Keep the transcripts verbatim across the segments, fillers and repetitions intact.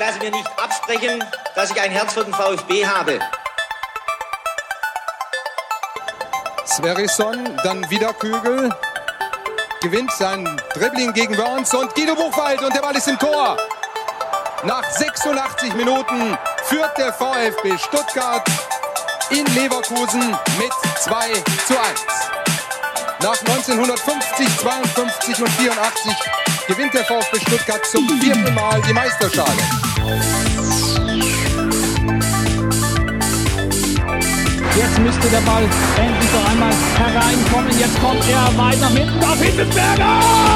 lasse mir nicht absprechen, dass ich ein Herz für den VfB habe. Sverrisson, dann wieder Kügel, gewinnt sein Dribbling gegen Wörns und Guido Buchwald und der Ball ist im Tor. Nach sechsundachtzig Minuten führt der VfB Stuttgart in Leverkusen mit zwei zu eins. Nach neunzehnhundertfünfzig, zweiundfünfzig und vierundachtzig gewinnt der VfB Stuttgart zum vierten Mal die Meisterschale. Jetzt müsste der Ball endlich noch einmal hereinkommen. Jetzt kommt er weit nach hinten auf Hitzelsberger!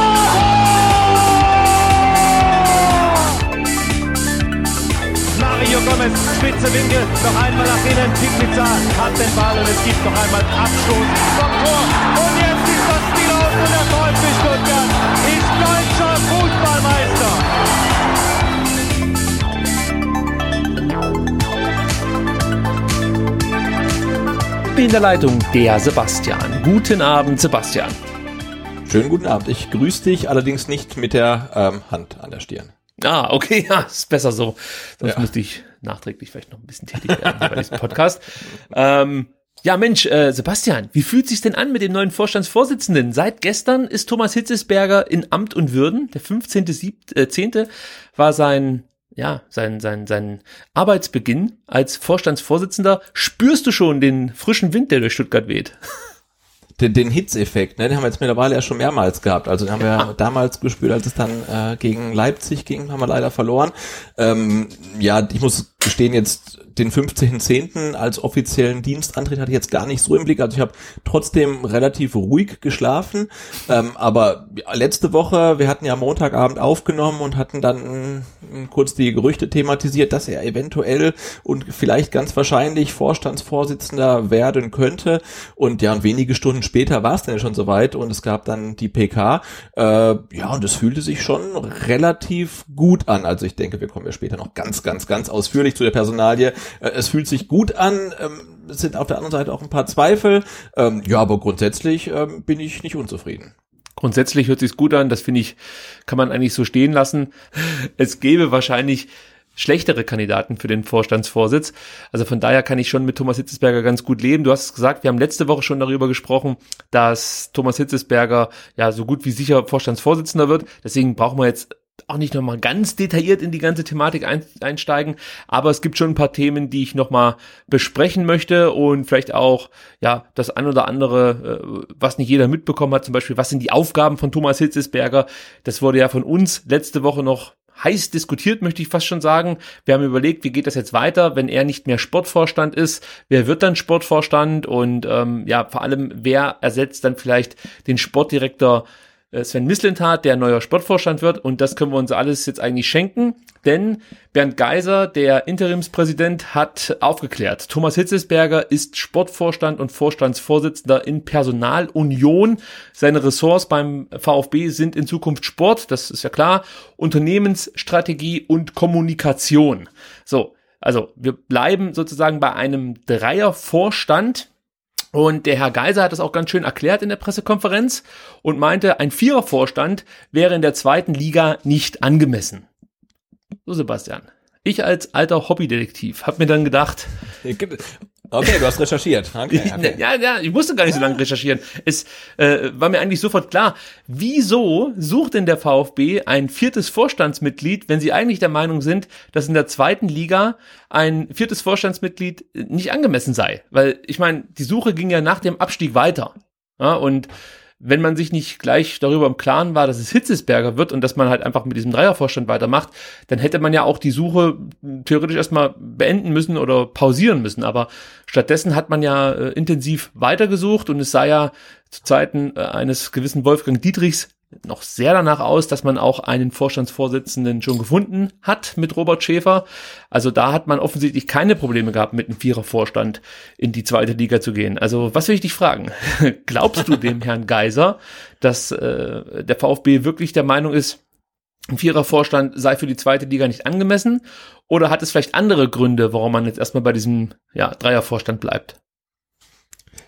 Mario Gomez, spitze Winkel, noch einmal nach innen. Pizza hat den Ball und es gibt noch einmal Abstoß vom Tor. Und jetzt ist das Spiel aus und der VfB Stuttgart ist deutscher Fußballmeister. In der Leitung der Sebastian. Guten Abend, Sebastian. Schönen guten Abend. Ich grüße dich, allerdings nicht mit der ähm, Hand an der Stirn. Ah, okay, ja, ist besser so. Sonst Ja. müsste ich nachträglich vielleicht noch ein bisschen tätig werden bei diesem Podcast. ähm, ja, Mensch, äh, Sebastian, wie fühlt sich's denn an mit dem neuen Vorstandsvorsitzenden? Seit gestern ist Thomas Hitzelsberger in Amt und Würden. Der fünfzehnte zehnte war sein, ja, sein, sein, sein Arbeitsbeginn als Vorstandsvorsitzender. Spürst du schon den frischen Wind, der durch Stuttgart weht? Den, den Hitzeffekt, ne, den haben wir jetzt mittlerweile ja schon mehrmals gehabt. Also den haben wir ja damals gespürt, als es dann äh, gegen Leipzig ging, haben wir leider verloren. Ähm, ja, ich muss gestehen, jetzt den fünfzehnten zehnten als offiziellen Dienstantritt hatte ich jetzt gar nicht so im Blick. Also ich habe trotzdem relativ ruhig geschlafen. Ähm, aber letzte Woche, wir hatten ja Montagabend aufgenommen und hatten dann mh, kurz die Gerüchte thematisiert, dass er eventuell und vielleicht ganz wahrscheinlich Vorstandsvorsitzender werden könnte. Und ja, und wenige Stunden später war es dann schon soweit und es gab dann die P K. Äh, ja, und es fühlte sich schon relativ gut an. Also ich denke, wir kommen ja später noch ganz, ganz, ganz ausführlich zu der Personalie. Äh, es fühlt sich gut an. Ähm, es sind auf der anderen Seite auch ein paar Zweifel. Ähm, ja, aber grundsätzlich ähm, bin ich nicht unzufrieden. Grundsätzlich hört sich's gut an. Das finde ich, kann man eigentlich so stehen lassen. Es gäbe wahrscheinlich schlechtere Kandidaten für den Vorstandsvorsitz. Also von daher kann ich schon mit Thomas Hitzelsberger ganz gut leben. Du hast es gesagt, wir haben letzte Woche schon darüber gesprochen, dass Thomas Hitzelsberger ja so gut wie sicher Vorstandsvorsitzender wird. Deswegen brauchen wir jetzt auch nicht nochmal ganz detailliert in die ganze Thematik ein, einsteigen, aber es gibt schon ein paar Themen, die ich nochmal besprechen möchte und vielleicht auch ja das ein oder andere, äh, was nicht jeder mitbekommen hat, zum Beispiel, was sind die Aufgaben von Thomas Hitzelsberger? Das wurde ja von uns letzte Woche noch heiß diskutiert, möchte ich fast schon sagen. Wir haben überlegt, wie geht das jetzt weiter, wenn er nicht mehr Sportvorstand ist? Wer wird dann Sportvorstand? Und ähm, ja, vor allem, wer ersetzt dann vielleicht den Sportdirektor Sven Mislintat, der neuer Sportvorstand wird, und das können wir uns alles jetzt eigentlich schenken, denn Bernd Geiser, der Interimspräsident, hat aufgeklärt. Thomas Hitzelsberger ist Sportvorstand und Vorstandsvorsitzender in Personalunion. Seine Ressorts beim VfB sind in Zukunft Sport, das ist ja klar, Unternehmensstrategie und Kommunikation. So, also wir bleiben sozusagen bei einem Dreiervorstand. Und der Herr Geiser hat das auch ganz schön erklärt in der Pressekonferenz und meinte, ein Vierervorstand wäre in der zweiten Liga nicht angemessen. So, Sebastian, ich als alter Hobbydetektiv habe mir dann gedacht... Okay, du hast recherchiert. Okay, okay. Ja, ja, ich musste gar nicht so lange recherchieren. Es äh, war mir eigentlich sofort klar, wieso sucht denn der VfB ein viertes Vorstandsmitglied, wenn sie eigentlich der Meinung sind, dass in der zweiten Liga ein viertes Vorstandsmitglied nicht angemessen sei? Weil, ich meine, die Suche ging ja nach dem Abstieg weiter. Ja, und wenn man sich nicht gleich darüber im Klaren war, dass es Hitzelsberger wird und dass man halt einfach mit diesem Dreiervorstand weitermacht, dann hätte man ja auch die Suche theoretisch erstmal beenden müssen oder pausieren müssen. Aber stattdessen hat man ja äh, intensiv weitergesucht und es sah ja zu Zeiten äh, eines gewissen Wolfgang Dietrichs noch sehr danach aus, dass man auch einen Vorstandsvorsitzenden schon gefunden hat mit Robert Schäfer. Also da hat man offensichtlich keine Probleme gehabt, mit einem Vierervorstand in die zweite Liga zu gehen. Also was will ich dich fragen? Glaubst du dem Herrn Geiser, dass äh, der VfB wirklich der Meinung ist, ein Vierervorstand sei für die zweite Liga nicht angemessen? Oder hat es vielleicht andere Gründe, warum man jetzt erstmal bei diesem ja, Dreiervorstand bleibt?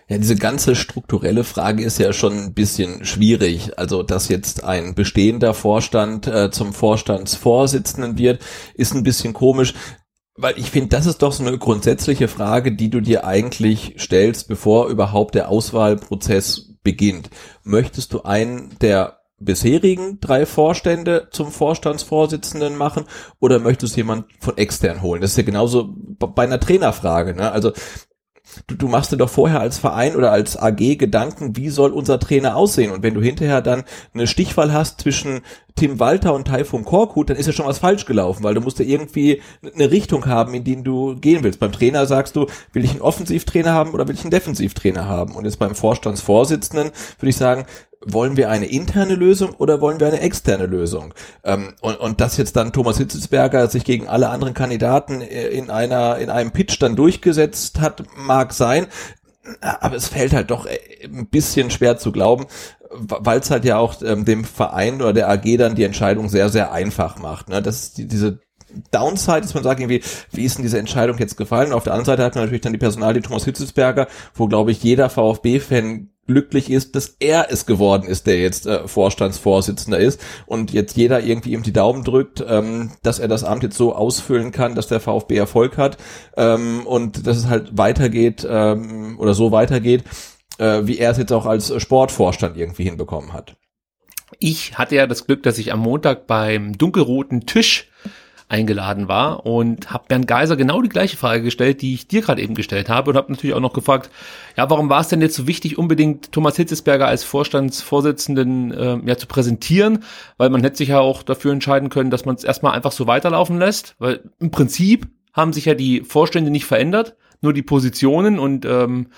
Ja, diese ganze strukturelle Frage ist ja schon ein bisschen schwierig. Also, dass jetzt ein bestehender Vorstand äh, zum Vorstandsvorsitzenden wird, ist ein bisschen komisch. Weil ich finde, das ist doch so eine grundsätzliche Frage, die du dir eigentlich stellst, bevor überhaupt der Auswahlprozess beginnt. Möchtest du einen der bisherigen drei Vorstände zum Vorstandsvorsitzenden machen oder möchtest du jemanden von extern holen? Das ist ja genauso bei einer Trainerfrage, ne? Also Du, du machst dir doch vorher als Verein oder als A G Gedanken, wie soll unser Trainer aussehen? Und wenn du hinterher dann eine Stichwahl hast zwischen Tim Walter und Taifun Korkut, dann ist ja schon was falsch gelaufen, weil du musst ja irgendwie eine Richtung haben, in die du gehen willst. Beim Trainer sagst du, will ich einen Offensivtrainer haben oder will ich einen Defensivtrainer haben? Und jetzt beim Vorstandsvorsitzenden würde ich sagen, wollen wir eine interne Lösung oder wollen wir eine externe Lösung? Ähm, und, und dass jetzt dann Thomas Hitzelsberger sich gegen alle anderen Kandidaten in einer in einem Pitch dann durchgesetzt hat, mag sein, aber es fällt halt doch ein bisschen schwer zu glauben, weil es halt ja auch ähm, dem Verein oder der A G dann die Entscheidung sehr, sehr einfach macht. Ne? Das ist die, diese Downside, dass man sagt irgendwie, wie ist denn diese Entscheidung jetzt gefallen? Und auf der anderen Seite hat man natürlich dann die Personalie Thomas Hitzelsberger, wo, glaube ich, jeder VfB-Fan glücklich ist, dass er es geworden ist, der jetzt äh, Vorstandsvorsitzender ist und jetzt jeder irgendwie ihm die Daumen drückt, ähm, dass er das Amt jetzt so ausfüllen kann, dass der VfB Erfolg hat ähm, und dass es halt weitergeht ähm, oder so weitergeht, äh, wie er es jetzt auch als Sportvorstand irgendwie hinbekommen hat. Ich hatte ja das Glück, dass ich am Montag beim dunkelroten Tisch eingeladen war und habe Bernd Geiser genau die gleiche Frage gestellt, die ich dir gerade eben gestellt habe und habe natürlich auch noch gefragt, ja, warum war es denn jetzt so wichtig, unbedingt Thomas Hitzelsberger als Vorstandsvorsitzenden äh, ja zu präsentieren, weil man hätte sich ja auch dafür entscheiden können, dass man es erstmal einfach so weiterlaufen lässt, weil im Prinzip haben sich ja die Vorstände nicht verändert, nur die Positionen und ähm,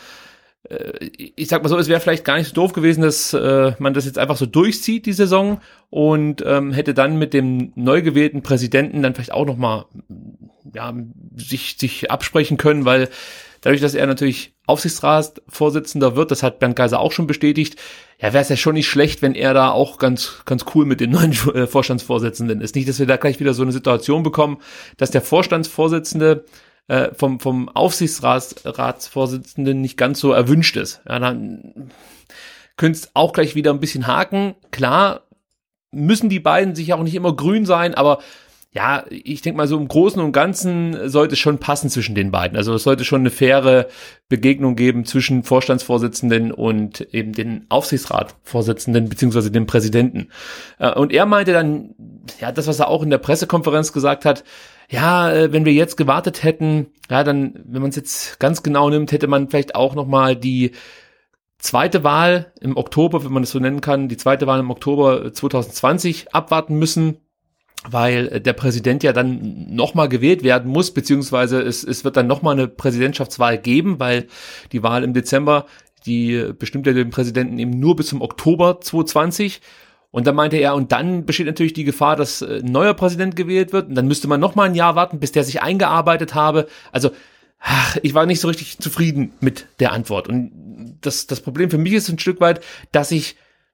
ich sag mal so, es wäre vielleicht gar nicht so doof gewesen, dass äh, man das jetzt einfach so durchzieht, die Saison, und ähm, hätte dann mit dem neu gewählten Präsidenten dann vielleicht auch nochmal ja, sich, sich absprechen können, weil dadurch, dass er natürlich Aufsichtsratsvorsitzender wird, das hat Bernd Geiser auch schon bestätigt, ja, wäre es ja schon nicht schlecht, wenn er da auch ganz ganz cool mit dem neuen äh, Vorstandsvorsitzenden ist. Nicht, dass wir da gleich wieder so eine Situation bekommen, dass der Vorstandsvorsitzende vom vom Aufsichtsratsvorsitzenden nicht ganz so erwünscht ist. Ja, dann könntest auch gleich wieder ein bisschen haken. Klar müssen die beiden sich auch nicht immer grün sein, aber ja, ich denke mal so im Großen und Ganzen sollte es schon passen zwischen den beiden. Also es sollte schon eine faire Begegnung geben zwischen Vorstandsvorsitzenden und eben den Aufsichtsratsvorsitzenden beziehungsweise dem Präsidenten. Und er meinte dann, ja, das, was er auch in der Pressekonferenz gesagt hat, ja, wenn wir jetzt gewartet hätten, ja, dann, wenn man es jetzt ganz genau nimmt, hätte man vielleicht auch nochmal die zweite Wahl im Oktober, wenn man das so nennen kann, die zweite Wahl im Oktober zwanzig zwanzig abwarten müssen, weil der Präsident ja dann nochmal gewählt werden muss, beziehungsweise es, es wird dann nochmal eine Präsidentschaftswahl geben, weil die Wahl im Dezember, die bestimmt ja den Präsidenten eben nur bis zum Oktober zwanzig zwanzig. Und dann meinte er, und dann besteht natürlich die Gefahr, dass ein neuer Präsident gewählt wird. Und dann müsste man noch mal ein Jahr warten, bis der sich eingearbeitet habe. Also, ach, ich war nicht so richtig zufrieden mit der Antwort. Und das, das Problem für mich ist ein Stück weit, dass ich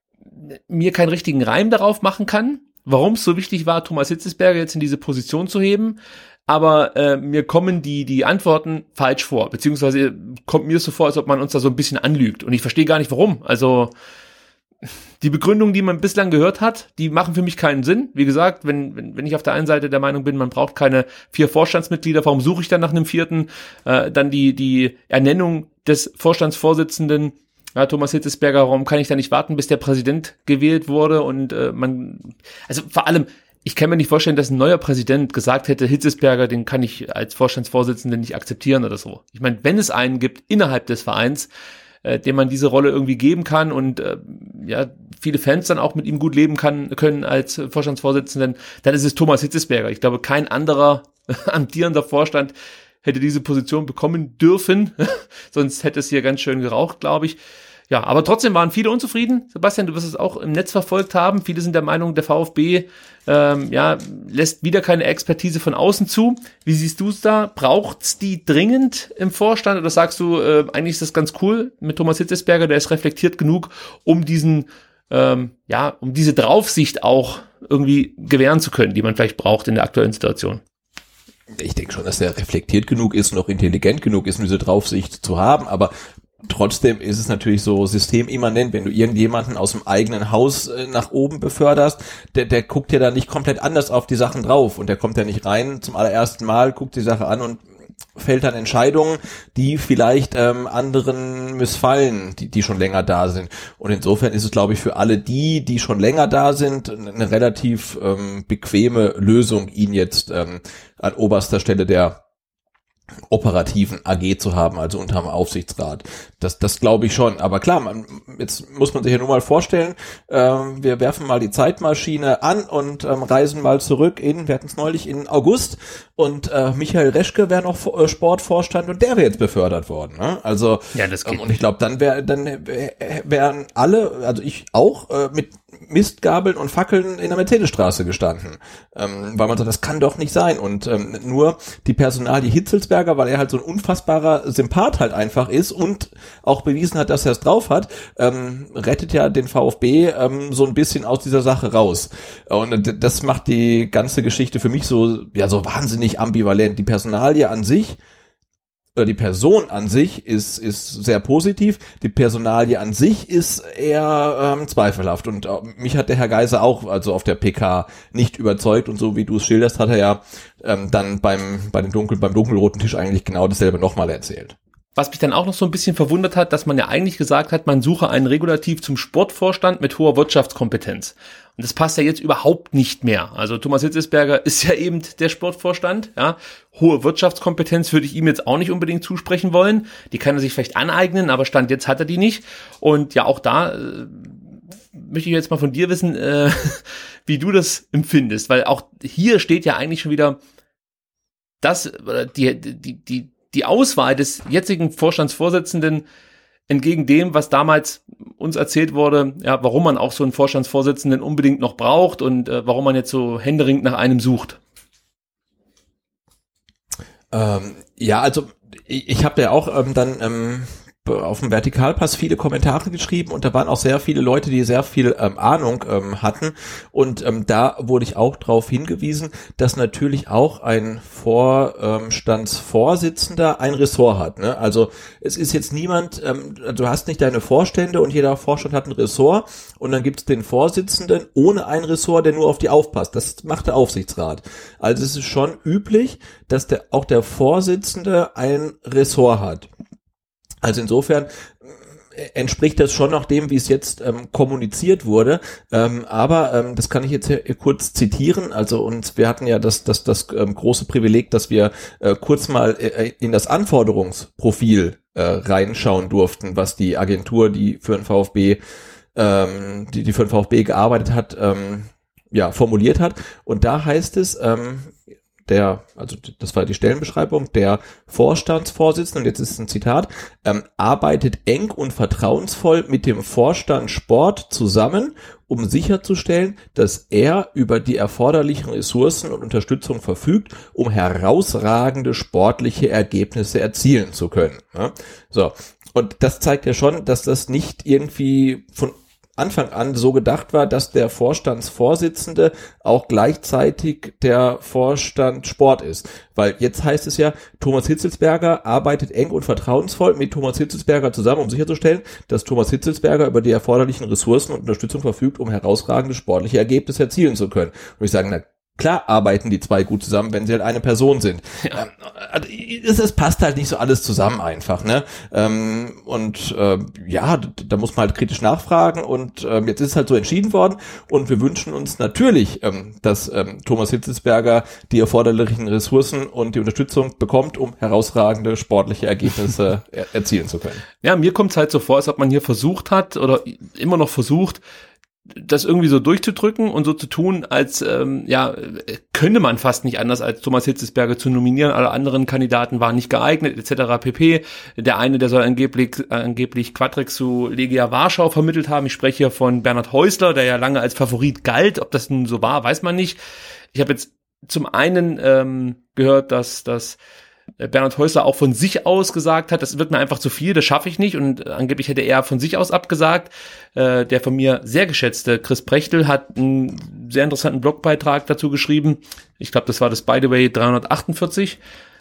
mir keinen richtigen Reim darauf machen kann, warum es so wichtig war, Thomas Hitzelsberger jetzt in diese Position zu heben. Aber äh, mir kommen die die Antworten falsch vor. Beziehungsweise kommt mir so vor, als ob man uns da so ein bisschen anlügt. Und ich verstehe gar nicht, warum. Also die Begründungen, die man bislang gehört hat, die machen für mich keinen Sinn. Wie gesagt, wenn, wenn, wenn ich auf der einen Seite der Meinung bin, man braucht keine vier Vorstandsmitglieder, warum suche ich dann nach einem vierten? Äh, dann die, die Ernennung des Vorstandsvorsitzenden, ja, Thomas Hitzelsberger, warum kann ich da nicht warten, bis der Präsident gewählt wurde? Und äh, man, also vor allem, ich kann mir nicht vorstellen, dass ein neuer Präsident gesagt hätte, Hitzelsberger, den kann ich als Vorstandsvorsitzenden nicht akzeptieren oder so. Ich meine, wenn es einen gibt innerhalb des Vereins, dem man diese Rolle irgendwie geben kann und äh, ja viele Fans dann auch mit ihm gut leben kann können als Vorstandsvorsitzenden, dann ist es Thomas Hitzelsberger. Ich glaube, kein anderer amtierender Vorstand hätte diese Position bekommen dürfen, sonst hätte es hier ganz schön geraucht, glaube ich. Ja, aber trotzdem waren viele unzufrieden. Sebastian, du wirst es auch im Netz verfolgt haben. Viele sind der Meinung, der VfB ähm, ja lässt wieder keine Expertise von außen zu. Wie siehst du es da? Braucht's die dringend im Vorstand? Oder sagst du, äh, eigentlich ist das ganz cool mit Thomas Hitzelsberger, der ist reflektiert genug, um diesen, ähm, ja, um diese Draufsicht auch irgendwie gewähren zu können, die man vielleicht braucht in der aktuellen Situation? Ich denke schon, dass er reflektiert genug ist und auch intelligent genug ist, um diese Draufsicht zu haben, aber trotzdem ist es natürlich so systemimmanent, wenn du irgendjemanden aus dem eigenen Haus äh, nach oben beförderst, der, der guckt ja da nicht komplett anders auf die Sachen drauf und der kommt ja nicht rein zum allerersten Mal, guckt die Sache an und fällt dann Entscheidungen, die vielleicht ähm, anderen missfallen, die, die schon länger da sind. Und insofern ist es, glaube ich, für alle die, die schon länger da sind, eine relativ ähm, bequeme Lösung, ihn jetzt ähm, an oberster Stelle der operativen A G zu haben, also unterm Aufsichtsrat. Das, das glaube ich schon. Aber klar, man, jetzt muss man sich ja nur mal vorstellen, ähm, wir werfen mal die Zeitmaschine an und ähm, reisen mal zurück in, wir hatten es neulich in August und äh, Michael Reschke wäre noch äh, Sportvorstand und der wäre jetzt befördert worden. Ne? Also ja, das geht ähm, und ich glaube, dann wäre dann wären alle, also ich auch, äh, mit Mistgabeln und Fackeln in der Mercedesstraße gestanden, ähm, weil man sagt, das kann doch nicht sein. Und ähm, nur die Personalie Hitzelsberger, weil er halt so ein unfassbarer Sympath halt einfach ist und auch bewiesen hat, dass er es drauf hat, ähm, rettet ja den VfB ähm, so ein bisschen aus dieser Sache raus. Und das macht die ganze Geschichte für mich so, ja, so wahnsinnig ambivalent. Die Personalie an sich, die Person an sich ist ist sehr positiv, die Personalie an sich ist eher ähm, zweifelhaft und äh, mich hat der Herr Geiser auch also auf der P K nicht überzeugt und so wie du es schilderst, hat er ja ähm, dann beim bei dem Dunkel beim dunkelroten Tisch eigentlich genau dasselbe nochmal erzählt. Was mich dann auch noch so ein bisschen verwundert hat, dass man ja eigentlich gesagt hat, man suche einen Regulativ zum Sportvorstand mit hoher Wirtschaftskompetenz. Und das passt ja jetzt überhaupt nicht mehr. Also Thomas Hitzelsberger ist ja eben der Sportvorstand, ja. Hohe Wirtschaftskompetenz würde ich ihm jetzt auch nicht unbedingt zusprechen wollen. Die kann er sich vielleicht aneignen, aber Stand jetzt hat er die nicht. Und ja, auch da äh, möchte ich jetzt mal von dir wissen, äh, wie du das empfindest. Weil auch hier steht ja eigentlich schon wieder das, die, die, die, die Auswahl des jetzigen Vorstandsvorsitzenden entgegen dem, was damals uns erzählt wurde, ja, warum man auch so einen Vorstandsvorsitzenden unbedingt noch braucht und äh, warum man jetzt so händeringend nach einem sucht. Ähm, ja, also ich, ich habe ja auch ähm, dann ähm, auf dem Vertikalpass viele Kommentare geschrieben und da waren auch sehr viele Leute, die sehr viel ähm, Ahnung ähm, hatten und ähm, da wurde ich auch darauf hingewiesen, dass natürlich auch ein Vorstandsvorsitzender ein Ressort hat. Ne? Also es ist jetzt niemand, ähm, du hast nicht deine Vorstände und jeder Vorstand hat ein Ressort und dann gibt es den Vorsitzenden ohne ein Ressort, der nur auf die aufpasst. Das macht der Aufsichtsrat. Also es ist schon üblich, dass der auch der Vorsitzende ein Ressort hat. Also insofern entspricht das schon noch dem, wie es jetzt ähm, kommuniziert wurde. Ähm, aber ähm, das kann ich jetzt hier kurz zitieren. Also und wir hatten ja das das das ähm, große Privileg, dass wir äh, kurz mal äh, in das Anforderungsprofil äh, reinschauen durften, was die Agentur, die für den VfB ähm, die die für den VfB gearbeitet hat, ähm, ja formuliert hat. Und da heißt es ähm, der, also das war die Stellenbeschreibung, der Vorstandsvorsitzende, und jetzt ist ein Zitat, ähm, arbeitet eng und vertrauensvoll mit dem Vorstand Sport zusammen, um sicherzustellen, dass er über die erforderlichen Ressourcen und Unterstützung verfügt, um herausragende sportliche Ergebnisse erzielen zu können. Ja? So, und das zeigt ja schon, dass das nicht irgendwie von Anfang an so gedacht war, dass der Vorstandsvorsitzende auch gleichzeitig der Vorstand Sport ist. Weil jetzt heißt es ja, Thomas Hitzelsberger arbeitet eng und vertrauensvoll mit Thomas Hitzelsberger zusammen, um sicherzustellen, dass Thomas Hitzelsberger über die erforderlichen Ressourcen und Unterstützung verfügt, um herausragende sportliche Ergebnisse erzielen zu können. Und ich sage, na klar arbeiten die zwei gut zusammen, wenn sie halt eine Person sind. Ja. Also, es, es passt halt nicht so alles zusammen einfach, ne? Ähm, und äh, ja, da muss man halt kritisch nachfragen und äh, jetzt ist es halt so entschieden worden und wir wünschen uns natürlich, ähm, dass ähm, Thomas Hitzelsberger die erforderlichen Ressourcen und die Unterstützung bekommt, um herausragende sportliche Ergebnisse er- erzielen zu können. Ja, mir kommt es halt so vor, als ob man hier versucht hat oder immer noch versucht, das irgendwie so durchzudrücken und so zu tun, als ähm, ja, könnte man fast nicht anders, als Thomas Hitzelsberger zu nominieren. Alle anderen Kandidaten waren nicht geeignet, et cetera pp. Der eine, der soll angeblich angeblich Quadrex zu Legia Warschau vermittelt haben. Ich spreche hier von Bernhard Häusler, der ja lange als Favorit galt. Ob das nun so war, weiß man nicht. Ich habe jetzt zum einen ähm, gehört, dass das Bernhard Häusler auch von sich aus gesagt hat, das wird mir einfach zu viel, das schaffe ich nicht, und angeblich hätte er von sich aus abgesagt. Äh, der von mir sehr geschätzte Chris Prechtel hat einen sehr interessanten Blogbeitrag dazu geschrieben. Ich glaube, das war das By the Way dreihundertachtundvierzig.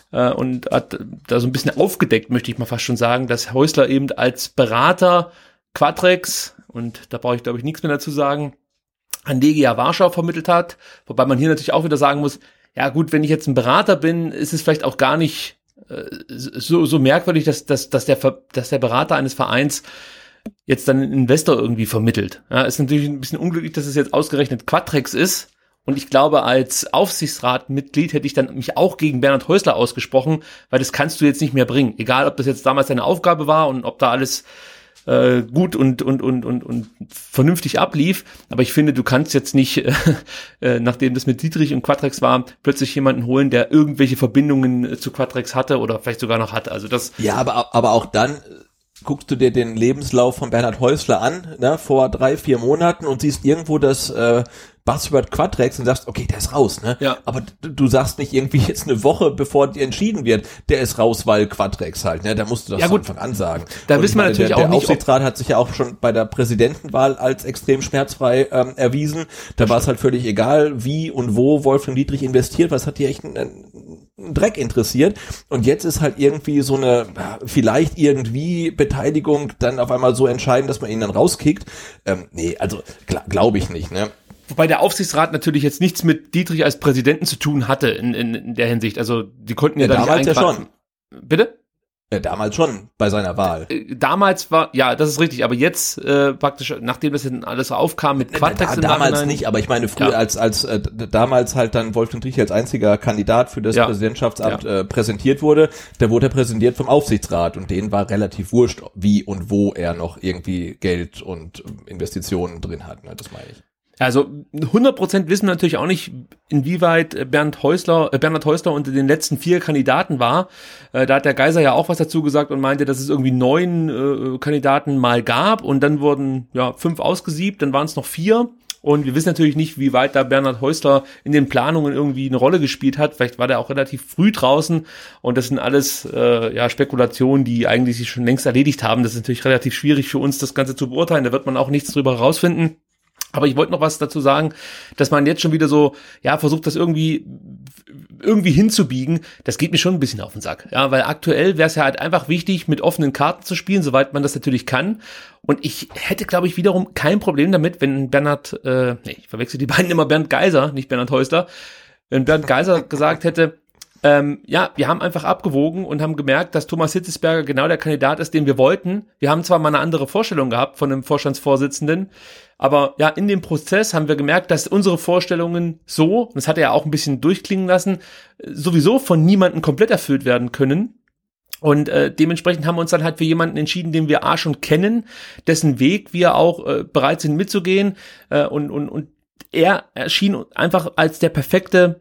äh, und hat da so ein bisschen aufgedeckt, möchte ich mal fast schon sagen, dass Häusler eben als Berater Quatrex, und da brauche ich glaube ich nichts mehr dazu sagen, an Legia Warschau vermittelt hat, wobei man hier natürlich auch wieder sagen muss, ja gut, wenn ich jetzt ein Berater bin, ist es vielleicht auch gar nicht äh, so so merkwürdig, dass, dass, dass, der, dass der Berater eines Vereins jetzt dann einen Investor irgendwie vermittelt. Ja, ist natürlich ein bisschen unglücklich, dass es jetzt ausgerechnet Quatrex ist, und ich glaube, als Aufsichtsratmitglied hätte ich dann mich auch gegen Bernhard Häusler ausgesprochen, weil das kannst du jetzt nicht mehr bringen, egal ob das jetzt damals deine Aufgabe war und ob da alles Äh, gut und und und und und vernünftig ablief, aber ich finde, du kannst jetzt nicht, äh, äh, nachdem das mit Dietrich und Quatrex war, plötzlich jemanden holen, der irgendwelche Verbindungen äh, zu Quatrex hatte oder vielleicht sogar noch hatte. Also das. Ja, aber aber auch dann guckst du dir den Lebenslauf von Bernhard Häusler an, ne, vor drei vier Monaten und siehst irgendwo das äh, Buzzword Quatrex und sagst, okay, der ist raus, ne? Ja. Aber du, du sagst nicht irgendwie jetzt eine Woche, bevor die entschieden wird, der ist raus, weil Quatrex halt, ne? Da musst du das ja, gut. von Anfang an sagen. Da und wissen wir meine, natürlich der, auch der nicht. Der Aufsichtsrat hat sich ja auch schon bei der Präsidentenwahl als extrem schmerzfrei ähm, erwiesen. Da war es halt völlig egal, wie und wo Wolfgang Dietrich investiert, was hat die echt einen, einen Dreck interessiert. Und jetzt ist halt irgendwie so eine, vielleicht irgendwie Beteiligung dann auf einmal so entscheidend, dass man ihn dann rauskickt. Ähm, nee, also gl- glaube ich nicht, ne? Wobei der Aufsichtsrat natürlich jetzt nichts mit Dietrich als Präsidenten zu tun hatte in, in, in der Hinsicht. Also die konnten ja, ja da nicht damals ja schon. Bitte? Ja, damals schon, bei seiner Wahl. Äh, damals war, ja, das ist richtig, aber jetzt äh, praktisch, nachdem das dann alles aufkam mit Quatrex da, Damals nicht, aber ich meine früher ja. als als äh, damals halt dann Wolfgang Dietrich als einziger Kandidat für das ja. Präsidentschaftsamt ja. äh, präsentiert wurde, da wurde er präsentiert vom Aufsichtsrat und denen war relativ wurscht, wie und wo er noch irgendwie Geld und Investitionen drin hat, ne, das meine ich. Also hundert Prozent wissen wir natürlich auch nicht, inwieweit Bernd Häusler, äh, Bernhard Häusler unter den letzten vier Kandidaten war. Äh, da hat der Geiser ja auch was dazu gesagt und meinte, dass es irgendwie neun äh, Kandidaten mal gab und dann wurden ja fünf ausgesiebt, dann waren es noch vier. Und wir wissen natürlich nicht, wie weit da Bernhard Häusler in den Planungen irgendwie eine Rolle gespielt hat. Vielleicht war der auch relativ früh draußen und das sind alles äh, ja Spekulationen, die eigentlich sich schon längst erledigt haben. Das ist natürlich relativ schwierig für uns, das Ganze zu beurteilen. Da wird man auch nichts drüber herausfinden. Aber ich wollte noch was dazu sagen, dass man jetzt schon wieder so, ja, versucht, das irgendwie irgendwie hinzubiegen. Das geht mir schon ein bisschen auf den Sack. Ja, weil aktuell wäre es ja halt einfach wichtig, mit offenen Karten zu spielen, soweit man das natürlich kann. Und ich hätte, glaube ich, wiederum kein Problem damit, wenn Bernhard, äh, nee, ich verwechsel die beiden immer, Bernd Geiser, nicht Bernhard Häusler, wenn Bernd Geiser gesagt hätte, Ähm, ja, wir haben einfach abgewogen und haben gemerkt, dass Thomas Hitzelsberger genau der Kandidat ist, den wir wollten. Wir haben zwar mal eine andere Vorstellung gehabt von einem Vorstandsvorsitzenden, aber ja, in dem Prozess haben wir gemerkt, dass unsere Vorstellungen so, und das hat er ja auch ein bisschen durchklingen lassen, sowieso von niemandem komplett erfüllt werden können. Und äh, dementsprechend haben wir uns dann halt für jemanden entschieden, den wir A schon kennen, dessen Weg wir auch äh, bereit sind mitzugehen. Äh, und, und, und er erschien einfach als der perfekte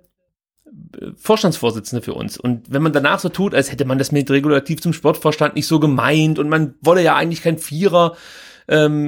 Vorstandsvorsitzende für uns. Und wenn man danach so tut, als hätte man das mit Regulativ zum Sportvorstand nicht so gemeint und man wolle ja eigentlich kein Vierer ähm,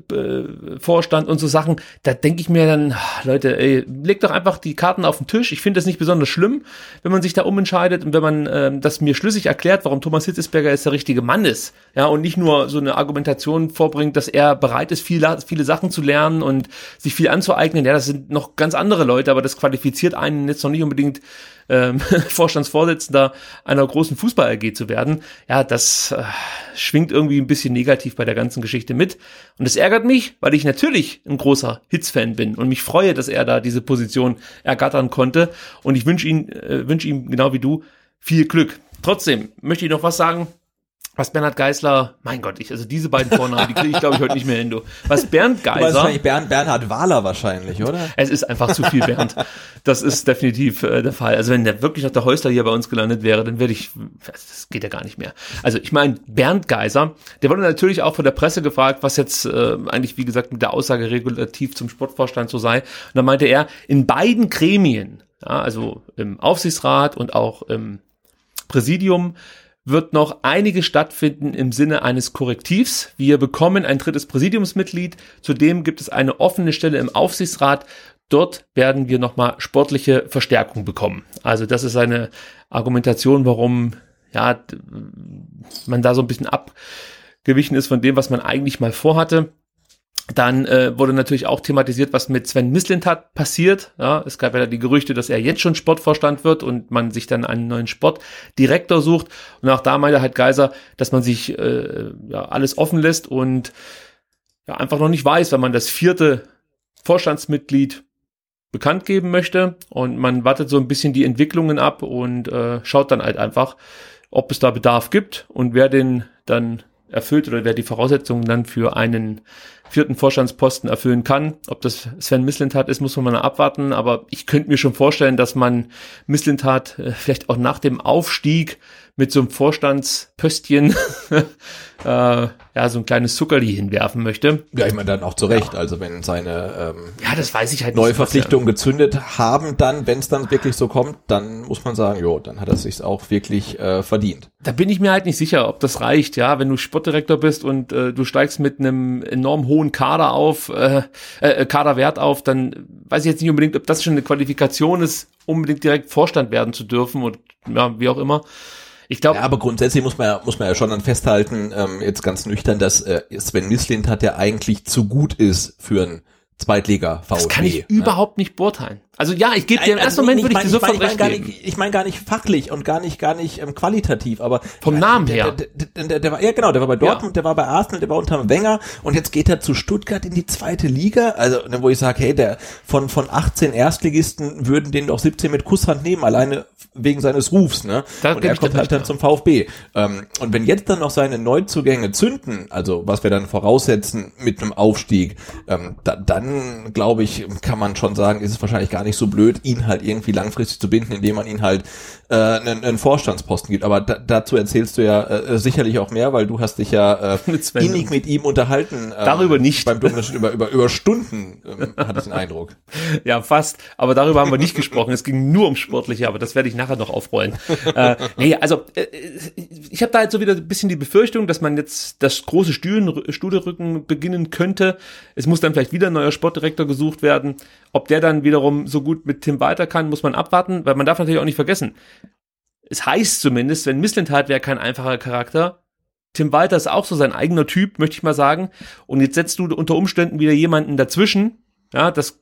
äh, Vorstand und so Sachen, da denke ich mir dann, Leute, ey, legt doch einfach die Karten auf den Tisch. Ich finde das nicht besonders schlimm, wenn man sich da umentscheidet und wenn man ähm, das mir schlüssig erklärt, warum Thomas Hitzelsberger jetzt der richtige Mann ist, ja, und nicht nur so eine Argumentation vorbringt, dass er bereit ist, viele, viele Sachen zu lernen und sich viel anzueignen. Ja, das sind noch ganz andere Leute, aber das qualifiziert einen jetzt noch nicht unbedingt ähm, Vorstandsvorsitzender einer großen Fußball-A G zu werden. Ja, das äh, schwingt irgendwie ein bisschen negativ bei der ganzen Geschichte mit. Und das ärgert mich, weil ich natürlich ein großer Hitz-Fan bin und mich freue, dass er da diese Position ergattern konnte. Und ich wünsche ihm, äh, wünsche ihm genau wie du viel Glück. Trotzdem möchte ich noch was sagen, was Bernhard Geisler, mein Gott, ich, also diese beiden Vornamen, die kriege ich, glaube ich, heute nicht mehr hin, du. Was Bernd Geiser... Du weißt wahrscheinlich Bern, Bernhard Wahler wahrscheinlich, oder? Es ist einfach zu viel Bernd. Das ist definitiv äh, der Fall. Also wenn der wirklich noch der Häusler hier bei uns gelandet wäre, dann würde ich, das geht ja gar nicht mehr. Also ich meine, Bernd Geiser, der wurde natürlich auch von der Presse gefragt, was jetzt äh, eigentlich, wie gesagt, mit der Aussage regulativ zum Sportvorstand so sei. Und dann meinte er, in beiden Gremien, ja, also im Aufsichtsrat und auch im Präsidium, wird noch einige stattfinden im Sinne eines Korrektivs. Wir bekommen ein drittes Präsidiumsmitglied. Zudem gibt es eine offene Stelle im Aufsichtsrat. Dort werden wir nochmal sportliche Verstärkung bekommen. Also das ist eine Argumentation, warum ja man da so ein bisschen abgewichen ist von dem, was man eigentlich mal vorhatte. Dann äh, wurde natürlich auch thematisiert, was mit Sven Mislintat passiert. Ja, es gab ja die Gerüchte, dass er jetzt schon Sportvorstand wird und man sich dann einen neuen Sportdirektor sucht. Und auch da meinte halt Geiser, dass man sich äh, ja, alles offen lässt und ja, einfach noch nicht weiß, wenn man das vierte Vorstandsmitglied bekannt geben möchte. Und man wartet so ein bisschen die Entwicklungen ab und äh, schaut dann halt einfach, ob es da Bedarf gibt und wer den dann erfüllt oder wer die Voraussetzungen dann für einen vierten Vorstandsposten erfüllen kann. Ob das Sven Mislintat ist, muss man mal abwarten, aber ich könnte mir schon vorstellen, dass man Mislintat äh, vielleicht auch nach dem Aufstieg mit so einem Vorstandspöstchen äh, ja, so ein kleines Zuckerli hinwerfen möchte. Ja, ich meine dann auch zu Recht, ja. Also wenn seine ähm, ja, das weiß ich halt neue nicht, Verpflichtungen ja. gezündet haben, dann, wenn es dann wirklich so kommt, dann muss man sagen, jo, dann hat er sich's auch wirklich äh, verdient. Da bin ich mir halt nicht sicher, ob das reicht, ja, wenn du Sportdirektor bist und äh, du steigst mit einem enorm hohen Kader auf, äh, äh, Kaderwert auf, dann weiß ich jetzt nicht unbedingt, ob das schon eine Qualifikation ist, unbedingt direkt Vorstand werden zu dürfen und ja, wie auch immer. Ich glaube, ja, aber grundsätzlich muss man ja, muss man ja schon dann festhalten, ähm, jetzt ganz nüchtern, dass äh, Sven Mislintat ja eigentlich zu gut ist für ein Zweitliga-V fB. Das kann ich ne? überhaupt nicht beurteilen. Also ja, ich gebe dir im also ersten Moment, würde ich dir sofort ich mein, recht gar geben. nicht, ich meine gar nicht fachlich und gar nicht gar nicht ähm, qualitativ, aber vom ja, Namen der, her. Der, der, der, der war, ja genau, der war bei Dortmund, ja. Der war bei Arsenal, der war unter Wenger und jetzt geht er zu Stuttgart in die zweite Liga. Also wo ich sage, hey, der von von achtzehn Erstligisten würden den doch siebzehn mit Kusshand nehmen, alleine wegen seines Rufs, ne? Da und er kommt halt dann ja. zum VfB. Ähm, und wenn jetzt dann noch seine Neuzugänge zünden, also was wir dann voraussetzen mit einem Aufstieg, ähm, da, dann glaube ich, kann man schon sagen, ist es wahrscheinlich gar nicht so blöd, ihn halt irgendwie langfristig zu binden, indem man ihn halt äh, einen, einen Vorstandsposten gibt. Aber da, dazu erzählst du ja äh, sicherlich auch mehr, weil du hast dich ja äh, mit innig mit ihm unterhalten. Ähm, darüber nicht. Beim Dummen, über, über, über Stunden ähm, hatte ich den Eindruck. Ja, fast. Aber darüber haben wir nicht gesprochen. Es ging nur um Sportliche, aber das werde ich nachher noch aufrollen. äh, nee, also äh, ich habe da halt so wieder ein bisschen die Befürchtung, dass man jetzt das große Stühlen, Stuhlrücken beginnen könnte. Es muss dann vielleicht wieder ein neuer Sportdirektor gesucht werden. Ob der dann wiederum so gut mit Tim Walter kann, muss man abwarten, weil man darf natürlich auch nicht vergessen. Es heißt zumindest, wenn Mislintat wäre kein einfacher Charakter. Tim Walter ist auch so sein eigener Typ, möchte ich mal sagen. Und jetzt setzt du unter Umständen wieder jemanden dazwischen. Ja, das,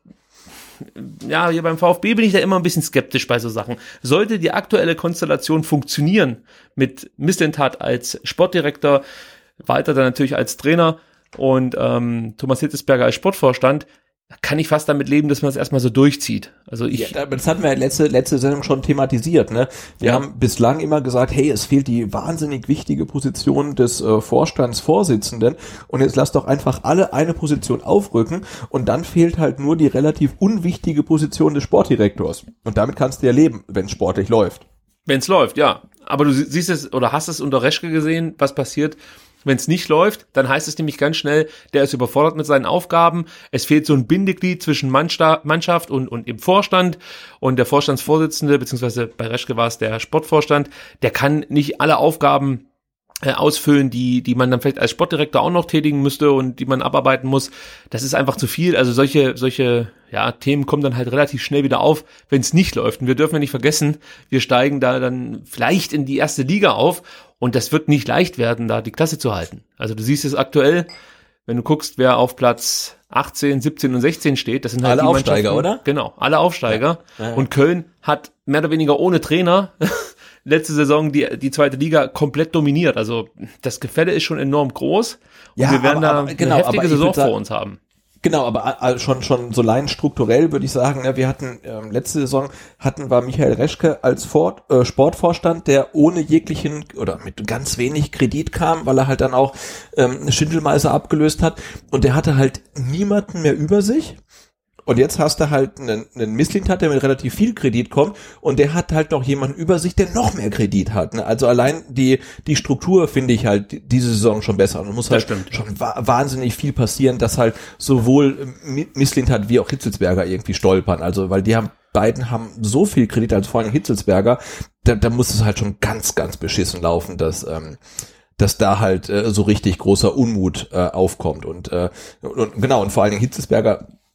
ja, hier beim VfB bin ich da immer ein bisschen skeptisch bei so Sachen. Sollte die aktuelle Konstellation funktionieren mit Mislintat als Sportdirektor, Walter dann natürlich als Trainer und ähm, Thomas Hitzesberger als Sportvorstand, kann ich fast damit leben, dass man das erstmal so durchzieht. Also ich. Ja, das hatten wir letzte, letzte Sendung schon thematisiert, ne? Wir ja. haben bislang immer gesagt, hey, es fehlt die wahnsinnig wichtige Position des äh, Vorstandsvorsitzenden und jetzt lass doch einfach alle eine Position aufrücken und dann fehlt halt nur die relativ unwichtige Position des Sportdirektors. Und damit kannst du ja leben, wenn es sportlich läuft. Wenn es läuft, ja. Aber du siehst es oder hast es unter Reschke gesehen, was passiert. Wenn es nicht läuft, dann heißt es nämlich ganz schnell, der ist überfordert mit seinen Aufgaben. Es fehlt so ein Bindeglied zwischen Mannschaft und, und im Vorstand. Und der Vorstandsvorsitzende, beziehungsweise bei Reschke war es der Sportvorstand, der kann nicht alle Aufgaben äh, ausfüllen, die die man dann vielleicht als Sportdirektor auch noch tätigen müsste und die man abarbeiten muss. Das ist einfach zu viel. Also solche solche ja Themen kommen dann halt relativ schnell wieder auf, wenn es nicht läuft. Und wir dürfen ja nicht vergessen, wir steigen da dann vielleicht in die erste Liga auf. Und das wird nicht leicht werden, da die Klasse zu halten. Also du siehst es aktuell, wenn du guckst, wer auf Platz achtzehn, siebzehn und sechzehn steht, das sind halt alle die Aufsteiger, oder? Genau, alle Aufsteiger. Ja. Ja, ja. Und Köln hat mehr oder weniger ohne Trainer letzte Saison die die zweite Liga komplett dominiert. Also das Gefälle ist schon enorm groß. Und ja, wir werden aber, aber, da genau, eine heftige Saison sagen, vor uns haben. Genau, aber äh, schon schon so allein strukturell würde ich sagen, ja, wir hatten ähm, letzte Saison hatten wir Michael Reschke als Fort, äh, Sportvorstand, der ohne jeglichen oder mit ganz wenig Kredit kam, weil er halt dann auch ähm, Schindelmeiser abgelöst hat und der hatte halt niemanden mehr über sich. Und jetzt hast du halt einen, einen Mislintat, der mit relativ viel Kredit kommt und der hat halt noch jemanden über sich, der noch mehr Kredit hat. Ne? Also allein die die Struktur finde ich halt diese Saison schon besser. Und es muss halt stimmt. schon wa- wahnsinnig viel passieren, dass halt sowohl Mislintat wie auch Hitzelsberger irgendwie stolpern. Also weil die haben beiden haben so viel Kredit, als vor allem Hitzelsberger, da, da muss es halt schon ganz, ganz beschissen laufen, dass ähm, dass da halt äh, so richtig großer Unmut äh, aufkommt. Und, äh, und genau, und vor allen Dingen Hitzelsberger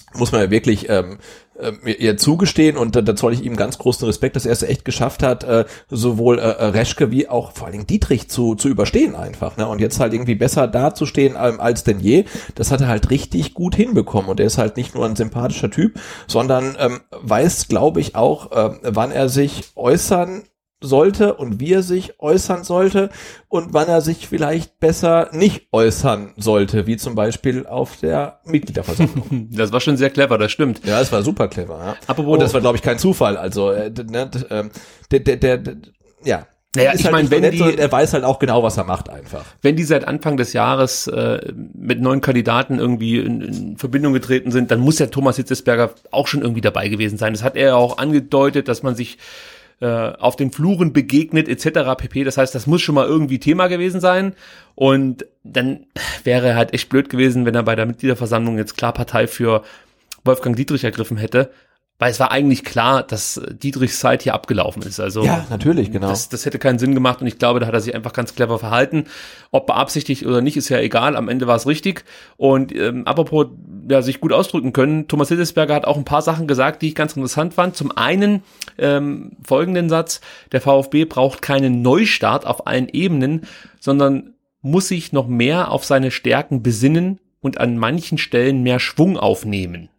muss man ja wirklich ähm, äh, ihr zugestehen, und da, da zoll ich ihm ganz großen Respekt, dass er es echt geschafft hat, äh, sowohl äh, Reschke wie auch vor allen Dingen Dietrich zu zu überstehen einfach, ne? Und jetzt halt irgendwie besser dazustehen ähm, als denn je. Das hat er halt richtig gut hinbekommen, und er ist halt nicht nur ein sympathischer Typ, sondern ähm, weiß, glaube ich, auch, äh, wann er sich äußern sollte und wie er sich äußern sollte und wann er sich vielleicht besser nicht äußern sollte, wie zum Beispiel auf der Mitgliederversammlung. Das war schon sehr clever, das stimmt. Ja, das war super clever. Ja. Apropos, und das war, glaube ich, kein Zufall. Also, äh, ne, äh, der, der, der, der, ja. Naja, ist ich halt meine, wenn nett, die, er weiß halt auch genau, was er macht einfach. Wenn die seit Anfang des Jahres äh, mit neuen Kandidaten irgendwie in, in Verbindung getreten sind, dann muss ja Thomas Hitzelsberger auch schon irgendwie dabei gewesen sein. Das hat er ja auch angedeutet, dass man sich auf den Fluren begegnet et cetera pp. Das heißt, das muss schon mal irgendwie Thema gewesen sein, und dann wäre halt echt blöd gewesen, wenn er bei der Mitgliederversammlung jetzt klar Partei für Wolfgang Dietrich ergriffen hätte, weil es war eigentlich klar, dass Dietrichs Zeit hier abgelaufen ist. Also ja, natürlich, genau. Das, das hätte keinen Sinn gemacht, und ich glaube, da hat er sich einfach ganz clever verhalten. Ob beabsichtigt oder nicht, ist ja egal. Am Ende war es richtig. Und ähm, apropos, ja, sich gut ausdrücken können, Thomas Hitzelsberger hat auch ein paar Sachen gesagt, die ich ganz interessant fand. Zum einen ähm, folgenden Satz: Der VfB braucht keinen Neustart auf allen Ebenen, sondern muss sich noch mehr auf seine Stärken besinnen und an manchen Stellen mehr Schwung aufnehmen.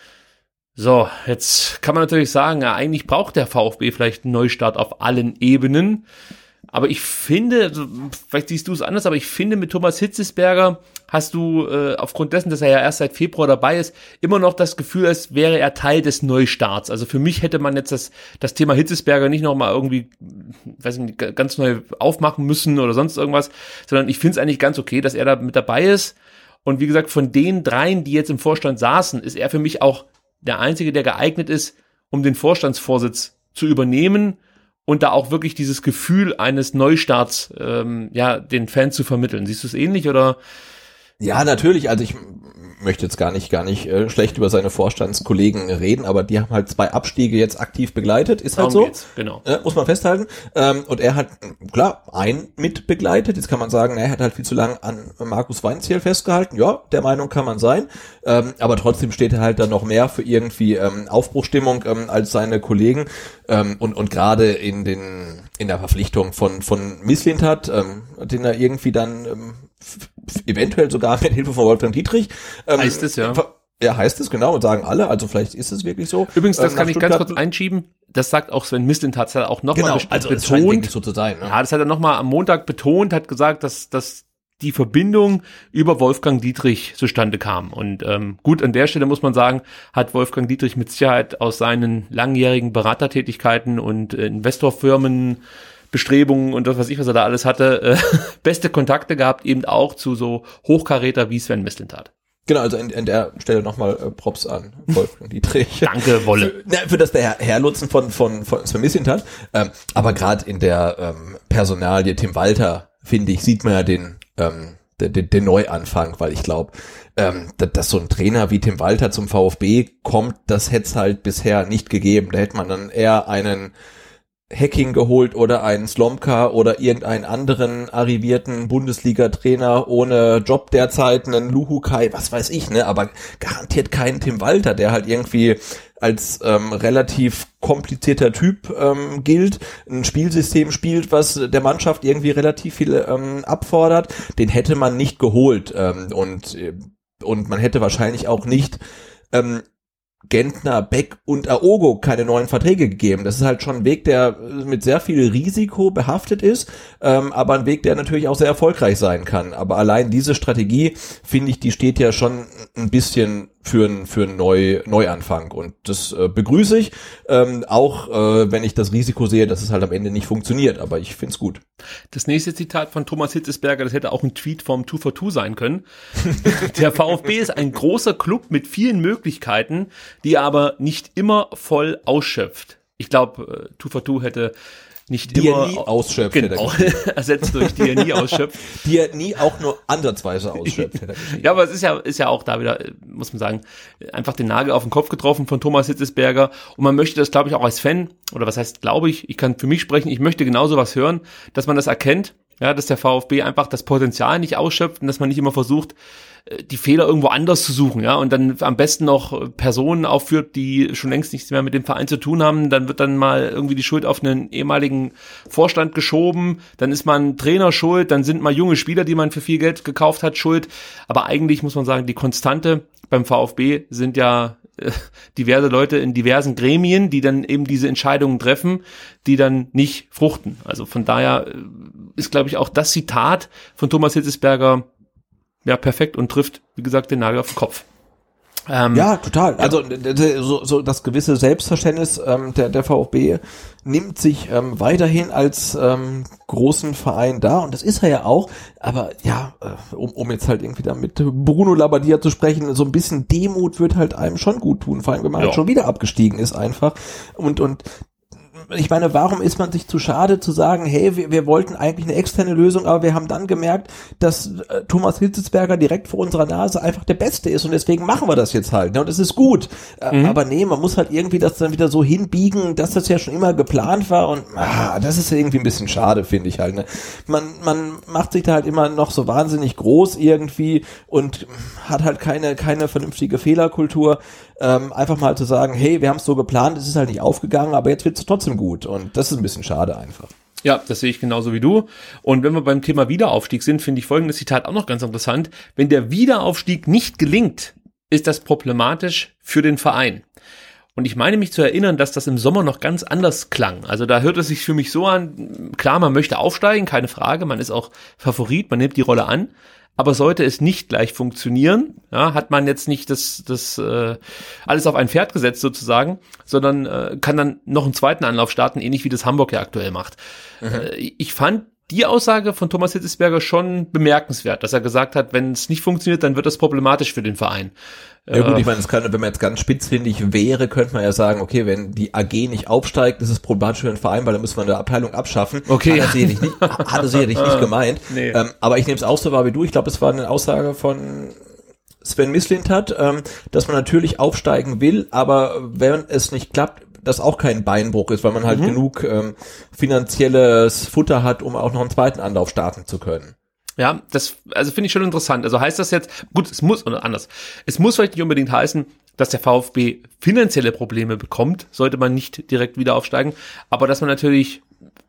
So, jetzt kann man natürlich sagen, ja, eigentlich braucht der VfB vielleicht einen Neustart auf allen Ebenen. Aber ich finde, also, vielleicht siehst du es anders, aber ich finde, mit Thomas Hitzelsberger hast du äh, aufgrund dessen, dass er ja erst seit Februar dabei ist, immer noch das Gefühl, als wäre er Teil des Neustarts. Also für mich hätte man jetzt das, das Thema Hitzelsberger nicht nochmal irgendwie, weiß nicht, ganz neu aufmachen müssen oder sonst irgendwas, sondern ich finde es eigentlich ganz okay, dass er da mit dabei ist. Und wie gesagt, von den dreien, die jetzt im Vorstand saßen, ist er für mich auch der Einzige, der geeignet ist, um den Vorstandsvorsitz zu übernehmen und da auch wirklich dieses Gefühl eines Neustarts ähm, ja den Fans zu vermitteln. Siehst du es ähnlich, oder? Ja, natürlich. Also ich möchte jetzt gar nicht gar nicht äh, schlecht über seine Vorstandskollegen reden, aber die haben halt zwei Abstiege jetzt aktiv begleitet, ist halt Darum so. geht's, genau. Äh, muss man festhalten. Ähm, und er hat, klar, ein mit begleitet. Jetzt kann man sagen, na, er hat halt viel zu lange an Markus Weinzierl festgehalten. Ja, der Meinung kann man sein. Ähm, aber trotzdem steht er halt dann noch mehr für irgendwie ähm, Aufbruchstimmung ähm, als seine Kollegen. Ähm, und und gerade in den in der Verpflichtung von von Mislintat, ähm, den er irgendwie dann ähm, eventuell sogar mit Hilfe von Wolfgang Dietrich. Ähm, heißt es, ja. Ja, heißt es, genau, und sagen alle, also vielleicht ist es wirklich so. Übrigens, das ähm, kann ich Stuttgart ganz kurz einschieben, das sagt auch Sven Mislintat, das hat er auch nochmal genau, also es scheint betont. wirklich so zu sein. Ne? Ja, das hat er nochmal am Montag betont, hat gesagt, dass, dass die Verbindung über Wolfgang Dietrich zustande kam. Und ähm, gut, an der Stelle muss man sagen, hat Wolfgang Dietrich mit Sicherheit aus seinen langjährigen Beratertätigkeiten und äh, Investorfirmen Bestrebungen und das, was ich, was er da alles hatte, äh, beste Kontakte gehabt, eben auch zu so Hochkaräter wie Sven Mislintat. Genau, also an, an der Stelle nochmal äh, Props an Wolfgang Dietrich. Danke, Wolle. Für, na, für das der Her Herlutzen von, von, von Sven Mislintat. Ähm, aber gerade in der ähm, Personalie Tim Walter, finde ich, sieht man ja den, ähm, den, den, den Neuanfang, weil ich glaube, ähm, dass, dass so ein Trainer wie Tim Walter zum VfB kommt, das hätte es halt bisher nicht gegeben. Da hätte man dann eher einen Hacking geholt oder einen Slomka oder irgendeinen anderen arrivierten Bundesliga-Trainer ohne Job derzeit, einen Luhukai, was weiß ich, ne, aber garantiert keinen Tim Walter, der halt irgendwie als ähm, relativ komplizierter Typ ähm, gilt, ein Spielsystem spielt, was der Mannschaft irgendwie relativ viel ähm, abfordert, den hätte man nicht geholt ähm, und und man hätte wahrscheinlich auch nicht ähm, Gentner, Beck und Aogo keine neuen Verträge gegeben. Das ist halt schon ein Weg, der mit sehr viel Risiko behaftet ist, ähm, aber ein Weg, der natürlich auch sehr erfolgreich sein kann. Aber allein diese Strategie, finde ich, die steht ja schon ein bisschen für einen für einen Neu Neuanfang und das äh, begrüße ich, ähm, auch äh, wenn ich das Risiko sehe, dass es halt am Ende nicht funktioniert, aber ich find's gut. Das nächste Zitat von Thomas Hitzelsberger, das hätte auch ein Tweet vom two for two sein können. Der VfB ist ein großer Club mit vielen Möglichkeiten, die er aber nicht immer voll ausschöpft. Ich glaube, äh, two for two hätte nicht die immer er nie ausschöpft, genau, ersetzt durch die er nie ausschöpft. Die er nie auch nur ansatzweise ausschöpft. Ja, aber es ist ja, ist ja auch da wieder, muss man sagen, einfach den Nagel auf den Kopf getroffen von Thomas Hitzelsberger. Und man möchte das, glaube ich, auch als Fan, oder was heißt, glaube ich, ich kann für mich sprechen, ich möchte genau sowas hören, dass man das erkennt Ja, dass der VfB einfach das Potenzial nicht ausschöpft und dass man nicht immer versucht, die Fehler irgendwo anders zu suchen, ja, und dann am besten noch Personen aufführt, die schon längst nichts mehr mit dem Verein zu tun haben. Dann wird dann mal irgendwie die Schuld auf einen ehemaligen Vorstand geschoben, dann ist man Trainer schuld, dann sind mal junge Spieler, die man für viel Geld gekauft hat, schuld. Aber eigentlich muss man sagen, die Konstante beim VfB sind ja äh, diverse Leute in diversen Gremien, die dann eben diese Entscheidungen treffen, die dann nicht fruchten. Also von daher ist, glaube ich, auch das Zitat von Thomas Hitzelsberger ja perfekt und trifft, wie gesagt, den Nagel auf den Kopf. Ähm, ja, total. Also so, so das gewisse Selbstverständnis ähm, der, der VfB nimmt sich ähm, weiterhin als ähm, großen Verein da, und das ist er ja auch, aber ja, äh, um, um jetzt halt irgendwie da mit Bruno Labbadia zu sprechen, so ein bisschen Demut wird halt einem schon gut tun, vor allem wenn man ja. halt schon wieder abgestiegen ist einfach, und und ich meine, warum ist man sich zu schade zu sagen, hey, wir, wir wollten eigentlich eine externe Lösung, aber wir haben dann gemerkt, dass äh, Thomas Hitzelsberger direkt vor unserer Nase einfach der Beste ist, und deswegen machen wir das jetzt halt, ne? Und es ist gut. Äh, mhm. Aber nee, man muss halt irgendwie das dann wieder so hinbiegen, dass das ja schon immer geplant war, und ah, das ist irgendwie ein bisschen schade, finde ich halt. Ne? Man, man macht sich da halt immer noch so wahnsinnig groß irgendwie und hat halt keine, keine vernünftige Fehlerkultur. Ähm, einfach mal zu sagen, hey, wir haben es so geplant, es ist halt nicht aufgegangen, aber jetzt wird es trotzdem gut, und das ist ein bisschen schade einfach. Ja, das sehe ich genauso wie du. Und wenn wir beim Thema Wiederaufstieg sind, finde ich folgendes Zitat auch noch ganz interessant. Wenn der Wiederaufstieg nicht gelingt, ist das problematisch für den Verein. Und ich meine mich zu erinnern, dass das im Sommer noch ganz anders klang. Also da hört es sich für mich so an, klar, man möchte aufsteigen, keine Frage, man ist auch Favorit, man nimmt die Rolle an. Aber sollte es nicht gleich funktionieren, ja, hat man jetzt nicht das, das äh, alles auf ein Pferd gesetzt sozusagen, sondern äh, kann dann noch einen zweiten Anlauf starten, ähnlich wie das Hamburg ja aktuell macht. Mhm. Äh, ich fand die Aussage von Thomas Hitzelsberger schon bemerkenswert, dass er gesagt hat, wenn es nicht funktioniert, dann wird das problematisch für den Verein. Ja gut, ich meine, es kann, wenn man jetzt ganz spitzfindig wäre, könnte man ja sagen, okay, wenn die A G nicht aufsteigt, ist es problematisch für den Verein, weil dann müssen wir eine Abteilung abschaffen. Okay. Hat er sicherlich nicht, hat er sicherlich nicht gemeint. Nee. Ähm, aber ich nehme es auch so wahr wie du. Ich glaube, es war eine Aussage von Sven Mislintat, ähm, dass man natürlich aufsteigen will, aber wenn es nicht klappt, das auch kein Beinbruch ist, weil man halt mhm. genug ähm, finanzielles Futter hat, um auch noch einen zweiten Anlauf starten zu können. Ja, das, also finde ich schon interessant. Also heißt das jetzt, gut, es muss, oder anders, es muss vielleicht nicht unbedingt heißen, dass der VfB finanzielle Probleme bekommt, sollte man nicht direkt wieder aufsteigen, aber dass man natürlich,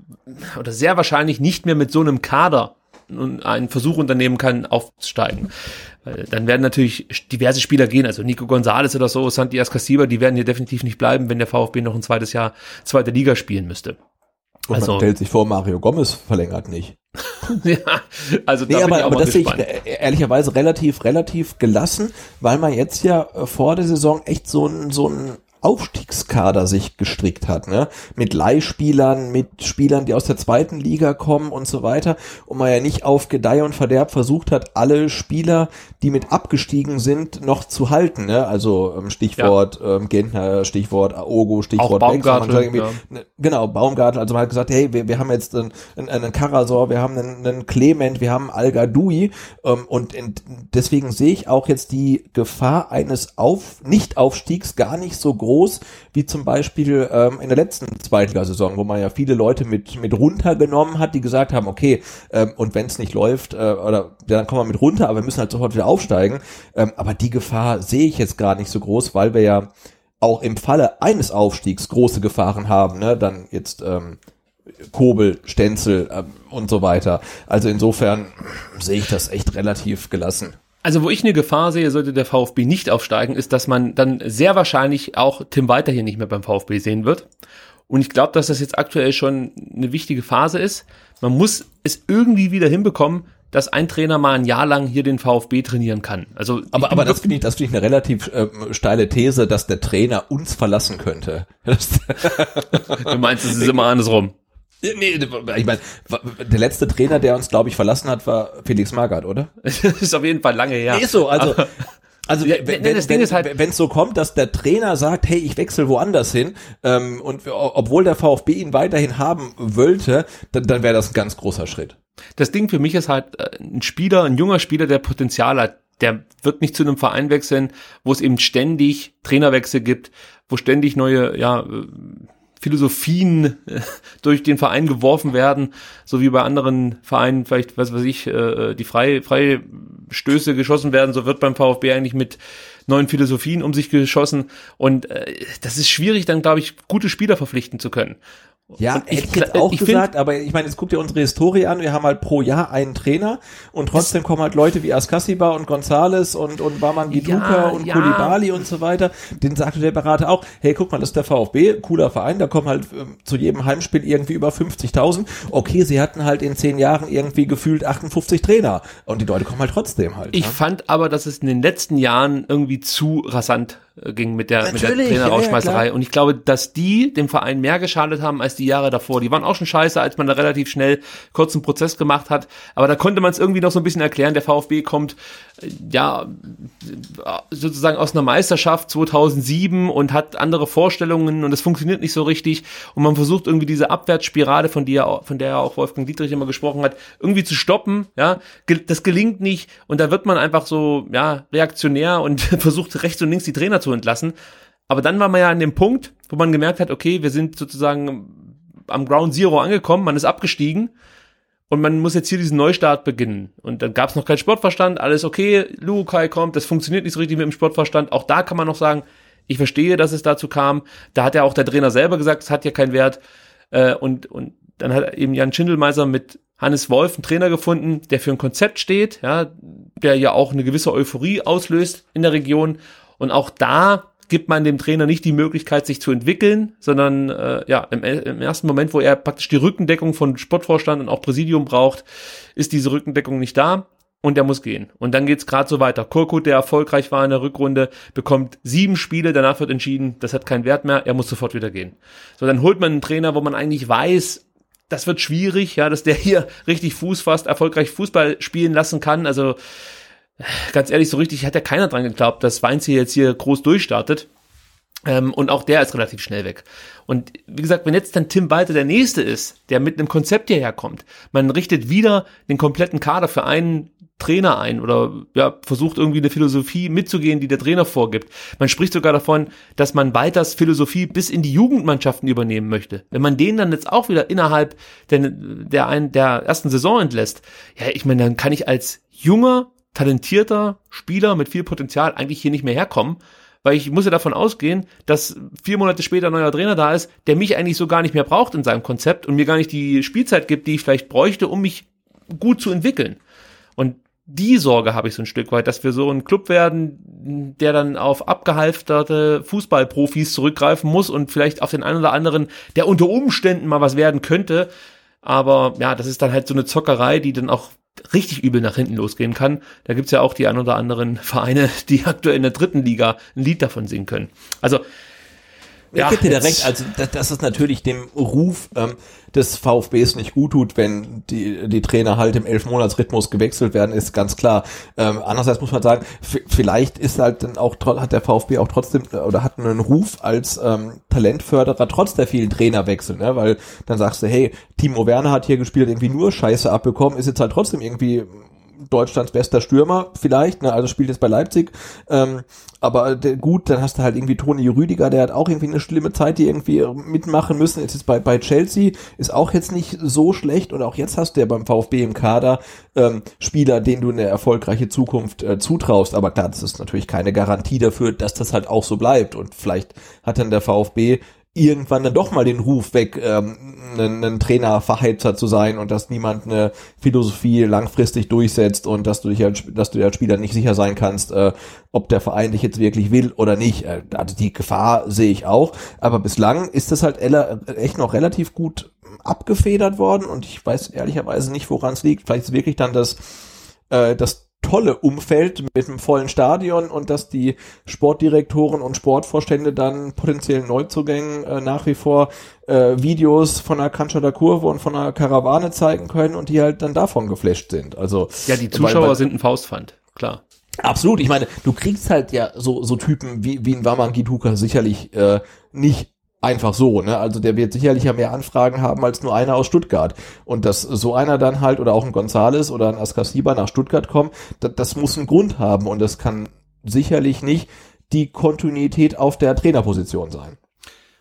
oder sehr wahrscheinlich nicht mehr mit so einem Kader einen Versuch unternehmen kann, aufzusteigen. Weil dann werden natürlich diverse Spieler gehen, also Nico Gonzalez oder so, Santi Ascasiba, die werden hier definitiv nicht bleiben, wenn der VfB noch ein zweites Jahr zweite Liga spielen müsste. Und also, man stellt sich vor, Mario Gomez verlängert nicht. Ja, also da nee, bin aber, ich auch aber mal das sehe gespannt. ich ehrlicherweise relativ, relativ gelassen, weil man jetzt ja vor der Saison echt so ein, so ein Aufstiegskader sich gestrickt hat, ne? Mit Leihspielern, mit Spielern, die aus der zweiten Liga kommen und so weiter, und man ja nicht auf Gedeih und Verderb versucht hat, alle Spieler, die mit abgestiegen sind, noch zu halten, ne? Also ähm, Stichwort ja. ähm, Gentner, Stichwort Aogo, Stichwort Baumgartel, ja. ne, genau, Baumgartel, also man hat gesagt, hey, wir, wir haben jetzt einen, einen, einen Karasor, wir haben einen, einen Clement, wir haben Al-Gadoui, ähm, und in, deswegen sehe ich auch jetzt die Gefahr eines Auf, Nicht-Aufstiegs gar nicht so groß, wie zum Beispiel ähm, in der letzten Zweitligasaison, wo man ja viele Leute mit mit runtergenommen hat, die gesagt haben, okay, ähm, und wenn es nicht läuft, äh, oder ja, dann kommen wir mit runter, aber wir müssen halt sofort wieder aufsteigen. Ähm, aber die Gefahr sehe ich jetzt gar nicht so groß, weil wir ja auch im Falle eines Aufstiegs große Gefahren haben, ne? Dann jetzt ähm, Kobel, Stenzel ähm, und so weiter. Also insofern sehe ich das echt relativ gelassen. Also wo ich eine Gefahr sehe, sollte der VfB nicht aufsteigen, ist, dass man dann sehr wahrscheinlich auch Tim Walter hier nicht mehr beim VfB sehen wird. Und ich glaube, dass das jetzt aktuell schon eine wichtige Phase ist. Man muss es irgendwie wieder hinbekommen, dass ein Trainer mal ein Jahr lang hier den VfB trainieren kann. Also aber aber das finde ich, das finde ich eine relativ äh, steile These, dass der Trainer uns verlassen könnte. Du meinst, es ist immer andersrum. Nee, ich meine, der letzte Trainer, der uns, glaube ich, verlassen hat, war Felix Magath, oder? Das ist auf jeden Fall lange her. Nee, ist so, also, also ja, wenn nee, das Ding wenn, ist halt, wenn es so kommt, dass der Trainer sagt, hey, ich wechsle woanders hin, ähm, und obwohl der VfB ihn weiterhin haben wollte, dann, dann wäre das ein ganz großer Schritt. Das Ding für mich ist halt ein Spieler, ein junger Spieler, der Potenzial hat. Der wird nicht zu einem Verein wechseln, wo es eben ständig Trainerwechsel gibt, wo ständig neue, ja, Philosophien äh, durch den Verein geworfen werden, so wie bei anderen Vereinen vielleicht, was weiß ich, äh, die freie freie Stöße geschossen werden, so wird beim VfB eigentlich mit neuen Philosophien um sich geschossen und äh, das ist schwierig, dann glaube ich, gute Spieler verpflichten zu können. Ja, hätte ich jetzt auch ich gesagt, find, aber ich meine, jetzt guckt ihr unsere Historie an, wir haben halt pro Jahr einen Trainer und trotzdem kommen halt Leute wie Askasiba und González und, und Barman Giduka ja, und ja. Koulibaly und so weiter, denen sagte der Berater auch, hey, guck mal, das ist der VfB, cooler Verein, da kommen halt äh, zu jedem Heimspiel irgendwie über fünfzigtausend, okay, sie hatten halt in zehn Jahren irgendwie gefühlt achtundfünfzig Trainer und die Leute kommen halt trotzdem halt. Ich ne? fand aber, dass es in den letzten Jahren irgendwie zu rasant ging mit der, mit der Trainerausschmeißerei. Ja, ja, und ich glaube, dass die dem Verein mehr geschadet haben als die Jahre davor. Die waren auch schon scheiße, als man da relativ schnell kurzen Prozess gemacht hat. Aber da konnte man es irgendwie noch so ein bisschen erklären. Der VfB kommt, ja, sozusagen aus einer Meisterschaft zweitausendsieben und hat andere Vorstellungen und es funktioniert nicht so richtig. Und man versucht irgendwie diese Abwärtsspirale, von der, von der auch Wolfgang Dietrich immer gesprochen hat, irgendwie zu stoppen. Ja, das gelingt nicht. Und da wird man einfach so, ja, reaktionär und versucht rechts und links die Trainer zu entlassen. Aber dann war man ja an dem Punkt, wo man gemerkt hat, okay, wir sind sozusagen am Ground Zero angekommen, man ist abgestiegen und man muss jetzt hier diesen Neustart beginnen. Und dann gab es noch keinen Sportverstand, alles okay, Lukai kommt, das funktioniert nicht so richtig mit dem Sportverstand. Auch da kann man noch sagen, ich verstehe, dass es dazu kam. Da hat ja auch der Trainer selber gesagt, es hat ja keinen Wert. Und, und dann hat eben Jan Schindelmeiser mit Hannes Wolf einen Trainer gefunden, der für ein Konzept steht, ja, der ja auch eine gewisse Euphorie auslöst in der Region. Und auch da gibt man dem Trainer nicht die Möglichkeit, sich zu entwickeln, sondern äh, ja im, im ersten Moment, wo er praktisch die Rückendeckung von Sportvorstand und auch Präsidium braucht, ist diese Rückendeckung nicht da und er muss gehen. Und dann geht's gerade so weiter. Korkut, der erfolgreich war in der Rückrunde, bekommt sieben Spiele, danach wird entschieden, das hat keinen Wert mehr, er muss sofort wieder gehen. So, dann holt man einen Trainer, wo man eigentlich weiß, das wird schwierig, ja, dass der hier richtig Fuß fasst, erfolgreich Fußball spielen lassen kann, also ganz ehrlich, so richtig hat ja keiner dran geglaubt, dass Weinziel jetzt hier groß durchstartet. Ähm, und auch der ist relativ schnell weg. Und wie gesagt, wenn jetzt dann Tim Walter der Nächste ist, der mit einem Konzept hierher kommt, man richtet wieder den kompletten Kader für einen Trainer ein oder ja, versucht irgendwie eine Philosophie mitzugehen, die der Trainer vorgibt. Man spricht sogar davon, dass man Walters Philosophie bis in die Jugendmannschaften übernehmen möchte. Wenn man den dann jetzt auch wieder innerhalb der, der, ein, der ersten Saison entlässt, ja, ich meine, dann kann ich als junger talentierter Spieler mit viel Potenzial eigentlich hier nicht mehr herkommen, weil ich muss ja davon ausgehen, dass vier Monate später ein neuer Trainer da ist, der mich eigentlich so gar nicht mehr braucht in seinem Konzept und mir gar nicht die Spielzeit gibt, die ich vielleicht bräuchte, um mich gut zu entwickeln. Und die Sorge habe ich so ein Stück weit, dass wir so ein Club werden, der dann auf abgehalfterte Fußballprofis zurückgreifen muss und vielleicht auf den einen oder anderen, der unter Umständen mal was werden könnte. Aber ja, das ist dann halt so eine Zockerei, die dann auch richtig übel nach hinten losgehen kann. Da gibt's ja auch die ein oder anderen Vereine, die aktuell in der dritten Liga ein Lied davon singen können. Also ja, ich gebe dir da recht, also dass, dass es natürlich dem Ruf ähm, des VfBs nicht gut tut, wenn die die Trainer halt im Elfmonats-Rhythmus gewechselt werden, ist ganz klar. Ähm, andererseits muss man sagen, f- vielleicht ist halt dann auch hat der VfB auch trotzdem oder hat einen Ruf als ähm, Talentförderer trotz der vielen Trainerwechsel, ne? Weil dann sagst du, hey, Timo Werner hat hier gespielt, irgendwie nur Scheiße abbekommen, ist jetzt halt trotzdem irgendwie Deutschlands bester Stürmer vielleicht, ne, also spielt jetzt bei Leipzig, ähm, aber der, gut, dann hast du halt irgendwie Toni Rüdiger, der hat auch irgendwie eine schlimme Zeit, die irgendwie mitmachen müssen, jetzt ist bei bei Chelsea, ist auch jetzt nicht so schlecht und auch jetzt hast du ja beim VfB im Kader ähm, Spieler, denen du eine erfolgreiche Zukunft äh, zutraust, aber klar, das ist natürlich keine Garantie dafür, dass das halt auch so bleibt und vielleicht hat dann der VfB irgendwann dann doch mal den Ruf weg, ähm, ein, ein Trainer-Verheizer zu sein und dass niemand eine Philosophie langfristig durchsetzt und dass du dich als, dass du dir als Spieler nicht sicher sein kannst, äh, ob der Verein dich jetzt wirklich will oder nicht. Äh, also die Gefahr sehe ich auch, aber bislang ist das halt echt noch relativ gut abgefedert worden und ich weiß ehrlicherweise nicht, woran es liegt. Vielleicht ist wirklich dann das, äh, das tolle Umfeld mit einem vollen Stadion und dass die Sportdirektoren und Sportvorstände dann potenziellen Neuzugängen äh, nach wie vor äh, Videos von der Cannstatter Kurve und von einer Karawane zeigen können und die halt dann davon geflasht sind. Also ja, die Zuschauer weil, weil, sind ein Faustpfand, klar. Absolut, ich meine, du kriegst halt ja so so Typen wie wie ein Barman Giduka sicherlich äh, nicht einfach so, ne? Also der wird sicherlich ja mehr Anfragen haben als nur einer aus Stuttgart. Und dass so einer dann halt, oder auch ein González oder ein Askasiba nach Stuttgart kommen, das, das muss einen Grund haben und das kann sicherlich nicht die Kontinuität auf der Trainerposition sein.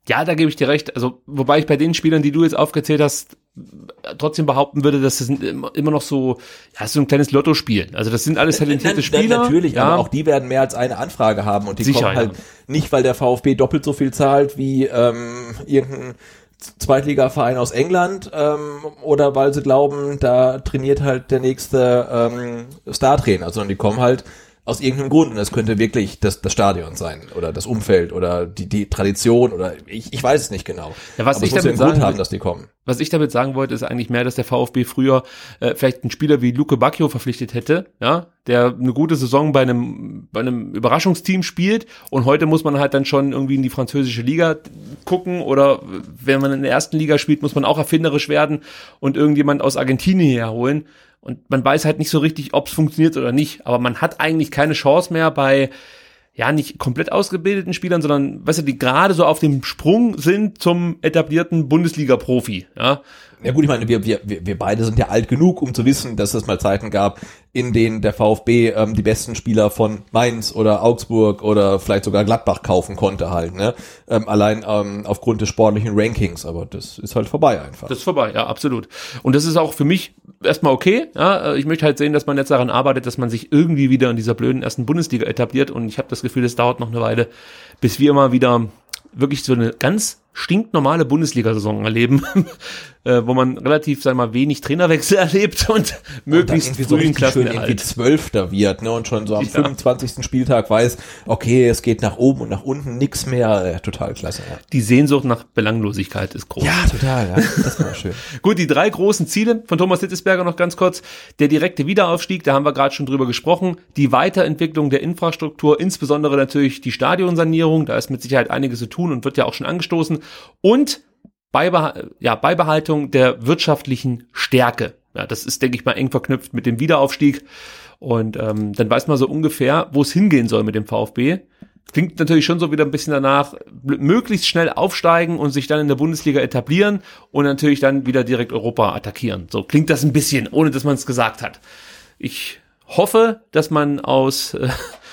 Ja, da gebe ich dir recht. Also, wobei ich bei den Spielern, die du jetzt aufgezählt hast, trotzdem behaupten würde, dass das immer noch so, ja, so ein kleines Lottospiel. Also das sind alles talentierte Nein, Spieler. Natürlich, ja. aber auch die werden mehr als eine Anfrage haben und die Sicher, kommen halt ja. nicht, weil der VfB doppelt so viel zahlt wie ähm, irgendein Zweitligaverein aus England ähm, oder weil sie glauben, da trainiert halt der nächste ähm, Startrainer, sondern die kommen halt aus irgendeinem Grund. Und das könnte wirklich das, das Stadion sein oder das Umfeld oder die, die Tradition oder ich, ich weiß es nicht genau. Ja, was aber ich es muss damit ja einen Grund sagen haben, will- dass die kommen. Was ich damit sagen wollte, ist eigentlich mehr, dass der VfB früher äh, vielleicht einen Spieler wie Luke Bacchio verpflichtet hätte, ja, der eine gute Saison bei einem bei einem Überraschungsteam spielt und heute muss man halt dann schon irgendwie in die französische Liga gucken oder wenn man in der ersten Liga spielt, muss man auch erfinderisch werden und irgendjemand aus Argentinien herholen und man weiß halt nicht so richtig, ob es funktioniert oder nicht, aber man hat eigentlich keine Chance mehr bei ja, nicht komplett ausgebildeten Spielern, sondern, weißt du, die gerade so auf dem Sprung sind zum etablierten Bundesliga-Profi, ja. Ja gut, ich meine, wir, wir, wir beide sind ja alt genug, um zu wissen, dass es mal Zeiten gab, in denen der VfB ähm, die besten Spieler von Mainz oder Augsburg oder vielleicht sogar Gladbach kaufen konnte halt, ne? Ähm, allein ähm, aufgrund des sportlichen Rankings, aber das ist halt vorbei einfach. Das ist vorbei, ja, absolut. Und das ist auch für mich erstmal okay, ja. Ich möchte halt sehen, dass man jetzt daran arbeitet, dass man sich irgendwie wieder in dieser blöden ersten Bundesliga etabliert und ich habe das Gefühl, es dauert noch eine Weile, bis wir mal wieder wirklich so eine ganz stinknormale Bundesliga-Saison erleben, äh, wo man relativ, sagen wir mal, wenig Trainerwechsel erlebt und möglichst und dann früh in so schön irgendwie Klassenerhalt. Zwölfter wird, ne, und schon so am Ja. fünfundzwanzigsten Spieltag weiß, okay, es geht nach oben und nach unten, nix mehr, äh, total klasse, ja. Die Sehnsucht nach Belanglosigkeit ist groß. Ja, total, ja, das war schön. Gut, die drei großen Ziele von Thomas Hitzesberger noch ganz kurz. Der direkte Wiederaufstieg, da haben wir gerade schon drüber gesprochen. Die Weiterentwicklung der Infrastruktur, insbesondere natürlich die Stadionsanierung. Da ist mit Sicherheit einiges zu tun und wird ja auch schon angestoßen. Und Beibeh- ja, Beibehaltung der wirtschaftlichen Stärke. Ja, das ist, denke ich mal, eng verknüpft mit dem Wiederaufstieg. Und ähm, dann weiß man so ungefähr, wo es hingehen soll mit dem VfB. Klingt natürlich schon so wieder ein bisschen danach, möglichst schnell aufsteigen und sich dann in der Bundesliga etablieren und natürlich dann wieder direkt Europa attackieren. So klingt das ein bisschen, ohne dass man es gesagt hat. Ich hoffe, dass man aus äh,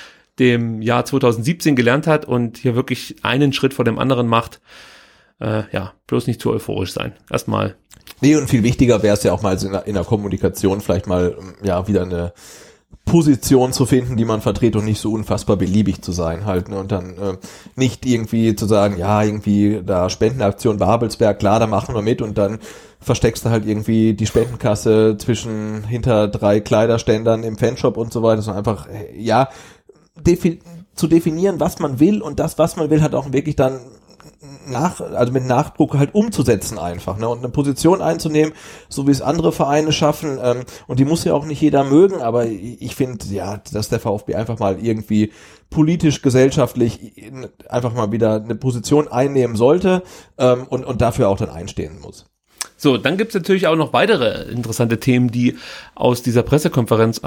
dem Jahr zweitausendsiebzehn gelernt hat und hier wirklich einen Schritt vor dem anderen macht. Äh, ja, bloß nicht zu euphorisch sein. Erstmal. Nee, und viel wichtiger wäre es ja auch mal in der, in der Kommunikation vielleicht mal, ja, wieder eine Position zu finden, die man vertritt und nicht so unfassbar beliebig zu sein halt, ne? Und dann äh, nicht irgendwie zu sagen, ja, irgendwie da Spendenaktion Babelsberg, klar, da machen wir mit und dann versteckst du halt irgendwie die Spendenkasse zwischen hinter drei Kleiderständern im Fanshop und so weiter, sondern einfach, äh, ja, defi- zu definieren, was man will und das, was man will, hat auch wirklich dann nach, also mit Nachdruck halt umzusetzen einfach, ne, und eine Position einzunehmen, so wie es andere Vereine schaffen, ähm, und die muss ja auch nicht jeder mögen, aber ich, ich finde, ja, dass der VfB einfach mal irgendwie politisch, gesellschaftlich in, einfach mal wieder eine Position einnehmen sollte, ähm, und, und dafür auch dann einstehen muss. So, dann gibt's natürlich auch noch weitere interessante Themen, die aus dieser Pressekonferenz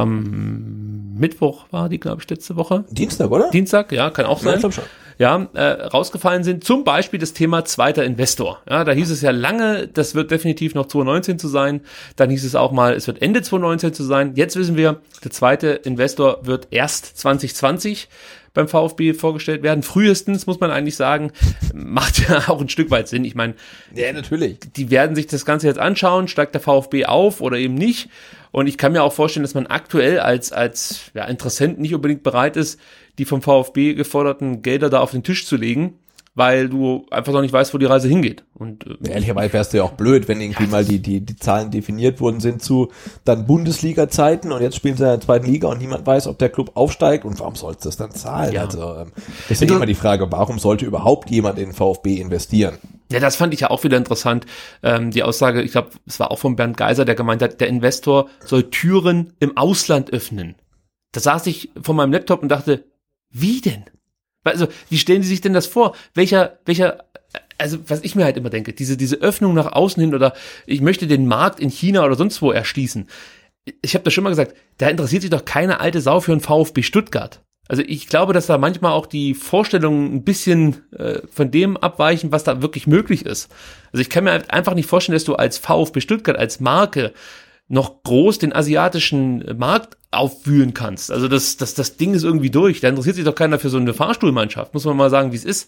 am Mittwoch war, die glaube ich letzte Woche. Dienstag, oder? Dienstag, ja, kann auch Ja, sein. ich glaub schon. Ja, äh, rausgefallen sind zum Beispiel das Thema zweiter Investor. Ja, da hieß es ja lange, das wird definitiv noch zwanzig neunzehn zu sein. Dann hieß es auch mal, es wird Ende zwanzig neunzehn zu sein. Jetzt wissen wir, der zweite Investor wird erst zwanzig zwanzig beim VfB vorgestellt werden. Frühestens, muss man eigentlich sagen, macht ja auch ein Stück weit Sinn. Ich meine, Ja, natürlich. die werden sich das Ganze jetzt anschauen, steigt der VfB auf oder eben nicht. Und ich kann mir auch vorstellen, dass man aktuell als als ja, Interessent nicht unbedingt bereit ist, die vom VfB geforderten Gelder da auf den Tisch zu legen, weil du einfach noch nicht weißt, wo die Reise hingeht. Und äh, Ehrlicherweise wär's ja auch blöd, wenn irgendwie mal die, die, die Zahlen definiert worden sind zu dann Bundesliga-Zeiten und jetzt spielen sie in der zweiten Liga und niemand weiß, ob der Club aufsteigt und warum sollst du das dann zahlen? Ja. Also, ähm, deswegen immer die Frage, warum sollte überhaupt jemand in den VfB investieren? ja, das fand ich ja auch wieder interessant. Ähm, die Aussage, ich glaube, es war auch von Bernd Geiser, der gemeint hat, der Investor soll Türen im Ausland öffnen. Da saß ich vor meinem Laptop und dachte, wie denn? Also, wie stellen Sie sich denn das vor? Welcher, welcher, also, was ich mir halt immer denke, diese, diese Öffnung nach außen hin oder ich möchte den Markt in China oder sonst wo erschließen. Ich habe das schon mal gesagt, da interessiert sich doch keine alte Sau für einen VfB Stuttgart. Also ich glaube, dass da manchmal auch die Vorstellungen ein bisschen äh, von dem abweichen, was da wirklich möglich ist. Also ich kann mir einfach nicht vorstellen, dass du als VfB Stuttgart, als Marke noch groß den asiatischen Markt aufwühlen kannst. Also das, das, das Ding ist irgendwie durch. Da interessiert sich doch keiner für so eine Fahrstuhlmannschaft, muss man mal sagen, wie es ist.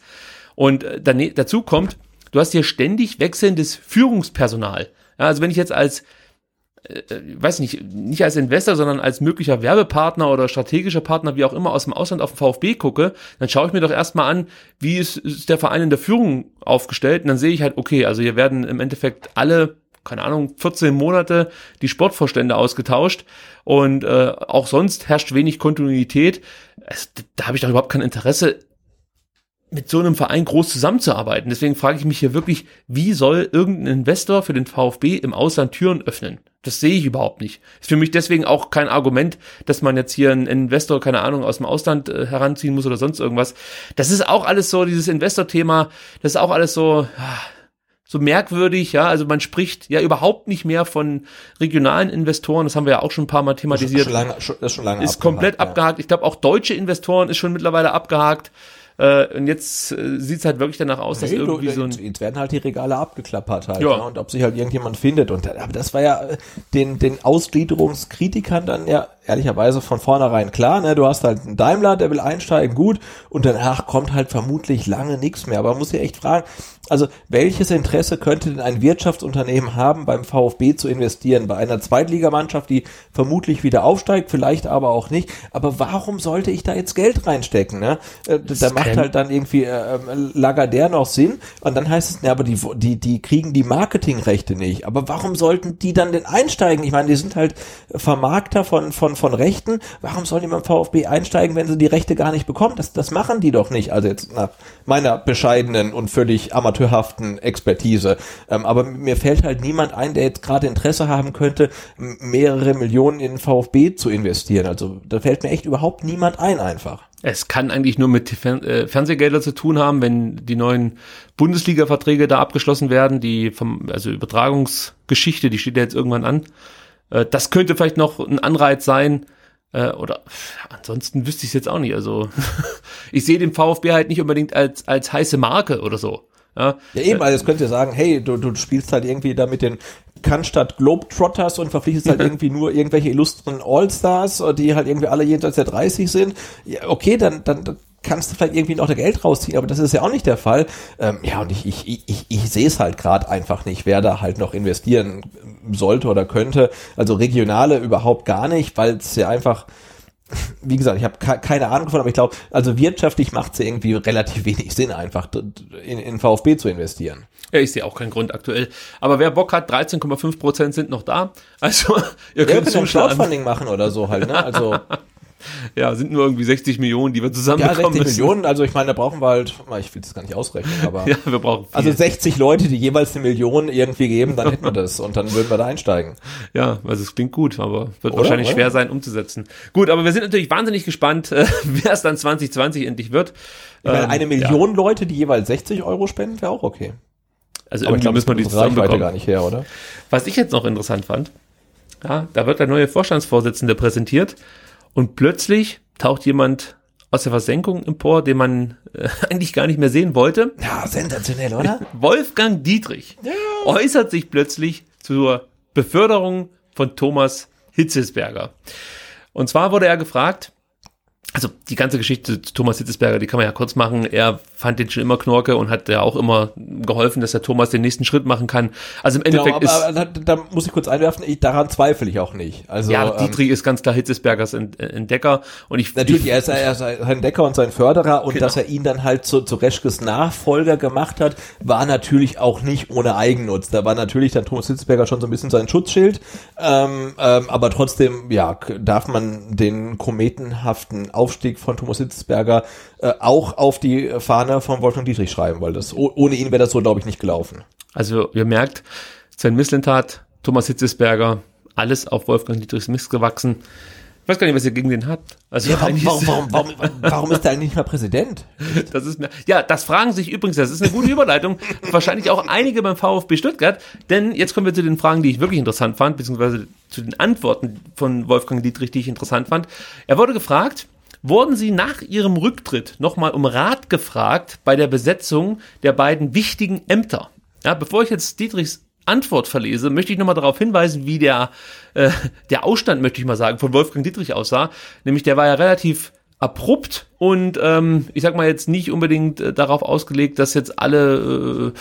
Und äh, dane- dazu kommt, du hast hier ständig wechselndes Führungspersonal. Ja, also wenn ich jetzt als äh, weiß nicht, nicht als Investor, sondern als möglicher Werbepartner oder strategischer Partner, wie auch immer, aus dem Ausland auf den VfB gucke, dann schaue ich mir doch erstmal an, wie ist, ist der Verein in der Führung aufgestellt, und dann sehe ich halt, okay, also hier werden im Endeffekt alle, keine Ahnung, vierzehn Monate die Sportvorstände ausgetauscht, und äh, auch sonst herrscht wenig Kontinuität. Also, da habe ich doch überhaupt kein Interesse, mit so einem Verein groß zusammenzuarbeiten. Deswegen frage ich mich hier wirklich, wie soll irgendein Investor für den VfB im Ausland Türen öffnen? Das sehe ich überhaupt nicht. Ist für mich deswegen auch kein Argument, dass man jetzt hier einen Investor, keine Ahnung, aus dem Ausland äh, heranziehen muss oder sonst irgendwas. Das ist auch alles so, dieses Investor-Thema, das ist auch alles so, so merkwürdig, ja. Also man spricht ja überhaupt nicht mehr von regionalen Investoren. Das haben wir ja auch schon ein paar Mal thematisiert. Schon, schon lange, schon, ist schon lange Ist komplett ja. abgehakt. Ich glaube, auch deutsche Investoren ist schon mittlerweile abgehakt. Äh, und jetzt äh, sieht's halt wirklich danach aus, dass hey, irgendwie du, so ein... Jetzt werden halt die Regale abgeklappert halt. Ja. Ja, und ob sich halt irgendjemand findet. Und aber das war ja den, den Ausgliederungskritikern dann ja ehrlicherweise von vornherein klar, ne? Du hast halt einen Daimler, der will einsteigen, gut, und danach kommt halt vermutlich lange nichts mehr. Aber man muss sich echt fragen, also welches Interesse könnte denn ein Wirtschaftsunternehmen haben, beim VfB zu investieren, bei einer Zweitligamannschaft, die vermutlich wieder aufsteigt, vielleicht aber auch nicht. Aber warum sollte ich da jetzt Geld reinstecken? Ne? Äh, da macht halt dann irgendwie äh, Lagardère noch Sinn, und dann heißt es, ne, aber die, die, die kriegen die Marketingrechte nicht. Aber warum sollten die dann denn einsteigen? Ich meine, die sind halt Vermarkter von, von, von Rechten. Warum sollen die beim VfB einsteigen, wenn sie die Rechte gar nicht bekommen? Das, das machen die doch nicht. Also jetzt nach meiner bescheidenen und völlig amateurhaften Expertise. Ähm, aber mir fällt halt niemand ein, der jetzt gerade Interesse haben könnte, mehrere Millionen in den VfB zu investieren. Also da fällt mir echt überhaupt niemand ein einfach. Es kann eigentlich nur mit Fern- äh, Fernsehgeldern zu tun haben, wenn die neuen Bundesliga-Verträge da abgeschlossen werden, die vom, also Übertragungsgeschichte, die steht ja jetzt irgendwann an. Äh, das könnte vielleicht noch ein Anreiz sein, äh, oder ansonsten wüsste ich es jetzt auch nicht. Also ich sehe den VfB halt nicht unbedingt als, als heiße Marke oder so. Ja, ja eben, also jetzt könnt ihr sagen, hey, du, du spielst halt irgendwie da mit den Cannstatt Globetrotters und verpflichtest halt irgendwie nur irgendwelche illustren Allstars, die halt irgendwie alle jenseits der dreißig sind. Ja, okay, dann, dann kannst du vielleicht irgendwie noch da Geld rausziehen, aber das ist ja auch nicht der Fall. Ähm, ja, und ich, ich, ich, ich, ich sehe es halt gerade einfach nicht, wer da halt noch investieren sollte oder könnte. Also regionale überhaupt gar nicht, weil es ja einfach, wie gesagt, ich habe keine Ahnung davon, aber ich glaube, also wirtschaftlich macht es ja irgendwie relativ wenig Sinn, einfach in, in VfB zu investieren. Ja, ich sehe auch keinen Grund aktuell. Aber wer Bock hat, dreizehn Komma fünf Prozent sind noch da. Also, ihr könnt ja, zuschlagen. Crowdfunding machen oder so halt, ne? Also ja, sind nur irgendwie sechzig Millionen, die wir zusammenbekommen Ja, sechzig Millionen, also ich meine, da brauchen wir halt, ich will das gar nicht ausrechnen, aber ja, wir brauchen viel. Also sechzig Leute, die jeweils eine Million irgendwie geben, dann hätten wir das und dann würden wir da einsteigen. Ja, also es klingt gut, aber wird Oder? wahrscheinlich Oder? schwer sein umzusetzen. Gut, aber wir sind natürlich wahnsinnig gespannt, äh, wer es dann zwanzig zwanzig endlich wird. Ich meine, Ähm, eine Million ja. Leute, die jeweils sechzig Euro spenden, wäre auch okay. Also Aber ich irgendwie glaube, müssen wir die unsere Reichweite zusammenbekommen. gar nicht her, oder? Was ich jetzt noch interessant fand, ja, da wird der neue Vorstandsvorsitzende präsentiert und plötzlich taucht jemand aus der Versenkung empor, den man äh, eigentlich gar nicht mehr sehen wollte. Ja, sensationell, oder? Wolfgang Dietrich äußert sich plötzlich zur Beförderung von Thomas Hitzelsberger. Und zwar wurde er gefragt, also die ganze Geschichte zu Thomas Hitzelsberger, die kann man ja kurz machen. Er fand den schon immer Knorke und hat ja auch immer geholfen, dass der Thomas den nächsten Schritt machen kann. Also im Endeffekt genau, aber, ist... aber da, da muss ich kurz einwerfen, ich, daran zweifle ich auch nicht. Also, ja, ähm, Dietrich ist ganz klar Hitzelsbergers Entdecker. Und ich, Natürlich, ich, er ist, er ist sein Entdecker und sein Förderer und Genau. dass er ihn dann halt zu, zu Reschkes Nachfolger gemacht hat, war natürlich auch nicht ohne Eigennutz. Da war natürlich dann Thomas Hitzelsberger schon so ein bisschen sein Schutzschild, ähm, ähm, aber trotzdem, ja, k- darf man den kometenhaften Aufstieg von Thomas Hitzelsberger äh, auch auf die Fahne von Wolfgang Dietrich schreiben, weil das oh, ohne ihn wäre das so, glaube ich, nicht gelaufen. Also ihr merkt, Sven Mislintat, Thomas Hitzelsberger, alles auf Wolfgang Dietrichs Mist gewachsen. Ich weiß gar nicht, was ihr gegen den habt. Also Ja, warum, eigentlich warum, ist- warum, warum, warum ist er eigentlich nicht mehr Präsident? Das ist mir, ja, das fragen sich übrigens, das ist eine gute Überleitung, wahrscheinlich auch einige beim VfB Stuttgart, denn jetzt kommen wir zu den Fragen, die ich wirklich interessant fand, beziehungsweise zu den Antworten von Wolfgang Dietrich, die ich interessant fand. Er wurde gefragt, wurden Sie nach Ihrem Rücktritt nochmal um Rat gefragt bei der Besetzung der beiden wichtigen Ämter? Ja, bevor ich jetzt Dietrichs Antwort verlese, möchte ich nochmal darauf hinweisen, wie der, äh, der Ausstand, möchte ich mal sagen, von Wolfgang Dietrich aussah. Nämlich der war ja relativ abrupt und ähm, ich sag mal jetzt nicht unbedingt äh, darauf ausgelegt, dass jetzt alle äh,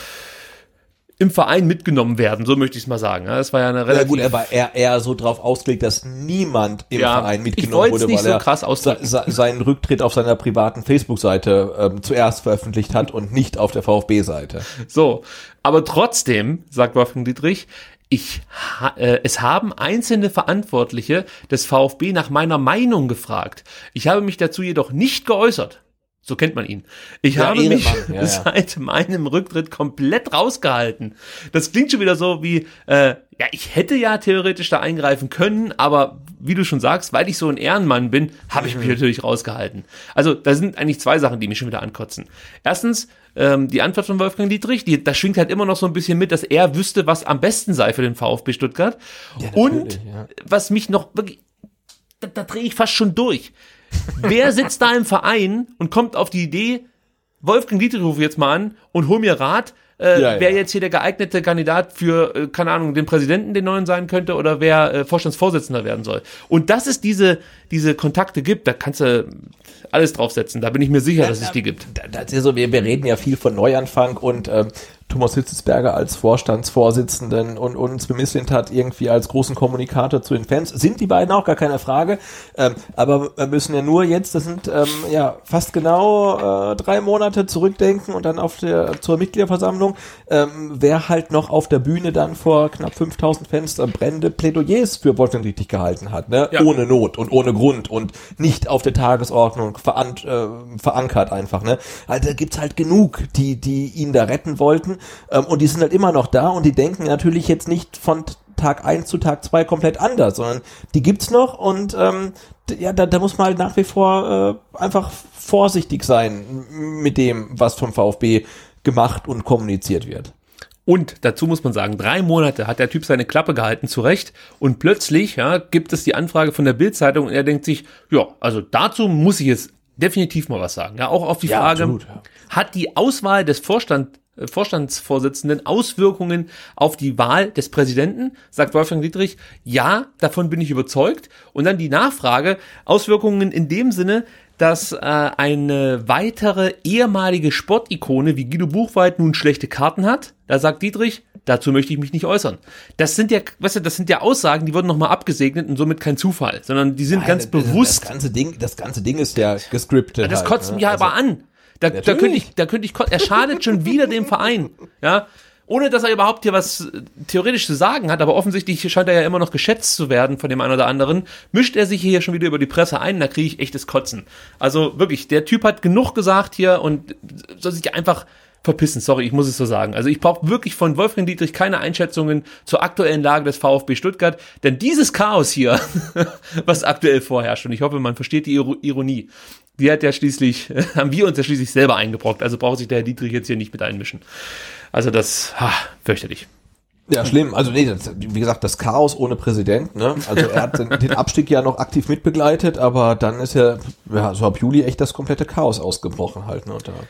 im Verein mitgenommen werden, so möchte ich es mal sagen. Ja, das war ja eine relativ... Ja gut, er war eher, eher so drauf ausgelegt, dass niemand im ja, Verein mitgenommen wurde, nicht weil so krass er se- se- seinen Rücktritt auf seiner privaten Facebook-Seite ähm, zuerst veröffentlicht hat und nicht auf der VfB-Seite. So, aber trotzdem, sagt Wolfgang Dietrich, ich ha- äh, es haben einzelne Verantwortliche des VfB nach meiner Meinung gefragt. Ich habe mich dazu jedoch nicht geäußert. So kennt man ihn. Ich ja, habe mich ja, ja. seit meinem Rücktritt komplett rausgehalten. Das klingt schon wieder so wie, äh, ja, ich hätte ja theoretisch da eingreifen können, aber wie du schon sagst, weil ich so ein Ehrenmann bin, habe ich mich mhm. natürlich rausgehalten. Also da sind eigentlich zwei Sachen, die mich schon wieder ankotzen. Erstens, ähm, die Antwort von Wolfgang Dietrich, die, da schwingt halt immer noch so ein bisschen mit, dass er wüsste, was am besten sei für den VfB Stuttgart. Ja, und ja. was mich noch wirklich, da, da drehe ich fast schon durch. Wer sitzt da im Verein und kommt auf die Idee, Wolfgang Dietrich rufe jetzt mal an und hol mir Rat, äh, ja, wer ja. jetzt hier der geeignete Kandidat für, äh, keine Ahnung, den Präsidenten, den neuen sein könnte oder wer äh, Vorstandsvorsitzender werden soll. Und dass es diese, diese Kontakte gibt, da kannst du alles draufsetzen. Da bin ich mir sicher, dass es die gibt. Das ist ja so, wir, wir reden ja viel von Neuanfang und ähm, Thomas Hitzelsberger als Vorstandsvorsitzenden und uns bemittelt hat irgendwie als großen Kommunikator zu den Fans. Sind die beiden auch, gar keine Frage. Ähm, aber wir müssen ja nur jetzt, das sind ähm, ja fast genau äh, drei Monate zurückdenken und dann auf der zur Mitgliederversammlung, ähm, wer halt noch auf der Bühne dann vor knapp fünftausend Fans äh, brennende Plädoyers für Wolfgang Dietrich gehalten hat, ne? Ja. Ohne Not und ohne Grund und nicht auf der Tagesordnung veran- äh, verankert einfach, ne? Also da gibt's halt genug, die die ihn da retten wollten. Ähm, und die sind halt immer noch da und die denken natürlich jetzt nicht von Tag eins zu Tag zwei komplett anders, sondern die gibt's noch und ähm, ja, da, da muss man halt nach wie vor äh, einfach vorsichtig sein mit dem, was vom VfB gemacht und kommuniziert wird. Und dazu muss man sagen, drei Monate hat der Typ seine Klappe gehalten, zu Recht, und plötzlich ja, gibt es die Anfrage von der Bild-Zeitung und er denkt sich, ja, also dazu muss ich jetzt definitiv mal was sagen. Ja, auch auf die ja, Frage, absolut, ja. Hat die Auswahl des Vorstands Vorstandsvorsitzenden Auswirkungen auf die Wahl des Präsidenten, sagt Wolfgang Dietrich, ja, davon bin ich überzeugt. Und dann die Nachfrage, Auswirkungen in dem Sinne, dass äh, eine weitere ehemalige Sportikone wie Guido Buchwald nun schlechte Karten hat. Da sagt Dietrich, dazu möchte ich mich nicht äußern. Das sind ja, weißt du, das sind ja Aussagen, die wurden nochmal abgesegnet und somit kein Zufall, sondern die sind Nein, ganz das, bewusst. Das ganze Ding, das ganze Ding ist ja gescriptet. Das halt, kotzt mich ja also, aber an. Da, da könnte ich, da könnte ich, er schadet schon wieder dem Verein, ja, ohne dass er überhaupt hier was theoretisch zu sagen hat, aber offensichtlich scheint er ja immer noch geschätzt zu werden von dem einen oder anderen, mischt er sich hier schon wieder über die Presse ein, da kriege ich echtes Kotzen. Also wirklich, der Typ hat genug gesagt hier und soll sich einfach verpissen, sorry, ich muss es so sagen. Also ich brauche wirklich von Wolfgang Dietrich keine Einschätzungen zur aktuellen Lage des VfB Stuttgart, denn dieses Chaos hier, was aktuell vorherrscht, und ich hoffe, man versteht die Ironie, die hat ja schließlich, haben wir uns ja schließlich selber eingebrockt, also braucht sich der Herr Dietrich jetzt hier nicht mit einmischen. Also das, ha, fürchterlich. Ja, schlimm. Also nee, das, wie gesagt, das Chaos ohne Präsident, ne? Also er hat den, den Abstieg ja noch aktiv mitbegleitet, aber dann ist ja, ja so ab Juli echt das komplette Chaos ausgebrochen halt, ne? Und da,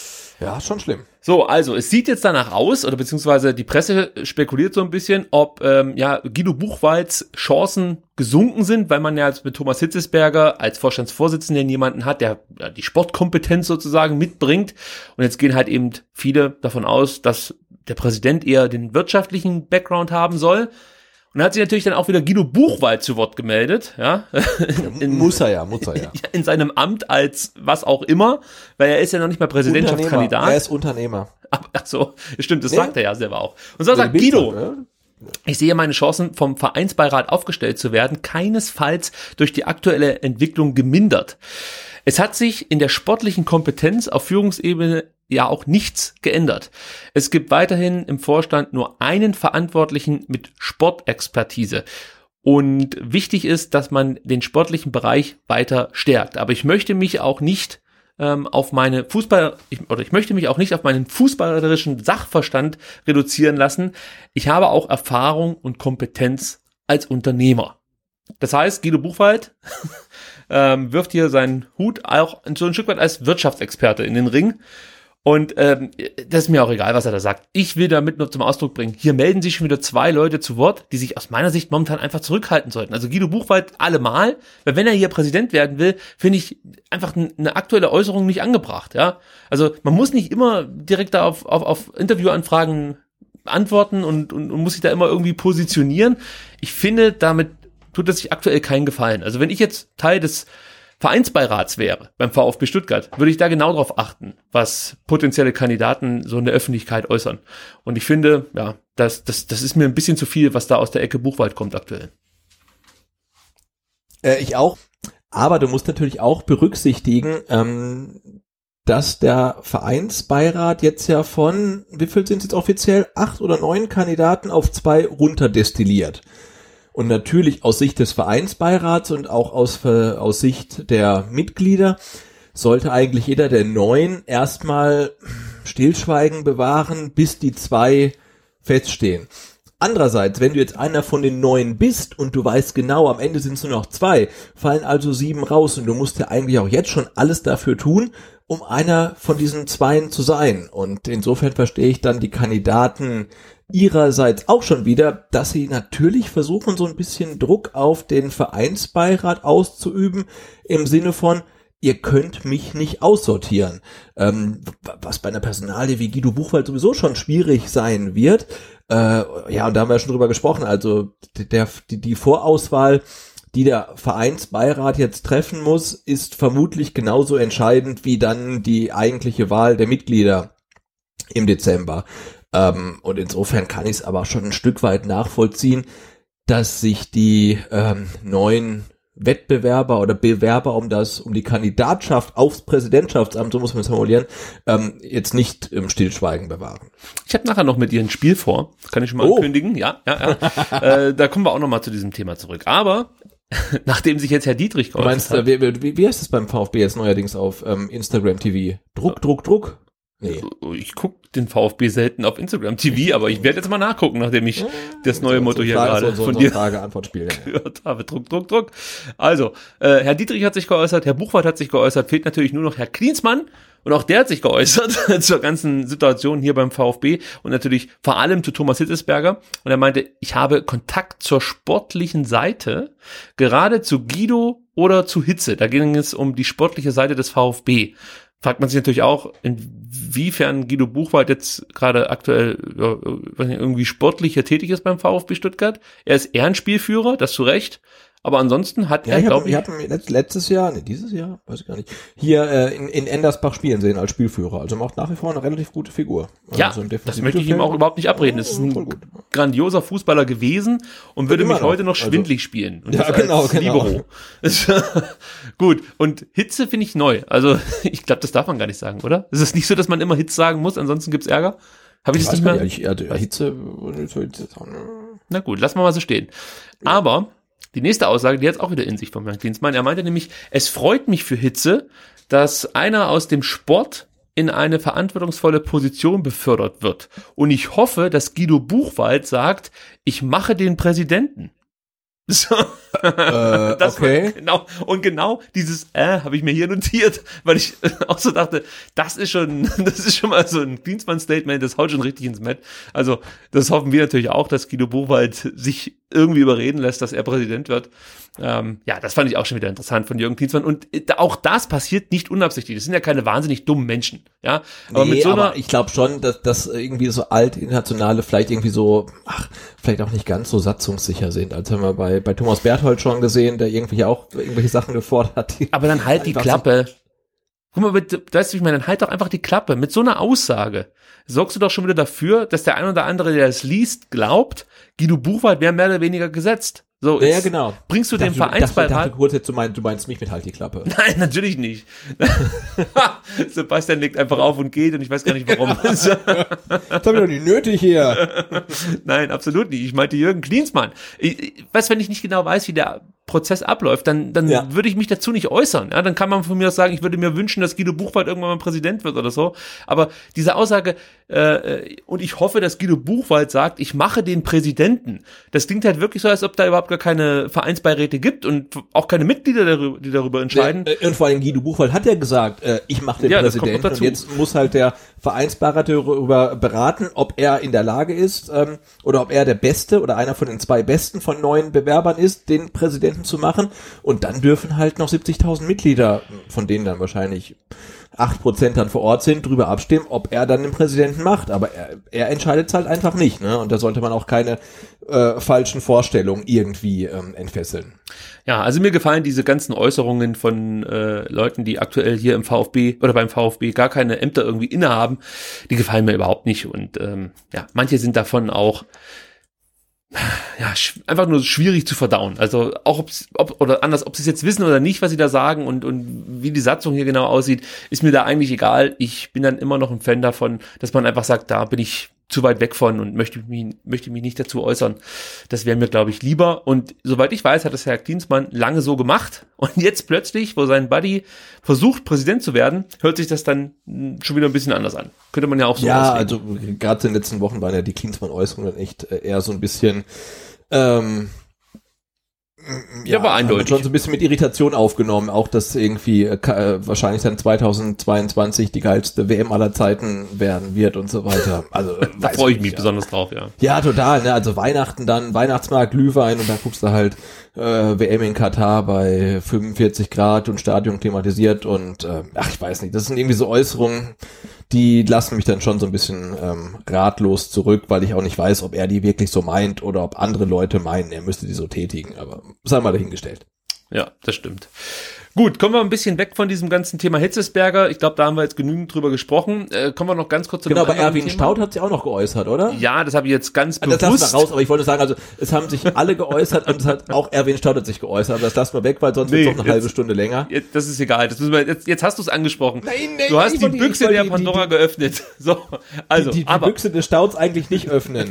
ja, schon schlimm. So, also es sieht jetzt danach aus, oder beziehungsweise die Presse spekuliert so ein bisschen, ob ähm, ja Guido Buchwalds Chancen gesunken sind, weil man ja jetzt mit Thomas Hitzelsberger als Vorstandsvorsitzenden jemanden hat, der ja, die Sportkompetenz sozusagen mitbringt. Und jetzt gehen halt eben viele davon aus, dass der Präsident eher den wirtschaftlichen Background haben soll. Und da hat sich natürlich dann auch wieder Guido Buchwald zu Wort gemeldet, ja. In, muss er ja, muss er ja. In seinem Amt als was auch immer, weil er ist ja noch nicht mal Präsidentschaftskandidat. Er ist Unternehmer. Ach so, stimmt, das nee. sagt er ja selber auch. Und so sagt Guido, ja. Ich sehe meine Chancen, vom Vereinsbeirat aufgestellt zu werden, keinesfalls durch die aktuelle Entwicklung gemindert. Es hat sich in der sportlichen Kompetenz auf Führungsebene ja auch nichts geändert. Es gibt weiterhin im Vorstand nur einen Verantwortlichen mit Sportexpertise. Und wichtig ist, dass man den sportlichen Bereich weiter stärkt. Aber ich möchte mich auch nicht ähm, auf meine Fußball, ich, oder ich möchte mich auch nicht auf meinen fußballerischen Sachverstand reduzieren lassen. Ich habe auch Erfahrung und Kompetenz als Unternehmer. Das heißt, Guido Buchwald ähm, wirft hier seinen Hut auch so ein Stück weit als Wirtschaftsexperte in den Ring. Und ähm, das ist mir auch egal, was er da sagt. Ich will damit nur zum Ausdruck bringen, hier melden sich schon wieder zwei Leute zu Wort, die sich aus meiner Sicht momentan einfach zurückhalten sollten. Also Guido Buchwald allemal, weil wenn er hier Präsident werden will, finde ich einfach eine aktuelle Äußerung nicht angebracht. Ja, also man muss nicht immer direkt da auf, auf, auf Interviewanfragen antworten und, und, und muss sich da immer irgendwie positionieren. Ich finde, damit tut es sich aktuell keinen Gefallen. Also wenn ich jetzt Teil des Vereinsbeirats wäre beim VfB Stuttgart, würde ich da genau drauf achten, was potenzielle Kandidaten so in der Öffentlichkeit äußern. Und ich finde, ja, das, das, das ist mir ein bisschen zu viel, was da aus der Ecke Buchwald kommt aktuell. Äh, ich auch. Aber du musst natürlich auch berücksichtigen, ähm, dass der Vereinsbeirat jetzt ja von, wie viel sind es jetzt offiziell, acht oder neun Kandidaten auf zwei runterdestilliert. Und natürlich aus Sicht des Vereinsbeirats und auch aus, aus Sicht der Mitglieder sollte eigentlich jeder der neun erstmal Stillschweigen bewahren, bis die zwei feststehen. Andererseits, wenn du jetzt einer von den neun bist und du weißt genau, am Ende sind es nur noch zwei, fallen also sieben raus und du musst ja eigentlich auch jetzt schon alles dafür tun, um einer von diesen Zweien zu sein. Und insofern verstehe ich dann die Kandidaten ihrerseits auch schon wieder, dass sie natürlich versuchen, so ein bisschen Druck auf den Vereinsbeirat auszuüben, im Sinne von, ihr könnt mich nicht aussortieren. Ähm, was bei einer Personalie wie Guido Buchwald sowieso schon schwierig sein wird. Äh, ja, und da haben wir ja schon drüber gesprochen. Also der, die, die Vorauswahl, die der Vereinsbeirat jetzt treffen muss, ist vermutlich genauso entscheidend wie dann die eigentliche Wahl der Mitglieder im Dezember. Ähm, und insofern kann ich es aber schon ein Stück weit nachvollziehen, dass sich die ähm, neuen Wettbewerber oder Bewerber um das, um die Kandidatschaft aufs Präsidentschaftsamt, so muss man es formulieren, ähm, jetzt nicht im Stillschweigen bewahren. Ich habe nachher noch mit ihr ein Spiel vor, kann ich schon mal oh. ankündigen, ja, ja, ja. äh, da kommen wir auch noch mal zu diesem Thema zurück. Aber nachdem sich jetzt Herr Dietrich geäußert meinst, hat. Wie, wie, wie heißt es beim VfB jetzt neuerdings auf ähm, Instagram T V? Druck, Druck, Druck? Nee. Ich gucke den VfB selten auf Instagram T V, aber ich werde jetzt mal nachgucken, nachdem ich ja, das neue so, Motto so hier gerade so, von so dir Frage-Antwort-Spiel gehört habe. Druck, Druck, Druck. Also, äh, Herr Dietrich hat sich geäußert, Herr Buchwald hat sich geäußert, fehlt natürlich nur noch Herr Klinsmann und auch der hat sich geäußert zur ganzen Situation hier beim VfB und natürlich vor allem zu Thomas Hitzelsberger und er meinte, ich habe Kontakt zur sportlichen Seite, gerade zu Guido oder zu Hitze. Da ging es um die sportliche Seite des VfB. Fragt man sich natürlich auch, inwiefern Guido Buchwald jetzt gerade aktuell ja, irgendwie sportlich hier tätig ist beim VfB Stuttgart. Er ist eher ein Spielführer, das zu Recht. Aber ansonsten hat ja, er, glaube ich... Ich habe hab ihn letztes Jahr, nee, dieses Jahr, weiß ich gar nicht, hier äh, in, in Endersbach spielen sehen als Spielführer. Also macht nach wie vor eine relativ gute Figur. Also ja, so das möchte ich ihm auch überhaupt nicht abreden. Das ist ein grandioser Fußballer gewesen und würde mich heute noch schwindlig also, spielen. Und ja, genau, genau. Libero. Gut, und Hitze finde ich neu. Also ich glaube, das darf man gar nicht sagen, oder? Es ist nicht so, dass man immer Hitze sagen muss, ansonsten gibt's Ärger. Habe ich, ich das nicht mehr? Nicht, ja, Hitze... Na gut, lassen wir mal so stehen. Ja. Aber... die nächste Aussage, die hat es auch wieder in sich von Herrn Klinsmann. Er meinte nämlich, es freut mich für Hitze, dass einer aus dem Sport in eine verantwortungsvolle Position befördert wird. Und ich hoffe, dass Guido Buchwald sagt, ich mache den Präsidenten. So. Äh, das okay. War genau, und genau dieses äh habe ich mir hier notiert, weil ich auch so dachte, das ist schon, das ist schon mal so ein Klinsmann-Statement, das haut schon richtig ins Met. Also das hoffen wir natürlich auch, dass Guido Buchwald sich irgendwie überreden lässt, dass er Präsident wird. Ähm, ja, das fand ich auch schon wieder interessant von Jürgen Klinsmann. Und auch das passiert nicht unabsichtlich. Das sind ja keine wahnsinnig dummen Menschen. Ja, aber nee, mit so einer. Aber ich glaube schon, dass das irgendwie so alte Internationale vielleicht irgendwie so, ach, vielleicht auch nicht ganz so satzungssicher sind. Als haben wir bei bei Thomas Berthold schon gesehen, der irgendwie auch irgendwelche Sachen gefordert hat. Aber dann halt die Klappe. So Guck mal, mit, weißt du, ich meine, dann halt doch einfach die Klappe. Mit so einer Aussage sorgst du doch schon wieder dafür, dass der ein oder andere, der es liest, glaubt, Guido Buchwald wäre mehr oder weniger gesetzt. So, ja, genau. Bringst du dachte, dem Vereinsbeirat... Ich dachte, kurz jetzt, du meinst, du meinst mich mit halt die Klappe. Nein, natürlich nicht. Sebastian legt einfach auf und geht und ich weiß gar nicht, warum. Das hab ich doch nicht nötig hier. Nein, absolut nicht. Ich meinte Jürgen Klinsmann. Ich, ich weiß, wenn ich nicht genau weiß, wie der Prozess abläuft, dann, dann ja. würde ich mich dazu nicht äußern. Ja, dann kann man von mir aus sagen, ich würde mir wünschen, dass Guido Buchwald irgendwann mal Präsident wird oder so. Aber diese Aussage, Äh, und ich hoffe, dass Guido Buchwald sagt, ich mache den Präsidenten. Das klingt halt wirklich so, als ob da überhaupt gar keine Vereinsbeiräte gibt und auch keine Mitglieder, darüber, die darüber entscheiden. Ja, und vor allem Guido Buchwald hat ja gesagt, äh, ich mache den ja, Präsidenten. Und jetzt muss halt der Vereinsbeirat darüber beraten, ob er in der Lage ist ähm, oder ob er der Beste oder einer von den zwei Besten von neuen Bewerbern ist, den Präsidenten zu machen. Und dann dürfen halt noch siebzigtausend Mitglieder, von denen dann wahrscheinlich acht Prozent dann vor Ort sind, drüber abstimmen, ob er dann den Präsidenten macht. Aber er, er entscheidet es halt einfach nicht, ne? Und da sollte man auch keine äh, falschen Vorstellungen irgendwie ähm, entfesseln. Ja, also mir gefallen diese ganzen Äußerungen von äh, Leuten, die aktuell hier im VfB oder beim VfB gar keine Ämter irgendwie innehaben, die gefallen mir überhaupt nicht. Und ähm, ja, manche sind davon auch ja, sch- einfach nur schwierig zu verdauen. Also auch ob's, ob oder anders, ob sie es jetzt wissen oder nicht, was sie da sagen und und wie die Satzung hier genau aussieht, ist mir da eigentlich egal. Ich bin dann immer noch ein Fan davon, dass man einfach sagt, da bin ich zu weit weg von und möchte mich, möchte mich nicht dazu äußern. Das wäre mir, glaube ich, lieber. Und soweit ich weiß, hat das Herr Klinsmann lange so gemacht. Und jetzt plötzlich, wo sein Buddy versucht, Präsident zu werden, hört sich das dann schon wieder ein bisschen anders an. Könnte man ja auch so Ja, auslegen. also gerade in den letzten Wochen waren ja die Klinsmann-Äußerungen echt äh, eher so ein bisschen ähm, Ja, aber eindeutig. Schon so ein bisschen mit Irritation aufgenommen, auch dass irgendwie äh, äh, wahrscheinlich dann zweitausendzweiundzwanzig die geilste W M aller Zeiten werden wird und so weiter. Also äh, Da freue ich mich ja. besonders drauf, ja. Ja, total, ne? Also Weihnachten dann, Weihnachtsmarkt, Glühwein und dann guckst du halt äh, W M in Katar bei fünfundvierzig Grad und Stadion klimatisiert und äh, ach, ich weiß nicht, das sind irgendwie so Äußerungen, die lassen mich dann schon so ein bisschen ähm, ratlos zurück, weil ich auch nicht weiß, ob er die wirklich so meint oder ob andere Leute meinen, er müsste die so tätigen, aber sei mal dahingestellt. Ja, das stimmt. Gut, kommen wir ein bisschen weg von diesem ganzen Thema Hitzesberger. Ich glaube, da haben wir jetzt genügend drüber gesprochen. Äh, kommen wir noch ganz kurz zu Genau, einem aber Erwin Thema. Staud hat sich auch noch geäußert, oder? Ja, das habe ich jetzt ganz Das bewusst. lassen wir raus, aber ich wollte sagen, also es haben sich alle geäußert und es hat auch Erwin Staud hat sich geäußert, aber das lassen wir weg, weil sonst Nee, wird es noch eine jetzt- halbe Stunde länger. Jetzt, das ist egal. Das müssen wir, jetzt, jetzt hast du es angesprochen. Nein, nein, du hast ich die wollte- ich Büchse wollte der die- Pandora die- geöffnet. So, also, die, die, die aber Büchse des Stauds eigentlich nicht öffnen.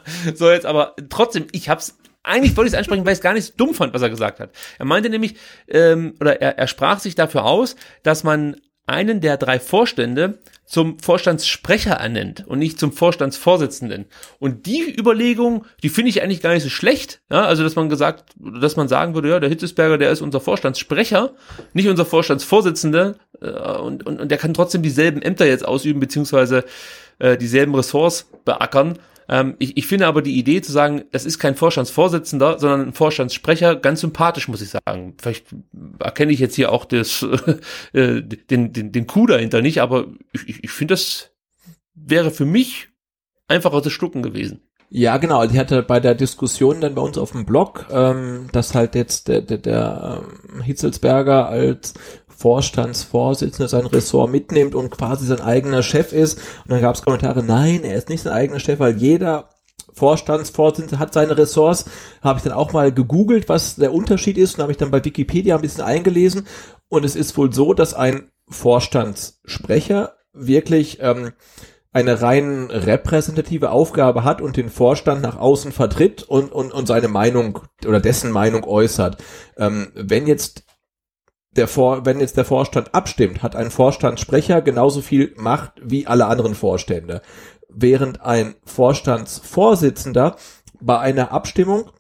so jetzt aber trotzdem, ich hab's eigentlich wollte ich es ansprechen, weil ich es gar nicht so dumm fand, was er gesagt hat. Er meinte nämlich, ähm, oder er, er sprach sich dafür aus, dass man einen der drei Vorstände zum Vorstandssprecher ernennt und nicht zum Vorstandsvorsitzenden. Und die Überlegung, die finde ich eigentlich gar nicht so schlecht. Ja, also, dass man gesagt, dass man sagen würde, ja, der Hitzesberger, der ist unser Vorstandssprecher, nicht unser Vorstandsvorsitzender, äh, und, und, und der kann trotzdem dieselben Ämter jetzt ausüben, beziehungsweise äh, dieselben Ressorts beackern. Ähm, ich, ich finde aber die Idee zu sagen, das ist kein Vorstandsvorsitzender, sondern ein Vorstandssprecher, ganz sympathisch, muss ich sagen. Vielleicht erkenne ich jetzt hier auch das, äh, den, den, den Coup dahinter nicht, aber ich, ich, ich finde, das wäre für mich einfacher zu schlucken gewesen. Ja, genau. Die hatte bei der Diskussion dann bei uns auf dem Blog, ähm, dass halt jetzt der, der, der ähm, Hitzelsberger als Vorstandsvorsitzender sein Ressort mitnimmt und quasi sein eigener Chef ist. Und dann gab es Kommentare, nein, er ist nicht sein eigener Chef, weil jeder Vorstandsvorsitzende hat seine Ressorts. Habe ich dann auch mal gegoogelt, was der Unterschied ist, und habe ich dann bei Wikipedia ein bisschen eingelesen. Und es ist wohl so, dass ein Vorstandssprecher wirklich ähm, eine rein repräsentative Aufgabe hat und den Vorstand nach außen vertritt und, und, und seine Meinung oder dessen Meinung äußert. Ähm, wenn jetzt der Vor, wenn jetzt der Vorstand abstimmt, hat ein Vorstandssprecher genauso viel Macht wie alle anderen Vorstände. Während ein Vorstandsvorsitzender bei einer Abstimmung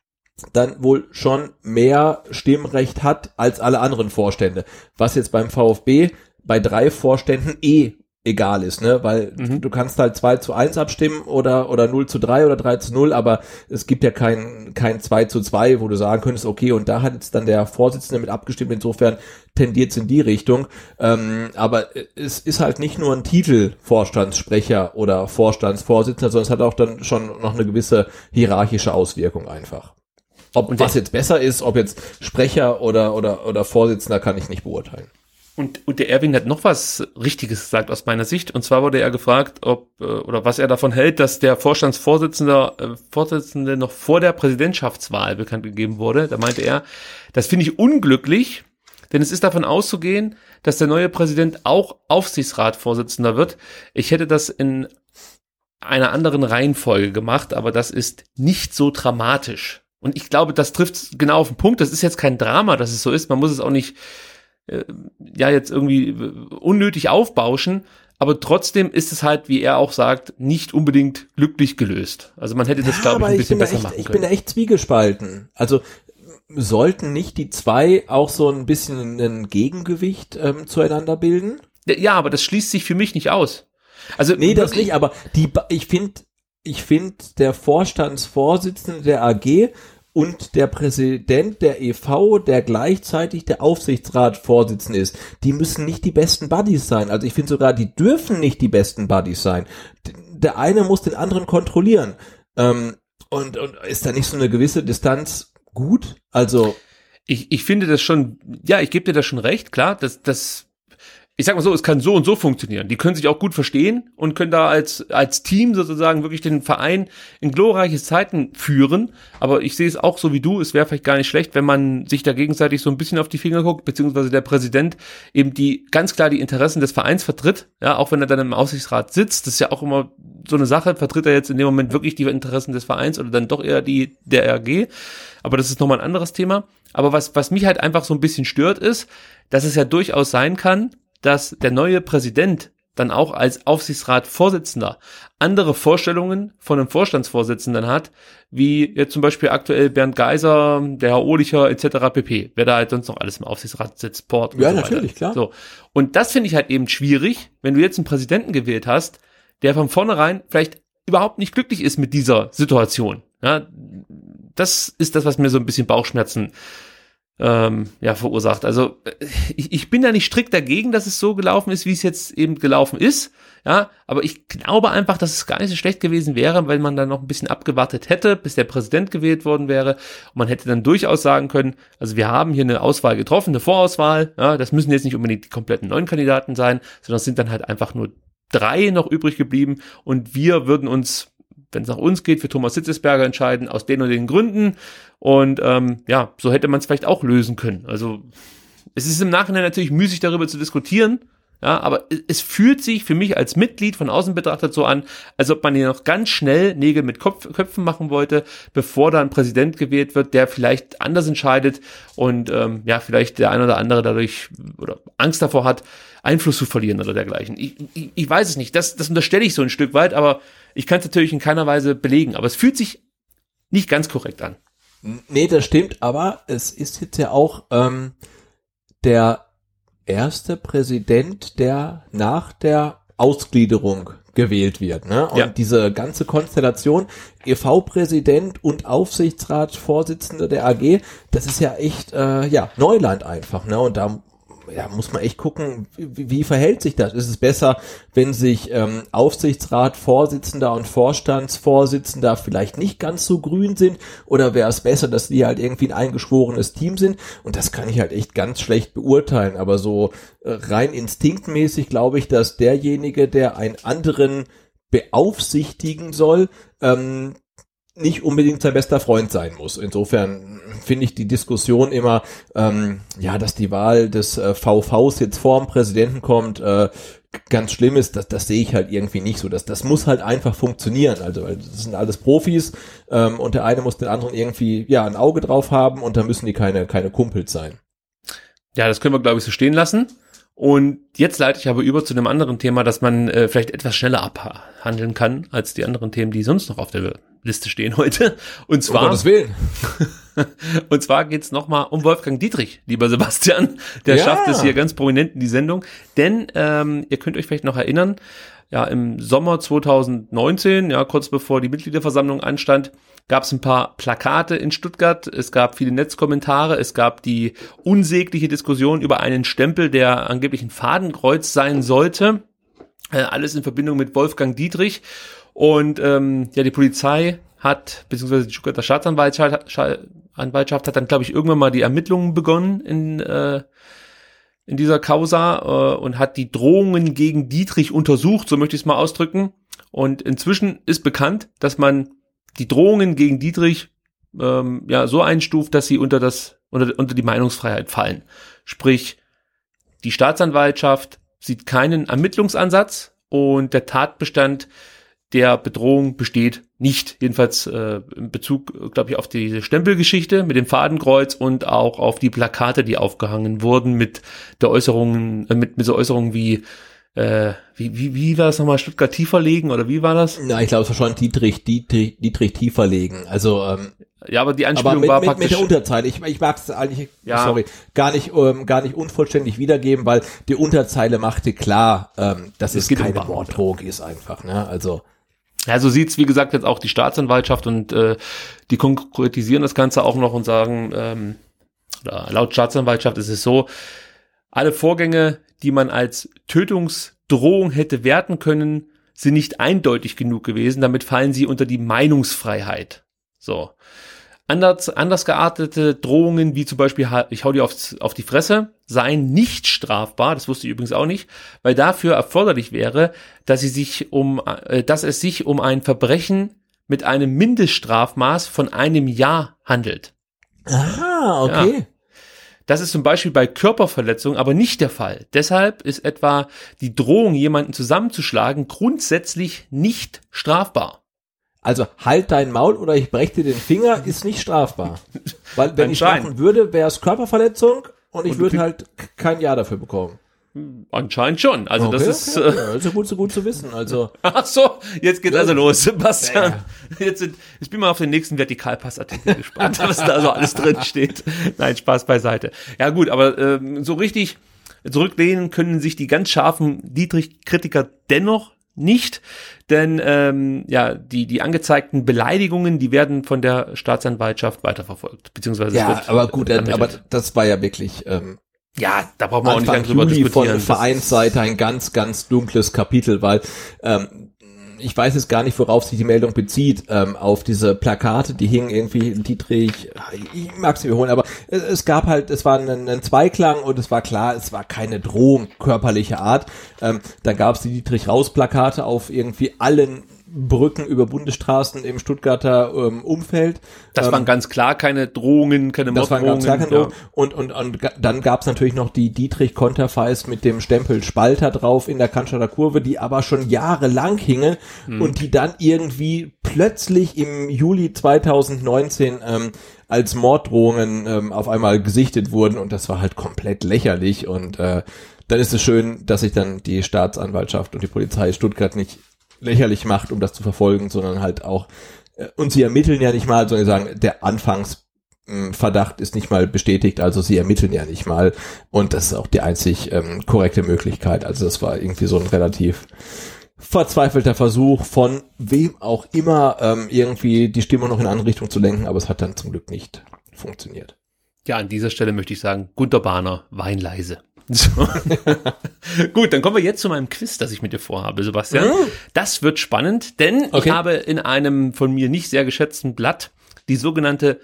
dann wohl schon mehr Stimmrecht hat als alle anderen Vorstände. Was jetzt beim VfB bei drei Vorständen eh egal ist, ne, weil Mhm. du kannst halt zwei zu eins abstimmen oder oder null zu drei oder drei zu null, aber es gibt ja kein kein zwei zu zwei, wo du sagen könntest, okay, und da hat jetzt dann der Vorsitzende mit abgestimmt, insofern tendiert es in die Richtung, ähm, aber es ist halt nicht nur ein Titel Vorstandssprecher oder Vorstandsvorsitzender, sondern es hat auch dann schon noch eine gewisse hierarchische Auswirkung einfach. Ob Und was der- jetzt besser ist, ob jetzt Sprecher oder oder oder Vorsitzender, kann ich nicht beurteilen. Und, und der Erwin hat noch was Richtiges gesagt aus meiner Sicht. Und zwar wurde er gefragt, ob äh, oder was er davon hält, dass der Vorstandsvorsitzende äh, Vorsitzende noch vor der Präsidentschaftswahl bekannt gegeben wurde. Da meinte er, das finde ich unglücklich, denn es ist davon auszugehen, dass der neue Präsident auch Aufsichtsratsvorsitzender wird. Ich hätte das in einer anderen Reihenfolge gemacht, aber das ist nicht so dramatisch. Und ich glaube, das trifft genau auf den Punkt. Das ist jetzt kein Drama, dass es so ist. Man muss es auch nicht ja jetzt irgendwie unnötig aufbauschen, aber trotzdem ist es halt, wie er auch sagt, nicht unbedingt glücklich gelöst. Also man hätte das, ja, glaube ich, ein bisschen besser echt, machen können. Ich bin da echt zwiegespalten. Also sollten nicht die zwei auch so ein bisschen ein Gegengewicht ähm, zueinander bilden? Ja, aber das schließt sich für mich nicht aus. Also nee, das nicht, aber die, ich finde, ich finde, der Vorstandsvorsitzende der A G und der Präsident der E V, der gleichzeitig der Aufsichtsratsvorsitzende ist, die müssen nicht die besten Buddies sein. Also ich finde sogar, die dürfen nicht die besten Buddies sein. Der eine muss den anderen kontrollieren. Ähm, und, und ist da nicht so eine gewisse Distanz gut? Also ich, ich finde das schon, ja, ich gebe dir das schon recht, klar, das, das ich sag mal so, es kann so und so funktionieren. Die können sich auch gut verstehen und können da als als Team sozusagen wirklich den Verein in glorreiche Zeiten führen. Aber ich sehe es auch so wie du, es wäre vielleicht gar nicht schlecht, wenn man sich da gegenseitig so ein bisschen auf die Finger guckt, beziehungsweise der Präsident eben die ganz klar die Interessen des Vereins vertritt, ja, auch wenn er dann im Aufsichtsrat sitzt. Das ist ja auch immer so eine Sache, vertritt er jetzt in dem Moment wirklich die Interessen des Vereins oder dann doch eher die der R G. Aber das ist nochmal ein anderes Thema. Aber was was mich halt einfach so ein bisschen stört ist, dass es ja durchaus sein kann, dass der neue Präsident dann auch als Aufsichtsratsvorsitzender andere Vorstellungen von einem Vorstandsvorsitzenden hat, wie jetzt zum Beispiel aktuell Bernd Geiser, der Herr Ohlicher et cetera pp. Wer da halt sonst noch alles im Aufsichtsrat sitzt, Port und ja, so natürlich, weiter. Klar. So. Und das finde ich halt eben schwierig, wenn du jetzt einen Präsidenten gewählt hast, der von vornherein vielleicht überhaupt nicht glücklich ist mit dieser Situation. Ja, das ist das, was mir so ein bisschen Bauchschmerzen Ähm, ja, verursacht. Also ich, ich bin da nicht strikt dagegen, dass es so gelaufen ist, wie es jetzt eben gelaufen ist, ja, aber ich glaube einfach, dass es gar nicht so schlecht gewesen wäre, weil man dann noch ein bisschen abgewartet hätte, bis der Präsident gewählt worden wäre und man hätte dann durchaus sagen können, also wir haben hier eine Auswahl getroffen, eine Vorauswahl, ja, das müssen jetzt nicht unbedingt die kompletten neuen Kandidaten sein, sondern es sind dann halt einfach nur drei noch übrig geblieben und wir würden uns, wenn es nach uns geht, für Thomas Hitzelsberger entscheiden, aus den und den Gründen. Und ähm, ja, so hätte man es vielleicht auch lösen können. Also es ist im Nachhinein natürlich müßig, darüber zu diskutieren, ja, aber es, es fühlt sich für mich als Mitglied von außen betrachtet so an, als ob man hier noch ganz schnell Nägel mit Kopf, Köpfen machen wollte, bevor da ein Präsident gewählt wird, der vielleicht anders entscheidet und ähm, ja, vielleicht der ein oder andere dadurch oder Angst davor hat, Einfluss zu verlieren oder dergleichen. Ich, ich, ich weiß es nicht, das, das unterstelle ich so ein Stück weit, aber ich kann es natürlich in keiner Weise belegen, aber es fühlt sich nicht ganz korrekt an. Nee, das stimmt, aber es ist jetzt ja auch ähm, der erste Präsident, der nach der Ausgliederung gewählt wird, ne? Und ja. Diese ganze Konstellation, E V-Präsident und Aufsichtsratsvorsitzender der A G, das ist ja echt, äh, ja, Neuland einfach, ne? Und da ja, muss man echt gucken, wie, wie verhält sich das? Ist es besser, wenn sich ähm, Aufsichtsratvorsitzender und Vorstandsvorsitzender vielleicht nicht ganz so grün sind? Oder wäre es besser, dass die halt irgendwie ein eingeschworenes Team sind? Und das kann ich halt echt ganz schlecht beurteilen. Aber so äh, rein instinktmäßig glaube ich, dass derjenige, der einen anderen beaufsichtigen soll, ähm, nicht unbedingt sein bester Freund sein muss. Insofern finde ich die Diskussion immer, ähm, ja, dass die Wahl des äh, V Vs jetzt vor dem Präsidenten kommt, äh, ganz schlimm ist, das, das sehe ich halt irgendwie nicht so. Das, das muss halt einfach funktionieren. Also, weil das sind alles Profis ähm, und der eine muss den anderen irgendwie, ja, ein Auge drauf haben und da müssen die keine, keine Kumpels sein. Ja, das können wir, glaube ich, so stehen lassen. Und jetzt leite ich aber über zu einem anderen Thema, das man äh, vielleicht etwas schneller abhandeln kann als die anderen Themen, die sonst noch auf der Liste stehen heute. Und zwar, um Gottes Willen. Und zwar geht's nochmal um Wolfgang Dietrich, lieber Sebastian. Der ja. schafft es hier ganz prominent in die Sendung. Denn ähm, ihr könnt euch vielleicht noch erinnern, ja, im Sommer zwanzig neunzehn, ja, kurz bevor die Mitgliederversammlung anstand, gab es ein paar Plakate in Stuttgart, es gab viele Netzkommentare, es gab die unsägliche Diskussion über einen Stempel, der angeblich ein Fadenkreuz sein sollte. Äh, alles in Verbindung mit Wolfgang Dietrich. Und ähm, ja, die Polizei hat, beziehungsweise die Stuttgarter Staatsanwaltschaft Anwaltschaft hat dann, glaube ich, irgendwann mal die Ermittlungen begonnen in äh, in dieser Causa äh, und hat die Drohungen gegen Dietrich untersucht, so möchte ich es mal ausdrücken. Und inzwischen ist bekannt, dass man die Drohungen gegen Dietrich ähm, ja so einstuft, dass sie unter das unter, unter die Meinungsfreiheit fallen. Sprich, die Staatsanwaltschaft sieht keinen Ermittlungsansatz und der Tatbestand der Bedrohung besteht nicht. Jedenfalls äh, in Bezug, glaube ich, auf diese Stempelgeschichte mit dem Fadenkreuz und auch auf die Plakate, die aufgehangen wurden mit der Äußerungen, äh, mit, mit so Äußerungen wie äh, wie, wie, wie war das nochmal, Stuttgart tiefer legen oder wie war das? Ja, ich glaube, es war schon Dietrich, Dietrich, Dietrich tiefer legen. Also, ähm, ja, aber die Anspielung aber mit, war mit, praktisch. Mit der Unterzeile. Ich, ich mag es eigentlich, ja. sorry, gar nicht, ähm, gar nicht unvollständig wiedergeben, weil die Unterzeile machte klar, ähm, dass es, es keine um Morddrohung ist einfach, ne, also. Ja, so sieht's, wie gesagt, jetzt auch die Staatsanwaltschaft und äh, die konkretisieren das Ganze auch noch und sagen, ähm, oder laut Staatsanwaltschaft ist es so, alle Vorgänge, die man als Tötungsdrohung hätte werten können, sind nicht eindeutig genug gewesen. Damit fallen sie unter die Meinungsfreiheit. So. Anders, anders geartete Drohungen, wie zum Beispiel, ich hau dir aufs, auf die Fresse, seien nicht strafbar. Das wusste ich übrigens auch nicht, weil dafür erforderlich wäre, dass sie sich um, äh, dass es sich um ein Verbrechen mit einem Mindeststrafmaß von einem Jahr handelt. Ah, okay. Ja. Das ist zum Beispiel bei Körperverletzung aber nicht der Fall. Deshalb ist etwa die Drohung, jemanden zusammenzuschlagen, grundsätzlich nicht strafbar. Also halt dein Maul oder ich breche dir den Finger, ist nicht strafbar. Weil wenn ich strafen würde, wäre es Körperverletzung und ich und würde halt kein Jahr dafür bekommen. Anscheinend schon. Also okay, das ist okay. Ja, ist ja gut, so gut zu wissen. Also ach so, jetzt geht's ja. also los, Sebastian. Ja, ja. Jetzt, sind, jetzt bin mal auf den nächsten Vertikalpassartikel gespannt, was da so alles drin steht. Nein, Spaß beiseite. Ja gut, aber ähm, so richtig zurücklehnen können sich die ganz scharfen Dietrich-Kritiker dennoch nicht, denn ähm, ja die die angezeigten Beleidigungen, die werden von der Staatsanwaltschaft weiterverfolgt, beziehungsweise ja, aber gut, ermittelt. Aber das war ja wirklich ähm, ja, da brauchen wir auch nicht lange drüber Juli diskutieren. Von Vereinsseite ein ganz, ganz dunkles Kapitel, weil ähm, ich weiß jetzt gar nicht, worauf sich die Meldung bezieht, ähm, auf diese Plakate, die hingen irgendwie Dietrich, ich mag sie wiederholen, aber es, es gab halt, es war ein, ein Zweiklang und es war klar, es war keine Drohung körperlicher Art. Ähm, dann gab es die Dietrich-Raus-Plakate auf irgendwie allen Brücken über Bundesstraßen im Stuttgarter ähm, Umfeld. Das ähm, waren ganz klar keine Drohungen, keine Morddrohungen. Das waren ganz klar keine Drohungen. Ja. Und, und, und dann gab es natürlich noch die Dietrich-Konterfeis mit dem Stempel Spalter drauf in der Cannstatter Kurve, die aber schon jahrelang hingen hm. und die dann irgendwie plötzlich im Juli zweitausendneunzehn ähm, als Morddrohungen ähm, auf einmal gesichtet wurden und das war halt komplett lächerlich und äh, dann ist es schön, dass sich dann die Staatsanwaltschaft und die Polizei Stuttgart nicht lächerlich macht, um das zu verfolgen, sondern halt auch, äh, und sie ermitteln ja nicht mal, sondern sagen, der Anfangsverdacht ist nicht mal bestätigt, also sie ermitteln ja nicht mal und das ist auch die einzig ähm, korrekte Möglichkeit, also das war irgendwie so ein relativ verzweifelter Versuch von wem auch immer, ähm, irgendwie die Stimmung noch in eine andere Richtung zu lenken, aber es hat dann zum Glück nicht funktioniert. Ja, an dieser Stelle möchte ich sagen, Gunter Bahner, weinleise. So. Gut, dann kommen wir jetzt zu meinem Quiz, das ich mit dir vorhabe, Sebastian. Mhm. Das wird spannend, denn okay. ich habe in einem von mir nicht sehr geschätzten Blatt die sogenannte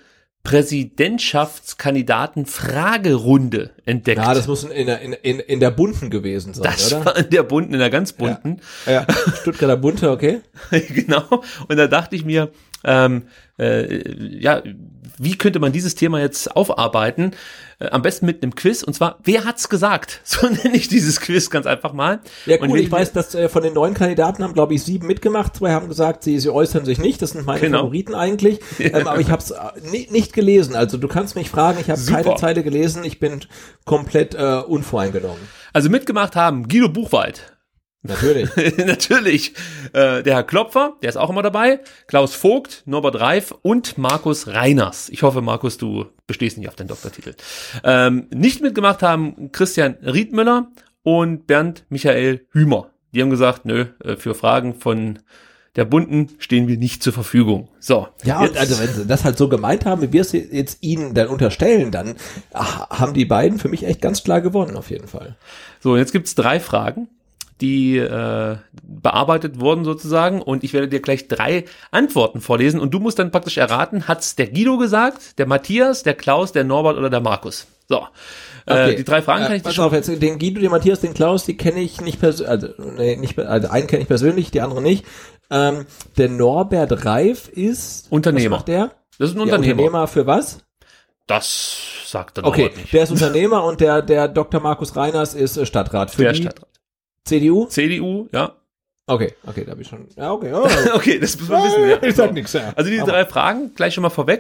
Präsidentschaftskandidaten-Fragerunde entdeckt. Ja, das muss in der, in, in, in der bunten gewesen sein, das oder? Das war in der bunten, in der ganz bunten. Ja, ja. Stuttgarter bunte, okay. Genau, und da dachte ich mir, ähm, äh, ja, wie könnte man dieses Thema jetzt aufarbeiten? Äh, am besten mit einem Quiz. Und zwar, wer hat's gesagt? So nenne ich dieses Quiz ganz einfach mal. Ja, cool. Und ich weiß, dass äh, von den neun Kandidaten haben, glaube ich, sieben mitgemacht. Zwei haben gesagt, sie, sie äußern sich nicht. Das sind meine genau. Favoriten eigentlich. Ähm, aber ich habe es nie, nicht gelesen. Also du kannst mich fragen. Ich habe keine Zeile gelesen. Ich bin komplett äh, unvoreingenommen. Also mitgemacht haben Guido Buchwald. Natürlich. Natürlich. Äh, der Herr Klopfer, der ist auch immer dabei. Klaus Vogt, Norbert Reif und Markus Reiners. Ich hoffe, Markus, du bestehst nicht auf den Doktortitel. Ähm, nicht mitgemacht haben Christian Riedmüller und Bernd Michael Hümer. Die haben gesagt, nö, für Fragen von der Bunten stehen wir nicht zur Verfügung. So. Ja, jetzt. Also wenn sie das halt so gemeint haben, wie wir es jetzt ihnen dann unterstellen, dann ach, haben die beiden für mich echt ganz klar gewonnen, auf jeden Fall. So, jetzt gibt's drei Fragen, die äh, bearbeitet wurden sozusagen und ich werde dir gleich drei Antworten vorlesen und du musst dann praktisch erraten, hat's der Guido gesagt, der Matthias, der Klaus, der Norbert oder der Markus. So, okay. äh, die drei Fragen äh, kann ich dir pass schon... auf, jetzt den Guido, den Matthias, den Klaus, die kenne ich nicht persönlich, also, nee, nicht, also einen kenne ich persönlich, die andere nicht. Ähm, der Norbert Reif ist... Unternehmer. Was macht der? Das ist ein ja, Unternehmer. Unternehmer für was? Das sagt der okay, Norbert nicht. Der ist Unternehmer und der, der Doktor Markus Reiners ist äh, Stadtrat. Für der die Stadtrat. C D U? C D U, ja. Okay, okay, da habe ich schon. Ja, okay. Oh. Okay, das muss man wissen. Ja. Ich sag nichts, ja. Also diese Aber. drei Fragen, gleich schon mal vorweg.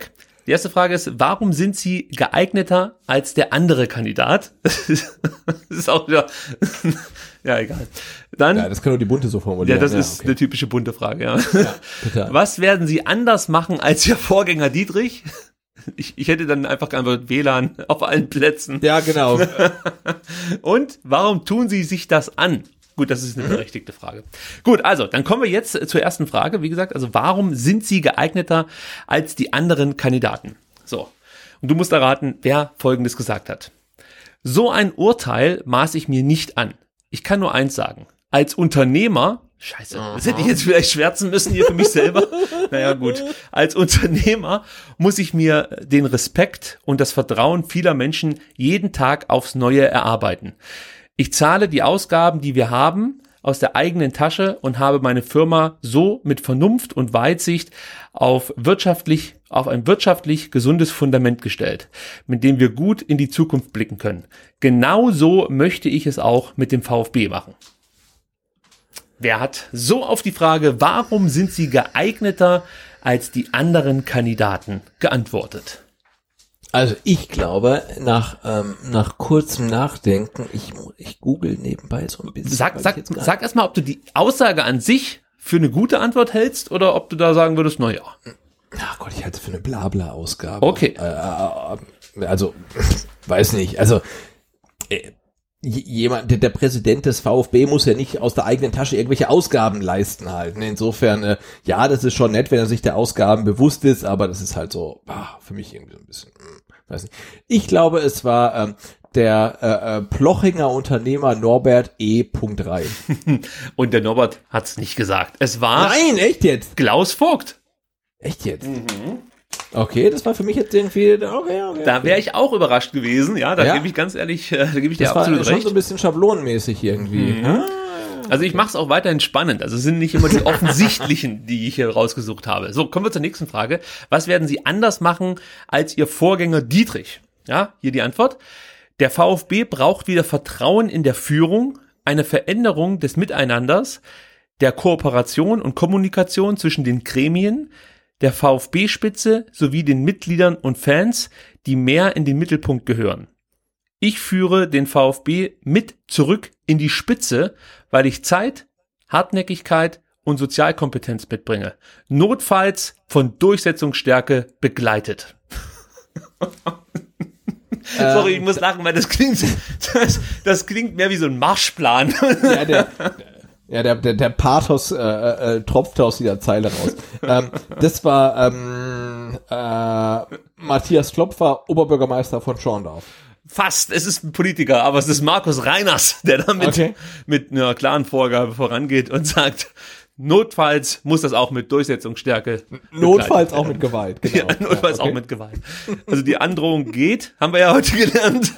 Die erste Frage ist, warum sind Sie geeigneter als der andere Kandidat? Das ist, das ist auch wieder, ja, egal. Dann, ja, das kann nur die Bunte so formulieren. Ja, das ja, ist okay. eine typische bunte Frage, ja. Ja, total. Was werden Sie anders machen als Ihr Vorgänger Dietrich? Ich, ich hätte dann einfach geantwortet, W L A N auf allen Plätzen. Ja, genau. Und warum tun Sie sich das an? Gut, das ist eine berechtigte Frage. Gut, also, dann kommen wir jetzt zur ersten Frage. Wie gesagt, also warum sind Sie geeigneter als die anderen Kandidaten? So, und du musst erraten, wer Folgendes gesagt hat. So ein Urteil maß ich mir nicht an. Ich kann nur eins sagen. Als Unternehmer, scheiße, das hätte ich jetzt vielleicht schwärzen müssen hier für mich selber. Naja, gut. Als Unternehmer muss ich mir den Respekt und das Vertrauen vieler Menschen jeden Tag aufs Neue erarbeiten. Ich zahle die Ausgaben, die wir haben, aus der eigenen Tasche und habe meine Firma so mit Vernunft und Weitsicht auf wirtschaftlich, auf ein wirtschaftlich gesundes Fundament gestellt, mit dem wir gut in die Zukunft blicken können. Genauso möchte ich es auch mit dem VfB machen. Wer hat so auf die Frage, warum sind Sie geeigneter als die anderen Kandidaten, geantwortet? Also ich glaube, nach ähm, nach kurzem Nachdenken, ich ich google nebenbei so ein bisschen. Sag, sag, sag erst mal, ob du die Aussage an sich für eine gute Antwort hältst oder ob du da sagen würdest, na ja. Ach Gott, ich halte es für eine Blabla-Ausgabe. Okay. Äh, also, weiß nicht, also äh, jemand, der, der Präsident des VfB muss ja nicht aus der eigenen Tasche irgendwelche Ausgaben leisten halt. Insofern, äh, ja, das ist schon nett, wenn er sich der Ausgaben bewusst ist, aber das ist halt so, ah, für mich irgendwie so ein bisschen, weiß nicht. Ich glaube, es war ähm, der äh, äh, Plochinger Unternehmer Norbert E. Rein. Und der Norbert hat's nicht gesagt. Es war Nein, echt jetzt? Klaus Vogt. Echt jetzt? Mhm. Okay, das war für mich jetzt irgendwie, okay, okay. Da wäre ich auch überrascht gewesen, ja, da ja? gebe ich ganz ehrlich, äh, da gebe ich dir das absolut war schon recht. so ein bisschen schablonenmäßig irgendwie. Mhm. Also ich mache es auch weiterhin spannend, also es sind nicht immer die offensichtlichen, die ich hier rausgesucht habe. So, kommen wir zur nächsten Frage. Was werden Sie anders machen als Ihr Vorgänger Dietrich? Ja, hier die Antwort. Der VfB braucht wieder Vertrauen in der Führung, eine Veränderung des Miteinanders, der Kooperation und Kommunikation zwischen den Gremien, der VfB-Spitze sowie den Mitgliedern und Fans, die mehr in den Mittelpunkt gehören. Ich führe den VfB mit zurück in die Spitze, weil ich Zeit, Hartnäckigkeit und Sozialkompetenz mitbringe. Notfalls von Durchsetzungsstärke begleitet. Sorry, ich muss lachen, weil das klingt, das, das klingt mehr wie so ein Marschplan. Ja, der, ja, der, der, der Pathos äh, äh, tropfte aus dieser Zeile raus. ähm, das war ähm, äh, Matthias Klopfer, Oberbürgermeister von Schorndorf. Fast, es ist ein Politiker, aber es ist Markus Reiners, der damit Okay. mit einer klaren Vorgabe vorangeht und sagt, notfalls muss das auch mit Durchsetzungsstärke Notfalls auch mit Gewalt, genau. Ja, notfalls ja, okay. auch mit Gewalt. Also die Androhung geht, haben wir ja heute gelernt.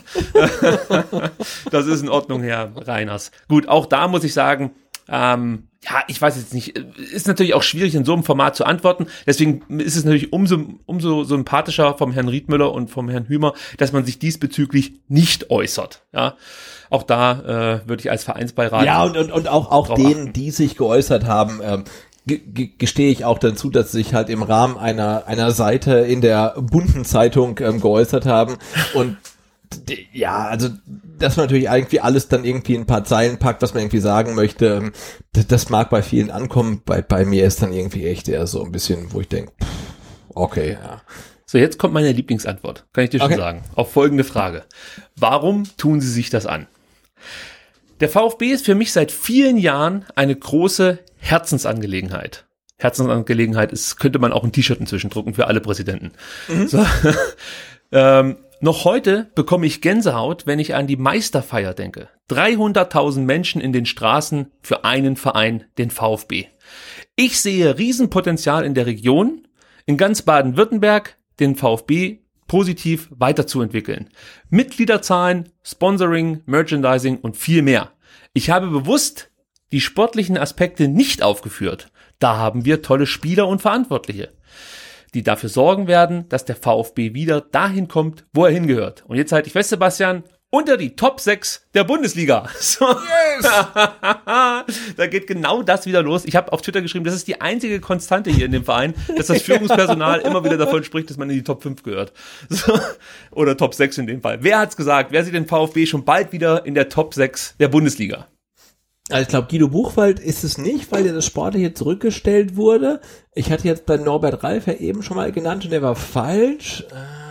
Das ist in Ordnung, Herr Reiners. Gut, auch da muss ich sagen, ähm, ja, ich weiß jetzt nicht, ist natürlich auch schwierig in so einem Format zu antworten, deswegen ist es natürlich umso, umso sympathischer vom Herrn Riedmüller und vom Herrn Hümer, dass man sich diesbezüglich nicht äußert, ja. Auch da äh, würde ich als Vereinsbeirat Ja, und, und, und auch, auch drauf denen, achten. die sich geäußert haben, ähm, ge- ge- gestehe ich auch dazu, dass sie sich halt im Rahmen einer, einer Seite in der bunten Zeitung ähm, geäußert haben und d- ja, also dass man natürlich irgendwie alles dann irgendwie in ein paar Zeilen packt, was man irgendwie sagen möchte, ähm, das, das mag bei vielen ankommen, bei, bei mir ist dann irgendwie echt eher so ein bisschen, wo ich denke, okay, ja. So, jetzt kommt meine Lieblingsantwort, kann ich dir schon Okay. sagen, auf folgende Frage. Warum tun Sie sich das an? Der VfB ist für mich seit vielen Jahren eine große Herzensangelegenheit. Herzensangelegenheit ist, könnte man auch ein T-Shirt inzwischen drucken für alle Präsidenten. Mhm. So. ähm, noch heute bekomme ich Gänsehaut, wenn ich an die Meisterfeier denke. dreihunderttausend Menschen in den Straßen für einen Verein, den VfB. Ich sehe Riesenpotenzial in der Region, in ganz Baden-Württemberg, den VfB positiv weiterzuentwickeln. Mitgliederzahlen, Sponsoring, Merchandising und viel mehr. Ich habe bewusst die sportlichen Aspekte nicht aufgeführt. Da haben wir tolle Spieler und Verantwortliche, die dafür sorgen werden, dass der VfB wieder dahin kommt, wo er hingehört. Und jetzt halte ich fest, Sebastian, unter die Top sechs der Bundesliga. So. Yes! Da geht genau das wieder los. Ich habe auf Twitter geschrieben, das ist die einzige Konstante hier in dem Verein, dass das Führungspersonal immer wieder davon spricht, dass man in die Top fünf gehört. So. Oder Top sechs in dem Fall. Wer hat's gesagt? Wer sieht den VfB schon bald wieder in der Top sechs der Bundesliga? Also ich glaube, Guido Buchwald ist es nicht, weil der das Sportliche zurückgestellt wurde. Ich hatte jetzt bei Norbert Reif ja eben schon mal genannt und der war falsch.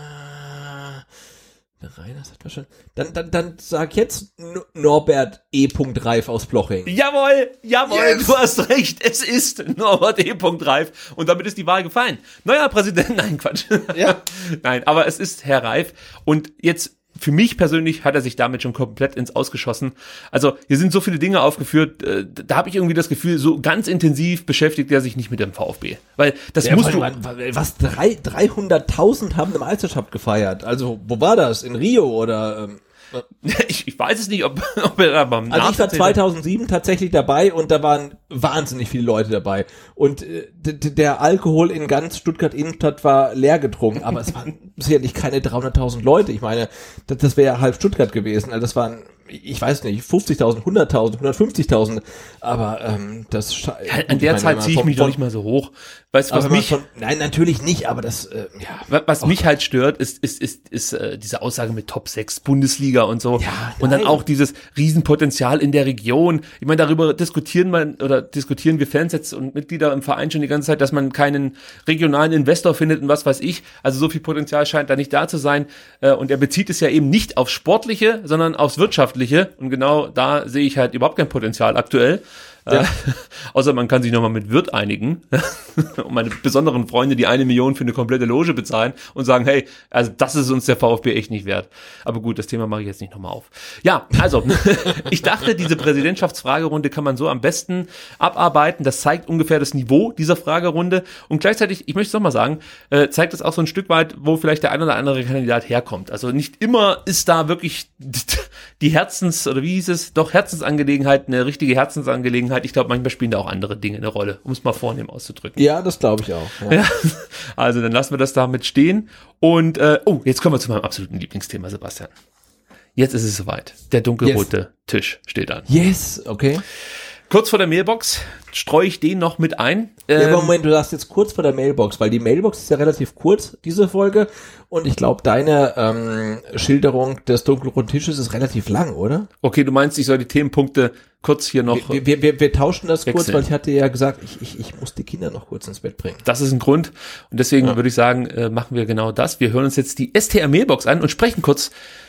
Rein, das hat man schon. Dann, dann, dann sag jetzt Norbert E. Reif aus Ploching. Jawohl, jawohl, yes. Du hast recht. Es ist Norbert E. Reif und damit ist die Wahl gefallen. Neuer Präsident, nein, Quatsch. Ja. Nein, aber es ist Herr Reif und jetzt für mich persönlich hat er sich damit schon komplett ins Ausgeschossen. Also hier sind so viele Dinge aufgeführt, äh, da habe ich irgendwie das Gefühl, so ganz intensiv beschäftigt er sich nicht mit dem VfB. Weil das ja, musst du... Was, drei, dreihunderttausend haben eine Meisterschaft gefeiert? Also wo war das? In Rio oder... Ähm Ich, ich weiß es nicht, ob, ob er da beim Also ich war zweitausendsieben tatsächlich dabei und da waren wahnsinnig viele Leute dabei. Und äh, d- d- der Alkohol in ganz Stuttgart-Innenstadt war leer getrunken, aber es waren sicherlich keine dreihunderttausend Leute. Ich meine, das, das wäre ja halb Stuttgart gewesen. Also das waren, ich weiß nicht, fünfzigtausend, hunderttausend, hundertfünfzigtausend. Aber ähm, das... Ja, an der Zeit ziehe ich mich doch nicht mal so hoch. Weißt du, was mich... Von, nein, natürlich nicht, aber das... Äh, ja. Was mich halt stört, ist ist ist ist äh, diese Aussage mit Top sechs Bundesliga und so. Ja, und dann auch dieses Riesenpotenzial in der Region. Ich meine, darüber diskutieren man oder diskutieren wir Fans jetzt und Mitglieder im Verein schon die ganze Zeit, dass man keinen regionalen Investor findet und was weiß ich. Also so viel Potenzial scheint da nicht da zu sein. Äh, und er bezieht es ja eben nicht aufs Sportliche, sondern aufs Wirtschaftliche. Und genau da sehe ich halt überhaupt kein Potenzial aktuell. Ja. Äh, außer man kann sich nochmal mit Wirth einigen und meine besonderen Freunde, die eine Million für eine komplette Loge bezahlen und sagen, hey, also das ist uns der VfB echt nicht wert. Aber gut, das Thema mache ich jetzt nicht nochmal auf. Ja, also, ich dachte, diese Präsidentschaftsfragerunde kann man so am besten abarbeiten. Das zeigt ungefähr das Niveau dieser Fragerunde und gleichzeitig, ich möchte es nochmal sagen, äh, zeigt es auch so ein Stück weit, wo vielleicht der ein oder andere Kandidat herkommt. Also nicht immer ist da wirklich die Herzens- oder wie hieß es, doch Herzensangelegenheit, eine richtige Herzensangelegenheit. Ich glaube, manchmal spielen da auch andere Dinge eine Rolle, um es mal vornehm auszudrücken. Ja, das glaube ich auch. Ja. Ja, also dann lassen wir das damit stehen. Und, äh, oh, jetzt kommen wir zu meinem absoluten Lieblingsthema, Sebastian. Jetzt ist es soweit. Der dunkelrote yes. Tisch steht an. Yes, okay. Kurz vor der Mailbox streue ich den noch mit ein. Ähm, ja, aber Moment, du sagst jetzt kurz vor der Mailbox, weil die Mailbox ist ja relativ kurz, diese Folge. Und ich glaube, deine ähm, Schilderung des dunkelroten Tisches ist relativ lang, oder? Okay, du meinst, ich soll die Themenpunkte kurz hier noch Wir, wir, wir, wir tauschen das wechseln. kurz, weil ich hatte ja gesagt, ich, ich, ich muss die Kinder noch kurz ins Bett bringen. Das ist ein Grund. Und deswegen ja. würde ich sagen, äh, machen wir genau das. Wir hören uns jetzt die S T R-Mailbox an und sprechen kurz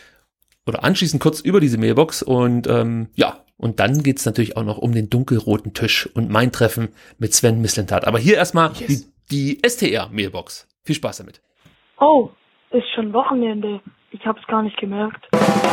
oder anschließend kurz über diese Mailbox. Und ähm, ja, und dann geht's natürlich auch noch um den dunkelroten Tisch und mein Treffen mit Sven Mislintat. Aber hier erstmal yes. die, die S T R-Mailbox. Viel Spaß damit. Oh, ist schon Wochenende. Ich hab's gar nicht gemerkt.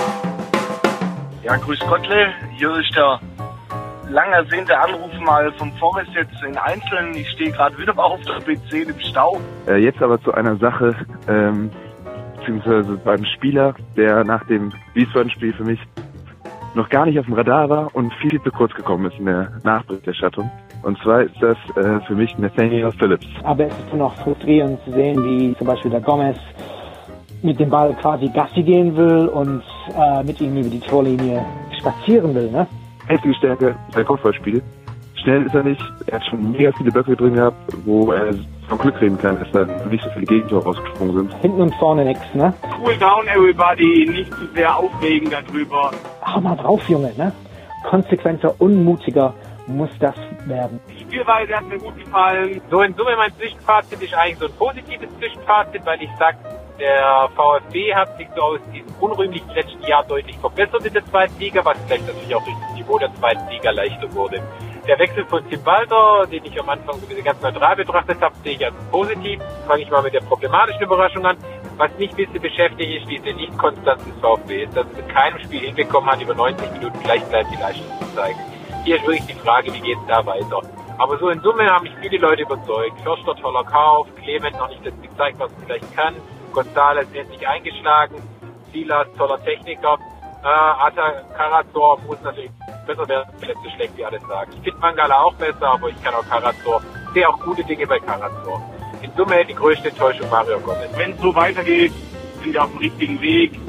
Ja, grüß Gottle. Hier ist der lang ersehnte Anruf mal vom Forest jetzt in Einzelnen. Ich stehe gerade wieder mal auf der B zehn im Stau. Äh, jetzt aber zu einer Sache, ähm, beziehungsweise beim Spieler, der nach dem Wiesbaden-Spiel für mich noch gar nicht auf dem Radar war und viel zu kurz gekommen ist in der Nachberichterstattung. Und zwar ist das äh, für mich Nathaniel Phillips. Aber es ist schon noch frustrierend zu sehen, wie zum Beispiel der Gomez mit dem Ball quasi Gassi gehen will und äh, mit ihm über die Torlinie spazieren will, ne? Einzige Stärke ist ein Kopfballspiel. Schnell ist er nicht. Er hat schon mega viele Böcke drin gehabt, wo er vom Glück reden kann, dass da nicht so viele Gegentore rausgesprungen sind. Hinten und vorne nix, ne? Cool down, everybody. Nicht zu sehr aufregen darüber. Hau mal drauf, Junge, ne? Konsequenter, unmutiger muss das werden. Die Spielweise hat mir gut gefallen. So in Summe mein Zwischenfazit ist eigentlich so ein positives Zwischenfazit, weil ich sag, der VfB hat sich so aus diesem unrühmlichen letzten Jahr deutlich verbessert in der zweiten Liga, was vielleicht natürlich auch durch das Niveau der zweiten Liga leichter wurde. Der Wechsel von Tim Walter, den ich am Anfang so ein bisschen ganz neutral betrachtet habe, sehe ich als positiv. Fange ich mal mit der problematischen Überraschung an. Was mich ein bisschen beschäftigt, ist diese Nicht-Konstanz des VfB, dass es in keinem Spiel hinbekommen hat, über neunzig Minuten gleichbleibend die Leistung zu zeigen. Hier ist wirklich die Frage, wie geht es da weiter? Aber so in Summe haben mich viele Leute überzeugt. Förster toller Kauf, Clement noch nicht das gezeigt, was er vielleicht kann. González endlich eingeschlagen, Silas toller Techniker, äh, Ata Karazor muss natürlich besser werden, nicht so schlecht wie alle sagen. Ich finde Mangala auch besser, aber ich kann auch Karazor, sehe auch gute Dinge bei Karazor. In Summe die größte Enttäuschung Mario Gomez. Wenn es so weitergeht, sind wir auf dem richtigen Weg.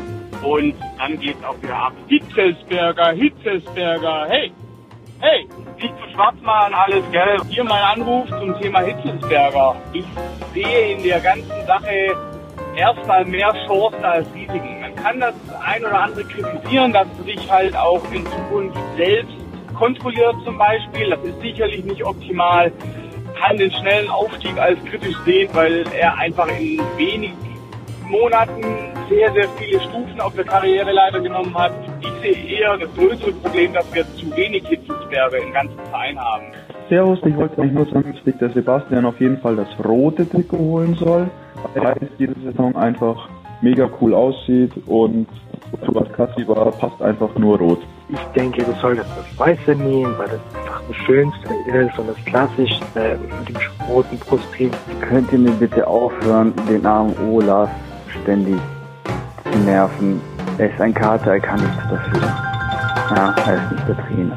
und dann geht's auch wieder ab. Hitzelsberger, Hitzelsberger, hey, hey, nicht zu schwarz machen, alles, gell? Hier mein Anruf zum Thema Hitzelsberger. Ich sehe in der ganzen Sache erstmal mehr Chancen als Risiken. Man kann das ein oder andere kritisieren, dass es sich halt auch in Zukunft selbst kontrolliert zum Beispiel. Das ist sicherlich nicht optimal. Kann den schnellen Aufstieg als kritisch sehen, weil er einfach in wenigen Monaten sehr, sehr viele Stufen auf der Karriereleiter genommen hat. Ich sehe eher das größere Problem, dass wir zu wenig Hitzelsberger im ganzen Verein haben. Servus, ich wollte eigentlich nur sagen, dass der Sebastian auf jeden Fall das rote Trikot holen soll, weil er diese Saison einfach mega cool aussieht und Robert Kassibar passt einfach nur rot. Ich denke, du solltest das Weiße nehmen, weil das einfach das Schönste ist und das klassisch äh, mit dem roten Brustring. Könnt ihr mir bitte aufhören, den armen Olaf ständig zu nerven? Er ist ein Kater, er kann nichts dafür. Ja, er ist nicht der Trainer.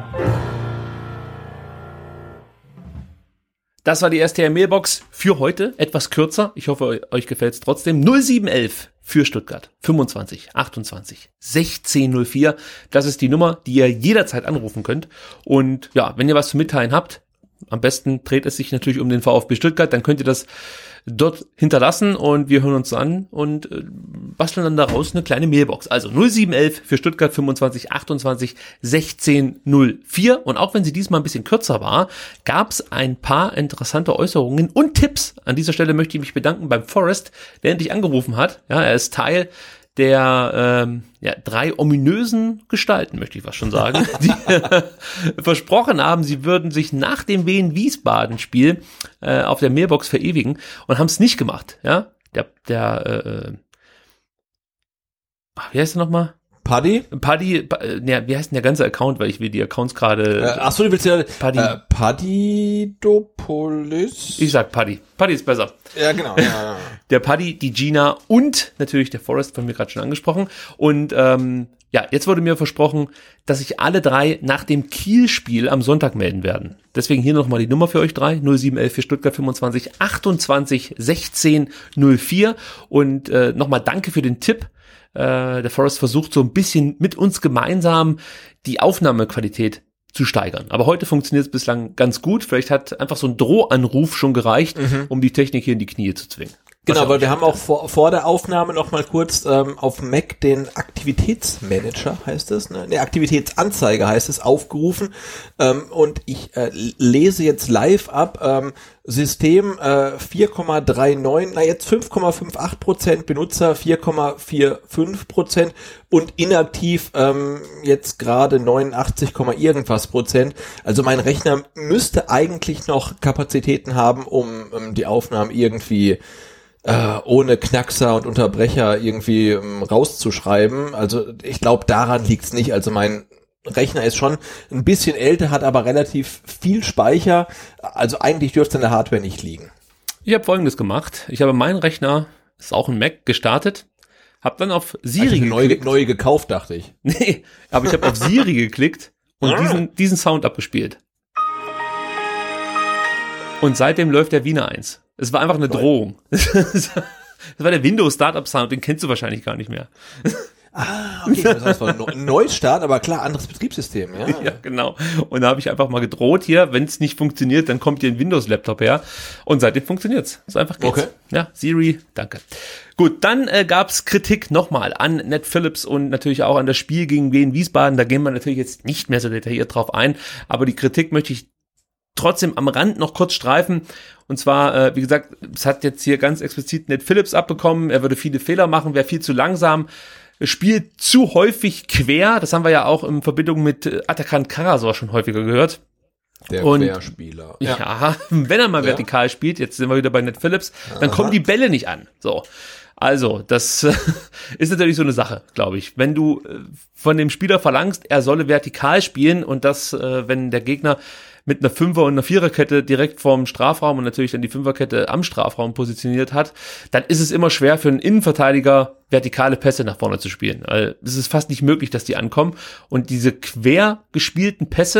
Das war die S T R-Mailbox für heute, etwas kürzer. Ich hoffe, euch gefällt es trotzdem. null sieben elf für Stuttgart, fünfundzwanzig achtundzwanzig sechzehn null vier. Das ist die Nummer, die ihr jederzeit anrufen könnt. Und ja, wenn ihr was zu mitteilen habt, am besten dreht es sich natürlich um den VfB Stuttgart, dann könnt ihr das dort hinterlassen und wir hören uns an und äh, basteln dann daraus eine kleine Mailbox. Also null sieben elf für Stuttgart, fünfundzwanzig achtundzwanzig sechzehn null vier. Und auch wenn sie diesmal ein bisschen kürzer war, gab es ein paar interessante Äußerungen und Tipps. An dieser Stelle möchte ich mich bedanken beim Forrest, der endlich angerufen hat. Ja, er ist Teil der ähm, ja, drei ominösen Gestalten, möchte ich fast schon sagen, die äh, versprochen haben, sie würden sich nach dem Wien-Wiesbaden-Spiel äh, auf der Mailbox verewigen und haben es nicht gemacht. Ja, der, der, äh, ach, wie heißt der nochmal? Paddy? Paddy, äh, ne, wie heißt denn der ganze Account, weil ich will die Accounts gerade... Äh, achso, du willst ja... Paddy. Äh, Paddydopolis? Ich sag Paddy. Paddy ist besser. Ja, genau. Ja, ja. Der Paddy, die Gina und natürlich der Forrest, von mir gerade schon angesprochen. Und ähm, ja, jetzt wurde mir versprochen, dass sich alle drei nach dem Kiel-Spiel am Sonntag melden werden. Deswegen hier nochmal die Nummer für euch drei, null sieben elf für Stuttgart, fünfundzwanzig achtundzwanzig sechzehn null vier. Und äh, nochmal danke für den Tipp. Uh, der Forrest versucht so ein bisschen mit uns gemeinsam die Aufnahmequalität zu steigern. Aber heute funktioniert es bislang ganz gut. Vielleicht hat einfach so ein Drohanruf schon gereicht, mhm. um die Technik hier in die Knie zu zwingen. Genau, weil wir haben auch vor, vor der Aufnahme noch mal kurz ähm, auf Mac den Aktivitätsmanager, heißt es, ne? Der Aktivitätsanzeige heißt es, aufgerufen. Ähm, und ich äh, lese jetzt live ab, ähm, System äh, vier Komma neununddreißig, na jetzt fünf Komma achtundfünfzig Prozent, Benutzer vier Komma fünfundvierzig Prozent und inaktiv ähm, jetzt gerade neunundachtzig, irgendwas Prozent. Also mein Rechner müsste eigentlich noch Kapazitäten haben, um, um die Aufnahmen irgendwie äh, ohne Knackser und Unterbrecher irgendwie ähm, rauszuschreiben. Also ich glaube, daran liegt's nicht. Also mein Rechner ist schon ein bisschen älter, hat aber relativ viel Speicher. Also eigentlich dürfte es an der Hardware nicht liegen. Ich habe Folgendes gemacht. Ich habe meinen Rechner, ist auch ein Mac, gestartet. Hab dann auf Siri also neu, geklickt. Neu gekauft, dachte ich. Nee, aber ich habe auf Siri geklickt und diesen, diesen Sound abgespielt. Und seitdem läuft der Wiener eins. Es war einfach eine Drohung. Das war der Windows Startup Sound, den kennst du wahrscheinlich gar nicht mehr. Ah, okay, das heißt, war ein Neustart, aber klar, anderes Betriebssystem, ja. Ja, genau. Und da habe ich einfach mal gedroht hier, wenn es nicht funktioniert, dann kommt hier ein Windows-Laptop her. Und seitdem funktioniert's. So einfach geht's. Okay. Ja, Siri, danke. Gut, dann äh, gab's Kritik nochmal an Ned Phillips und natürlich auch an das Spiel gegen Wien Wiesbaden. Da gehen wir natürlich jetzt nicht mehr so detailliert drauf ein, aber die Kritik möchte ich trotzdem am Rand noch kurz streifen. Und zwar, äh, wie gesagt, es hat jetzt hier ganz explizit Ned Phillips abbekommen. Er würde viele Fehler machen, wäre viel zu langsam, spielt zu häufig quer. Das haben wir ja auch in Verbindung mit Atakan Karasor schon häufiger gehört. Der Querspieler. Ja, ja, wenn er mal ja. vertikal spielt, jetzt sind wir wieder bei Ned Phillips, dann Aha. kommen die Bälle nicht an. So. Also, das äh, ist natürlich so eine Sache, glaube ich. Wenn du äh, von dem Spieler verlangst, er solle vertikal spielen und das, äh, wenn der Gegner mit einer Fünfer- und einer Viererkette direkt vorm Strafraum und natürlich dann die Fünferkette am Strafraum positioniert hat, dann ist es immer schwer für einen Innenverteidiger, vertikale Pässe nach vorne zu spielen. Also, es ist fast nicht möglich, dass die ankommen. Und diese quer gespielten Pässe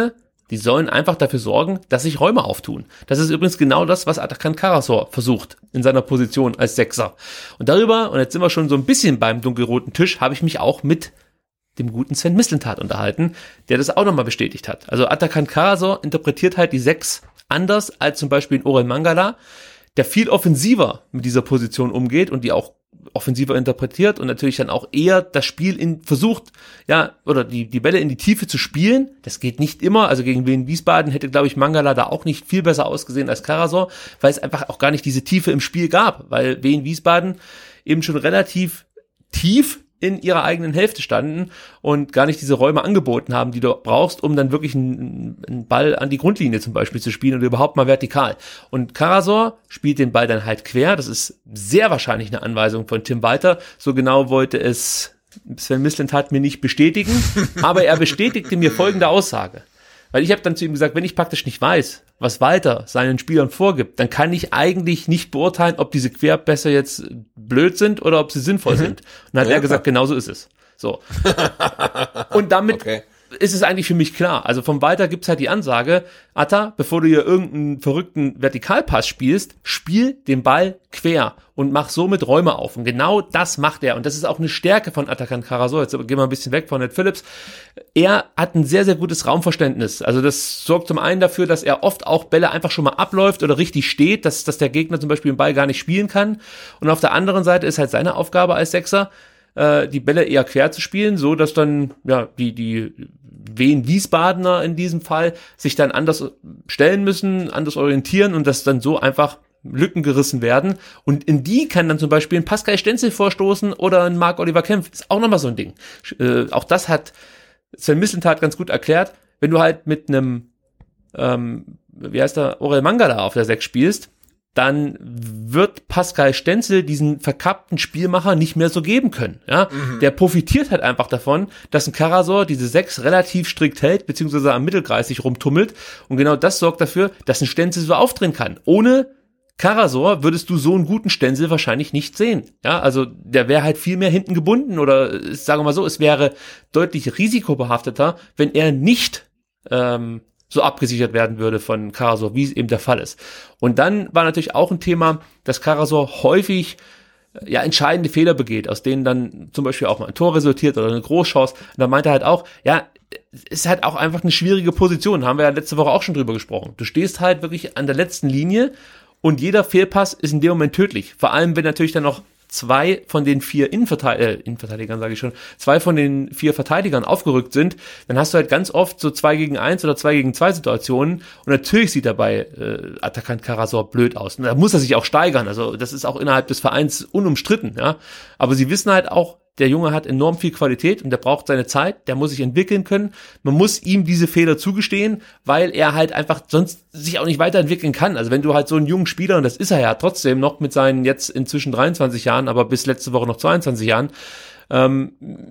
Die sollen einfach dafür sorgen, dass sich Räume auftun. Das ist übrigens genau das, was Atakan Karasor versucht in seiner Position als Sechser. Und darüber, und jetzt sind wir schon so ein bisschen beim dunkelroten Tisch, habe ich mich auch mit dem guten Sven Mislintat unterhalten, der das auch nochmal bestätigt hat. Also Atakan Karasor interpretiert halt die Sechs anders als zum Beispiel Orel Mangala, der viel offensiver mit dieser Position umgeht und die auch offensiver interpretiert und natürlich dann auch eher das Spiel in versucht, ja, oder die die Bälle in die Tiefe zu spielen. Das geht nicht immer. Also gegen Wien Wiesbaden hätte, glaube ich, Mangala da auch nicht viel besser ausgesehen als Karasor, weil es einfach auch gar nicht diese Tiefe im Spiel gab, weil Wien Wiesbaden eben schon relativ tief in ihrer eigenen Hälfte standen und gar nicht diese Räume angeboten haben, die du brauchst, um dann wirklich einen, einen Ball an die Grundlinie zum Beispiel zu spielen oder überhaupt mal vertikal. Und Karasor spielt den Ball dann halt quer. Das ist sehr wahrscheinlich eine Anweisung von Tim Walter. So genau wollte es Sven Mislintat mir nicht bestätigen, aber er bestätigte mir folgende Aussage. Weil ich habe dann zu ihm gesagt, wenn ich praktisch nicht weiß, was Walter seinen Spielern vorgibt, dann kann ich eigentlich nicht beurteilen, ob diese Querpässe jetzt blöd sind oder ob sie sinnvoll mhm. sind. Und dann hat ja, er gesagt, klar. Genauso ist es. So. Und damit okay. ist es eigentlich für mich klar. Also vom Walter gibt's halt die Ansage, Atta, bevor du hier irgendeinen verrückten Vertikalpass spielst, spiel den Ball quer und mach somit Räume auf. Und genau das macht er. Und das ist auch eine Stärke von Atakan Karasor. Jetzt gehen wir ein bisschen weg von Ned Phillips. Er hat ein sehr, sehr gutes Raumverständnis. Also das sorgt zum einen dafür, dass er oft auch Bälle einfach schon mal abläuft oder richtig steht, dass, dass der Gegner zum Beispiel den Ball gar nicht spielen kann. Und auf der anderen Seite ist halt seine Aufgabe als Sechser, die Bälle eher quer zu spielen, so dass dann ja die die Wien Wiesbadener in diesem Fall sich dann anders stellen müssen, anders orientieren und dass dann so einfach Lücken gerissen werden. Und in die kann dann zum Beispiel ein Pascal Stenzel vorstoßen oder ein Marc-Oliver Kempf. Ist auch nochmal so ein Ding. Äh, auch das hat Sven Mislintat ganz gut erklärt. Wenn du halt mit einem, ähm, wie heißt der, Orel Mangala auf der Sechs spielst, dann wird Pascal Stenzel diesen verkappten Spielmacher nicht mehr so geben können. Ja, mhm. Der profitiert halt einfach davon, dass ein Karasor diese Sechs relativ strikt hält, beziehungsweise am Mittelkreis sich rumtummelt. Und genau das sorgt dafür, dass ein Stenzel so aufdrehen kann. Ohne Karasor würdest du so einen guten Stenzel wahrscheinlich nicht sehen. Ja, also der wäre halt viel mehr hinten gebunden oder sagen wir mal so, es wäre deutlich risikobehafteter, wenn er nicht ähm, so abgesichert werden würde von Karasor, wie es eben der Fall ist. Und dann war natürlich auch ein Thema, dass Karasor häufig ja entscheidende Fehler begeht, aus denen dann zum Beispiel auch mal ein Tor resultiert oder eine Großchance. Und da meinte er halt auch, ja, es ist halt auch einfach eine schwierige Position, haben wir ja letzte Woche auch schon drüber gesprochen. Du stehst halt wirklich an der letzten Linie und jeder Fehlpass ist in dem Moment tödlich. Vor allem, wenn natürlich dann noch zwei von den vier Innenverteidigern, äh, Innenverteidigern sage ich schon, zwei von den vier Verteidigern aufgerückt sind, dann hast du halt ganz oft so zwei gegen eins oder zwei gegen zwei Situationen und natürlich sieht dabei äh, Atakan Karasor blöd aus. Und da muss er sich auch steigern, also das ist auch innerhalb des Vereins unumstritten, ja. Aber sie wissen halt auch, der Junge hat enorm viel Qualität und der braucht seine Zeit, der muss sich entwickeln können. Man muss ihm diese Fehler zugestehen, weil er halt einfach sonst sich auch nicht weiterentwickeln kann. Also wenn du halt so einen jungen Spieler, und das ist er ja trotzdem noch mit seinen jetzt inzwischen dreiundzwanzig Jahren, aber bis letzte Woche noch zweiundzwanzig Jahren, ähm,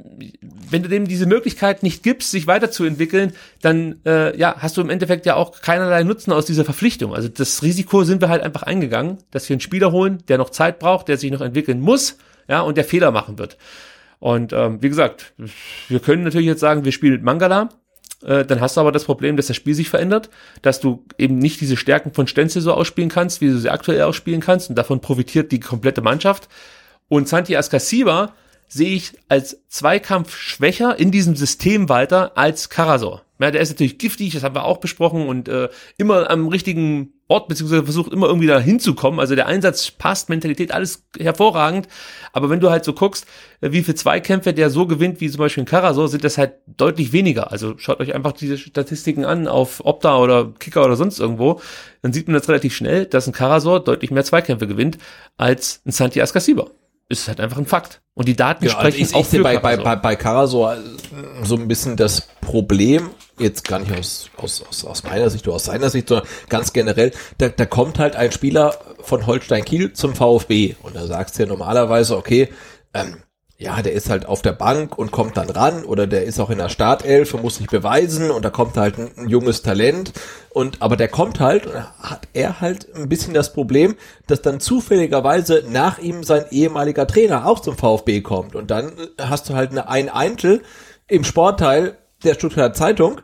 wenn du dem diese Möglichkeit nicht gibst, sich weiterzuentwickeln, dann äh, ja hast du im Endeffekt ja auch keinerlei Nutzen aus dieser Verpflichtung. Also das Risiko sind wir halt einfach eingegangen, dass wir einen Spieler holen, der noch Zeit braucht, der sich noch entwickeln muss, ja, und der Fehler machen wird. Und ähm, wie gesagt, wir können natürlich jetzt sagen, wir spielen mit Mangala, äh, dann hast du aber das Problem, dass das Spiel sich verändert, dass du eben nicht diese Stärken von Stenzel so ausspielen kannst, wie du sie aktuell ausspielen kannst, und davon profitiert die komplette Mannschaft. Und Santi Askasiba sehe ich als Zweikampf schwächer in diesem System weiter als Karasor. Ja, der ist natürlich giftig, das haben wir auch besprochen, und äh, immer am richtigen Ort, beziehungsweise versucht immer irgendwie da hinzukommen. Also der Einsatz passt, Mentalität, alles hervorragend. Aber wenn du halt so guckst, wie viele Zweikämpfe der so gewinnt, wie zum Beispiel in Karasor, sind das halt deutlich weniger. Also schaut euch einfach diese Statistiken an auf Opta oder Kicker oder sonst irgendwo. Dann sieht man das relativ schnell, dass ein Karasor deutlich mehr Zweikämpfe gewinnt als ein Santi Askasiba. Ist halt einfach ein Fakt. Und die Daten genau, sprechen also ich, auch ich sehe für bei, Karasor. bei, bei Karasor so ein bisschen das Problem, jetzt gar nicht aus, aus, aus, aus meiner Sicht oder aus seiner Sicht, sondern ganz generell, da, da kommt halt ein Spieler von Holstein Kiel zum VfB und da sagst du ja normalerweise, okay, ähm, ja, der ist halt auf der Bank und kommt dann ran, oder der ist auch in der Startelf und muss sich beweisen, und da kommt halt ein, ein junges Talent, und aber der kommt halt, und hat er halt ein bisschen das Problem, dass dann zufälligerweise nach ihm sein ehemaliger Trainer auch zum VfB kommt, und dann hast du halt eine ein Eintel im Sportteil der Stuttgarter Zeitung,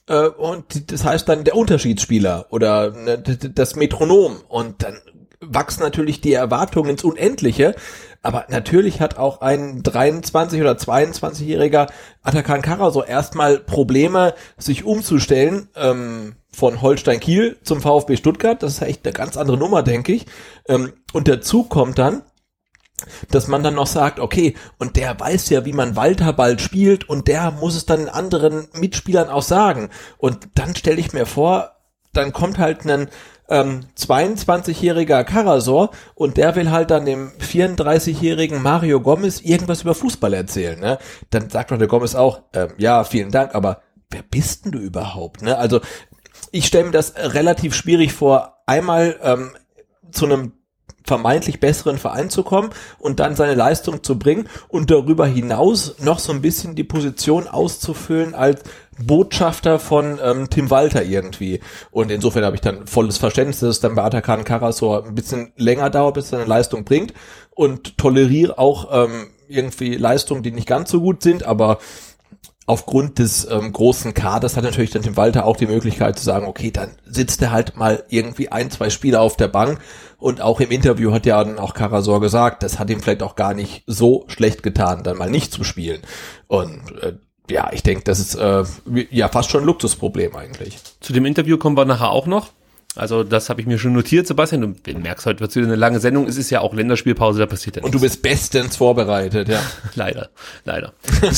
äh, und das heißt dann der Unterschiedsspieler oder ne, das Metronom und dann wachsen natürlich die Erwartungen ins Unendliche, aber natürlich hat auch ein dreiundzwanzig- oder zweiundzwanzigjähriger Atakan Karasor erstmal Probleme, sich umzustellen ähm, von Holstein Kiel zum VfB Stuttgart. Das ist ja echt eine ganz andere Nummer, denke ich. Ähm, und dazu kommt dann, dass man dann noch sagt, okay, und der weiß ja, wie man Walterball spielt und der muss es dann den anderen Mitspielern auch sagen. Und dann stelle ich mir vor, dann kommt halt ein ähm, zweiundzwanzigjähriger Karasor und der will halt dann dem vierunddreißigjährigen Mario Gomez irgendwas über Fußball erzählen. Ne? Dann sagt doch der Gomez auch, äh, ja, vielen Dank, aber wer bist denn du überhaupt? Ne? Also ich stelle mir das relativ schwierig vor, einmal ähm, zu einem vermeintlich besseren Verein zu kommen und dann seine Leistung zu bringen und darüber hinaus noch so ein bisschen die Position auszufüllen als Botschafter von ähm, Tim Walter irgendwie. Und insofern habe ich dann volles Verständnis, dass es dann bei Atakan Karasor ein bisschen länger dauert, bis er eine Leistung bringt und toleriere auch ähm, irgendwie Leistungen, die nicht ganz so gut sind, aber aufgrund des ähm, großen Kaders hat natürlich dann Tim Walter auch die Möglichkeit zu sagen, okay, dann sitzt er halt mal irgendwie ein, zwei Spieler auf der Bank und auch im Interview hat ja dann auch Karasor gesagt, das hat ihm vielleicht auch gar nicht so schlecht getan, dann mal nicht zu spielen. Und äh, ja, ich denke, das ist äh, ja fast schon ein Luxusproblem eigentlich. Zu dem Interview kommen wir nachher auch noch. Also das habe ich mir schon notiert, Sebastian. Du merkst, heute wird es wieder eine lange Sendung. Es ist ja auch Länderspielpause, da passiert ja nichts. Und du bist bestens vorbereitet, ja. leider, leider.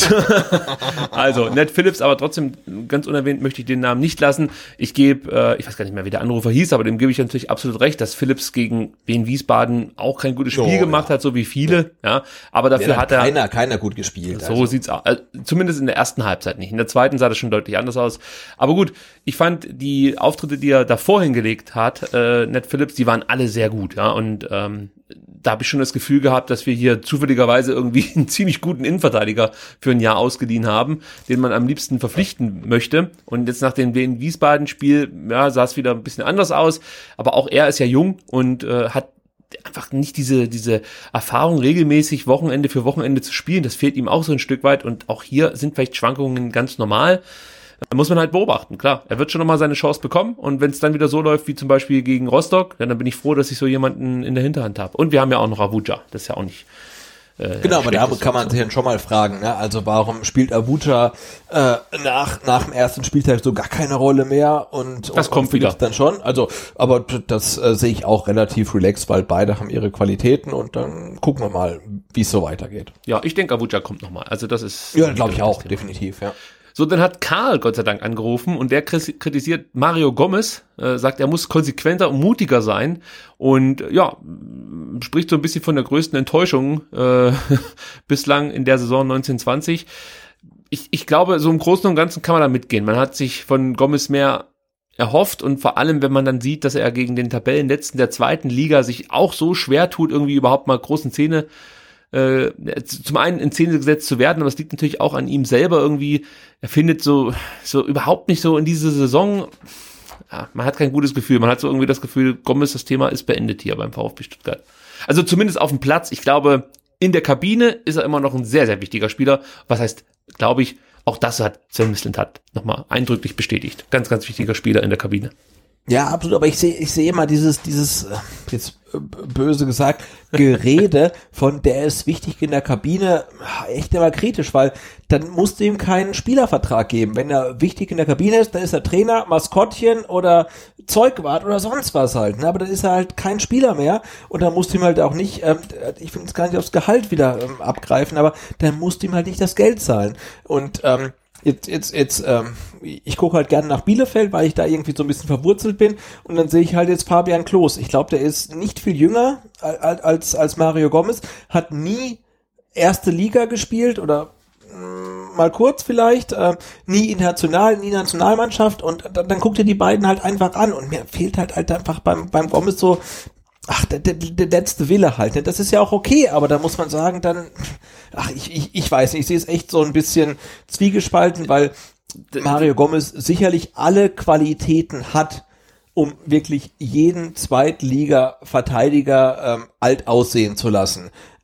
Also, Ned Phillips, aber trotzdem ganz unerwähnt möchte ich den Namen nicht lassen. Ich gebe, äh, ich weiß gar nicht mehr, wie der Anrufer hieß, aber dem gebe ich natürlich absolut recht, dass Phillips gegen Wien Wiesbaden auch kein gutes Spiel oh, gemacht ja. hat, so wie viele. Ja, aber dafür ja, hat er keiner, keiner gut gespielt. So also. sieht's aus. Also, zumindest in der ersten Halbzeit nicht. In der zweiten sah das schon deutlich anders aus. Aber gut, ich fand die Auftritte, die er davor hingelegt hat, äh, Ned Phillips, die waren alle sehr gut, ja, und ähm, da habe ich schon das Gefühl gehabt, dass wir hier zufälligerweise irgendwie einen ziemlich guten Innenverteidiger für ein Jahr ausgeliehen haben, den man am liebsten verpflichten möchte. Und jetzt nach dem Wien-Wiesbaden-Spiel, ja, sah es wieder ein bisschen anders aus, aber auch er ist ja jung und äh, hat einfach nicht diese diese Erfahrung, regelmäßig Wochenende für Wochenende zu spielen. Das fehlt ihm auch so ein Stück weit und auch hier sind vielleicht Schwankungen ganz normal. Da muss man halt beobachten, klar. Er wird schon nochmal seine Chance bekommen und wenn es dann wieder so läuft wie zum Beispiel gegen Rostock, ja, dann bin ich froh, dass ich so jemanden in der Hinterhand habe. Und wir haben ja auch noch Avuja, das ist ja auch nicht äh, genau, aber da kann man sich dann schon mal fragen, ne? Also warum spielt Avuja äh, nach nach dem ersten Spieltag so gar keine Rolle mehr und das und, kommt und wieder dann schon. Also, aber das äh, sehe ich auch relativ relaxed, weil beide haben ihre Qualitäten und dann gucken wir mal, wie es so weitergeht. Ja, ich denke, Avuja kommt nochmal. Also das ist ja, glaube ich auch, definitiv, ja. So, dann hat Karl Gott sei Dank angerufen und der kritisiert Mario Gomez, äh, sagt, er muss konsequenter und mutiger sein und ja, spricht so ein bisschen von der größten Enttäuschung äh, bislang in der Saison neunzehn zwanzig. Ich, ich glaube, so im Großen und Ganzen kann man da mitgehen. Man hat sich von Gomez mehr erhofft und vor allem, wenn man dann sieht, dass er gegen den Tabellenletzten der zweiten Liga sich auch so schwer tut, irgendwie überhaupt mal großen Szene Äh, zum einen in Szene gesetzt zu werden, aber es liegt natürlich auch an ihm selber irgendwie. Er findet so so überhaupt nicht so in diese Saison, ja, man hat kein gutes Gefühl, man hat so irgendwie das Gefühl, Gomez, das Thema ist beendet hier beim VfB Stuttgart. Also zumindest auf dem Platz, ich glaube, in der Kabine ist er immer noch ein sehr, sehr wichtiger Spieler. Was heißt, glaube ich, auch das hat Sven Mislintat nochmal eindrücklich bestätigt. Ganz, ganz wichtiger Spieler in der Kabine. Ja, absolut, aber ich sehe ich sehe immer dieses, dieses, jetzt böse gesagt, Gerede von der ist wichtig in der Kabine, echt immer kritisch, weil dann musst du ihm keinen Spielervertrag geben. Wenn er wichtig in der Kabine ist, dann ist er Trainer, Maskottchen oder Zeugwart oder sonst was halt, ne? Aber dann ist er halt kein Spieler mehr und dann musst du ihm halt auch nicht, ähm, ich will jetzt gar nicht aufs Gehalt wieder ähm, abgreifen, aber dann musst du ihm halt nicht das Geld zahlen. Und ähm, Jetzt, jetzt, jetzt, ähm, ich gucke halt gerne nach Bielefeld, weil ich da irgendwie so ein bisschen verwurzelt bin und dann sehe ich halt jetzt Fabian Klos. Ich glaube, der ist nicht viel jünger als, als Mario Gomez, hat nie erste Liga gespielt oder mh, mal kurz vielleicht, äh, nie international, nie Nationalmannschaft und dann, dann guckt ihr die beiden halt einfach an und mir fehlt halt halt einfach beim, beim Gomez so, ach, der, der, der letzte Wille halt, ne? Das ist ja auch okay, aber da muss man sagen, dann, ach, ich, ich, ich weiß nicht, ich sehe es echt so ein bisschen zwiegespalten, weil Mario Gomez sicherlich alle Qualitäten hat, um wirklich jeden Zweitliga-Verteidiger ähm, alt aussehen zu lassen.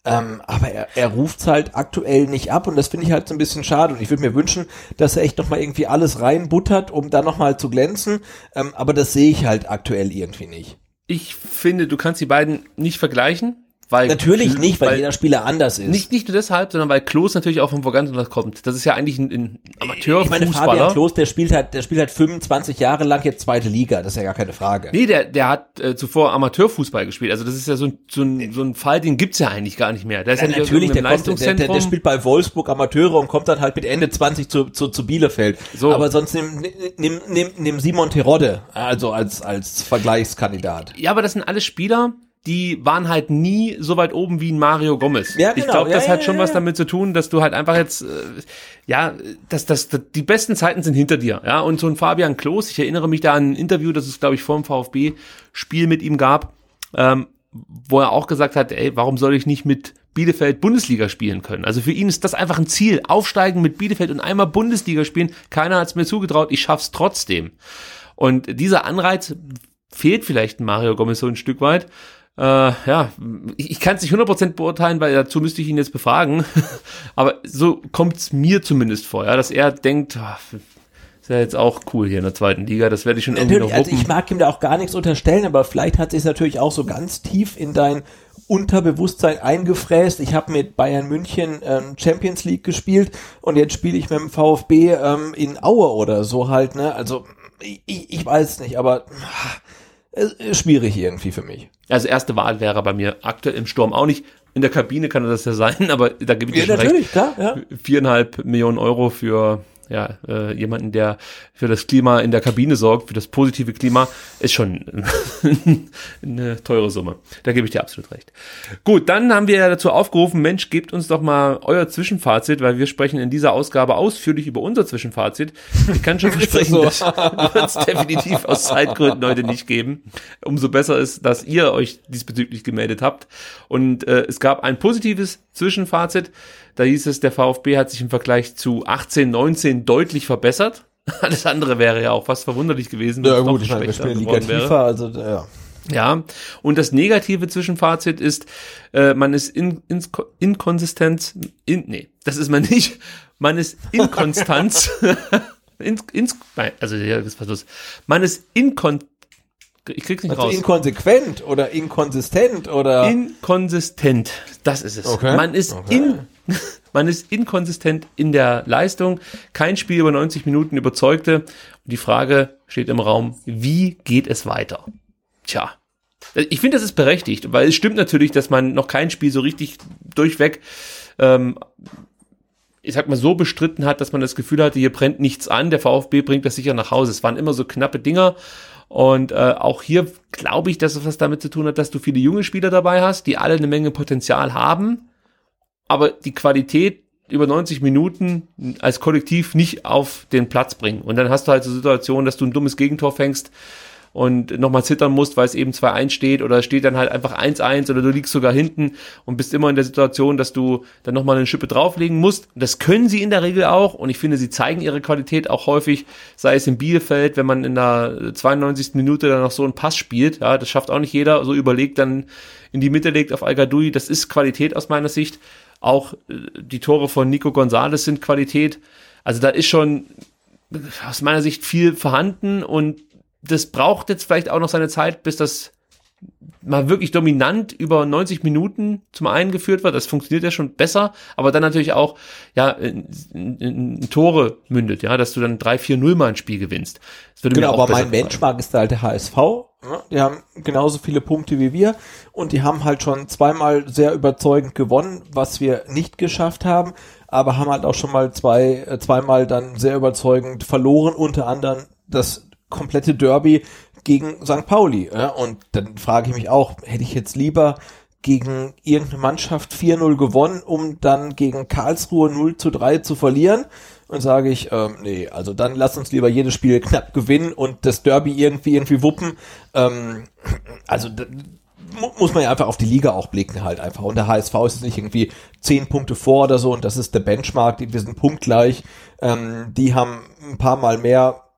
Ähm, aber er, er ruft's halt aktuell nicht ab und das finde ich halt so ein bisschen schade und ich würde mir wünschen, dass er echt nochmal irgendwie alles reinbuttert, um dann nochmal zu glänzen, ähm, aber das sehe ich halt aktuell irgendwie nicht. Ich finde, du kannst die beiden nicht vergleichen. Weil natürlich nicht, weil, weil jeder Spieler anders ist. Nicht, nicht nur deshalb, sondern weil Klose natürlich auch vom Vorganden kommt. Das ist ja eigentlich ein, ein Amateurfußballer. Ich meine, Fabian Klose, der spielt halt, der spielt halt fünfundzwanzig Jahre lang jetzt zweite Liga. Das ist ja gar keine Frage. Nee, der, der hat äh, zuvor Amateurfußball gespielt. Also das ist ja so ein, so ein, so ein Fall, den gibt's ja eigentlich gar nicht mehr. Der ist ja, ja nicht natürlich, der, kommt, der, der, der spielt bei Wolfsburg Amateure und kommt dann halt mit Ende zwanzig zu, zu, zu Bielefeld. So. Aber sonst nimm, nimm, nimm, nimm Simon Terodde, also als, als Vergleichskandidat. Ja, aber das sind alles Spieler, die waren halt nie so weit oben wie ein Mario Gomez. Ja, genau. Ich glaube, das ja, hat schon ja, was ja. damit zu tun, dass du halt einfach jetzt, äh, ja, dass das, das die besten Zeiten sind hinter dir. Ja, und so ein Fabian Klos, ich erinnere mich da an ein Interview, das es, glaube ich, vor dem VfB-Spiel mit ihm gab, ähm, wo er auch gesagt hat, ey, warum soll ich nicht mit Bielefeld Bundesliga spielen können? Also für ihn ist das einfach ein Ziel, aufsteigen mit Bielefeld und einmal Bundesliga spielen. Keiner hat es mir zugetraut, ich schaff's trotzdem. Und dieser Anreiz fehlt vielleicht Mario Gomez so ein Stück weit. Äh, ja, ich, ich kann es nicht hundert Prozent beurteilen, weil dazu müsste ich ihn jetzt befragen. Aber so kommt es mir zumindest vor, ja, dass er denkt, oh, ist ja jetzt auch cool hier in der zweiten Liga, das werde ich schon irgendwie natürlich, noch wuppen. Also ich mag ihm da auch gar nichts unterstellen, aber vielleicht hat sich natürlich auch so ganz tief in dein Unterbewusstsein eingefräst. Ich habe mit Bayern München ähm, Champions League gespielt und jetzt spiele ich mit dem VfB ähm, in Aue oder so halt, ne? Also ich, ich weiß nicht, aber es ist schwierig irgendwie für mich. Also erste Wahl wäre bei mir aktuell im Sturm auch nicht. In der Kabine kann das ja sein, aber da gebe ich dir ja, schon natürlich, recht. Klar, ja. Viereinhalb Millionen Euro für ja äh, jemanden, der für das Klima in der Kabine sorgt, für das positive Klima, ist schon eine teure Summe. Da gebe ich dir absolut recht. Gut, dann haben wir ja dazu aufgerufen, Mensch, gebt uns doch mal euer Zwischenfazit, weil wir sprechen in dieser Ausgabe ausführlich über unser Zwischenfazit. Ich kann schon versprechen, so? Das wird es definitiv aus Zeitgründen heute nicht geben. Umso besser ist, dass ihr euch diesbezüglich gemeldet habt. Und äh, es gab ein positives Zwischenfazit. Da hieß es, der VfB hat sich im Vergleich zu achtzehn, neunzehn deutlich verbessert. Alles andere wäre ja auch fast verwunderlich gewesen. Ja gut, ich meine, wir spielen Liga tiefer, also ja. Ja, und das negative Zwischenfazit ist, äh, man ist in, in, inkonsistent, in, nee, das ist man nicht, man ist inkonstant, in, in, nein, also ja, das war los. Man ist inkon, ich krieg's nicht also raus. Inkonsequent oder inkonsistent oder? Inkonsistent, das ist es. Okay. Man ist okay. in, man ist inkonsistent in der Leistung. Kein Spiel über neunzig Minuten überzeugte. Und die Frage steht im Raum, wie geht es weiter? Tja, ich finde, das ist berechtigt, weil es stimmt natürlich, dass man noch kein Spiel so richtig durchweg, ähm, ich sag mal, so bestritten hat, dass man das Gefühl hatte, hier brennt nichts an, der VfB bringt das sicher nach Hause. Es waren immer so knappe Dinger. Und äh, auch hier glaube ich, dass es was damit zu tun hat, dass du viele junge Spieler dabei hast, die alle eine Menge Potenzial haben, aber die Qualität über neunzig Minuten als Kollektiv nicht auf den Platz bringen. Und dann hast du halt so Situationen, dass du ein dummes Gegentor fängst und nochmal zittern musst, weil es eben zwei eins steht oder es steht dann halt einfach eins eins oder du liegst sogar hinten und bist immer in der Situation, dass du dann nochmal eine Schippe drauflegen musst. Und das können sie in der Regel auch und ich finde, sie zeigen ihre Qualität auch häufig, sei es in Bielefeld, wenn man in der zweiundneunzigsten Minute dann noch so einen Pass spielt, ja, das schafft auch nicht jeder, so überlegt dann in die Mitte legt auf Al-Gadoui, das ist Qualität aus meiner Sicht. Auch die Tore von Nico González sind Qualität. Also da ist schon aus meiner Sicht viel vorhanden und das braucht jetzt vielleicht auch noch seine Zeit, bis das mal wirklich dominant über neunzig Minuten zum einen geführt wird. Das funktioniert ja schon besser, aber dann natürlich auch ja in, in, in Tore mündet, ja, dass du dann drei vier null mal ein Spiel gewinnst. Das würde genau, mir auch aber mein Benchmark ist halt der H S V. Die haben genauso viele Punkte wie wir und die haben halt schon zweimal sehr überzeugend gewonnen, was wir nicht geschafft haben, aber haben halt auch schon mal zwei, äh, zweimal dann sehr überzeugend verloren, unter anderem das komplette Derby gegen Sankt Pauli. Ja? Und dann frage ich mich auch, hätte ich jetzt lieber gegen irgendeine Mannschaft vier null gewonnen, um dann gegen Karlsruhe null zu drei zu verlieren? Und sage ich, ähm, nee, also dann lass uns lieber jedes Spiel knapp gewinnen und das Derby irgendwie irgendwie wuppen. Ähm, also da, mu- muss man ja einfach auf die Liga auch blicken halt einfach. Und der H S V ist nicht irgendwie zehn Punkte vor oder so und das ist der Benchmark, die, wir sind punktgleich. Ähm, die haben ein paar Mal mehr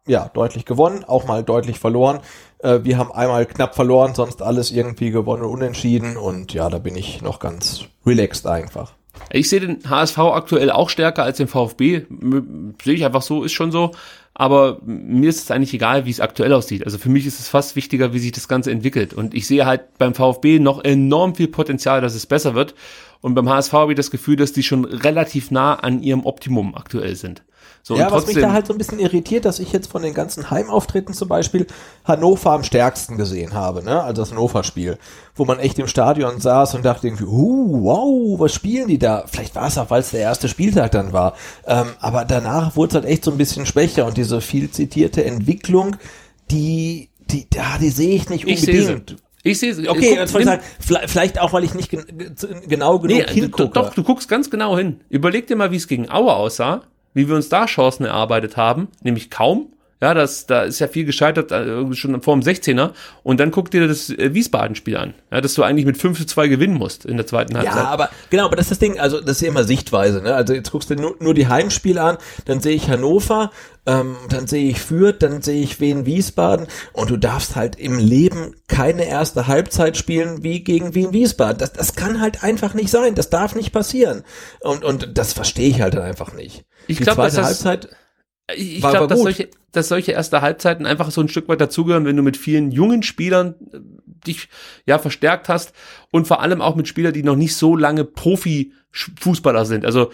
ja deutlich gewonnen, auch mal deutlich verloren. Äh, wir haben einmal knapp verloren, sonst alles irgendwie gewonnen und unentschieden. Und ja, da bin ich noch ganz relaxed einfach. Ich sehe den H S V aktuell auch stärker als den VfB. M- sehe ich einfach so, ist schon so. Aber mir ist es eigentlich egal, wie es aktuell aussieht. Also für mich ist es fast wichtiger, wie sich das Ganze entwickelt. Und ich sehe halt beim VfB noch enorm viel Potenzial, dass es besser wird. Und beim H S V habe ich das Gefühl, dass die schon relativ nah an ihrem Optimum aktuell sind. So, ja, und was trotzdem, mich da halt so ein bisschen irritiert, dass ich jetzt von den ganzen Heimauftritten zum Beispiel Hannover am stärksten gesehen habe, ne? Also das Hannover-Spiel, wo man echt im Stadion saß und dachte irgendwie, uh, wow, was spielen die da? Vielleicht war es auch, weil es der erste Spieltag dann war. Ähm, aber danach wurde es halt echt so ein bisschen schwächer und diese viel zitierte Entwicklung, die, die, ja, die sehe ich nicht unbedingt. Ich sehe es. Okay, jetzt wollte ich sagen, vielleicht auch, weil ich nicht gen- genau genug nee, hingucke. Doch, du guckst ganz genau hin. Überleg dir mal, wie es gegen Aue aussah, wie wir uns da Chancen erarbeitet haben, nämlich kaum. Ja, das, da ist ja viel gescheitert, äh, schon vor dem sechzehner. Und dann guck dir das äh, Wiesbaden-Spiel an, ja, dass du eigentlich mit fünf zu zwei gewinnen musst in der zweiten Halbzeit. Ja, aber genau, aber das ist das Ding, also das ist ja immer Sichtweise, ne? Also jetzt guckst du nur, nur die Heimspiele an, dann sehe ich Hannover, ähm, dann sehe ich Fürth, dann sehe ich Wien Wiesbaden und du darfst halt im Leben keine erste Halbzeit spielen wie gegen Wien Wiesbaden. Das, das kann halt einfach nicht sein, das darf nicht passieren. Und, und das verstehe ich halt einfach nicht. Ich die glaube, zweite dass das, Halbzeit ich war, glaube, war dass gut. solche, dass solche erste Halbzeiten einfach so ein Stück weit dazugehören, wenn du mit vielen jungen Spielern äh, dich ja verstärkt hast und vor allem auch mit Spielern, die noch nicht so lange Profi-Fußballer sind. Also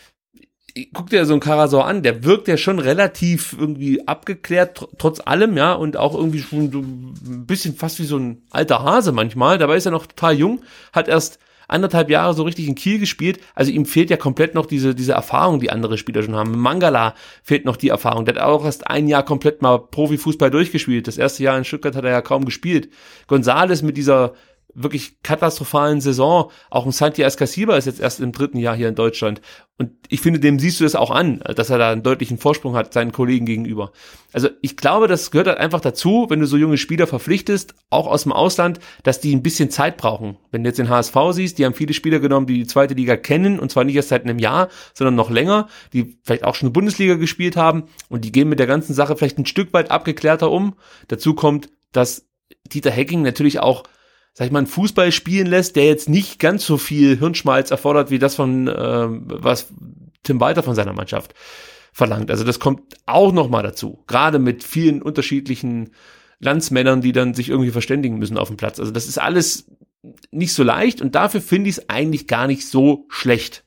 guck dir so einen Karasor an, der wirkt ja schon relativ irgendwie abgeklärt, tr- trotz allem, ja, und auch irgendwie schon so ein bisschen fast wie so ein alter Hase manchmal. Dabei ist er noch total jung, hat erst anderthalb Jahre so richtig in Kiel gespielt, also ihm fehlt ja komplett noch diese diese Erfahrung, die andere Spieler schon haben. Mangala fehlt noch die Erfahrung, der hat auch erst ein Jahr komplett mal Profifußball durchgespielt. Das erste Jahr in Stuttgart hat er ja kaum gespielt. González mit dieser wirklich katastrophalen Saison, auch ein Santi Escasiba ist jetzt erst im dritten Jahr hier in Deutschland und ich finde, dem siehst du das auch an, dass er da einen deutlichen Vorsprung hat seinen Kollegen gegenüber. Also ich glaube, das gehört halt einfach dazu, wenn du so junge Spieler verpflichtest, auch aus dem Ausland, dass die ein bisschen Zeit brauchen. Wenn du jetzt den H S V siehst, die haben viele Spieler genommen, die die zweite Liga kennen und zwar nicht erst seit einem Jahr, sondern noch länger, die vielleicht auch schon eine Bundesliga gespielt haben und die gehen mit der ganzen Sache vielleicht ein Stück weit abgeklärter um. Dazu kommt, dass Dieter Hecking natürlich auch, sag ich mal, einen Fußball spielen lässt, der jetzt nicht ganz so viel Hirnschmalz erfordert, wie das von, äh, was Tim Walter von seiner Mannschaft verlangt. Also das kommt auch nochmal dazu. Gerade mit vielen unterschiedlichen Landsmännern, die dann sich irgendwie verständigen müssen auf dem Platz. Also das ist alles nicht so leicht und dafür finde ich es eigentlich gar nicht so schlecht.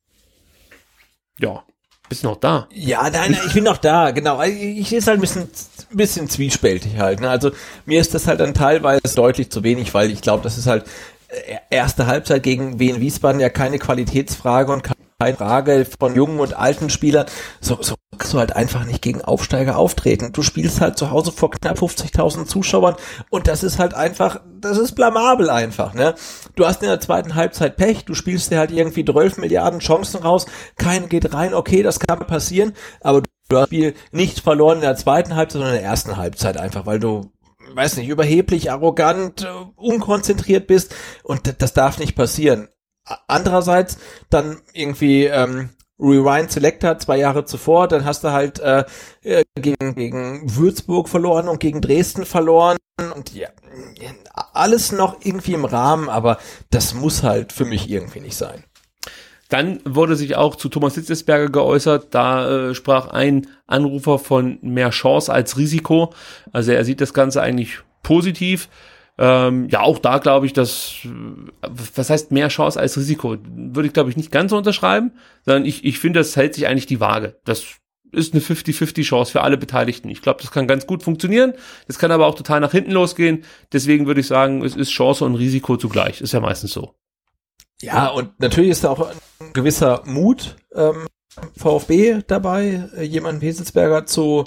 Ja. Bist du noch da? Ja, nein, ich bin noch da, genau. Ich sehe es halt ein bisschen, ein bisschen zwiespältig halt. Ne? Also mir ist das halt dann teilweise deutlich zu wenig, weil ich glaube, das ist halt erste Halbzeit gegen Wien Wiesbaden ja keine Qualitätsfrage und keine Frage von jungen und alten Spielern. So, so kannst du halt einfach nicht gegen Aufsteiger auftreten. Du spielst halt zu Hause vor knapp fünfzigtausend Zuschauern und das ist halt einfach, das ist blamabel einfach, ne? Du hast in der zweiten Halbzeit Pech, du spielst dir halt irgendwie zwölf Milliarden Chancen raus, keine geht rein, okay, das kann passieren, aber du hast das Spiel nicht verloren in der zweiten Halbzeit, sondern in der ersten Halbzeit einfach, weil du, weiß nicht, überheblich, arrogant, unkonzentriert bist und das darf nicht passieren. Andererseits dann irgendwie ähm, Rewind Selector zwei Jahre zuvor, dann hast du halt äh, gegen, gegen Würzburg verloren und gegen Dresden verloren und ja, alles noch irgendwie im Rahmen, aber das muss halt für mich irgendwie nicht sein. Dann wurde sich auch zu Thomas Hitzelsberger geäußert, da äh, sprach ein Anrufer von mehr Chance als Risiko, also er sieht das Ganze eigentlich positiv. Ähm, ja, auch da glaube ich, dass, was heißt mehr Chance als Risiko, würde ich glaube ich nicht ganz so unterschreiben, sondern ich, ich finde, das hält sich eigentlich die Waage. Das ist eine fünfzig fünfzig Chance für alle Beteiligten. Ich glaube, das kann ganz gut funktionieren, das kann aber auch total nach hinten losgehen, deswegen würde ich sagen, es ist Chance und Risiko zugleich, ist ja meistens so. Ja, und natürlich ist da auch ein gewisser Mut ähm, VfB dabei, jemanden wie Hitzelsberger zu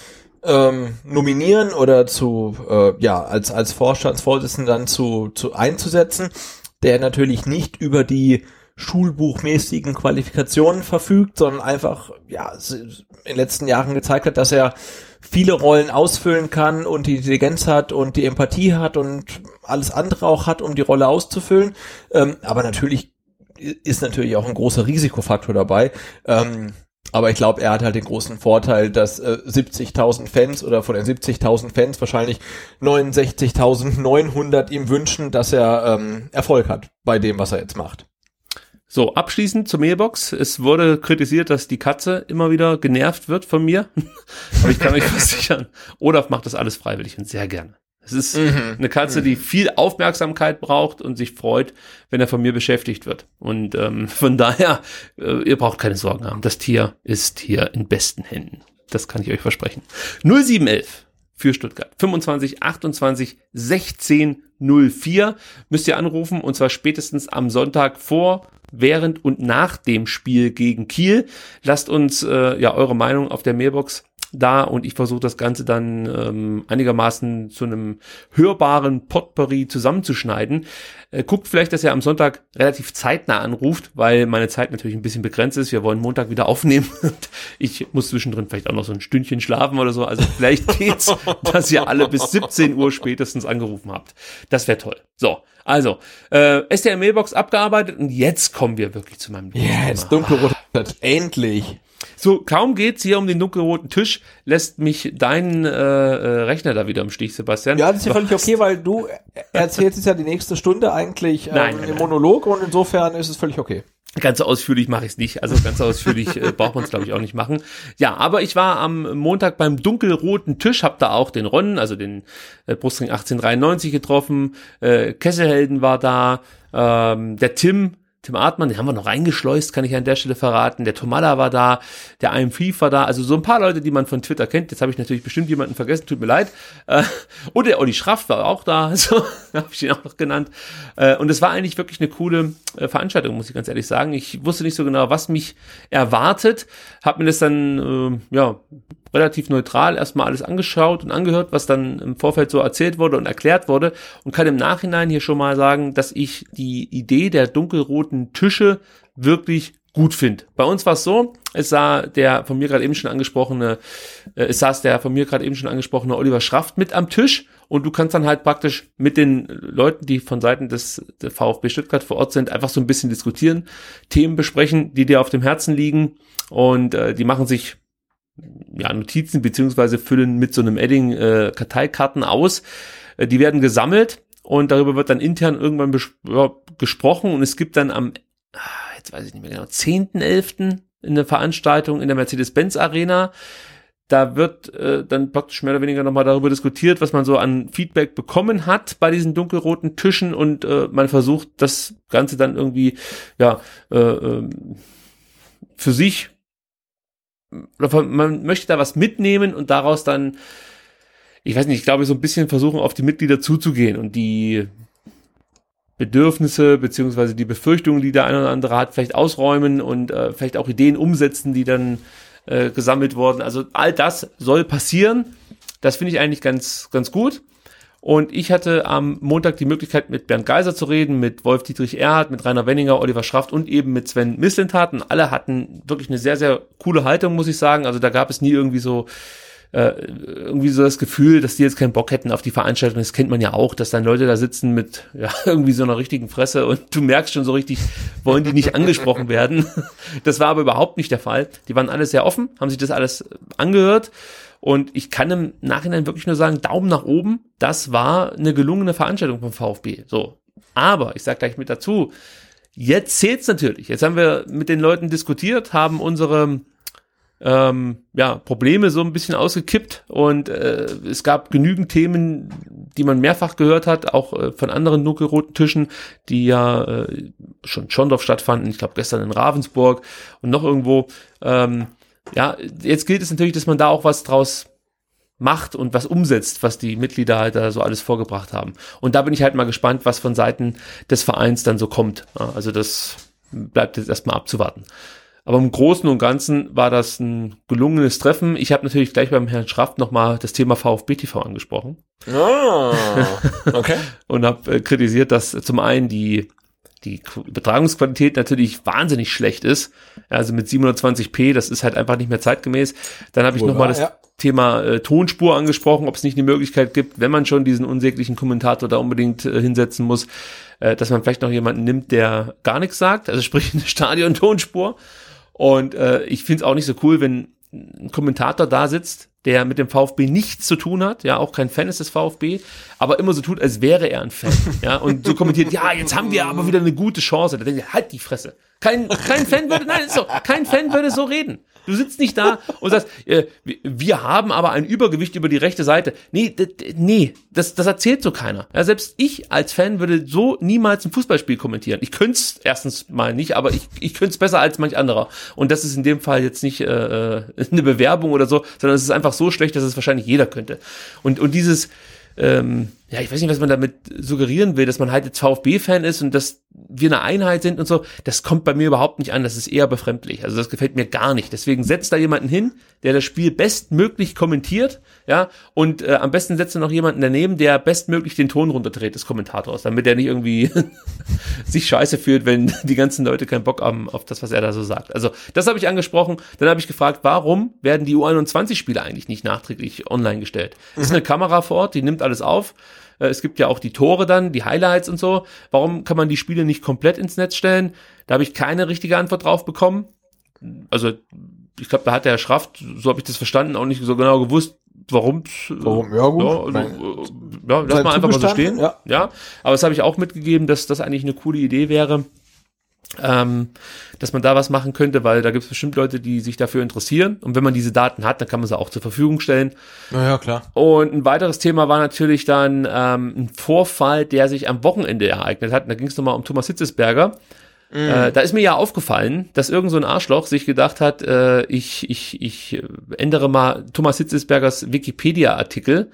Ähm, nominieren oder zu äh, ja als als Vorstandsvorsitzenden dann zu zu einzusetzen, der natürlich nicht über die schulbuchmäßigen Qualifikationen verfügt, sondern einfach ja in den letzten Jahren gezeigt hat, dass er viele Rollen ausfüllen kann und die Intelligenz hat und die Empathie hat und alles andere auch hat, um die Rolle auszufüllen. Ähm, aber natürlich ist natürlich auch ein großer Risikofaktor dabei. Ähm, Aber ich glaube, er hat halt den großen Vorteil, dass äh, siebzigtausend Fans oder von den siebzigtausend Fans wahrscheinlich neunundsechzigtausendneunhundert ihm wünschen, dass er ähm, Erfolg hat bei dem, was er jetzt macht. So, abschließend zur Mailbox. Es wurde kritisiert, dass die Katze immer wieder genervt wird von mir. Aber ich kann euch versichern, Olaf macht das alles freiwillig und sehr gerne. Es ist mhm. eine Katze, die viel Aufmerksamkeit braucht und sich freut, wenn er von mir beschäftigt wird. Und ähm, von daher, äh, ihr braucht keine Sorgen haben. Das Tier ist hier in besten Händen. Das kann ich euch versprechen. null sieben elf für Stuttgart. fünfundzwanzig achtundzwanzig sechzehn null vier müsst ihr anrufen, und zwar spätestens am Sonntag vor, während und nach dem Spiel gegen Kiel. Lasst uns äh, ja eure Meinung auf der Mailbox da, und ich versuche das Ganze dann ähm, einigermaßen zu einem hörbaren Potpourri zusammenzuschneiden. Äh, guckt vielleicht, dass ihr am Sonntag relativ zeitnah anruft, weil meine Zeit natürlich ein bisschen begrenzt ist. Wir wollen Montag wieder aufnehmen und ich muss zwischendrin vielleicht auch noch so ein Stündchen schlafen oder so. Also vielleicht geht's, dass ihr alle bis siebzehn Uhr spätestens angerufen habt. Das wäre toll. So, also äh, S D R Mailbox abgearbeitet, und jetzt kommen wir wirklich zu meinem Ja, jetzt dunkelrot, endlich. So, kaum geht's hier um den dunkelroten Tisch, lässt mich dein äh, äh, Rechner da wieder im Stich, Sebastian. Ja, das ist ja völlig okay, weil du erzählst jetzt ja die nächste Stunde eigentlich ähm, nein, nein, im Monolog, und insofern ist es völlig okay. Ganz so ausführlich mache ich es nicht, also ganz so ausführlich äh, braucht man es, glaube ich, auch nicht machen. Ja, aber ich war am Montag beim dunkelroten Tisch, hab da auch den Ron, also den äh, Brustring achtzehnhundertdreiundneunzig getroffen, äh, Kesselhelden war da, ähm, der Tim, Tim Artmann, den haben wir noch reingeschleust, kann ich an der Stelle verraten. Der Tomalla war da, der I M Thief war da, also so ein paar Leute, die man von Twitter kennt. Jetzt habe ich natürlich bestimmt jemanden vergessen, tut mir leid. Äh, und der Olli Schraff war auch da, so habe ich ihn auch noch genannt. Äh, und es war eigentlich wirklich eine coole äh, Veranstaltung, muss ich ganz ehrlich sagen. Ich wusste nicht so genau, was mich erwartet, habe mir das dann äh, ja relativ neutral erstmal alles angeschaut und angehört, was dann im Vorfeld so erzählt wurde und erklärt wurde, und kann im Nachhinein hier schon mal sagen, dass ich die Idee der dunkelroten Tische wirklich gut finde. Bei uns war es so, es sah der von mir gerade eben schon angesprochene, äh, es saß der von mir gerade eben schon angesprochene Oliver Schraft mit am Tisch, und du kannst dann halt praktisch mit den Leuten, die von Seiten des der VfB Stuttgart vor Ort sind, einfach so ein bisschen diskutieren, Themen besprechen, die dir auf dem Herzen liegen, und äh, die machen sich ja, Notizen beziehungsweise füllen mit so einem Edding äh, Karteikarten aus. Äh, die werden gesammelt, und darüber wird dann intern irgendwann bes- ja, gesprochen, und es gibt dann am, jetzt weiß ich nicht mehr genau, zehnten elften eine Veranstaltung in der Mercedes-Benz Arena. Da wird äh, dann praktisch mehr oder weniger nochmal darüber diskutiert, was man so an Feedback bekommen hat bei diesen dunkelroten Tischen, und äh, man versucht das Ganze dann irgendwie ja äh, äh, für sich, man möchte da was mitnehmen und daraus dann, ich weiß nicht, ich glaube, so ein bisschen versuchen, auf die Mitglieder zuzugehen und die Bedürfnisse beziehungsweise die Befürchtungen, die der eine oder andere hat, vielleicht ausräumen und äh, vielleicht auch Ideen umsetzen, die dann äh, gesammelt wurden. Also all das soll passieren. Das finde ich eigentlich ganz, ganz gut. Und ich hatte am Montag die Möglichkeit, mit Bernd Geiser zu reden, mit Wolf-Dietrich Erhardt, mit Rainer Wenninger, Oliver Schraft und eben mit Sven Mislintat. Und alle hatten wirklich eine sehr, sehr coole Haltung, muss ich sagen. Also da gab es nie irgendwie so äh, irgendwie so das Gefühl, dass die jetzt keinen Bock hätten auf die Veranstaltung. Das kennt man ja auch, dass dann Leute da sitzen mit ja irgendwie so einer richtigen Fresse, und du merkst schon so richtig, wollen die nicht angesprochen werden. Das war aber überhaupt nicht der Fall. Die waren alle sehr offen, haben sich das alles angehört. Und ich kann im Nachhinein wirklich nur sagen, Daumen nach oben, das war eine gelungene Veranstaltung vom VfB. So, aber ich sage gleich mit dazu, jetzt zählt's natürlich. Jetzt haben wir mit den Leuten diskutiert, haben unsere ähm, ja, Probleme so ein bisschen ausgekippt, und äh, es gab genügend Themen, die man mehrfach gehört hat, auch äh, von anderen dunkelroten Tischen, die ja äh, schon Schondorf stattfanden, ich glaube gestern in Ravensburg und noch irgendwo. Ähm, Ja, jetzt gilt es natürlich, dass man da auch was draus macht und was umsetzt, was die Mitglieder halt da so alles vorgebracht haben. Und da bin ich halt mal gespannt, was von Seiten des Vereins dann so kommt. Also das bleibt jetzt erstmal abzuwarten. Aber im Großen und Ganzen war das ein gelungenes Treffen. Ich habe natürlich gleich beim Herrn Schraft nochmal das Thema VfB T V angesprochen. Ah, okay. Und habe äh, kritisiert, dass zum einen die die Übertragungsqualität natürlich wahnsinnig schlecht ist. Also mit siebenhundertzwanzig p, das ist halt einfach nicht mehr zeitgemäß. Dann habe ich nochmal das ja. Thema äh, Tonspur angesprochen, ob es nicht eine Möglichkeit gibt, wenn man schon diesen unsäglichen Kommentator da unbedingt äh, hinsetzen muss, äh, dass man vielleicht noch jemanden nimmt, der gar nichts sagt, also sprich eine Stadion-Tonspur. Und äh, ich finde es auch nicht so cool, wenn ein Kommentator da sitzt, der mit dem VfB nichts zu tun hat, ja, auch kein Fan ist des VfB, aber immer so tut, als wäre er ein Fan, ja, und so kommentiert, ja, jetzt haben wir aber wieder eine gute Chance. Da denke ich, halt die Fresse. Kein, kein Fan würde, nein, ist so, kein Fan würde so reden. Du sitzt nicht da und sagst, äh, wir haben aber ein Übergewicht über die rechte Seite. Nee, d- d- nee, das, das erzählt so keiner. Ja, selbst ich als Fan würde so niemals ein Fußballspiel kommentieren. Ich könnte es erstens mal nicht, aber ich, ich könnte es besser als manch anderer. Und das ist in dem Fall jetzt nicht äh, eine Bewerbung oder so, sondern es ist einfach so schlecht, dass es wahrscheinlich jeder könnte. Und, und dieses, ähm, ja, ich weiß nicht, was man damit suggerieren will, dass man halt jetzt VfB-Fan ist und dass wir eine Einheit sind und so, das kommt bei mir überhaupt nicht an, das ist eher befremdlich, also das gefällt mir gar nicht, deswegen setzt da jemanden hin, der das Spiel bestmöglich kommentiert, ja, und äh, am besten setzt er noch jemanden daneben, der bestmöglich den Ton runterdreht des Kommentators, damit er nicht irgendwie sich scheiße fühlt, wenn die ganzen Leute keinen Bock haben auf das, was er da so sagt. Also das habe ich angesprochen, dann habe ich gefragt, warum werden die U einundzwanzig-Spiele eigentlich nicht nachträglich online gestellt? Mhm. Ist eine Kamera vor Ort, die nimmt alles auf. Es gibt ja auch die Tore dann, die Highlights und so. Warum kann man die Spiele nicht komplett ins Netz stellen? Da habe ich keine richtige Antwort drauf bekommen. Also ich glaube, da hat der Herr Schraft, so habe ich das verstanden, auch nicht so genau gewusst, warum. Warum? Ja, gut. Ja, also, ja lass mal einfach mal so stehen. Ja. ja, aber das habe ich auch mitgegeben, dass das eigentlich eine coole Idee wäre. Ähm, dass man da was machen könnte, weil da gibt es bestimmt Leute, die sich dafür interessieren und wenn man diese Daten hat, dann kann man sie auch zur Verfügung stellen. Naja, klar. Und ein weiteres Thema war natürlich dann ähm, ein Vorfall, der sich am Wochenende ereignet hat. Und da ging es nochmal um Thomas Hitzelsberger. Mhm. Äh, da ist mir ja aufgefallen, dass irgend so ein Arschloch sich gedacht hat, äh, ich, ich, ich ändere mal Thomas Hitzelsbergers Wikipedia-Artikel.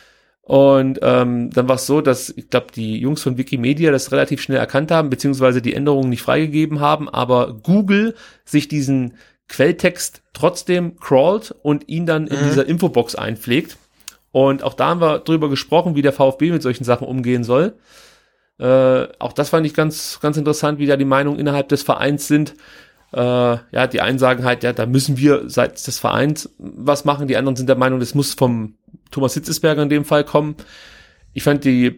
Und ähm, dann war es so, dass, ich glaube, die Jungs von Wikimedia das relativ schnell erkannt haben, beziehungsweise die Änderungen nicht freigegeben haben, aber Google sich diesen Quelltext trotzdem crawlt und ihn dann in mhm. dieser Infobox einpflegt. Und auch da haben wir drüber gesprochen, wie der VfB mit solchen Sachen umgehen soll. Äh, auch das fand ich ganz, ganz interessant, wie da die Meinungen innerhalb des Vereins sind. Äh, ja, die einen sagen halt, ja, da müssen wir seitens des Vereins was machen. Die anderen sind der Meinung, das muss vom Thomas Hitzelsberger in dem Fall kommen. Ich fand die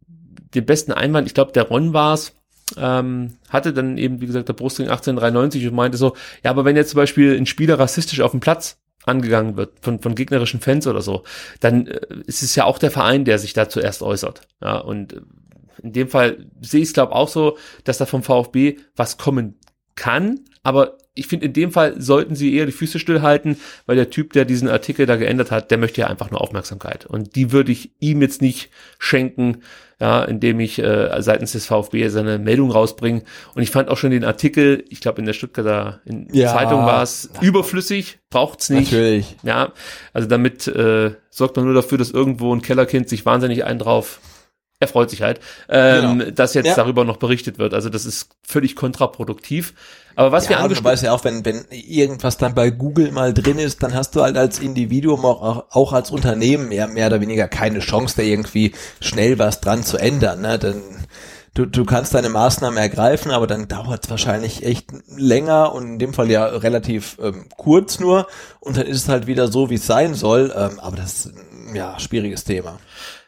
den besten Einwand, ich glaube, der Ron war's, ähm, hatte dann eben, wie gesagt, der Brustring achtzehnhundertdreiundneunzig und meinte so, ja, aber wenn jetzt zum Beispiel ein Spieler rassistisch auf dem Platz angegangen wird von, von gegnerischen Fans oder so, dann äh, ist es ja auch der Verein, der sich da zuerst äußert. Ja, und in dem Fall sehe ich es, glaube ich, auch so, dass da vom VfB was kommen kann, aber ich finde, in dem Fall sollten sie eher die Füße stillhalten, weil der Typ, der diesen Artikel da geändert hat, der möchte ja einfach nur Aufmerksamkeit. Und die würde ich ihm jetzt nicht schenken, ja, indem ich äh, seitens des VfB seine Meldung rausbringe. Und ich fand auch schon den Artikel, ich glaube in der Stuttgarter in ja, Zeitung war es überflüssig, braucht's nicht. Natürlich. Ja, also damit äh, sorgt man nur dafür, dass irgendwo ein Kellerkind sich wahnsinnig einen drauf er freut sich halt, ähm, genau. dass jetzt ja. darüber noch berichtet wird. Also das ist völlig kontraproduktiv. Aber was ja, wir angesprochen haben, du weißt ja auch, wenn wenn irgendwas dann bei Google mal drin ist, dann hast du halt als Individuum auch, auch als Unternehmen mehr mehr oder weniger keine Chance, da irgendwie schnell was dran zu ändern. Ne? Denn du du kannst deine Maßnahme ergreifen, aber dann dauert es wahrscheinlich echt länger und in dem Fall ja relativ ähm, kurz nur. Und dann ist es halt wieder so, wie es sein soll. Ähm, aber das ist ein ja schwieriges Thema.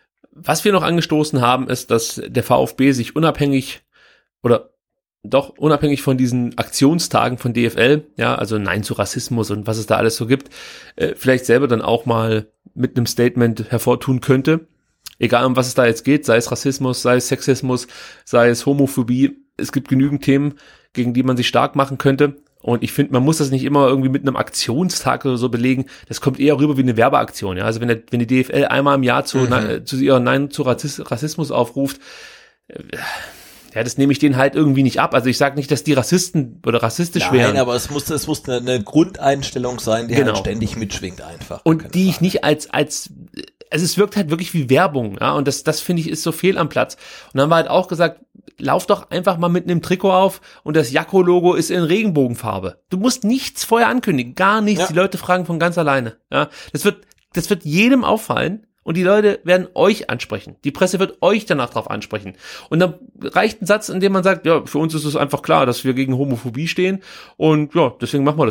Was wir noch angestoßen haben, ist, dass der VfB sich unabhängig oder doch unabhängig von diesen Aktionstagen von D F L, ja, also Nein zu Rassismus und was es da alles so gibt, äh, vielleicht selber dann auch mal mit einem Statement hervortun könnte. Egal um was es da jetzt geht, sei es Rassismus, sei es Sexismus, sei es Homophobie. Es gibt genügend Themen, gegen die man sich stark machen könnte. Und ich finde, man muss das nicht immer irgendwie mit einem Aktionstag oder so belegen. Das kommt eher rüber wie eine Werbeaktion. Ja, also wenn, der, wenn die D F L einmal im Jahr zu, mhm. na, zu ihrer Nein zu Rassismus aufruft, äh, ja, das nehme ich denen halt irgendwie nicht ab. Also ich sage nicht, dass die Rassisten oder rassistisch Nein, wären. Nein, aber es muss, es muss eine, eine Grundeinstellung sein, die genau. halt ständig mitschwingt einfach. Und die Frage. ich nicht als, als, also es wirkt halt wirklich wie Werbung, ja, und das, das finde ich ist so fehl am Platz. Und dann haben wir halt auch gesagt, lauf doch einfach mal mit einem Trikot auf und das Jakko-Logo ist in Regenbogenfarbe. Du musst nichts vorher ankündigen, gar nichts. Ja. Die Leute fragen von ganz alleine, ja. Das wird, das wird jedem auffallen. Und die Leute werden euch ansprechen. Die Presse wird euch danach drauf ansprechen. Und dann reicht ein Satz, in dem man sagt, ja, für uns ist es einfach klar, dass wir gegen Homophobie stehen. Und ja, deswegen machen wir das jetzt.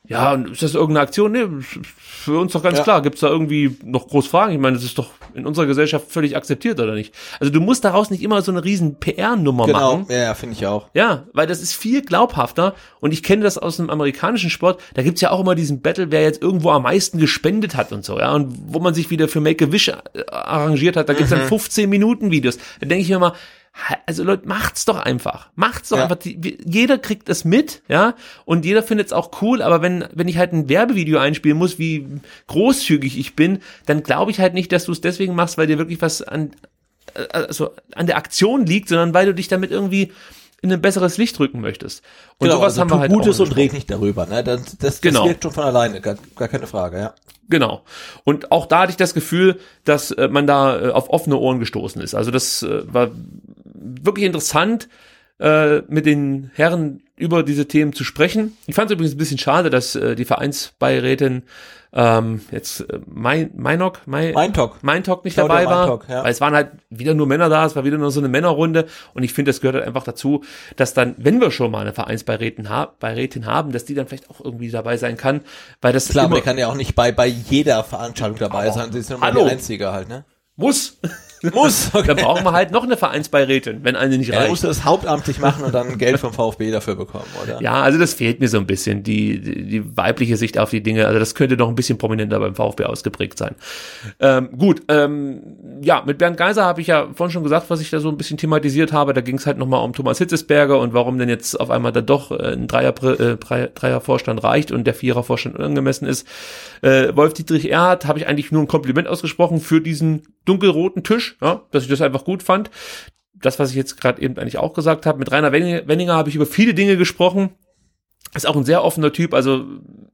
Ja, und ist das irgendeine Aktion? Nee, für uns doch ganz Ja. klar. Gibt's da irgendwie noch groß Fragen? Ich meine, das ist doch in unserer Gesellschaft völlig akzeptiert, oder nicht? Also du musst daraus nicht immer so eine riesen P R-Nummer Genau, machen. ja, ja finde ich auch. Ja, weil das ist viel glaubhafter und ich kenne das aus dem amerikanischen Sport, da gibt's ja auch immer diesen Battle, wer jetzt irgendwo am meisten gespendet hat und so, ja, und wo man sich wieder für Make-A-Wish äh, arrangiert hat, da gibt's Mhm. dann fünfzehn Minuten Videos. Da denke ich mir mal, also Leute, macht's doch einfach. Macht's doch Ja. einfach. Die, jeder kriegt das mit, ja, und jeder findet's auch cool, aber wenn wenn ich halt ein Werbevideo einspielen muss, wie großzügig ich bin, dann glaube ich halt nicht, dass du es deswegen machst, weil dir wirklich was an also an der Aktion liegt, sondern weil du dich damit irgendwie in ein besseres Licht rücken möchtest. Und Genau, sowas also haben tu wir halt Gutes auch und red nicht darüber, ne? Das, das, das Genau. wirkt schon von alleine, gar, gar keine Frage, ja. Genau. Und auch da hatte ich das Gefühl, dass äh, man da äh, auf offene Ohren gestoßen ist. Also das äh, war wirklich interessant, äh, mit den Herren über diese Themen zu sprechen. Ich fand es übrigens ein bisschen schade, dass äh, die Vereinsbeirätin ähm, jetzt äh, mein Meinok, mein, Meintok. Meintok nicht Claudia dabei war, Meintok, ja. weil es waren halt wieder nur Männer da, es war wieder nur so eine Männerrunde und ich finde, das gehört halt einfach dazu, dass dann, wenn wir schon mal eine Vereinsbeirätin ha- Beirätin haben, dass die dann vielleicht auch irgendwie dabei sein kann, weil das Klar, aber immer der kann ja auch nicht bei, bei jeder Veranstaltung dabei Oh, sein, sie ist ja nur hallo. die Einzige halt, ne? muss. Muss, okay. Da brauchen wir halt noch eine Vereinsbeirätin, wenn eine nicht Ja, er reicht. musste das hauptamtlich machen und dann Geld vom VfB dafür bekommen, oder? Ja, also das fehlt mir so ein bisschen, die, die, die weibliche Sicht auf die Dinge. Also das könnte noch ein bisschen prominenter beim VfB ausgeprägt sein. Ähm, gut, ähm, ja, mit Bernd Geiser habe ich ja vorhin schon gesagt, was ich da so ein bisschen thematisiert habe. Da ging es halt nochmal um Thomas Hitzesberger und warum denn jetzt auf einmal da doch äh, ein Dreier, äh, Dreier-Vorstand reicht und der Vierer-Vorstand unangemessen ist. Äh, Wolf-Dietrich Erhardt habe ich eigentlich nur ein Kompliment ausgesprochen für diesen dunkelroten Tisch, ja, dass ich das einfach gut fand. Das, was ich jetzt gerade eben eigentlich auch gesagt habe, mit Rainer Wenninger, Wenninger habe ich über viele Dinge gesprochen. Ist auch ein sehr offener Typ, also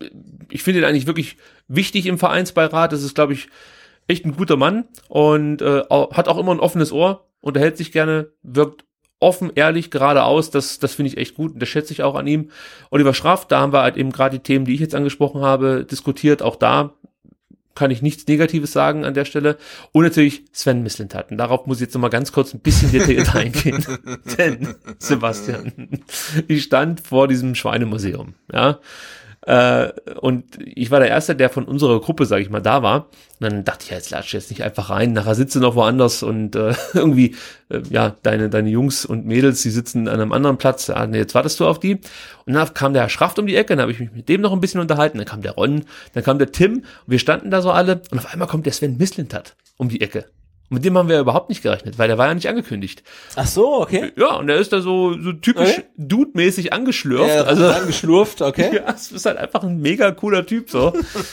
ich finde ihn eigentlich wirklich wichtig im Vereinsbeirat. Das ist, glaube ich, echt ein guter Mann und äh, hat auch immer ein offenes Ohr, unterhält sich gerne, wirkt offen, ehrlich, geradeaus. Das, das finde ich echt gut und das schätze ich auch an ihm. Oliver Schraff, da haben wir halt eben gerade die Themen, die ich jetzt angesprochen habe, diskutiert. Auch da kann ich nichts Negatives sagen an der Stelle. Und natürlich Sven Mislintat. Und darauf muss ich jetzt nochmal ganz kurz ein bisschen detailliert eingehen. Denn, Sebastian, ich stand vor diesem Schweinemuseum, ja. Äh, und ich war der Erste, der von unserer Gruppe, sage ich mal, da war. Und dann dachte ich, ja, jetzt latsch jetzt nicht einfach rein. Nachher sitze noch woanders und äh, irgendwie, äh, ja, deine deine Jungs und Mädels, die sitzen an einem anderen Platz. Ja, nee, jetzt wartest du auf die. Und dann kam der Herr Schraft um die Ecke, dann habe ich mich mit dem noch ein bisschen unterhalten. Dann kam der Ron, dann kam der Tim und wir standen da so alle. Und auf einmal kommt der Sven Mislintat um die Ecke. Und mit dem haben wir ja überhaupt nicht gerechnet, weil der war ja nicht angekündigt. Ach so, okay. Ja, und der ist da so, so typisch Okay. Dude-mäßig angeschlürft. Ja, also angeschlurft, okay. Ja, es ist halt einfach ein mega cooler Typ so.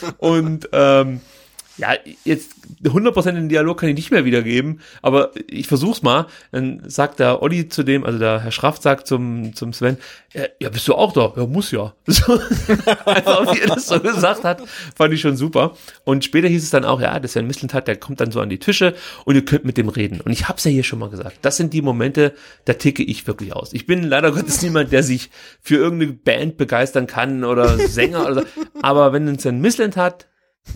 Und ähm, ja, jetzt hundert Prozent den Dialog kann ich nicht mehr wiedergeben, aber ich versuch's mal. Dann sagt der Olli zu dem, also der Herr Schraft sagt zum zum Sven, ja, ja bist du auch da? Ja, muss ja. So, einfach wie er das so gesagt hat, fand ich schon super. Und später hieß es dann auch, ja, der Sven Mislintat, der kommt dann so an die Tische und ihr könnt mit dem reden. Und ich hab's ja hier schon mal gesagt, das sind die Momente, da ticke ich wirklich aus. Ich bin leider Gottes niemand, der sich für irgendeine Band begeistern kann oder Sänger oder so. Aber wenn ein Sven Mislintat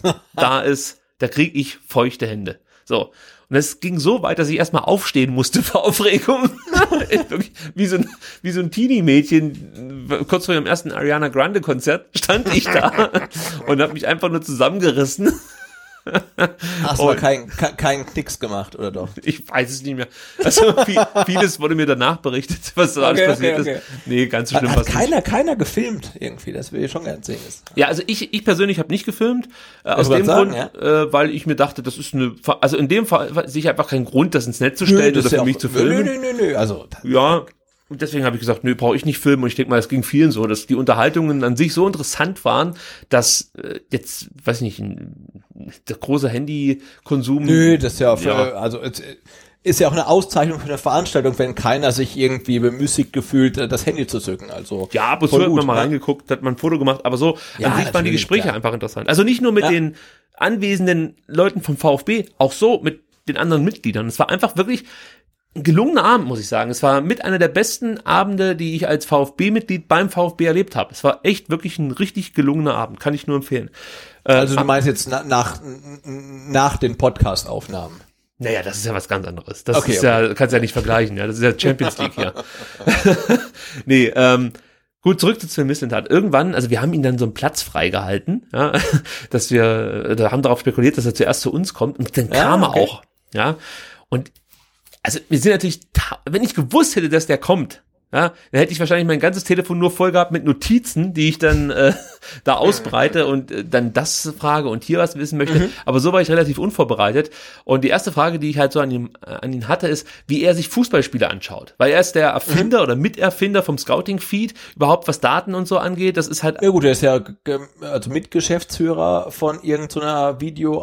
da ist, da krieg ich feuchte Hände. So. Und es ging so weit, dass ich erstmal aufstehen musste vor Aufregung. Wirklich wie so ein, wie so ein Teenie-Mädchen. Kurz vor ihrem ersten Ariana Grande-Konzert stand ich da und habe mich einfach nur zusammengerissen. Hast du kein, kein, kein Knicks gemacht, oder doch? Ich weiß es nicht mehr. Also viel, vieles wurde mir danach berichtet, was so alles Okay, passiert okay, okay. ist. Nee, ganz so schlimm Hat was keiner, keiner gefilmt irgendwie, das will ich schon gerne sehen. Ja, also ich, ich persönlich habe nicht gefilmt, äh, aus Ich wollte dem sagen, Grund, äh, weil ich mir dachte, das ist eine, also in dem Fall sehe ich einfach keinen Grund, das ins Netz zu stellen das oder ist für ja mich auch- zu nö, filmen. nö, nö, nö, also- Ja, und deswegen habe ich gesagt, nö, brauche ich nicht filmen. Und ich denke mal, es ging vielen so, dass die Unterhaltungen an sich so interessant waren, dass äh, jetzt, weiß ich nicht, ein, der große Handykonsum. Nö, das ist ja, für, also es ist ja auch eine Auszeichnung für eine Veranstaltung, wenn keiner sich irgendwie bemüßigt gefühlt, das Handy zu zücken. Also Ja, ab und zu voll hat man gut, mal ne? reingeguckt, hat man ein Foto gemacht, aber so Ja, an sich waren die natürlich, Gespräche klar. einfach interessant. Also nicht nur mit Ja. den anwesenden Leuten vom VfB, auch so mit den anderen Mitgliedern. Es war einfach wirklich ein gelungener Abend, muss ich sagen. Es war mit einer der besten Abende, die ich als VfB-Mitglied beim VfB erlebt habe. Es war echt wirklich ein richtig gelungener Abend, kann ich nur empfehlen. Äh, Also du meinst jetzt na, nach, nach den Podcast-Aufnahmen? Naja, das ist ja was ganz anderes. Das Okay, ist okay. ja, kannst ja nicht vergleichen, ja. Das ist ja Champions League hier. Nee, ähm, Gut, zurück zu Sven Mislintat. Irgendwann, also wir haben ihn dann so einen Platz freigehalten, ja, dass wir, da haben darauf spekuliert, dass er zuerst zu uns kommt und dann Ja, kam er okay. auch, ja. Und also wir sind natürlich, wenn ich gewusst hätte, dass der kommt, ja, dann hätte ich wahrscheinlich mein ganzes Telefon nur voll gehabt mit Notizen, die ich dann äh, da ausbreite und äh, dann das frage und hier was wissen möchte. Mhm. Aber so war ich relativ unvorbereitet. Und die erste Frage, die ich halt so an ihn, äh, an ihn hatte, ist, wie er sich Fußballspiele anschaut. Weil er ist der Erfinder mhm. oder Miterfinder vom Scouting-Feed, überhaupt was Daten und so angeht. Das ist halt... Ja gut, er ist ja ge- also Mitgeschäftsführer von irgendeiner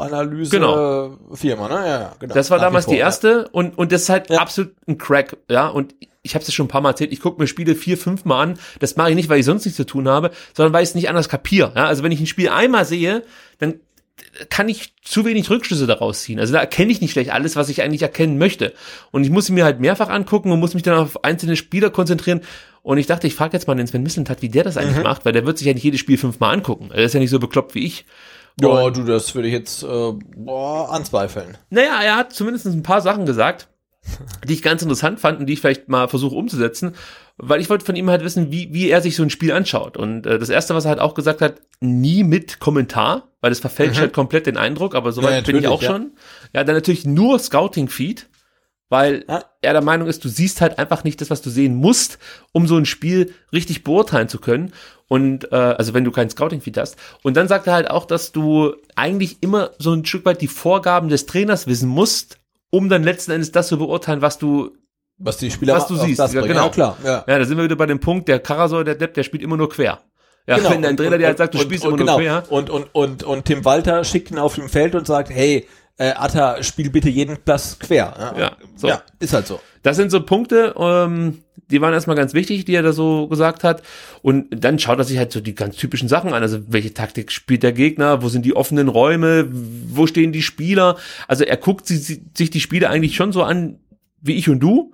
Videoanalyse-Firma, ne? Ja, ja, genau. Das war Nach wie damals vor, die ja. erste und und das ist halt absolut ein Crack, ja, und ich habe es schon ein paar Mal erzählt, ich gucke mir Spiele vier, fünf Mal an, das mache ich nicht, weil ich sonst nichts zu tun habe, sondern weil ich es nicht anders kapiere, ja, also wenn ich ein Spiel einmal sehe, dann kann ich zu wenig Rückschlüsse daraus ziehen, also da erkenne ich nicht gleich alles, was ich eigentlich erkennen möchte und ich muss sie mir halt mehrfach angucken und muss mich dann auf einzelne Spieler konzentrieren und ich dachte, ich frage jetzt mal den Sven Mislintat, wie der das eigentlich Mhm. macht, weil der wird sich ja nicht jedes Spiel fünfmal angucken, er ist ja nicht so bekloppt wie ich. Ja, Und- du, das würde ich jetzt äh, boah, anzweifeln. Naja, er hat zumindest ein paar Sachen gesagt, die ich ganz interessant fand und die ich vielleicht mal versuche umzusetzen, weil ich wollte von ihm halt wissen, wie wie er sich so ein Spiel anschaut. Und äh, das Erste, was er halt auch gesagt hat, nie mit Kommentar, weil das verfälscht Mhm. halt komplett den Eindruck, aber soweit Ja, bin ich auch natürlich, ja. schon. Ja, dann natürlich nur Scouting-Feed, weil er der Meinung ist, du siehst halt einfach nicht das, was du sehen musst, um so ein Spiel richtig beurteilen zu können. Und äh, also wenn du keinen Scouting-Feed hast. Und dann sagt er halt auch, dass du eigentlich immer so ein Stück weit die Vorgaben des Trainers wissen musst, um dann letzten Endes das zu beurteilen, was du was die Spieler was du auf siehst. das Ja, bringen. genau, Ja, klar, ja. Ja, da sind wir wieder bei dem Punkt, der Karasor, der Depp, der spielt immer nur quer. Ja, Genau. wenn dein Trainer Und- dir halt sagt, du und- spielst und, immer genau. nur quer. Und, und, und, und Tim Walter schickt ihn auf dem Feld und sagt, hey, äh, Atta, spiel bitte jeden Platz quer. Ja, Ja, so. ja, ist halt so. Das sind so Punkte, ähm, die waren erstmal ganz wichtig, die er da so gesagt hat. Und dann schaut er sich halt so die ganz typischen Sachen an. Also welche Taktik spielt der Gegner? Wo sind die offenen Räume? Wo stehen die Spieler? Also er guckt sie, sie, sich die Spiele eigentlich schon so an, wie ich und du.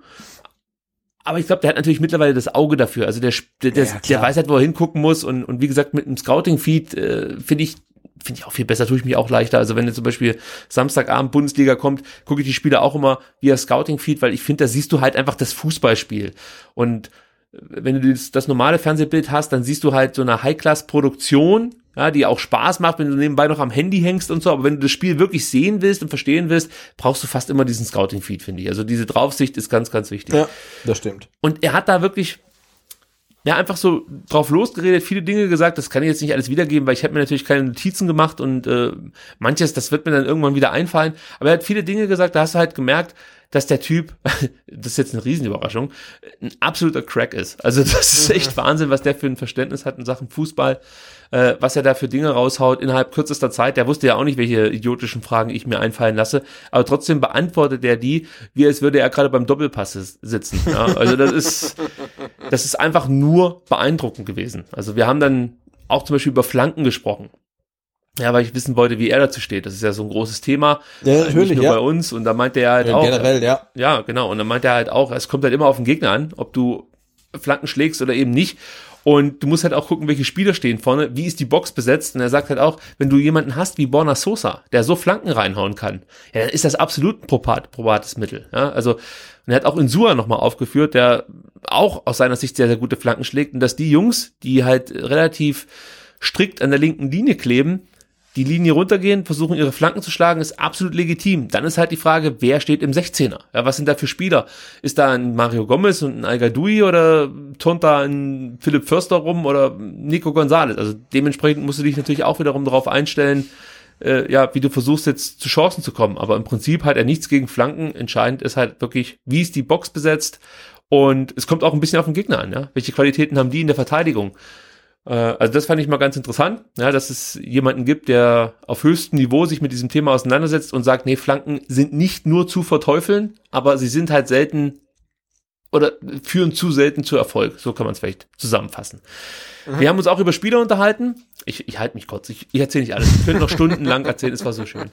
Aber ich glaube, der hat natürlich mittlerweile das Auge dafür. Also der, der, der, Ja, der klar. weiß halt, wo er hingucken muss. Und, und wie gesagt, mit einem Scouting-Feed äh, finde ich finde ich auch viel besser, tue ich mich auch leichter. Also wenn jetzt zum Beispiel Samstagabend Bundesliga kommt, gucke ich die Spiele auch immer via Scouting-Feed, weil ich finde, da siehst du halt einfach das Fußballspiel. Und wenn du das, das normale Fernsehbild hast, dann siehst du halt so eine High-Class-Produktion, ja, die auch Spaß macht, wenn du nebenbei noch am Handy hängst und so. Aber wenn du das Spiel wirklich sehen willst und verstehen willst, brauchst du fast immer diesen Scouting-Feed, finde ich. Also diese Draufsicht ist ganz, ganz wichtig. Ja, das stimmt. Und er hat da wirklich ja einfach so drauf losgeredet, viele Dinge gesagt, das kann ich jetzt nicht alles wiedergeben, weil ich habe mir natürlich keine Notizen gemacht und äh, manches, das wird mir dann irgendwann wieder einfallen, aber er hat viele Dinge gesagt, da hast du halt gemerkt, dass der Typ, das ist jetzt eine Riesenüberraschung, ein absoluter Crack ist. Also das ist echt Wahnsinn, was der für ein Verständnis hat in Sachen Fußball, äh, was er da für Dinge raushaut innerhalb kürzester Zeit. Der wusste ja auch nicht, welche idiotischen Fragen ich mir einfallen lasse, aber trotzdem beantwortet er die, wie als würde er gerade beim Doppelpass sitzen. Ja? Also das ist, das ist einfach nur beeindruckend gewesen. Also wir haben dann auch zum Beispiel über Flanken gesprochen. Ja, weil ich wissen wollte, wie er dazu steht. Das ist ja so ein großes Thema. Ja, natürlich, Nicht nur ja. bei uns. Und da meinte er halt Ja, auch. generell, ja. Ja, genau. Und dann meinte er halt auch, es kommt halt immer auf den Gegner an, ob du Flanken schlägst oder eben nicht. Und du musst halt auch gucken, welche Spieler stehen vorne, wie ist die Box besetzt. Und er sagt halt auch, wenn du jemanden hast wie Borna Sosa, der so Flanken reinhauen kann, ja, dann ist das absolut ein probat, probates Mittel. Ja, also, und er hat auch Insua nochmal aufgeführt, der auch aus seiner Sicht sehr, sehr gute Flanken schlägt. Und dass die Jungs, die halt relativ strikt an der linken Linie kleben, die Linie runtergehen, versuchen ihre Flanken zu schlagen, ist absolut legitim. Dann ist halt die Frage, wer steht im sechzehner? Ja, was sind da für Spieler? Ist da ein Mario Gomez und ein Al-Gadoui oder turnt da ein Philipp Förster rum oder Nico González? Also dementsprechend musst du dich natürlich auch wiederum darauf einstellen, äh, ja, wie du versuchst jetzt zu Chancen zu kommen. Aber im Prinzip hat er nichts gegen Flanken. Entscheidend ist halt wirklich, wie ist die Box besetzt? Und es kommt auch ein bisschen auf den Gegner an, ja. Welche Qualitäten haben die in der Verteidigung? Also das fand ich mal ganz interessant, ja, dass es jemanden gibt, der auf höchstem Niveau sich mit diesem Thema auseinandersetzt und sagt, nee, Flanken sind nicht nur zu verteufeln, aber sie sind halt selten oder führen zu selten zu Erfolg. So kann man es vielleicht zusammenfassen. Mhm. Wir haben uns auch über Spieler unterhalten. Ich, ich halte mich kurz, ich, ich erzähle nicht alles. Ich könnte noch stundenlang erzählen, es war so schön.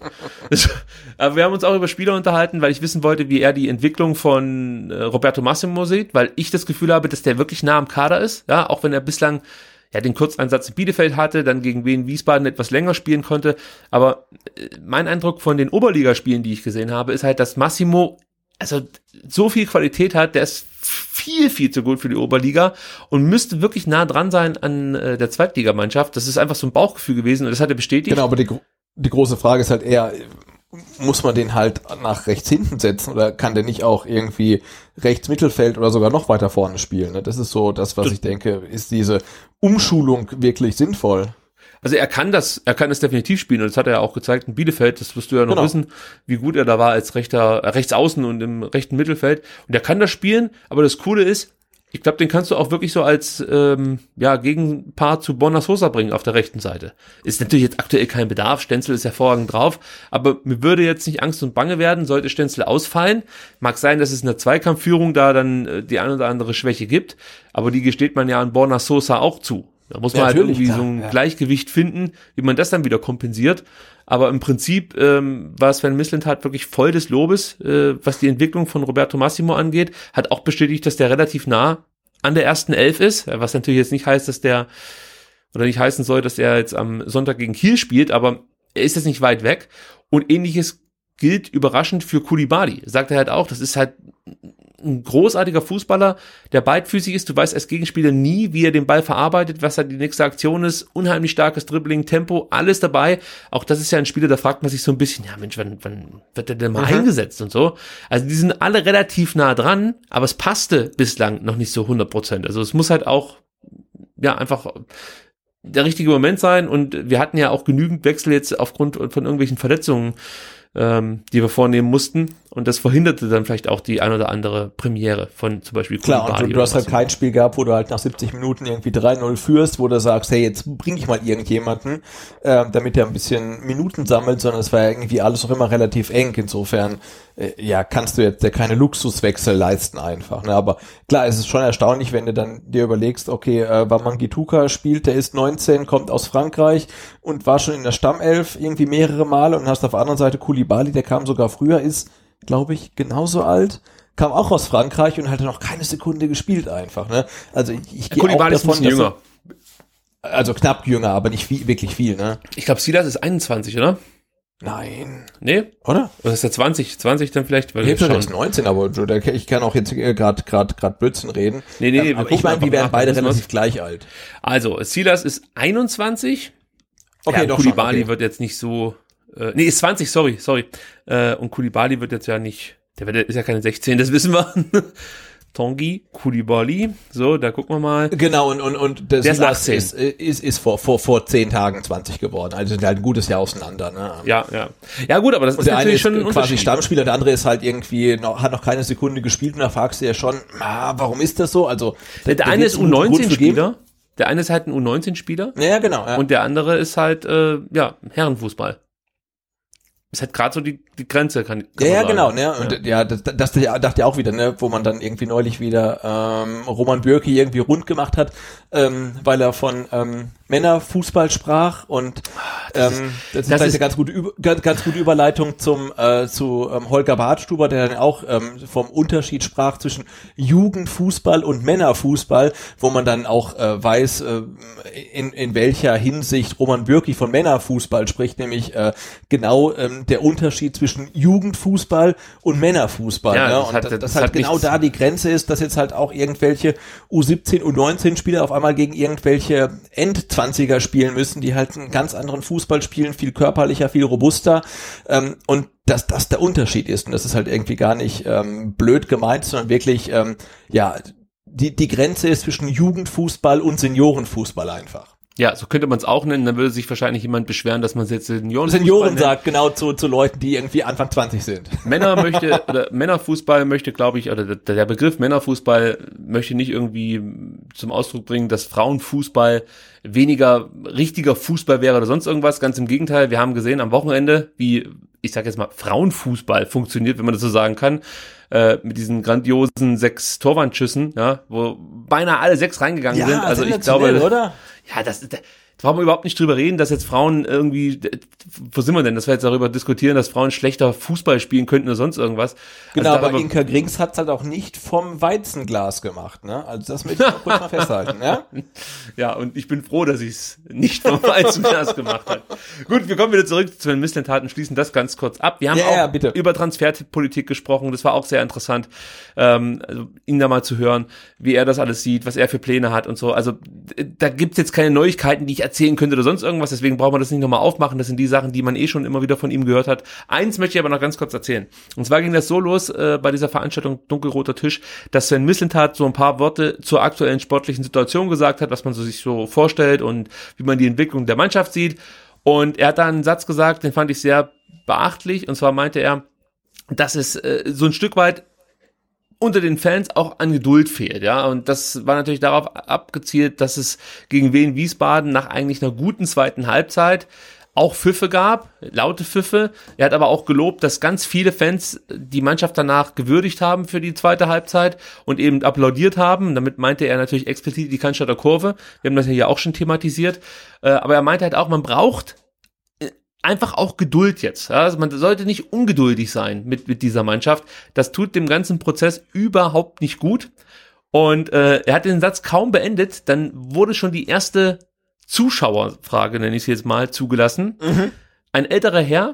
Aber wir haben uns auch über Spieler unterhalten, weil ich wissen wollte, wie er die Entwicklung von äh, Roberto Massimo sieht, weil ich das Gefühl habe, dass der wirklich nah am Kader ist, ja, auch wenn er bislang ja den Kurzeinsatz in Bielefeld hatte, dann gegen Wien Wiesbaden etwas länger spielen konnte. Aber äh, mein Eindruck von den Oberligaspielen, die ich gesehen habe, ist halt, dass Massimo also so viel Qualität hat, der ist viel, viel zu gut für die Oberliga und müsste wirklich nah dran sein an äh, der Zweitligamannschaft. Das ist einfach so ein Bauchgefühl gewesen und das hat er bestätigt. Genau, aber die, die große Frage ist halt eher, muss man den halt nach rechts hinten setzen oder kann der nicht auch irgendwie rechts Mittelfeld oder sogar noch weiter vorne spielen? Ne? Das ist so das, was ich denke, ist diese Umschulung wirklich sinnvoll? Also er kann das, er kann es definitiv spielen und das hat er ja auch gezeigt in Bielefeld, das wirst du ja noch genau. wissen, wie gut er da war als rechter, äh, rechts außen und im rechten Mittelfeld und er kann das spielen, aber das Coole ist, ich glaube, den kannst du auch wirklich so als ähm, ja Gegenpart zu Borna Sosa bringen auf der rechten Seite. Ist natürlich jetzt aktuell kein Bedarf, Stenzel ist hervorragend drauf, aber mir würde jetzt nicht Angst und Bange werden, sollte Stenzel ausfallen. Mag sein, dass es in der Zweikampfführung da dann äh, die ein oder andere Schwäche gibt, aber die gesteht man ja an Borna Sosa auch zu. Da muss man ja, halt irgendwie klar, so ein ja. Gleichgewicht finden, wie man das dann wieder kompensiert. Aber im Prinzip ähm, war Sven Mislintat wirklich voll des Lobes, äh, was die Entwicklung von Roberto Massimo angeht. Hat auch bestätigt, dass der relativ nah an der ersten Elf ist, was natürlich jetzt nicht heißt, dass der, oder nicht heißen soll, dass er jetzt am Sonntag gegen Kiel spielt, aber er ist jetzt nicht weit weg. Und ähnliches gilt überraschend für Koulibaly. Sagt er halt auch, das ist halt ein großartiger Fußballer, der beidfüßig ist. Du weißt als Gegenspieler nie, wie er den Ball verarbeitet, was halt die nächste Aktion ist. Unheimlich starkes Dribbling, Tempo, alles dabei. Auch das ist ja ein Spieler, da fragt man sich so ein bisschen, ja Mensch, wann, wann wird der denn mal mhm. eingesetzt und so. Also die sind alle relativ nah dran, aber es passte bislang noch nicht so hundert Prozent. Also es muss halt auch, ja, einfach der richtige Moment sein und wir hatten ja auch genügend Wechsel jetzt aufgrund von irgendwelchen Verletzungen, ähm, die wir vornehmen mussten und das verhinderte dann vielleicht auch die ein oder andere Premiere von zum Beispiel Klar, Koulibaly. Und du, du hast halt kein Spiel gehabt, wo du halt nach siebzig Minuten irgendwie drei null führst, wo du sagst, hey, jetzt bring ich mal irgendjemanden, äh, damit der ein bisschen Minuten sammelt, sondern es war ja irgendwie alles auch immer relativ eng. Insofern, äh, ja, kannst du jetzt ja keine Luxuswechsel leisten einfach. Ne? Aber klar, es ist schon erstaunlich, wenn du dann dir überlegst, okay, äh, Wamangituka spielt, der ist neunzehn, kommt aus Frankreich und war schon in der Stammelf irgendwie mehrere Male und hast auf der anderen Seite Koulibaly, der kam sogar früher, ist glaube ich, genauso alt, kam auch aus Frankreich und hat noch keine Sekunde gespielt einfach, ne? Also ich, ich gehe auch davon, ist jünger. Er, also knapp jünger, aber nicht viel, wirklich viel, ne? Ich glaube, Silas ist einundzwanzig, oder? Nein. Nee? Oder? Oder ist der zwanzig? zwanzig dann vielleicht? Weil ich ist neunzehn, aber ich kann auch jetzt gerade gerade gerade Blödsinn reden. Nee, nee, nee. Aber ich meine, die werden beide relativ gleich alt. Also, Silas ist einundzwanzig. Okay, ja, doch Koulibaly schon, okay. wird jetzt nicht so Äh, nee, ist zwanzig, sorry, sorry. Äh, und Koulibaly wird jetzt ja nicht, der wird, ist ja keine sechzehn, das wissen wir. Tanguy Koulibaly, so, da gucken wir mal. Genau, und, und, und der, der ist achtzehn. Ist, ist, ist vor, vor, vor zehn Tagen zwanzig geworden. Also sind halt ein gutes Jahr auseinander, ne? Ja, ja. Ja, gut, aber das und ist der natürlich eine ist schon ein quasi Stammspieler, der andere ist halt irgendwie, noch, hat noch keine Sekunde gespielt und da fragst du ja schon, ah, warum ist das so? Also, der, der eine ist U neunzehn-Spieler. Der eine ist halt ein U neunzehn-Spieler. Ja, genau. Ja. Und der andere ist halt, äh, ja, Herrenfußball. Ist halt gerade so die, die Grenze, kann, kann ja, man ja, sagen. genau, ne? Und ja, ja das, das dachte ich auch wieder, ne, wo man dann irgendwie neulich wieder ähm, Roman Bürki irgendwie rund gemacht hat, ähm, weil er von ähm, Männerfußball sprach und das ähm, ist, das ist das ist eine ganz gute ganz, ganz gute Überleitung zum äh, zu ähm, Holger Badstuber, der dann auch ähm, vom Unterschied sprach zwischen Jugendfußball und Männerfußball, wo man dann auch äh, weiß, äh, in in welcher Hinsicht Roman Bürki von Männerfußball spricht, nämlich äh, genau ähm, der Unterschied zwischen Jugendfußball und Männerfußball. Ja, ne? das Und hat, das, das das halt hat genau nichts. da die Grenze ist, dass jetzt halt auch irgendwelche U siebzehn, U neunzehn Spieler auf einmal gegen irgendwelche Endzwanziger spielen müssen, die halt einen ganz anderen Fußball spielen, viel körperlicher, viel robuster, ähm, und dass das der Unterschied ist. Und das ist halt irgendwie gar nicht ähm, blöd gemeint, sondern wirklich, ähm, ja, die, die Grenze ist zwischen Jugendfußball und Seniorenfußball einfach. Ja, so könnte man es auch nennen, dann würde sich wahrscheinlich jemand beschweren, dass man es jetzt Senioren Senioren sagt, genau, zu, zu Leuten, die irgendwie Anfang zwanzig sind. Männer möchte, oder Männerfußball möchte, glaube ich, oder der, der Begriff Männerfußball möchte nicht irgendwie zum Ausdruck bringen, dass Frauenfußball weniger richtiger Fußball wäre oder sonst irgendwas. Ganz im Gegenteil, wir haben gesehen am Wochenende, wie, ich sag jetzt mal, Frauenfußball funktioniert, wenn man das so sagen kann, äh, mit diesen grandiosen sechs Torwandschüssen, ja, wo beinahe alle sechs reingegangen ja, sind. Also ich glaube, oder? ja, das, brauchen wir überhaupt nicht drüber reden, dass jetzt Frauen irgendwie, wo sind wir denn, dass wir jetzt darüber diskutieren, dass Frauen schlechter Fußball spielen könnten oder sonst irgendwas. Genau, also aber Inka Grings hat's halt auch nicht vom Weizenglas gemacht, ne? Also das möchte ich noch kurz mal festhalten, ja? Ja, und ich bin froh, dass ich es nicht vom Weizenglas gemacht habe. Gut, wir kommen wieder zurück zu den Misslentaten und schließen das ganz kurz ab. Wir haben ja, auch ja, bitte. über Transferpolitik gesprochen, das war auch sehr interessant, ähm, also ihn da mal zu hören, wie er das alles sieht, was er für Pläne hat und so. Also da gibt's jetzt keine Neuigkeiten, die ich erzählen könnte oder sonst irgendwas, deswegen brauchen wir das nicht nochmal aufmachen, das sind die Sachen, die man eh schon immer wieder von ihm gehört hat. Eins möchte ich aber noch ganz kurz erzählen. Und zwar ging das so los äh, bei dieser Veranstaltung Dunkelroter Tisch, dass Sven Mislintat so ein paar Worte zur aktuellen sportlichen Situation gesagt hat, was man so sich so vorstellt und wie man die Entwicklung der Mannschaft sieht. Und er hat da einen Satz gesagt, den fand ich sehr beachtlich, und zwar meinte er, dass es äh, so ein Stück weit unter den Fans auch an Geduld fehlt, ja, und das war natürlich darauf abgezielt, dass es gegen Wien Wiesbaden nach eigentlich einer guten zweiten Halbzeit auch Pfiffe gab, laute Pfiffe. Er hat aber auch gelobt, dass ganz viele Fans die Mannschaft danach gewürdigt haben für die zweite Halbzeit und eben applaudiert haben. Damit meinte er natürlich explizit die Cannstatter Kurve. Wir haben das ja hier auch schon thematisiert. Aber er meinte halt auch, man braucht einfach auch Geduld jetzt. Ja? Also man sollte nicht ungeduldig sein mit, mit dieser Mannschaft. Das tut dem ganzen Prozess überhaupt nicht gut. Und äh, er hat den Satz kaum beendet, dann wurde schon die erste Zuschauerfrage, nenne ich sie jetzt mal, zugelassen. Mhm. Ein älterer Herr,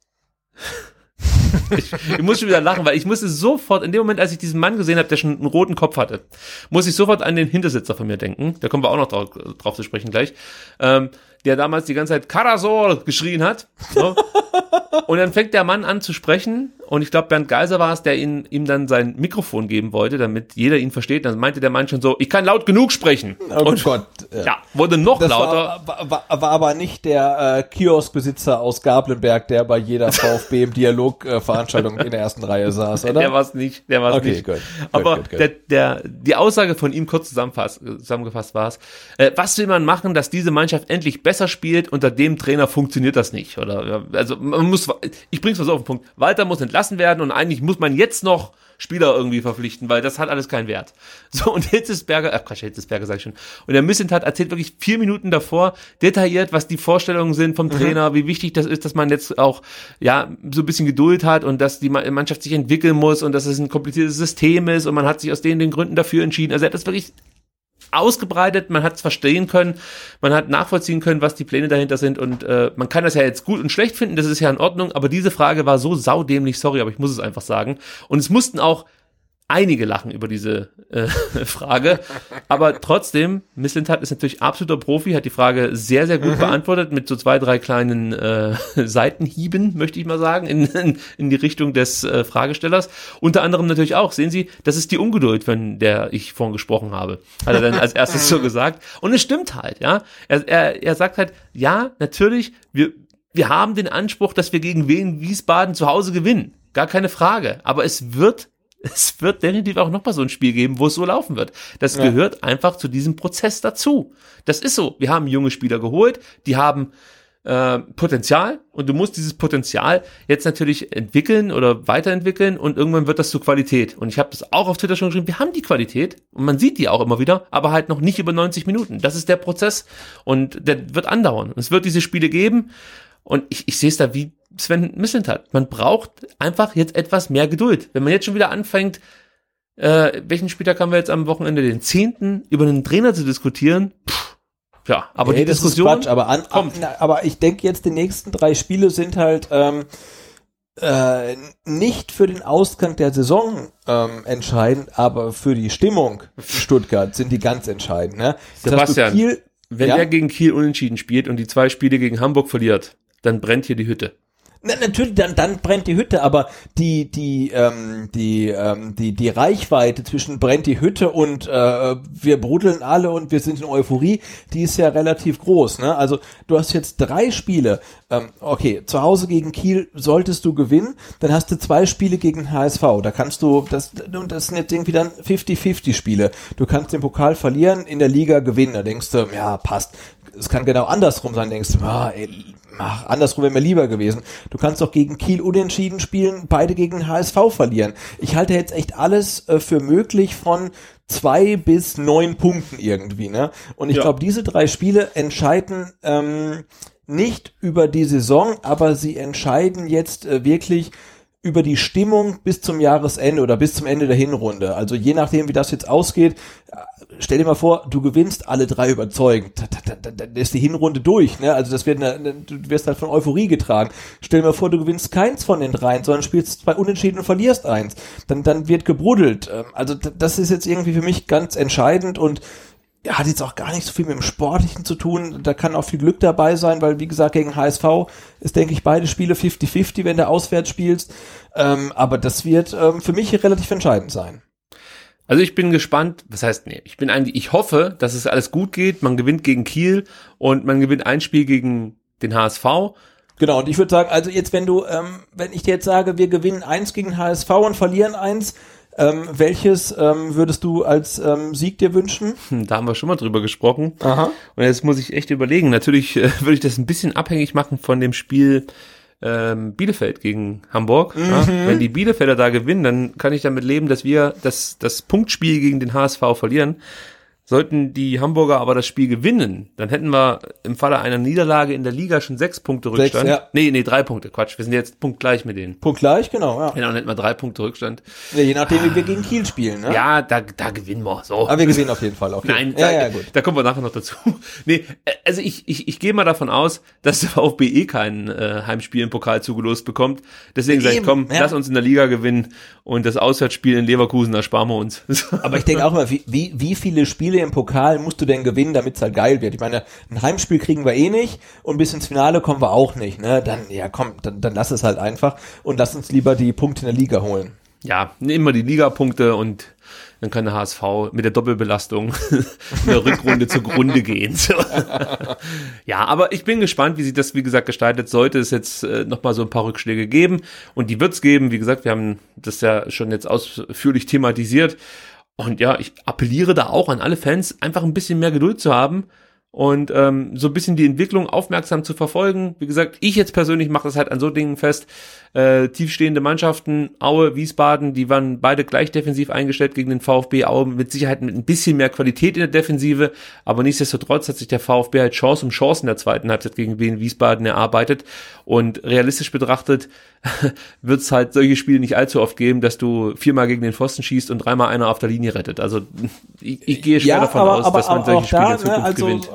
ich, ich muss schon wieder lachen, weil ich musste sofort, in dem Moment, als ich diesen Mann gesehen habe, der schon einen roten Kopf hatte, muss ich sofort an den Hintersitzer von mir denken. Da kommen wir auch noch drauf, drauf zu sprechen gleich. Ähm, der damals die ganze Zeit Karasor geschrien hat. So. Und dann fängt der Mann an zu sprechen, und ich glaube, Bernd Geiser war es, der ihn, ihm dann sein Mikrofon geben wollte, damit jeder ihn versteht. Dann meinte der Mann schon so, ich kann laut genug sprechen. Oh und Gott. Ja, ja wurde noch das lauter. War, war, war aber nicht der äh, Kioskbesitzer aus Gablenberg, der bei jeder VfB im Dialog-Veranstaltung äh, in der ersten Reihe saß, oder? Der war es nicht, der war es okay, nicht. Gut, aber gut, gut, der, der, die Aussage von ihm kurz zusammenfass, zusammengefasst war es, äh, was will man machen, dass diese Mannschaft endlich besser spielt? Unter dem Trainer funktioniert das nicht, oder? Also man muss, ich bring's mal so auf den Punkt, Walter muss entlassen werden und eigentlich muss man jetzt noch Spieler irgendwie verpflichten, weil das hat alles keinen Wert. So, und Hitzesberger, ach Quatsch, Hitzesberger sag ich schon. Und der Mislintat erzählt wirklich vier Minuten davor detailliert, was die Vorstellungen sind vom Trainer, mhm. wie wichtig das ist, dass man jetzt auch, ja, so ein bisschen Geduld hat und dass die Mannschaft sich entwickeln muss und dass es ein kompliziertes System ist und man hat sich aus den, den Gründen dafür entschieden. Also er hat das wirklich ausgebreitet, man hat es verstehen können, man hat nachvollziehen können, was die Pläne dahinter sind, und äh, man kann das ja jetzt gut und schlecht finden, das ist ja in Ordnung, aber diese Frage war so saudämlich, sorry, aber ich muss es einfach sagen, und es mussten auch einige lachen über diese äh, Frage, aber trotzdem, Mislintat ist natürlich absoluter Profi, hat die Frage sehr, sehr gut mhm. beantwortet, mit so zwei, drei kleinen äh, Seitenhieben, möchte ich mal sagen, in, in, in die Richtung des äh, Fragestellers. Unter anderem natürlich auch, sehen Sie, das ist die Ungeduld, von der ich vorhin gesprochen habe, hat er dann als erstes so gesagt. Und es stimmt halt, ja. Er, er, er sagt halt, ja, natürlich, wir, wir haben den Anspruch, dass wir gegen Wien Wiesbaden zu Hause gewinnen. Gar keine Frage. Aber es wird Es wird definitiv auch nochmal so ein Spiel geben, wo es so laufen wird. Das ja. gehört einfach zu diesem Prozess dazu. Das ist so. Wir haben junge Spieler geholt, die haben äh, Potenzial, und du musst dieses Potenzial jetzt natürlich entwickeln oder weiterentwickeln, und irgendwann wird das zur Qualität. Und ich habe das auch auf Twitter schon geschrieben, wir haben die Qualität und man sieht die auch immer wieder, aber halt noch nicht über neunzig Minuten. Das ist der Prozess, und der wird andauern. Es wird diese Spiele geben, und ich, ich sehe es da wie Sven Mislintat. Man braucht einfach jetzt etwas mehr Geduld. Wenn man jetzt schon wieder anfängt, äh, welchen Spieltag haben wir jetzt am Wochenende, den zehnten, über einen Trainer zu diskutieren, pff, ja, aber hey, die das Diskussion ist Quatsch, aber an, kommt. Aber ich denke jetzt, die nächsten drei Spiele sind halt ähm, äh, nicht für den Ausgang der Saison ähm, entscheidend, aber für die Stimmung Stuttgart sind die ganz entscheidend. Ne? Sebastian, Kiel, wenn ja? der gegen Kiel unentschieden spielt und die zwei Spiele gegen Hamburg verliert, dann brennt hier die Hütte. Na, natürlich, dann, dann brennt die Hütte, aber die, die, ähm, die, ähm, die, die Reichweite zwischen brennt die Hütte und äh, wir brudeln alle und wir sind in Euphorie, die ist ja relativ groß, ne? Also du hast jetzt drei Spiele, ähm, okay, zu Hause gegen Kiel solltest du gewinnen, dann hast du zwei Spiele gegen H S V, da kannst du, das, das sind jetzt irgendwie dann fünfzig fünfzig Spiele, du kannst den Pokal verlieren, in der Liga gewinnen, da denkst du, ja, passt. es kann genau andersrum sein, denkst du, ah, ey, ach, andersrum wäre mir lieber gewesen. Du kannst doch gegen Kiel unentschieden spielen, beide gegen H S V verlieren. Ich halte jetzt echt alles äh, für möglich von zwei bis neun Punkten irgendwie, ne? Und ich Ja. glaube, diese drei Spiele entscheiden ähm, nicht über die Saison, aber sie entscheiden jetzt äh, wirklich über die Stimmung bis zum Jahresende oder bis zum Ende der Hinrunde. Also je nachdem, wie das jetzt ausgeht, stell dir mal vor, du gewinnst alle drei überzeugend. Dann ist die Hinrunde durch, ne? Also das wird eine, du wirst halt von Euphorie getragen. Stell dir mal vor, du gewinnst keins von den dreien, sondern spielst zwei Unentschieden und verlierst eins. Dann, dann wird gebruddelt. Also das ist jetzt irgendwie für mich ganz entscheidend und ja, hat jetzt auch gar nicht so viel mit dem Sportlichen zu tun. Da kann auch viel Glück dabei sein, weil, wie gesagt, gegen H S V ist, denke ich, beide Spiele fifty fifty, wenn du auswärts spielst. Ähm, aber das wird ähm, für mich relativ entscheidend sein. Also ich bin gespannt, was heißt, nee, ich bin eigentlich, ich hoffe, dass es alles gut geht, man gewinnt gegen Kiel und man gewinnt ein Spiel gegen den H S V. Genau, und ich würde sagen, also jetzt, wenn du, ähm, wenn ich dir jetzt sage, wir gewinnen eins gegen H S V und verlieren eins, Ähm, welches ähm, würdest du als ähm, Sieg dir wünschen? Da haben wir schon mal drüber gesprochen. Aha. Und jetzt muss ich echt überlegen. Natürlich äh, würde ich das ein bisschen abhängig machen von dem Spiel ähm, Bielefeld gegen Hamburg. Mhm. Ja, wenn die Bielefelder da gewinnen, dann kann ich damit leben, dass wir das, das Punktspiel gegen den H S V verlieren. Sollten die Hamburger aber das Spiel gewinnen, dann hätten wir im Falle einer Niederlage in der Liga schon sechs Punkte Rückstand. Sechs, ja. Nee, nee, drei Punkte, Quatsch. Wir sind jetzt punktgleich mit denen. Punktgleich, genau, ja. Genau, dann hätten wir drei Punkte Rückstand. Ja, je nachdem, wie wir gegen Kiel spielen, ne? Ja, da, da gewinnen wir. So. Aber wir gewinnen auf jeden Fall. Okay. Nein, ja, da, ja, gut. da kommen wir nachher noch dazu. Nee, also ich, ich, ich gehe mal davon aus, dass der VfB eh kein äh, Heimspiel im Pokal zugelost bekommt. Deswegen sage ich, komm, ja. lass uns in der Liga gewinnen und das Auswärtsspiel in Leverkusen ersparen wir uns. Aber ich denke auch immer, wie, wie, wie viele Spiele im Pokal musst du denn gewinnen, damit es halt geil wird? Ich meine, ein Heimspiel kriegen wir eh nicht und bis ins Finale kommen wir auch nicht, ne? Dann, ja komm, dann, dann lass es halt einfach und lass uns lieber die Punkte in der Liga holen. Ja, immer die Ligapunkte und dann kann der H S V mit der Doppelbelastung in der Rückrunde zugrunde gehen. Ja, aber ich bin gespannt, wie sich das, wie gesagt, gestaltet. Sollte es jetzt äh, nochmal so ein paar Rückschläge geben und die wird's geben. Wie gesagt, wir haben das ja schon jetzt ausführlich thematisiert. Und ja, ich appelliere da auch an alle Fans, einfach ein bisschen mehr Geduld zu haben und ähm, so ein bisschen die Entwicklung aufmerksam zu verfolgen. Wie gesagt, ich jetzt persönlich mache das halt an so Dingen fest. Äh, tiefstehende Mannschaften, Aue, Wiesbaden, die waren beide gleich defensiv eingestellt gegen den VfB. Aue mit Sicherheit mit ein bisschen mehr Qualität in der Defensive, aber nichtsdestotrotz hat sich der VfB halt Chance um Chance in der zweiten Halbzeit gegen Wien Wiesbaden erarbeitet. Und realistisch betrachtet wird es halt solche Spiele nicht allzu oft geben, dass du viermal gegen den Pfosten schießt und dreimal einer auf der Linie rettet. Also ich, ich gehe schwer ja, davon aber, aus, aber, dass man aber solche Spiele da, in Zukunft ne, also, gewinnt.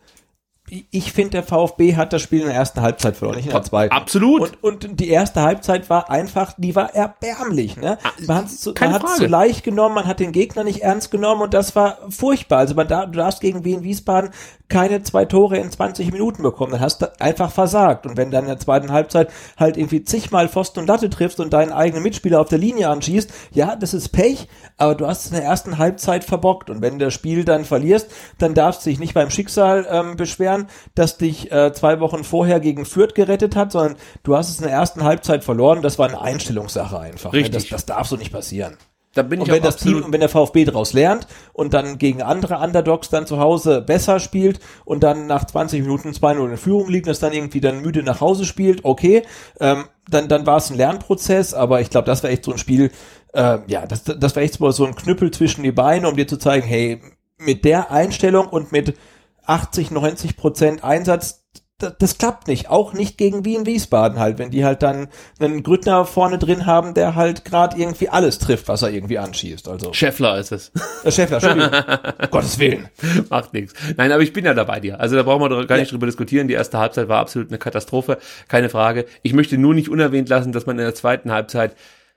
Ich finde, der VfB hat das Spiel in der ersten Halbzeit verloren, nicht in der zweiten. Absolut. Und, und die erste Halbzeit war einfach, die war erbärmlich. Ne? Man hat es zu, man hat's zu leicht genommen, man hat den Gegner nicht ernst genommen und das war furchtbar. Also man da, du darfst gegen Wien Wiesbaden keine zwei Tore in zwanzig Minuten bekommen. Dann hast du einfach versagt. Und wenn dann in der zweiten Halbzeit halt irgendwie zigmal Pfosten und Latte triffst und deinen eigenen Mitspieler auf der Linie anschießt, ja, das ist Pech, aber du hast es in der ersten Halbzeit verbockt. Und wenn du das Spiel dann verlierst, dann darfst du dich nicht beim Schicksal ähm, beschweren, dass dich äh, zwei Wochen vorher gegen Fürth gerettet hat, sondern du hast es in der ersten Halbzeit verloren. Das war eine Einstellungssache einfach. Richtig. Ne? Das, das darf so nicht passieren. Da bin ich und wenn auch das Team, und wenn der VfB daraus lernt und dann gegen andere Underdogs dann zu Hause besser spielt und dann nach zwanzig Minuten zwei null in Führung liegt, das dann irgendwie dann müde nach Hause spielt, okay, ähm, dann dann war es ein Lernprozess, aber ich glaube, das war echt so ein Spiel, äh, ja, das das war echt so ein Knüppel zwischen die Beine, um dir zu zeigen, hey, mit der Einstellung und mit achtzig, neunzig Prozent Einsatz, das, das klappt nicht. Auch nicht gegen Wien Wiesbaden halt, wenn die halt dann einen Grüttner vorne drin haben, der halt gerade irgendwie alles trifft, was er irgendwie anschießt. Also Scheffler ist es. Der Scheffler, Entschuldigung. um Gottes Willen. Macht nichts. Nein, aber ich bin ja dabei dir. Also da brauchen wir gar nicht ja. drüber diskutieren. Die erste Halbzeit war absolut eine Katastrophe. Keine Frage. Ich möchte nur nicht unerwähnt lassen, dass man in der zweiten Halbzeit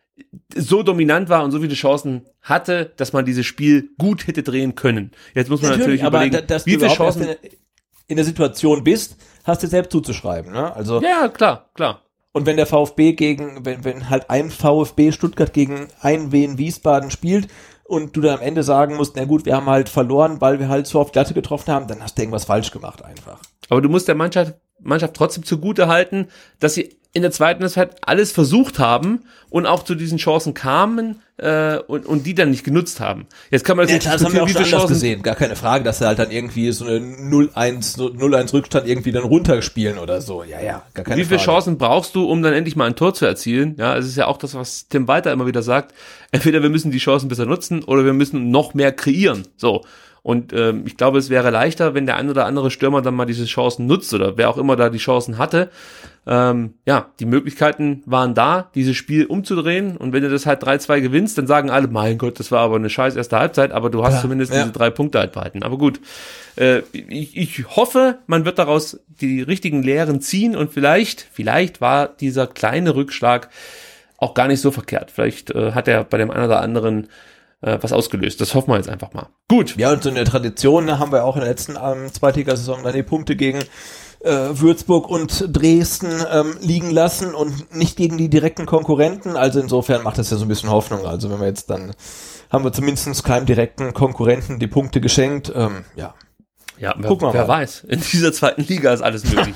so dominant war und so viele Chancen hatte, dass man dieses Spiel gut hätte drehen können. Jetzt muss man natürlich, natürlich überlegen, dass wie du viele Chancen in, in der Situation bist, hast du selbst zuzuschreiben, ne? Also ja, klar, klar. Und wenn der VfB gegen, wenn wenn halt ein VfB Stuttgart gegen ein Wien Wiesbaden spielt und du dann am Ende sagen musst, na gut, wir haben halt verloren, weil wir halt so auf Glatte getroffen haben, dann hast du irgendwas falsch gemacht einfach. Aber du musst der Mannschaft Mannschaft trotzdem zugute halten, dass sie in der zweiten Halbzeit alles versucht haben und auch zu diesen Chancen kamen äh, und, und die dann nicht genutzt haben. Jetzt kann man das ja, nicht klar, das haben wir auch wie schon viele anders Chancen gesehen. Gar keine Frage, dass sie halt dann irgendwie so eine null eins Rückstand irgendwie dann runterspielen oder so. Ja, ja, gar keine Frage. Wie viele Frage. Chancen brauchst du, um dann endlich mal ein Tor zu erzielen? Ja, es ist ja auch das, was Tim Walter immer wieder sagt. Entweder wir müssen die Chancen besser nutzen oder wir müssen noch mehr kreieren. So. Und ähm, ich glaube, es wäre leichter, wenn der ein oder andere Stürmer dann mal diese Chancen nutzt oder wer auch immer da die Chancen hatte. Ähm, ja, die Möglichkeiten waren da, dieses Spiel umzudrehen. Und wenn du das halt drei zwei gewinnst, dann sagen alle, mein Gott, das war aber eine scheiß erste Halbzeit, aber du hast ja, zumindest ja. diese drei Punkte halt behalten. Aber gut, äh, ich, ich hoffe, man wird daraus die richtigen Lehren ziehen und vielleicht, vielleicht war dieser kleine Rückschlag auch gar nicht so verkehrt. Vielleicht äh, hat er bei dem einen oder anderen was ausgelöst. Das hoffen wir jetzt einfach mal. Gut. Ja, und so eine Tradition, da haben wir auch in der letzten ähm, Zweitligasaison dann die Punkte gegen äh, Würzburg und Dresden ähm, liegen lassen und nicht gegen die direkten Konkurrenten. Also insofern macht das ja so ein bisschen Hoffnung. Also wenn wir jetzt dann, haben wir zumindest keinem direkten Konkurrenten die Punkte geschenkt. Ähm, ja. Ja, wer, wer weiß. In dieser zweiten Liga ist alles möglich.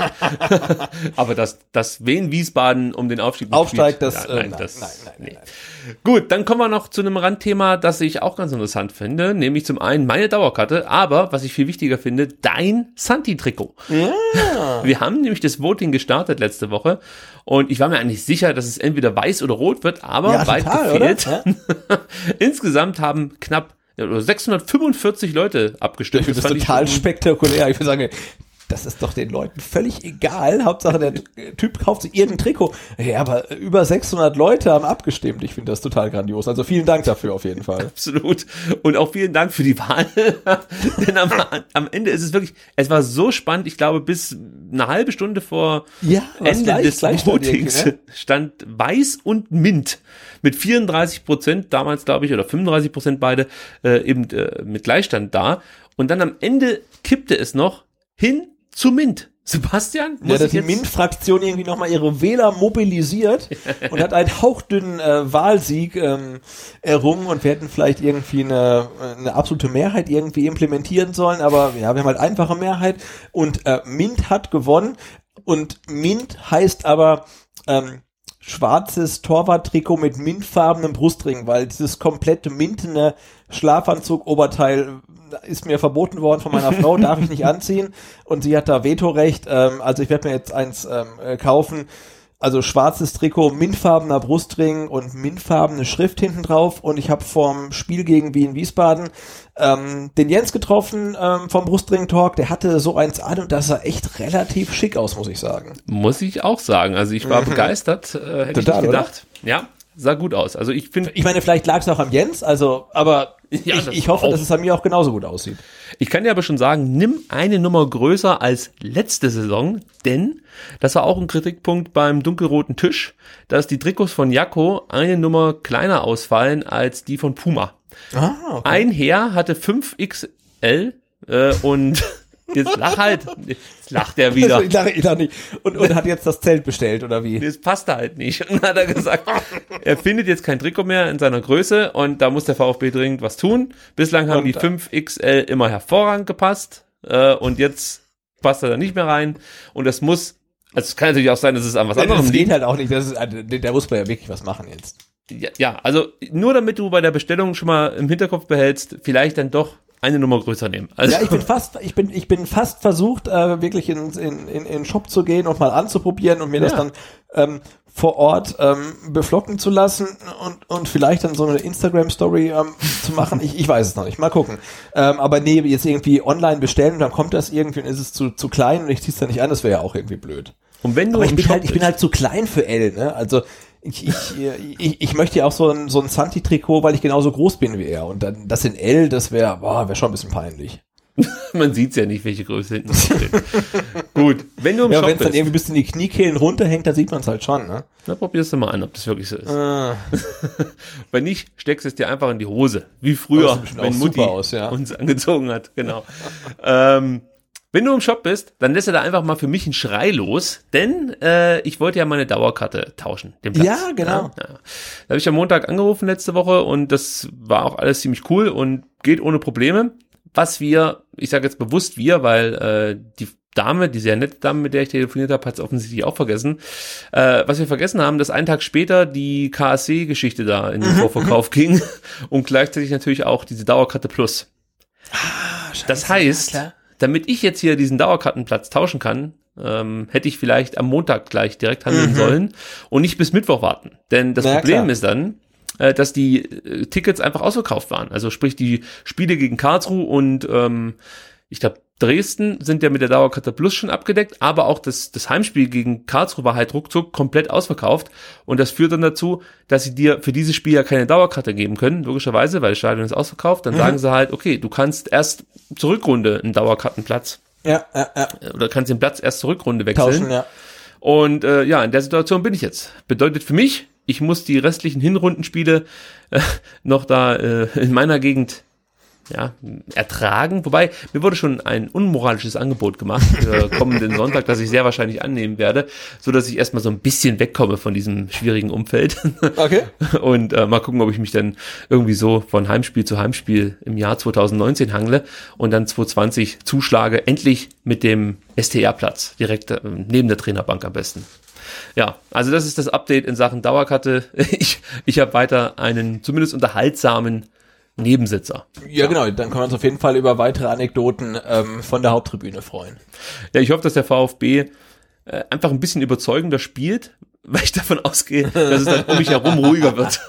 Aber dass, dass Wien Wiesbaden um den Aufstieg aufsteigt, das, ja, nein, äh, nein, das, nein, nein, nein, nee. nein. Gut, dann kommen wir noch zu einem Randthema, das ich auch ganz interessant finde, nämlich zum einen meine Dauerkarte, aber was ich viel wichtiger finde, dein Santi-Trikot. Ja. Wir haben nämlich das Voting gestartet letzte Woche und ich war mir eigentlich sicher, dass es entweder weiß oder rot wird, aber ja, weit total, gefehlt. Ja? Insgesamt haben knapp sechshundertfünfundvierzig Leute abgestimmt. Ich finde das, das total spektakulär. Ich würde sagen, das ist doch den Leuten völlig egal. Hauptsache der Typ kauft sich irgendein Trikot. Ja, aber über sechshundert Leute haben abgestimmt. Ich finde das total grandios. Also vielen Dank dafür auf jeden Fall. Absolut. Und auch vielen Dank für die Wahl. Denn am, am Ende ist es wirklich, es war so spannend. Ich glaube, bis eine halbe Stunde vor ja, Ende gleich, des gleich Votings ne? stand Weiß und Mint mit vierunddreißig Prozent damals, glaube ich, oder fünfunddreißig Prozent beide äh, eben äh, mit Gleichstand da. Und dann am Ende kippte es noch hin zu Mint. Sebastian? Muss ja, dass die Mint-Fraktion irgendwie nochmal ihre Wähler mobilisiert und hat einen hauchdünnen äh, Wahlsieg ähm, errungen und wir hätten vielleicht irgendwie eine, eine absolute Mehrheit irgendwie implementieren sollen, aber ja, wir haben halt einfache Mehrheit und äh, Mint hat gewonnen und Mint heißt aber ähm, schwarzes Torwarttrikot mit mintfarbenem Brustring, weil dieses komplette mintene Schlafanzug-Oberteil ist mir verboten worden von meiner Frau, darf ich nicht anziehen und sie hat da Vetorecht, ähm, also ich werde mir jetzt eins ähm, kaufen, also schwarzes Trikot, mintfarbener Brustring und mintfarbene Schrift hinten drauf und ich habe vorm Spiel gegen Wien Wiesbaden ähm, den Jens getroffen ähm, vom Brustring Talk, der hatte so eins an und das sah echt relativ schick aus, muss ich sagen. Muss ich auch sagen, also ich war mhm. begeistert, äh, hätte Total, ich nicht gedacht. Oder? Ja, sah gut aus, also ich finde... Ich meine, vielleicht lag es auch am Jens, also, aber... Ja, ich, ich hoffe, auch. dass es an mir auch genauso gut aussieht. Ich kann dir aber schon sagen, nimm eine Nummer größer als letzte Saison, denn das war auch ein Kritikpunkt beim dunkelroten Tisch, dass die Trikots von Jacko eine Nummer kleiner ausfallen als die von Puma. Ah, okay. Ein Herr hatte fünf X L äh, und jetzt lach halt, jetzt lacht er wieder. Ich lache, ich lache nicht. Und, und hat jetzt das Zelt bestellt, oder wie? Das passt halt nicht. Und dann hat er gesagt, er findet jetzt kein Trikot mehr in seiner Größe und da muss der VfB dringend was tun. Bislang haben und, die fünf X L immer hervorragend gepasst äh, und jetzt passt er da nicht mehr rein und das muss, also es kann natürlich auch sein, dass es an was anderem liegt. Das geht halt auch nicht, das ist, da muss man ja wirklich was machen jetzt. Ja, ja, also nur damit du bei der Bestellung schon mal im Hinterkopf behältst, vielleicht dann doch eine Nummer größer nehmen. Also ja, ich bin fast, ich bin, ich bin fast versucht, äh, wirklich in, in, in, in den Shop zu gehen und mal anzuprobieren und mir ja. das dann ähm, vor Ort ähm, beflocken zu lassen und, und vielleicht dann so eine Instagram-Story ähm, zu machen. Ich, ich weiß es noch nicht. Mal gucken. Ähm, aber nee, jetzt irgendwie online bestellen und dann kommt das irgendwie und ist es zu, zu klein und ich zieh's da nicht an, das wäre ja auch irgendwie blöd. Und wenn du aber ich bin halt, ich bin halt zu klein für L, ne? Also Ich, ich, ich, ich möchte ja auch so ein, so ein Santi-Trikot, weil ich genauso groß bin wie er. Und dann das in L, das wäre boah, wäre schon ein bisschen peinlich. Man sieht's ja nicht, welche Größe hinten steht. Gut, wenn du im ja, Shop wenn es bist. dann irgendwie bis in die Kniekehlen runterhängt, dann sieht man es halt schon, ne? Na, probierst du mal an, ob das wirklich so ist. Ah. Wenn nicht, steckst du es dir einfach in die Hose. Wie früher, wenn Mutti aus, ja. uns angezogen hat. Genau. ähm, Wenn du im Shop bist, dann lässt er da einfach mal für mich einen Schrei los, denn äh, ich wollte ja meine Dauerkarte tauschen, den Platz. Ja, genau. Ja, ja. Da habe ich am Montag angerufen letzte Woche und das war auch alles ziemlich cool und geht ohne Probleme. Was wir, ich sage jetzt bewusst wir, weil äh, die Dame, die sehr nette Dame, mit der ich telefoniert habe, hat es offensichtlich auch vergessen. Äh, was wir vergessen haben, dass einen Tag später die K S C-Geschichte da in den Vorverkauf ging und gleichzeitig natürlich auch diese Dauerkarte Plus. Ah, scheiße, das heißt, ja, damit ich jetzt hier diesen Dauerkartenplatz tauschen kann, ähm, hätte ich vielleicht am Montag gleich direkt handeln mhm. sollen und nicht bis Mittwoch warten. Denn das Na, Problem klar. ist dann, äh, dass die äh, Tickets einfach ausverkauft waren. Also sprich, die Spiele gegen Karlsruhe und ähm, ich glaube, Dresden sind ja mit der Dauerkarte Plus schon abgedeckt, aber auch das, das Heimspiel gegen Karlsruhe war halt ruckzuck komplett ausverkauft und das führt dann dazu, dass sie dir für dieses Spiel ja keine Dauerkarte geben können, logischerweise, weil das Stadion ist ausverkauft, dann mhm. sagen sie halt, okay, du kannst erst zur Rückrunde einen Dauerkartenplatz ja, ja, ja. oder kannst den Platz erst zur Rückrunde wechseln. Tauschen, ja. Und äh, ja, in der Situation bin ich jetzt. Bedeutet für mich, ich muss die restlichen Hinrundenspiele äh, noch da äh, in meiner Gegend ja, ertragen. Wobei, mir wurde schon ein unmoralisches Angebot gemacht für kommenden Sonntag, das ich sehr wahrscheinlich annehmen werde, so dass ich erstmal so ein bisschen wegkomme von diesem schwierigen Umfeld. Okay. Und äh, mal gucken, ob ich mich dann irgendwie so von Heimspiel zu Heimspiel im Jahr zwanzig neunzehn hangle und dann zwanzig zwanzig zuschlage, endlich mit dem S T R-Platz, direkt äh, neben der Trainerbank am besten. Ja, also das ist das Update in Sachen Dauerkarte. Ich, ich habe weiter einen zumindest unterhaltsamen Nebensitzer. Ja, genau, dann können wir uns auf jeden Fall über weitere Anekdoten ähm, von der Haupttribüne freuen. Ja, ich hoffe, dass der VfB äh, einfach ein bisschen überzeugender spielt, weil ich davon ausgehe, dass es dann um mich herum ruhiger wird.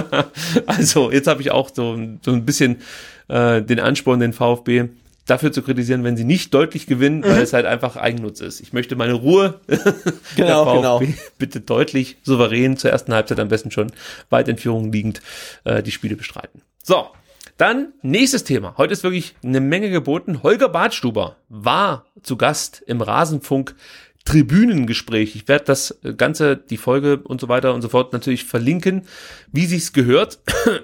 Also, jetzt habe ich auch so, so ein bisschen äh, den Ansporn, den VfB dafür zu kritisieren, wenn sie nicht deutlich gewinnen, weil mhm. es halt einfach Eigennutz ist. Ich möchte meine Ruhe. Genau, der VfB genau. Bitte deutlich, souverän, zur ersten Halbzeit am besten schon weit in Führung liegend äh, die Spiele bestreiten. So, dann nächstes Thema. Heute ist wirklich eine Menge geboten. Holger Badstuber war zu Gast im Rasenfunk Tribünengespräch. Ich werde das Ganze, die Folge und so weiter und so fort natürlich verlinken, wie sich's gehört.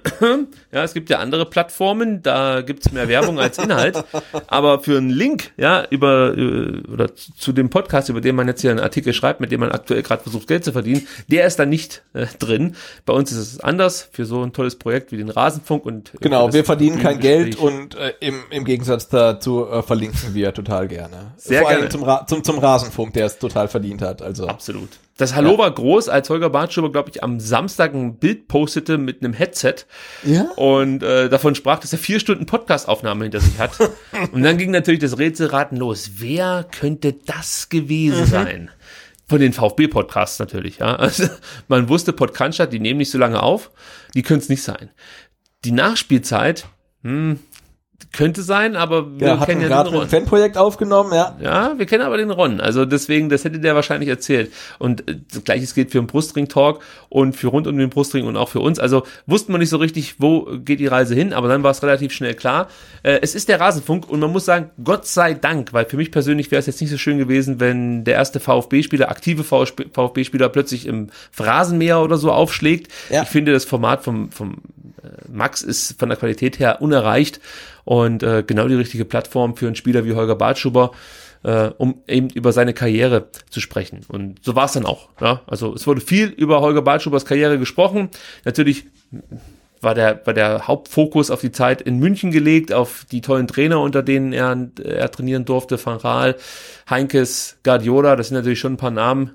Ja, es gibt ja andere Plattformen, da gibt's mehr Werbung als Inhalt. Aber für einen Link, ja, über oder zu dem Podcast, über den man jetzt hier einen Artikel schreibt, mit dem man aktuell gerade versucht, Geld zu verdienen, der ist da nicht äh, drin. Bei uns ist es anders für so ein tolles Projekt wie den Rasenfunk und genau, wir verdienen kein Geld und äh, im im Gegensatz dazu äh, verlinken wir total gerne. Sehr Vor gerne allem zum, Ra- zum zum Rasenfunk, der es total verdient hat. Also absolut. Das Hallo ja. war groß, als Holger Badstuber, glaube ich, am Samstag ein Bild postete mit einem Headset ja? und äh, davon sprach, dass er vier Stunden Podcastaufnahme hinter sich hat. Und dann ging natürlich das Rätselraten los. Wer könnte das gewesen mhm. sein? Von den VfB-Podcasts natürlich. Ja, also man wusste, Podcast, die nehmen nicht so lange auf, die können es nicht sein. Die Nachspielzeit, hm, könnte sein, aber wir ja, kennen ja gerade den Ron. ein Fanprojekt aufgenommen, ja. Ja, wir kennen aber den Ron. Also deswegen, das hätte der wahrscheinlich erzählt. Und äh, das Gleiches gilt für den Brustring-Talk und für rund um den Brustring und auch für uns. Also wussten wir nicht so richtig, wo geht die Reise hin, aber dann war es relativ schnell klar. Äh, es ist der Rasenfunk und man muss sagen, Gott sei Dank, weil für mich persönlich wäre es jetzt nicht so schön gewesen, wenn der erste VfB-Spieler, aktive VfB-Spieler plötzlich im Rasenmäher oder so aufschlägt. Ja. Ich finde, das Format vom, vom äh, Max ist von der Qualität her unerreicht. Und äh, genau die richtige Plattform für einen Spieler wie Holger Badstuber, äh, um eben über seine Karriere zu sprechen. Und so war es dann auch. Ja? Also es wurde viel über Holger Badstubers Karriere gesprochen. Natürlich war der, war der Hauptfokus auf die Zeit in München gelegt, auf die tollen Trainer, unter denen er, er trainieren durfte. Van Gaal, Heinkes, Guardiola, das sind natürlich schon ein paar Namen.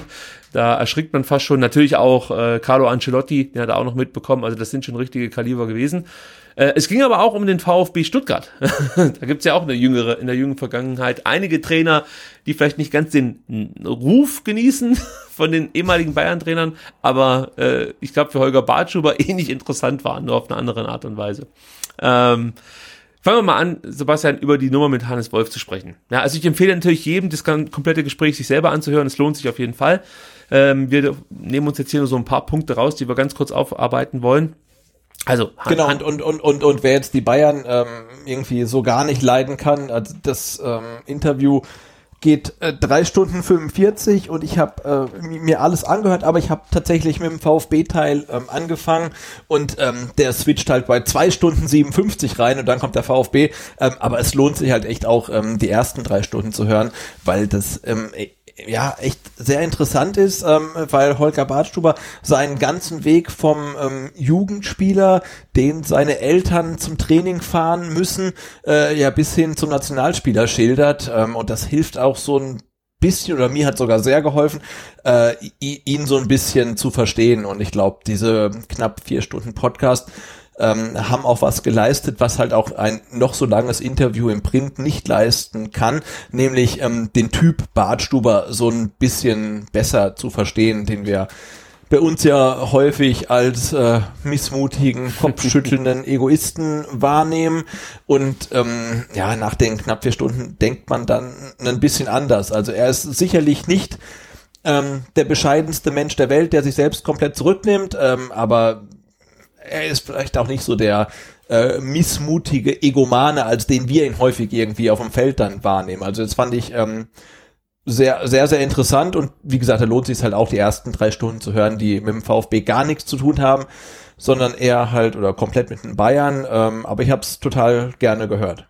Da erschrickt man fast schon. Natürlich auch äh, Carlo Ancelotti, den hat er auch noch mitbekommen. Also das sind schon richtige Kaliber gewesen. Äh, es ging aber auch um den VfB Stuttgart. Da gibt's ja auch eine jüngere, in der jüngeren Vergangenheit einige Trainer, die vielleicht nicht ganz den Ruf genießen von den ehemaligen Bayern-Trainern, aber äh, ich glaube für Holger Badstuber ähnlich interessant waren, nur auf eine andere Art und Weise. Ähm, Fangen wir mal an, Sebastian, über die Nummer mit Hannes Wolf zu sprechen. Ja, also ich empfehle natürlich jedem, das komplette Gespräch sich selber anzuhören. Es lohnt sich auf jeden Fall. Ähm, wir nehmen uns jetzt hier nur so ein paar Punkte raus, die wir ganz kurz aufarbeiten wollen. Also Hand, genau Hand. und und und und wer jetzt die Bayern ähm, irgendwie so gar nicht leiden kann, also das ähm, Interview geht äh, drei Stunden fünfundvierzig und ich habe äh, mir alles angehört, aber ich habe tatsächlich mit dem VfB-Teil ähm, angefangen und ähm, der switcht halt bei zwei Stunden siebenundfünfzig rein und dann kommt der VfB, ähm, aber es lohnt sich halt echt auch ähm, die ersten drei Stunden zu hören, weil das ähm, ja echt sehr interessant ist, ähm, weil Holger Badstuber seinen ganzen Weg vom ähm, Jugendspieler, den seine Eltern zum Training fahren müssen, äh, ja bis hin zum Nationalspieler schildert, ähm, und das hilft auch so ein bisschen, oder mir hat sogar sehr geholfen, äh, ihn so ein bisschen zu verstehen, und ich glaube, diese knapp vier Stunden Podcast ähm, haben auch was geleistet, was halt auch ein noch so langes Interview im Print nicht leisten kann, nämlich ähm, den Typ Badstuber so ein bisschen besser zu verstehen, den wir bei uns ja häufig als äh, missmutigen, kopfschüttelnden Egoisten wahrnehmen, und ähm, ja, nach den knapp vier Stunden denkt man dann ein bisschen anders. Also er ist sicherlich nicht ähm, der bescheidenste Mensch der Welt, der sich selbst komplett zurücknimmt, ähm, aber er ist vielleicht auch nicht so der äh, missmutige Egomane, als den wir ihn häufig irgendwie auf dem Feld dann wahrnehmen. Also das fand ich ähm, sehr, sehr, sehr interessant, und wie gesagt, da lohnt es sich halt auch, die ersten drei Stunden zu hören, die mit dem VfB gar nichts zu tun haben, sondern eher halt oder komplett mit den Bayern, ähm, aber ich habe es total gerne gehört.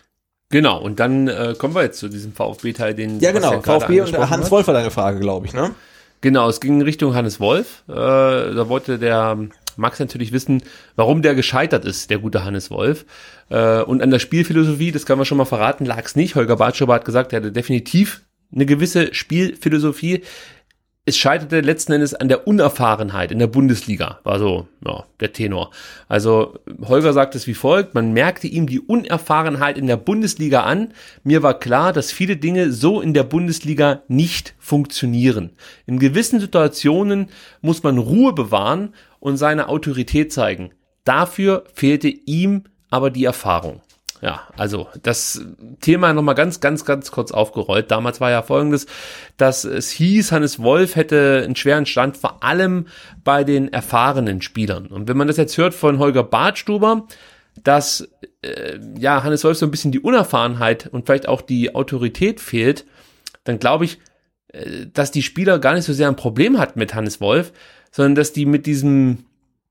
Genau, und dann äh, kommen wir jetzt zu diesem VfB-Teil, den Ja genau, VfB und Hannes Wolf war deine Frage, glaube ich, ne? Genau, es ging in Richtung Hannes Wolf, äh, da wollte der Max natürlich wissen, warum der gescheitert ist, der gute Hannes Wolf. Äh, und an der Spielphilosophie, das kann man schon mal verraten, lag es nicht. Holger Badstuber hat gesagt, er hatte definitiv eine gewisse Spielphilosophie. Es scheiterte letzten Endes an der Unerfahrenheit in der Bundesliga, war so ja, der Tenor. Also Holger sagt es wie folgt: Man merkte ihm die Unerfahrenheit in der Bundesliga an. Mir war klar, dass viele Dinge so in der Bundesliga nicht funktionieren. In gewissen Situationen muss man Ruhe bewahren und seine Autorität zeigen. Dafür fehlte ihm aber die Erfahrung. Ja, also das Thema nochmal ganz, ganz, ganz kurz aufgerollt. Damals war ja folgendes, dass es hieß, Hannes Wolf hätte einen schweren Stand, vor allem bei den erfahrenen Spielern. Und wenn man das jetzt hört von Holger Badstuber, dass äh, ja Hannes Wolf so ein bisschen die Unerfahrenheit und vielleicht auch die Autorität fehlt, dann glaube ich, äh, dass die Spieler gar nicht so sehr ein Problem hatten mit Hannes Wolf, sondern dass die mit diesem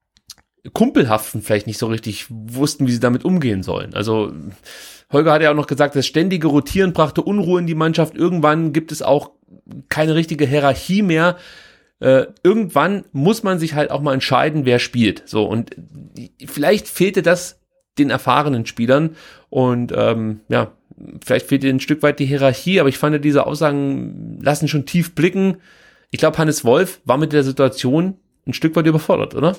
Kumpelhaften vielleicht nicht so richtig wussten, wie sie damit umgehen sollen. Also Holger hat ja auch noch gesagt, das ständige Rotieren brachte Unruhe in die Mannschaft. Irgendwann gibt es auch keine richtige Hierarchie mehr. Äh, irgendwann muss man sich halt auch mal entscheiden, wer spielt. So, und vielleicht fehlte das den erfahrenen Spielern, und ähm, ja, vielleicht fehlte ein Stück weit die Hierarchie, aber ich fand, diese Aussagen lassen schon tief blicken. Ich glaube, Hannes Wolf war mit der Situation ein Stück weit überfordert, oder?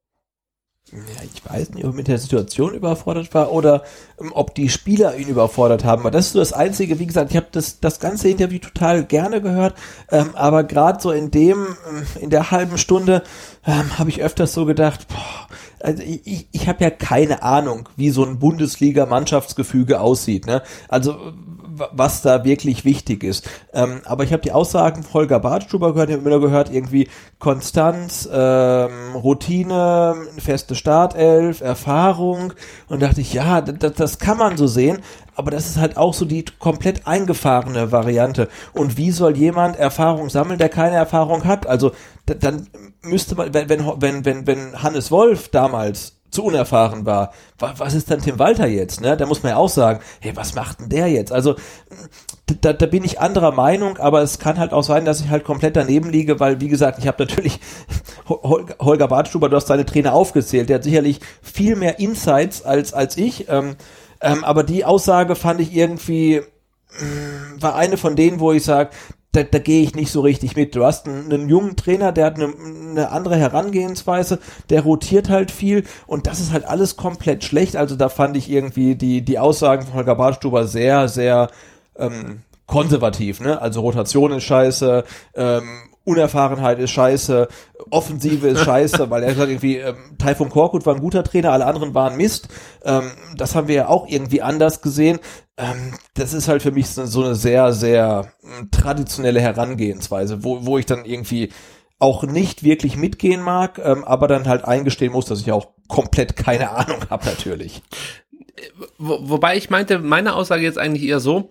Ja, ich weiß nicht, ob er mit der Situation überfordert war oder um, ob die Spieler ihn überfordert haben. Aber das ist so das Einzige, wie gesagt, ich habe das das ganze Interview total gerne gehört, ähm, aber gerade so in dem, in der halben Stunde ähm, habe ich öfters so gedacht, boah, also ich, ich, ich habe ja keine Ahnung, wie so ein Bundesliga-Mannschaftsgefüge aussieht, ne? Also was da wirklich wichtig ist. Ähm, aber ich habe die Aussagen von Holger Badstuber gehört, ich habe immer gehört, irgendwie Konstanz, ähm, Routine, feste Startelf, Erfahrung, und dachte ich, ja, das, das kann man so sehen, aber das ist halt auch so die komplett eingefahrene Variante. Und wie soll jemand Erfahrung sammeln, der keine Erfahrung hat? Also d- dann müsste man, wenn, wenn, wenn, wenn Hannes Wolf damals zu unerfahren war, was ist dann Tim Walter jetzt, ne? Da muss man ja auch sagen, hey, was macht denn der jetzt? Also da, da bin ich anderer Meinung, aber es kann halt auch sein, dass ich halt komplett daneben liege, weil, wie gesagt, ich habe natürlich Holger, Holger Badstuber, du hast seine Trainer aufgezählt, der hat sicherlich viel mehr Insights als als ich, ähm, ähm, aber die Aussage fand ich irgendwie, mh, war eine von denen, wo ich sage, Da, da gehe ich nicht so richtig mit. Du hast einen, einen jungen Trainer, der hat eine, eine andere Herangehensweise, der rotiert halt viel, und das ist halt alles komplett schlecht. Also da fand ich irgendwie die die Aussagen von Holger Badstuber sehr, sehr ähm, konservativ, ne? Also Rotation ist scheiße, ähm, Unerfahrenheit ist scheiße, Offensive ist scheiße, weil er gesagt irgendwie, ähm, Taifun Korkut war ein guter Trainer, alle anderen waren Mist. Ähm, das haben wir ja auch irgendwie anders gesehen. Ähm, das ist halt für mich so, so eine sehr, sehr äh, traditionelle Herangehensweise, wo, wo ich dann irgendwie auch nicht wirklich mitgehen mag, ähm, aber dann halt eingestehen muss, dass ich auch komplett keine Ahnung habe, natürlich. Wo, wobei ich meinte, meine Aussage jetzt eigentlich eher so,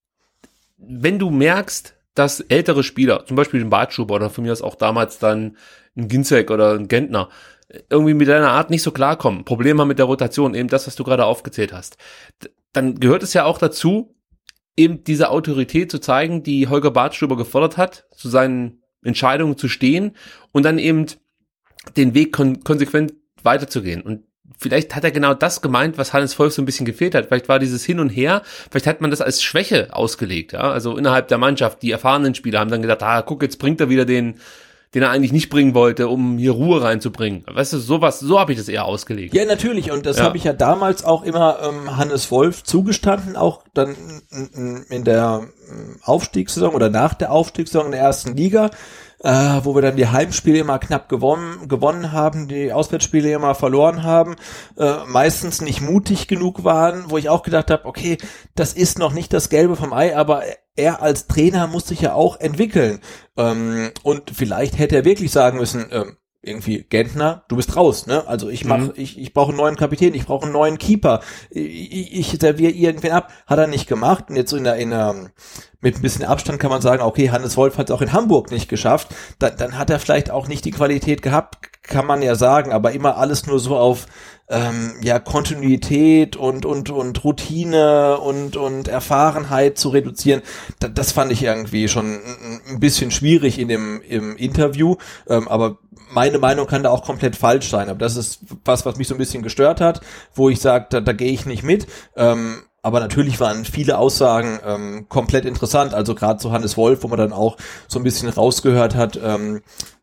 wenn du merkst, dass ältere Spieler, zum Beispiel den Badstuber oder von mir aus auch damals dann ein Ginzek oder ein Gentner, irgendwie mit deiner Art nicht so klarkommen, Probleme haben mit der Rotation, eben das, was du gerade aufgezählt hast, dann gehört es ja auch dazu, eben diese Autorität zu zeigen, die Holger Badstuber gefordert hat, zu seinen Entscheidungen zu stehen und dann eben den Weg kon- konsequent weiterzugehen. Und vielleicht hat er genau das gemeint, was Hannes Wolf so ein bisschen gefehlt hat. Vielleicht war dieses Hin und Her, vielleicht hat man das als Schwäche ausgelegt. Ja? Also innerhalb der Mannschaft, die erfahrenen Spieler haben dann gedacht, ah, guck, jetzt bringt er wieder den, den er eigentlich nicht bringen wollte, um hier Ruhe reinzubringen. Weißt du, sowas, so habe ich das eher ausgelegt. Ja, natürlich. Und das ja. habe ich ja damals auch immer ähm, Hannes Wolf zugestanden, auch dann in der Aufstiegssaison oder nach der Aufstiegssaison in der ersten Liga, äh, wo wir dann die Heimspiele immer knapp gewonnen, gewonnen haben, die Auswärtsspiele immer verloren haben, äh, meistens nicht mutig genug waren, wo ich auch gedacht habe, okay, das ist noch nicht das Gelbe vom Ei, aber er als Trainer muss sich ja auch entwickeln. Ähm, und vielleicht hätte er wirklich sagen müssen, ähm, irgendwie, Gentner, du bist raus, ne? Also ich mach, mhm. ich, ich brauche einen neuen Kapitän, ich brauche einen neuen Keeper, ich, ich serviere irgendwen ab. Hat er nicht gemacht. Und jetzt so in der, in der, mit ein bisschen Abstand kann man sagen, okay, Hannes Wolf hat es auch in Hamburg nicht geschafft. Dann, dann hat er vielleicht auch nicht die Qualität gehabt, kann man ja sagen, aber immer alles nur so auf ähm, ja Kontinuität und und und Routine und und Erfahrenheit zu reduzieren, das, das fand ich irgendwie schon ein bisschen schwierig in dem im Interview, ähm, aber meine Meinung kann da auch komplett falsch sein, aber das ist was, was mich so ein bisschen gestört hat, wo ich sage, da, da gehe ich nicht mit, ähm, aber natürlich waren viele Aussagen ähm, komplett interessant, also gerade zu Hannes Wolf, wo man dann auch so ein bisschen rausgehört hat, ähm,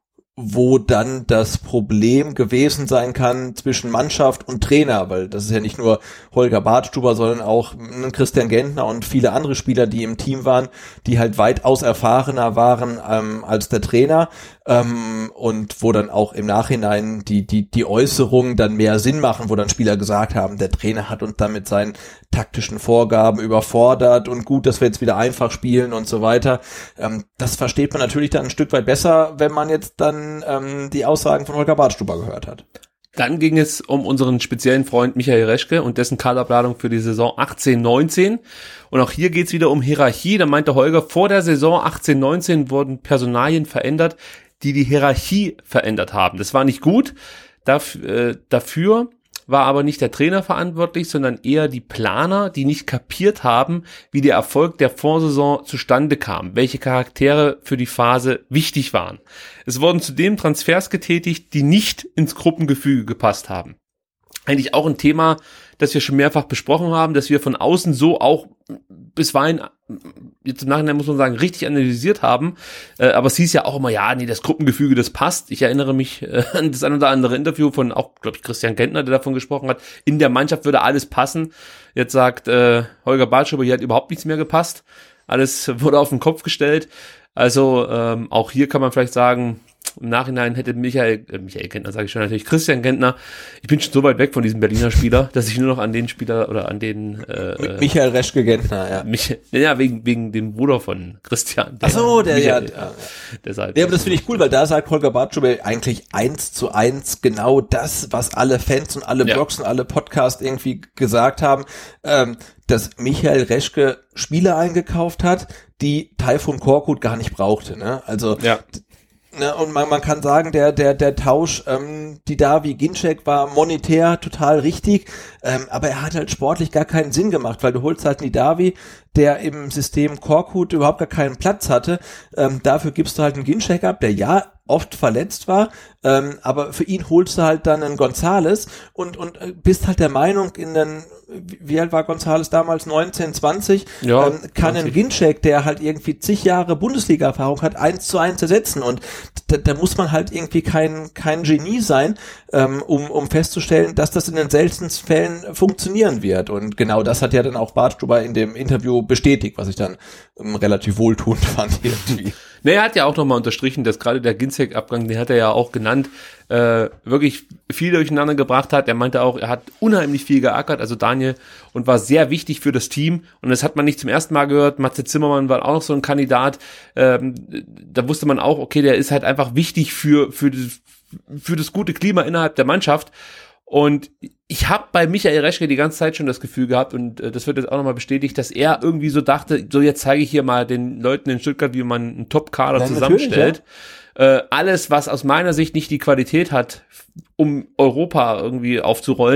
wo dann das Problem gewesen sein kann zwischen Mannschaft und Trainer, weil das ist ja nicht nur Holger Badstuber, sondern auch Christian Gentner und viele andere Spieler, die im Team waren, die halt weitaus erfahrener waren ähm, als der Trainer, ähm, und wo dann auch im Nachhinein die die die Äußerungen dann mehr Sinn machen, wo dann Spieler gesagt haben, der Trainer hat uns dann mit seinen taktischen Vorgaben überfordert und gut, dass wir jetzt wieder einfach spielen und so weiter. Ähm, das versteht man natürlich dann ein Stück weit besser, wenn man jetzt dann ähm, die Aussagen von Holger Badstuber gehört hat. Dann ging es um unseren speziellen Freund Michael Reschke und dessen Kaderplanung für die Saison achtzehn neunzehn. Und auch hier geht's wieder um Hierarchie. Da meinte Holger, vor der Saison achtzehn neunzehn wurden Personalien verändert, die die Hierarchie verändert haben. Das war nicht gut. Dafür, äh, dafür war aber nicht der Trainer verantwortlich, sondern eher die Planer, die nicht kapiert haben, wie der Erfolg der Vorsaison zustande kam, welche Charaktere für die Phase wichtig waren. Es wurden zudem Transfers getätigt, die nicht ins Gruppengefüge gepasst haben. Eigentlich auch ein Thema, das wir schon mehrfach besprochen haben, dass wir von außen so auch bisweilen, jetzt im Nachhinein muss man sagen, richtig analysiert haben, äh, aber es hieß ja auch immer, ja, nee, das Gruppengefüge, das passt. Ich erinnere mich äh, an das ein oder andere Interview von auch, glaube ich, Christian Gentner, der davon gesprochen hat, in der Mannschaft würde alles passen. Jetzt sagt äh, Holger Badstuber, hier hat überhaupt nichts mehr gepasst. Alles wurde auf den Kopf gestellt. Also ähm, auch hier kann man vielleicht sagen, im Nachhinein hätte Michael, äh, Michael Gentner, sage ich schon natürlich, Christian Gentner, ich bin schon so weit weg von diesem Berliner Spieler, dass ich nur noch an den Spieler oder an den äh, Michael Reschke Gentner, ja. Mich, ja, wegen wegen dem Bruder von Christian. Der, Ach so, der, Michael, ja. Der sagt, ja, aber das finde ich cool, weil da sagt Holger Badstuber eigentlich eins zu eins genau das, was alle Fans und alle Blogs ja. und alle Podcasts irgendwie gesagt haben, ähm, dass Michael Reschke Spieler eingekauft hat, die Taifun Korkut gar nicht brauchte, ne? Also ja. Ne, und man, man kann sagen, der der der Tausch ähm, Didavi Ginczek war monetär total richtig, ähm, aber er hat halt sportlich gar keinen Sinn gemacht, weil du holst halt einen Didavi, der im System Korkut überhaupt gar keinen Platz hatte. Ähm, dafür gibst du halt einen Ginczek ab, der ja oft verletzt war, ähm, aber für ihn holst du halt dann einen Gonzales und und äh, bist halt der Meinung, in den, wie alt war Gonzales damals, neunzehn, zwanzig, ja, ähm, kann ein Ginczek, der halt irgendwie zig Jahre Bundesliga-Erfahrung hat, eins zu eins ersetzen und da, da muss man halt irgendwie kein kein Genie sein, ähm, um um festzustellen, dass das in den seltensten Fällen funktionieren wird und genau das hat ja dann auch Badstuber in dem Interview bestätigt, was ich dann ähm, relativ wohltuend fand irgendwie. Ne, er hat ja auch nochmal unterstrichen, dass gerade der Ginczek-Abgang, den hat er ja auch genannt, äh, wirklich viel durcheinander gebracht hat. Er meinte auch, er hat unheimlich viel geackert, also Daniel, und war sehr wichtig für das Team. Und das hat man nicht zum ersten Mal gehört. Matze Zimmermann war auch noch so ein Kandidat. Ähm, da wusste man auch, okay, der ist halt einfach wichtig für, für, das, für das gute Klima innerhalb der Mannschaft. Und ich habe bei Michael Reschke die ganze Zeit schon das Gefühl gehabt, und äh, das wird jetzt auch nochmal bestätigt, dass er irgendwie so dachte, so jetzt zeige ich hier mal den Leuten in Stuttgart, wie man einen Top-Kader ja, zusammenstellt. Ja. Äh, alles, was aus meiner Sicht nicht die Qualität hat, um Europa irgendwie aufzurollen,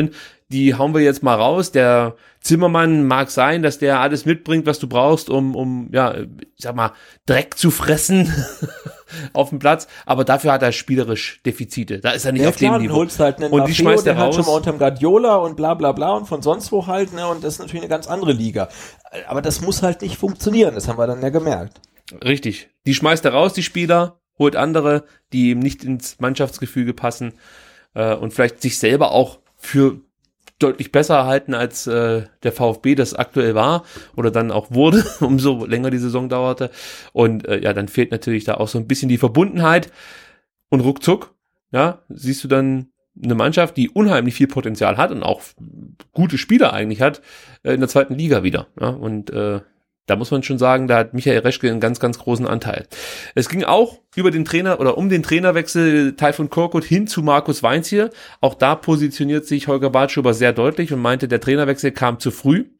die hauen wir jetzt mal raus. Der Zimmermann mag sein, dass der alles mitbringt, was du brauchst, um, um, ja, ich sag mal, Dreck zu fressen auf dem Platz, aber dafür hat er spielerisch Defizite. Da ist er nicht ja, auf klar, dem Niveau. Holst halt einen und Maffeo, die schmeißt er der halt raus. schon mal unterm Guardiola und bla bla bla und von sonst wo halt, ne, und das ist natürlich eine ganz andere Liga. Aber das muss halt nicht funktionieren, das haben wir dann ja gemerkt. Richtig. Die schmeißt er raus, die Spieler, holt andere, die ihm nicht ins Mannschaftsgefüge passen äh, und vielleicht sich selber auch für deutlich besser halten, als äh, der VfB das aktuell war oder dann auch wurde, umso länger die Saison dauerte. Und äh, ja, dann fehlt natürlich da auch so ein bisschen die Verbundenheit und ruckzuck, ja, siehst du dann eine Mannschaft, die unheimlich viel Potenzial hat und auch gute Spieler eigentlich hat, äh, in der zweiten Liga wieder. Ja, und äh, da muss man schon sagen, da hat Michael Reschke einen ganz, ganz großen Anteil. Es ging auch über den Trainer oder um den Trainerwechsel Tayfun Korkut hin zu Markus Weinzierl. Auch da positioniert sich Holger Badstuber sehr deutlich und meinte, der Trainerwechsel kam zu früh.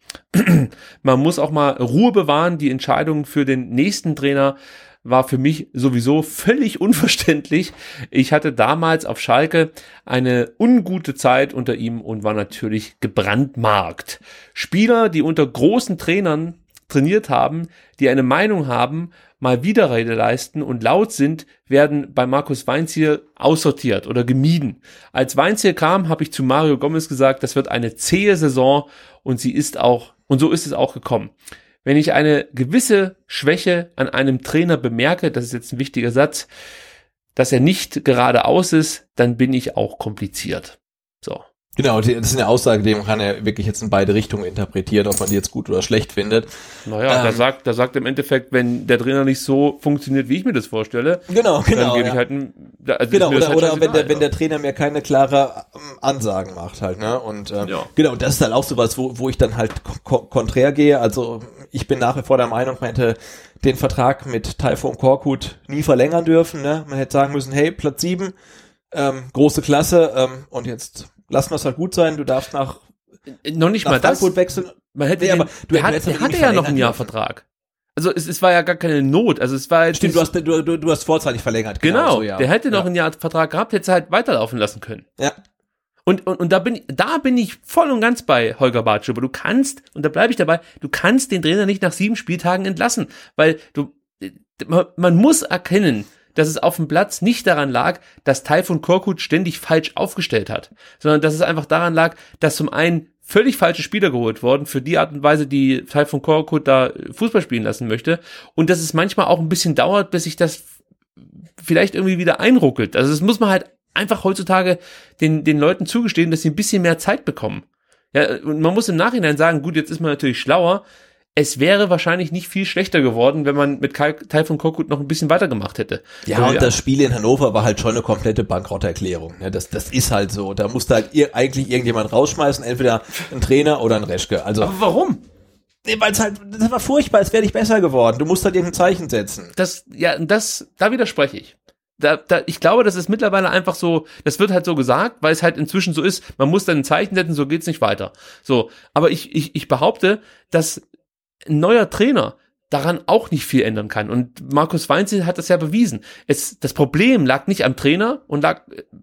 Man muss auch mal Ruhe bewahren. Die Entscheidung für den nächsten Trainer war für mich sowieso völlig unverständlich. Ich hatte damals auf Schalke eine ungute Zeit unter ihm und war natürlich gebrandmarkt. Spieler, die unter großen Trainern trainiert haben, die eine Meinung haben, mal Widerrede leisten und laut sind, werden bei Markus Weinzierl aussortiert oder gemieden. Als Weinzierl kam, habe ich zu Mario Gomez gesagt, das wird eine zähe Saison und sie ist auch, und so ist es auch gekommen. Wenn ich eine gewisse Schwäche an einem Trainer bemerke, das ist jetzt ein wichtiger Satz, dass er nicht geradeaus ist, dann bin ich auch kompliziert. So. Genau, das ist eine Aussage, die man kann ja wirklich jetzt in beide Richtungen interpretieren, ob man die jetzt gut oder schlecht findet. Naja, ähm, da sagt, da sagt im Endeffekt, wenn der Trainer nicht so funktioniert, wie ich mir das vorstelle, genau, genau, dann gebe ja. ich halt ein, also genau, oder, halt oder wenn der, wenn der Trainer mir keine klare ähm, Ansagen macht halt, ne, und, ähm, ja. genau, das ist halt auch sowas, wo, wo ich dann halt ko- konträr gehe, also ich bin nach wie vor der Meinung, man hätte den Vertrag mit Tayfun Korkut nie verlängern dürfen, ne, man hätte sagen müssen, hey, Platz sieben, ähm, große Klasse, ähm, und jetzt lassen wir es halt gut sein, du darfst nach noch nicht nach mal Frankfurt das wechseln. Man hätte nee, den, aber du, der, du hat, der hatte ja noch einen Jahr Vertrag. Also es, es war ja gar keine Not. Also es war jetzt Stimmt, du hast, du, du, du hast vorzeitig verlängert. Genau, genau so, ja. der hätte noch ja. einen Jahr Vertrag gehabt, hätte es halt weiterlaufen lassen können. Ja. Und, und, und da bin ich, da bin ich voll und ganz bei Holger Badstuber. Du kannst, und da bleibe ich dabei, du kannst den Trainer nicht nach sieben Spieltagen entlassen, weil du, man, man muss erkennen, dass es auf dem Platz nicht daran lag, dass Tayfun Korkut ständig falsch aufgestellt hat, sondern dass es einfach daran lag, dass zum einen völlig falsche Spieler geholt worden für die Art und Weise, die Tayfun Korkut da Fußball spielen lassen möchte, und dass es manchmal auch ein bisschen dauert, bis sich das vielleicht irgendwie wieder einruckelt. Also das muss man halt einfach heutzutage den, den Leuten zugestehen, dass sie ein bisschen mehr Zeit bekommen. Ja, und man muss im Nachhinein sagen, gut, jetzt ist man natürlich schlauer. Es wäre wahrscheinlich nicht viel schlechter geworden, wenn man mit Tayfun Korkut noch ein bisschen weitergemacht hätte. Ja, und, und das Spiel in Hannover war halt schon eine komplette Bankrotterklärung. Das, das ist halt so. Da musste halt ir- eigentlich irgendjemand rausschmeißen, entweder ein Trainer oder ein Reschke. Also, aber warum? Nee, weil es halt, das war furchtbar, es wäre nicht besser geworden. Du musst halt irgendein Zeichen setzen. Das, ja, das, da widerspreche ich. Da, da, ich glaube, das ist mittlerweile einfach so, das wird halt so gesagt, weil es halt inzwischen so ist, man muss dann ein Zeichen setzen, so geht's nicht weiter. So, aber ich, ich, ich behaupte, dass ein neuer Trainer daran auch nicht viel ändern kann. Und Markus Weinzierl hat das ja bewiesen. Es, das Problem lag nicht am Trainer und lag,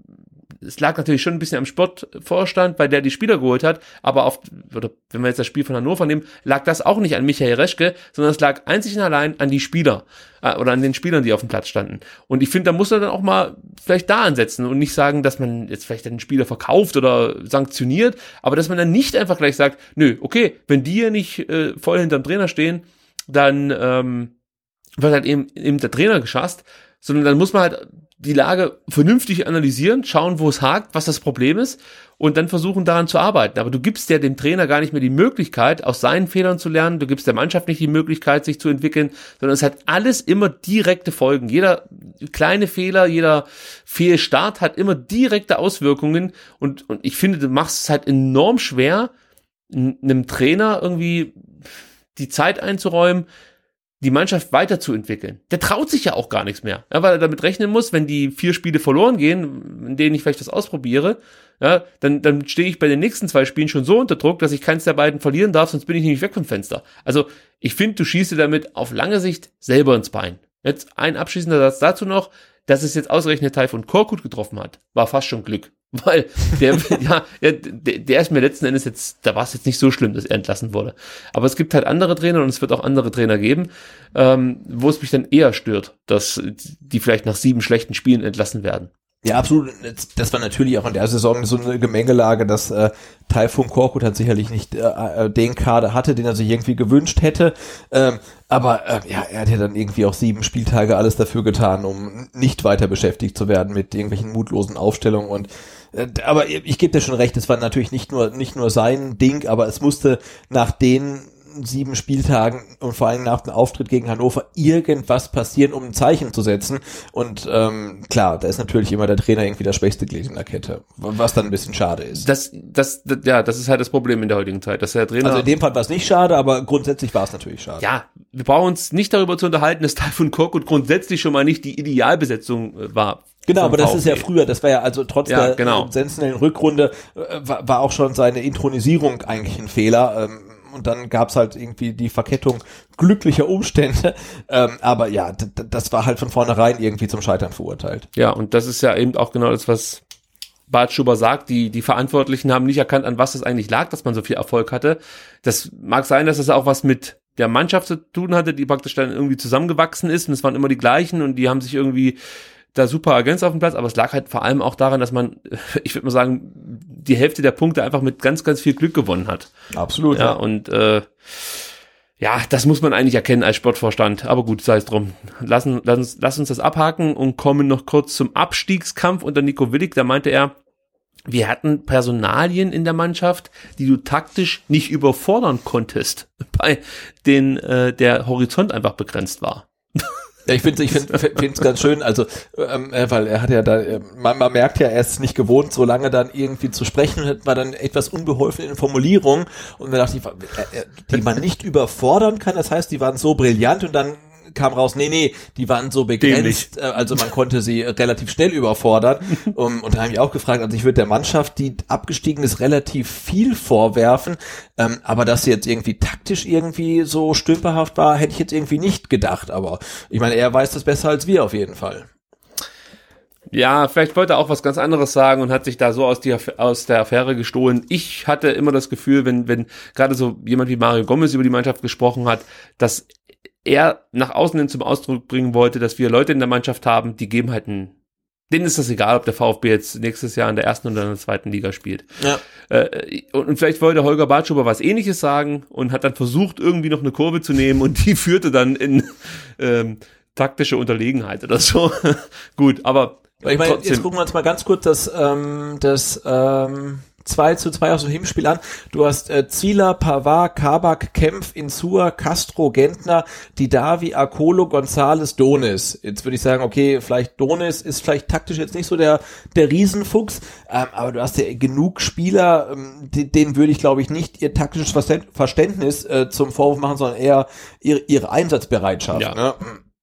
es lag natürlich schon ein bisschen am Sportvorstand, weil der die Spieler geholt hat, aber auf, oder wenn wir jetzt das Spiel von Hannover nehmen, lag das auch nicht an Michael Reschke, sondern es lag einzig und allein an die Spieler äh, oder an den Spielern, die auf dem Platz standen. Und ich finde, da muss man dann auch mal vielleicht da ansetzen und nicht sagen, dass man jetzt vielleicht den Spieler verkauft oder sanktioniert, aber dass man dann nicht einfach gleich sagt, nö, okay, wenn die hier nicht äh, voll hinterm Trainer stehen, dann ähm, wird halt eben, eben der Trainer geschasst, sondern dann muss man halt die Lage vernünftig analysieren, schauen, wo es hakt, was das Problem ist und dann versuchen, daran zu arbeiten. Aber du gibst ja dem Trainer gar nicht mehr die Möglichkeit, aus seinen Fehlern zu lernen, du gibst der Mannschaft nicht die Möglichkeit, sich zu entwickeln, sondern es hat alles immer direkte Folgen. Jeder kleine Fehler, jeder Fehlstart hat immer direkte Auswirkungen und, und ich finde, du machst es halt enorm schwer, einem Trainer irgendwie die Zeit einzuräumen, die Mannschaft weiterzuentwickeln. Der traut sich ja auch gar nichts mehr, ja, weil er damit rechnen muss, wenn die vier Spiele verloren gehen, in denen ich vielleicht was ausprobiere, ja, dann, dann stehe ich bei den nächsten zwei Spielen schon so unter Druck, dass ich keins der beiden verlieren darf, sonst bin ich nämlich weg vom Fenster. Also ich finde, du schießt dir damit auf lange Sicht selber ins Bein. Jetzt ein abschließender Satz dazu noch, dass es jetzt ausgerechnet Tayfun Korkut getroffen hat, war fast schon Glück. Weil der, ja, der, der ist mir letzten Endes jetzt, da war es jetzt nicht so schlimm, dass er entlassen wurde. Aber es gibt halt andere Trainer und es wird auch andere Trainer geben, ähm, wo es mich dann eher stört, dass die vielleicht nach sieben schlechten Spielen entlassen werden. Ja, absolut. Das war natürlich auch in der Saison so eine Gemengelage, dass äh, Tayfun Korkut hat sicherlich nicht äh, den Kader hatte, den er sich irgendwie gewünscht hätte. Ähm, aber äh, ja, er hat ja dann irgendwie auch sieben Spieltage alles dafür getan, um nicht weiter beschäftigt zu werden mit irgendwelchen mutlosen Aufstellungen. Und äh, aber ich gebe dir schon recht, es war natürlich nicht nur nicht nur sein Ding, aber es musste nach den sieben Spieltagen und vor allem nach dem Auftritt gegen Hannover irgendwas passieren, um ein Zeichen zu setzen. Und ähm, klar, da ist natürlich immer der Trainer irgendwie das schwächste Glied in der Kette, was dann ein bisschen schade ist. Das, das, das, ja, das ist halt das Problem in der heutigen Zeit, dass der Trainer. Also in dem Fall war es nicht schade, aber grundsätzlich war es natürlich schade. Ja, wir brauchen uns nicht darüber zu unterhalten, dass Tayfun Korkut grundsätzlich schon mal nicht die Idealbesetzung war. Genau, aber das ist ja früher, das war ja also trotz ja, der genau. sensationellen Rückrunde äh, war, war auch schon seine Intronisierung eigentlich ein Fehler. Ähm, Und dann gab's halt irgendwie die Verkettung glücklicher Umstände. Ähm, aber ja, d- d- das war halt von vornherein irgendwie zum Scheitern verurteilt. Ja, und das ist ja eben auch genau das, was Bart Stuber sagt. Die, die Verantwortlichen haben nicht erkannt, an was es eigentlich lag, dass man so viel Erfolg hatte. Das mag sein, dass es auch was mit der Mannschaft zu tun hatte, die praktisch dann irgendwie zusammengewachsen ist. Und es waren immer die gleichen und die haben sich irgendwie da super ergänzt auf dem Platz. Aber es lag halt vor allem auch daran, dass man, ich würde mal sagen, die Hälfte der Punkte einfach mit ganz, ganz viel Glück gewonnen hat. Absolut. Ja, ja. Und äh, ja, das muss man eigentlich erkennen als Sportvorstand. Aber gut, sei es drum. Lassen, lass, uns, lass uns das abhaken und kommen noch kurz zum Abstiegskampf unter Nico Willig. Da meinte er, wir hatten Personalien in der Mannschaft, die du taktisch nicht überfordern konntest, bei denen äh, der Horizont einfach begrenzt war. Ja, ich finde ich finde finde es ganz schön, also ähm, weil er hat ja da, man, man merkt ja, er ist nicht gewohnt, so lange dann irgendwie zu sprechen, war dann etwas unbeholfen in Formulierungen und dann dachte ich, die man nicht überfordern kann, das heißt, die waren so brillant und dann kam raus, nee, nee, die waren so begrenzt, Dämlich. Also man konnte sie relativ schnell überfordern. um, und da habe ich auch gefragt, also ich würde der Mannschaft, die abgestiegen ist, relativ viel vorwerfen, ähm, aber dass sie jetzt irgendwie taktisch irgendwie so stümperhaft war, hätte ich jetzt irgendwie nicht gedacht, aber ich meine, er weiß das besser als wir auf jeden Fall. Ja, vielleicht wollte er auch was ganz anderes sagen und hat sich da so aus, die, aus der Affäre gestohlen. Ich hatte immer das Gefühl, wenn, wenn gerade so jemand wie Mario Gomez über die Mannschaft gesprochen hat, dass er nach außen hin zum Ausdruck bringen wollte, dass wir Leute in der Mannschaft haben, die geben halt ein, denen ist das egal, ob der VfB jetzt nächstes Jahr in der ersten oder in der zweiten Liga spielt. Ja. Äh, und, und vielleicht wollte Holger Bartschuber was Ähnliches sagen und hat dann versucht, irgendwie noch eine Kurve zu nehmen und die führte dann in ähm, taktische Unterlegenheit oder so. Gut, aber ich meine, jetzt gucken wir uns mal ganz kurz das, ähm, das ähm zwei zu zwei aus dem Hinspiel an. Du hast äh, Zieler, Pavard, Kabak, Kempf, Insua, Castro, Gentner, Didavi, Akolo, Gonzales, Donis. Jetzt würde ich sagen, okay, vielleicht Donis ist vielleicht taktisch jetzt nicht so der der Riesenfuchs, ähm, aber du hast ja genug Spieler, ähm, die, denen würde ich, glaube ich, nicht ihr taktisches Verständnis äh, zum Vorwurf machen, sondern eher ihre, ihre Einsatzbereitschaft. Ja. Ne?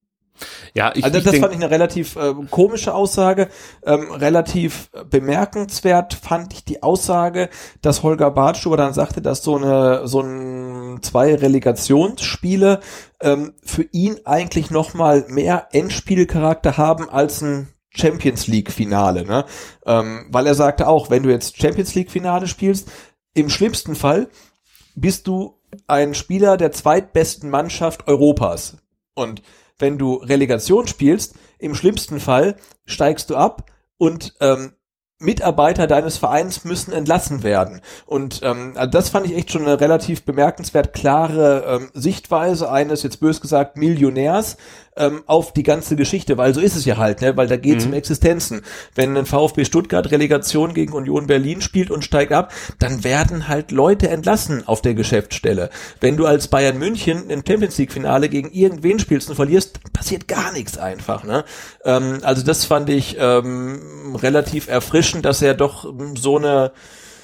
Ja, ich, also ich das denk, fand ich eine relativ äh, komische Aussage, ähm, relativ bemerkenswert fand ich die Aussage, dass Holger Bartschuber dann sagte, dass so eine so ein zwei Relegationsspiele ähm, für ihn eigentlich nochmal mehr Endspielcharakter haben als ein Champions League Finale, ne? Ähm, weil er sagte auch, wenn du jetzt Champions League Finale spielst, im schlimmsten Fall bist du ein Spieler der zweitbesten Mannschaft Europas und wenn du Relegation spielst, im schlimmsten Fall steigst du ab und ähm, Mitarbeiter deines Vereins müssen entlassen werden. Und ähm, also das fand ich echt schon eine relativ bemerkenswert klare ähm, Sichtweise eines, jetzt bös gesagt, Millionärs ähm, auf die ganze Geschichte, weil so ist es ja halt, ne? Weil da geht es mhm. um Existenzen. Wenn ein VfB Stuttgart Relegation gegen Union Berlin spielt und steigt ab, dann werden halt Leute entlassen auf der Geschäftsstelle. Wenn du als Bayern München im Champions League Finale gegen irgendwen spielst und verlierst, passiert gar nichts einfach, ne? Ähm, also das fand ich ähm, relativ erfrischend, dass er doch so eine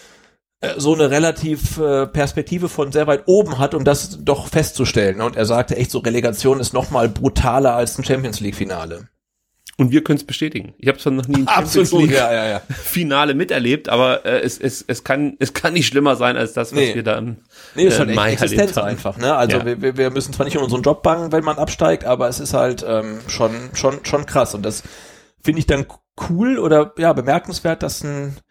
so eine relativ äh, Perspektive von sehr weit oben hat, um das doch festzustellen. Und er sagte echt, so Relegation ist noch mal brutaler als ein Champions League Finale. Und wir können es bestätigen. Ich habe zwar noch nie ein Champions League ja, ja, ja. Finale miterlebt, aber äh, es, es, es, kann, es kann nicht schlimmer sein als das, was nee. wir da im Nee, das ist halt echt Existenz einfach. Ne? Also ja. wir, wir müssen zwar nicht um unseren Job bangen, wenn man absteigt, aber es ist halt ähm, schon, schon, schon krass. Und das finde ich dann cool oder ja bemerkenswert, dass ein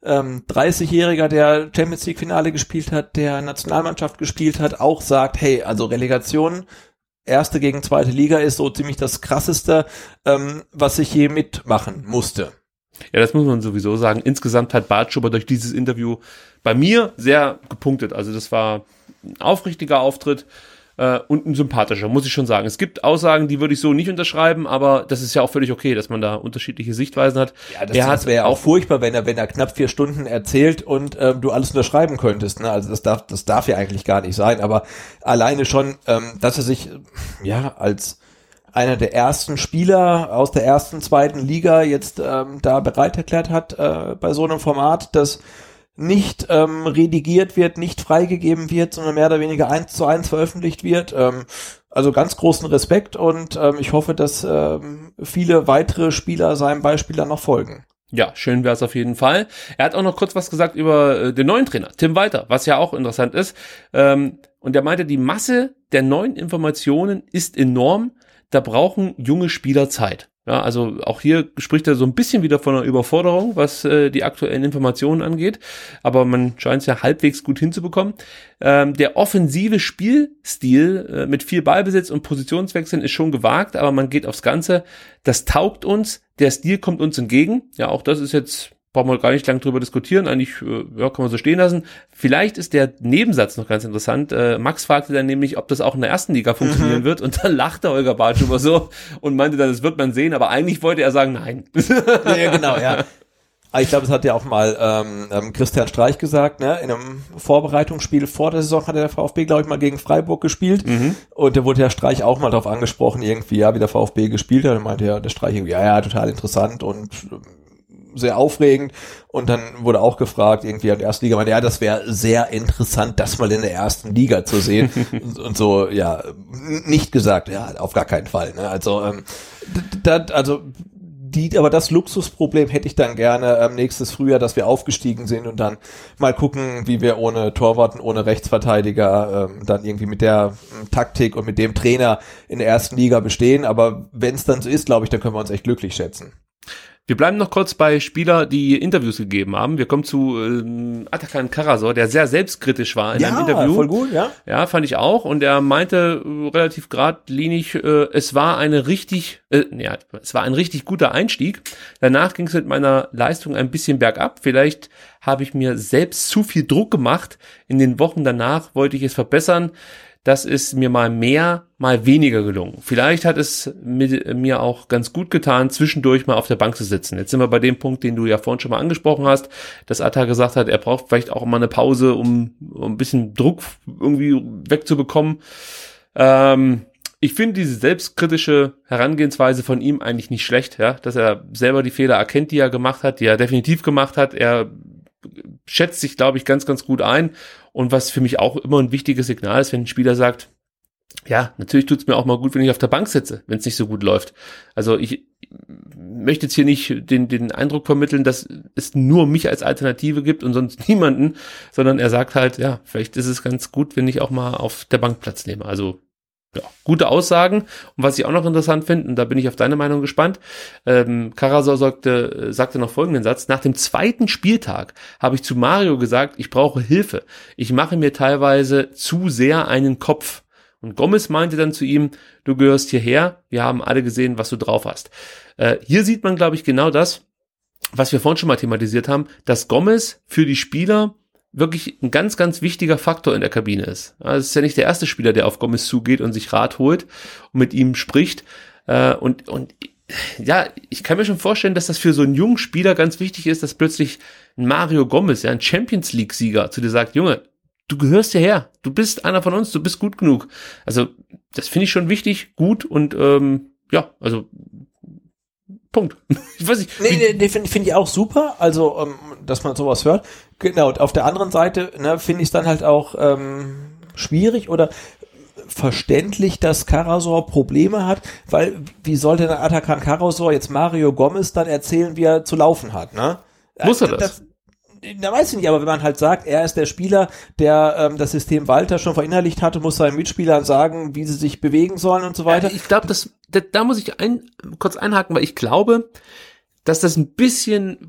ähm, dreißigjähriger, der Champions League Finale gespielt hat, der Nationalmannschaft gespielt hat, auch sagt, hey, also Relegation, erste gegen zweite Liga ist so ziemlich das Krasseste, ähm, was ich je mitmachen musste. Ja, das muss man sowieso sagen. Insgesamt hat Bartschuber durch dieses Interview bei mir sehr gepunktet. Also das war ein aufrichtiger Auftritt äh, und ein sympathischer, muss ich schon sagen. Es gibt Aussagen, die würde ich so nicht unterschreiben, aber das ist ja auch völlig okay, dass man da unterschiedliche Sichtweisen hat. Ja, das, das wäre ja auch furchtbar, wenn er, wenn er knapp vier Stunden erzählt und äh, du alles unterschreiben könntest. Ne? Also das darf, das darf ja eigentlich gar nicht sein. Aber alleine schon, ähm, dass er sich ja als einer der ersten Spieler aus der ersten, zweiten Liga jetzt ähm, da bereit erklärt hat äh, bei so einem Format, das nicht ähm, redigiert wird, nicht freigegeben wird, sondern mehr oder weniger eins zu eins veröffentlicht wird. Ähm, also ganz großen Respekt und ähm, ich hoffe, dass ähm, viele weitere Spieler seinem Beispiel dann noch folgen. Ja, schön wäre es auf jeden Fall. Er hat auch noch kurz was gesagt über äh, den neuen Trainer, Tim Walter, was ja auch interessant ist. Ähm, und er meinte, die Masse der neuen Informationen ist enorm. Da brauchen junge Spieler Zeit. Ja, also auch hier spricht er so ein bisschen wieder von einer Überforderung, was äh, die aktuellen Informationen angeht. Aber man scheint es ja halbwegs gut hinzubekommen. Ähm, der offensive Spielstil äh, mit viel Ballbesitz und Positionswechseln ist schon gewagt, aber man geht aufs Ganze. Das taugt uns. Der Stil kommt uns entgegen. Ja, auch das ist jetzt, brauchen wir gar nicht lange drüber diskutieren. Eigentlich äh, ja, kann man so stehen lassen. Vielleicht ist der Nebensatz noch ganz interessant. Äh, Max fragte dann nämlich, ob das auch in der ersten Liga funktionieren mhm. wird. Und dann lachte Holger Bartschuber so und meinte dann, das wird man sehen. Aber eigentlich wollte er sagen, nein. Ja, ja genau, ja. Ich glaube, es hat ja auch mal ähm, Christian Streich gesagt, ne? In einem Vorbereitungsspiel vor der Saison hat der VfB, glaube ich, mal gegen Freiburg gespielt. Mhm. Und da wurde der Streich auch mal drauf angesprochen, irgendwie, ja, wie der VfB gespielt hat. Und meinte ja, der Streich irgendwie, ja, ja, total interessant und sehr aufregend. Und dann wurde auch gefragt, irgendwie in der ersten Liga, meinte, ja, das wäre sehr interessant, das mal in der ersten Liga zu sehen. und, und so, ja, nicht gesagt, ja, auf gar keinen Fall. Ne? Also, ähm, da, also die, aber das Luxusproblem hätte ich dann gerne ähm, nächstes Frühjahr, dass wir aufgestiegen sind und dann mal gucken, wie wir ohne Torwart und ohne Rechtsverteidiger ähm, dann irgendwie mit der ähm, Taktik und mit dem Trainer in der ersten Liga bestehen. Aber wenn es dann so ist, glaube ich, dann können wir uns echt glücklich schätzen. Wir bleiben noch kurz bei Spielern, die Interviews gegeben haben. Wir kommen zu ähm, Atakan Karasor, der sehr selbstkritisch war in ja, einem Interview. Ja, voll gut, ja. Ja, fand ich auch. Und er meinte äh, relativ geradlinig, äh, es war eine richtig, äh, ja, es war ein richtig guter Einstieg. Danach ging es mit meiner Leistung ein bisschen bergab. Vielleicht habe ich mir selbst zu viel Druck gemacht. In den Wochen danach wollte ich es verbessern. Das ist mir mal mehr, mal weniger gelungen. Vielleicht hat es mit, mir auch ganz gut getan, zwischendurch mal auf der Bank zu sitzen. Jetzt sind wir bei dem Punkt, den du ja vorhin schon mal angesprochen hast, dass Atta gesagt hat, er braucht vielleicht auch mal eine Pause, um, um ein bisschen Druck irgendwie wegzubekommen. Ähm, ich finde diese selbstkritische Herangehensweise von ihm eigentlich nicht schlecht, ja, dass er selber die Fehler erkennt, die er gemacht hat, die er definitiv gemacht hat. Er schätzt sich, glaube ich, ganz, ganz gut ein. Und was für mich auch immer ein wichtiges Signal ist, wenn ein Spieler sagt, ja, natürlich tut's mir auch mal gut, wenn ich auf der Bank sitze, wenn es nicht so gut läuft. Also ich möchte jetzt hier nicht den, den Eindruck vermitteln, dass es nur mich als Alternative gibt und sonst niemanden, sondern er sagt halt, ja, vielleicht ist es ganz gut, wenn ich auch mal auf der Bank Platz nehme. Also ja, gute Aussagen. Und was ich auch noch interessant finde, und da bin ich auf deine Meinung gespannt, ähm, Karasor sagte, sagte noch folgenden Satz: Nach dem zweiten Spieltag habe ich zu Mario gesagt, ich brauche Hilfe. Ich mache mir teilweise zu sehr einen Kopf. Und Gomez meinte dann zu ihm, du gehörst hierher, wir haben alle gesehen, was du drauf hast. Äh, hier sieht man, glaube ich, genau das, was wir vorhin schon mal thematisiert haben, dass Gomez für die Spieler wirklich ein ganz, ganz wichtiger Faktor in der Kabine ist. Es ist ja nicht der erste Spieler, der auf Gomez zugeht und sich Rat holt und mit ihm spricht. Und, und ja, ich kann mir schon vorstellen, dass das für so einen jungen Spieler ganz wichtig ist, dass plötzlich ein Mario Gomez, ja, ein Champions League-Sieger, zu dir sagt, Junge, du gehörst hierher, du bist einer von uns, du bist gut genug. Also das finde ich schon wichtig, gut und ähm, ja, also Punkt. Ich weiß nicht. Nee, nee, nee finde find ich auch super, also ähm, dass man sowas hört. Genau, und auf der anderen Seite ne, finde ich es dann halt auch ähm, schwierig oder verständlich, dass Karasor Probleme hat, weil wie sollte der Atakan Karasor jetzt Mario Gomez dann erzählen, wie er zu laufen hat, ne? Muss er das? das Da weiß ich nicht, aber wenn man halt sagt, er ist der Spieler, der ähm, das System Walter schon verinnerlicht hatte, muss seinen Mitspielern sagen, wie sie sich bewegen sollen und so weiter. Ja, ich glaube, das, da, da muss ich ein, kurz einhaken, weil ich glaube, dass das ein bisschen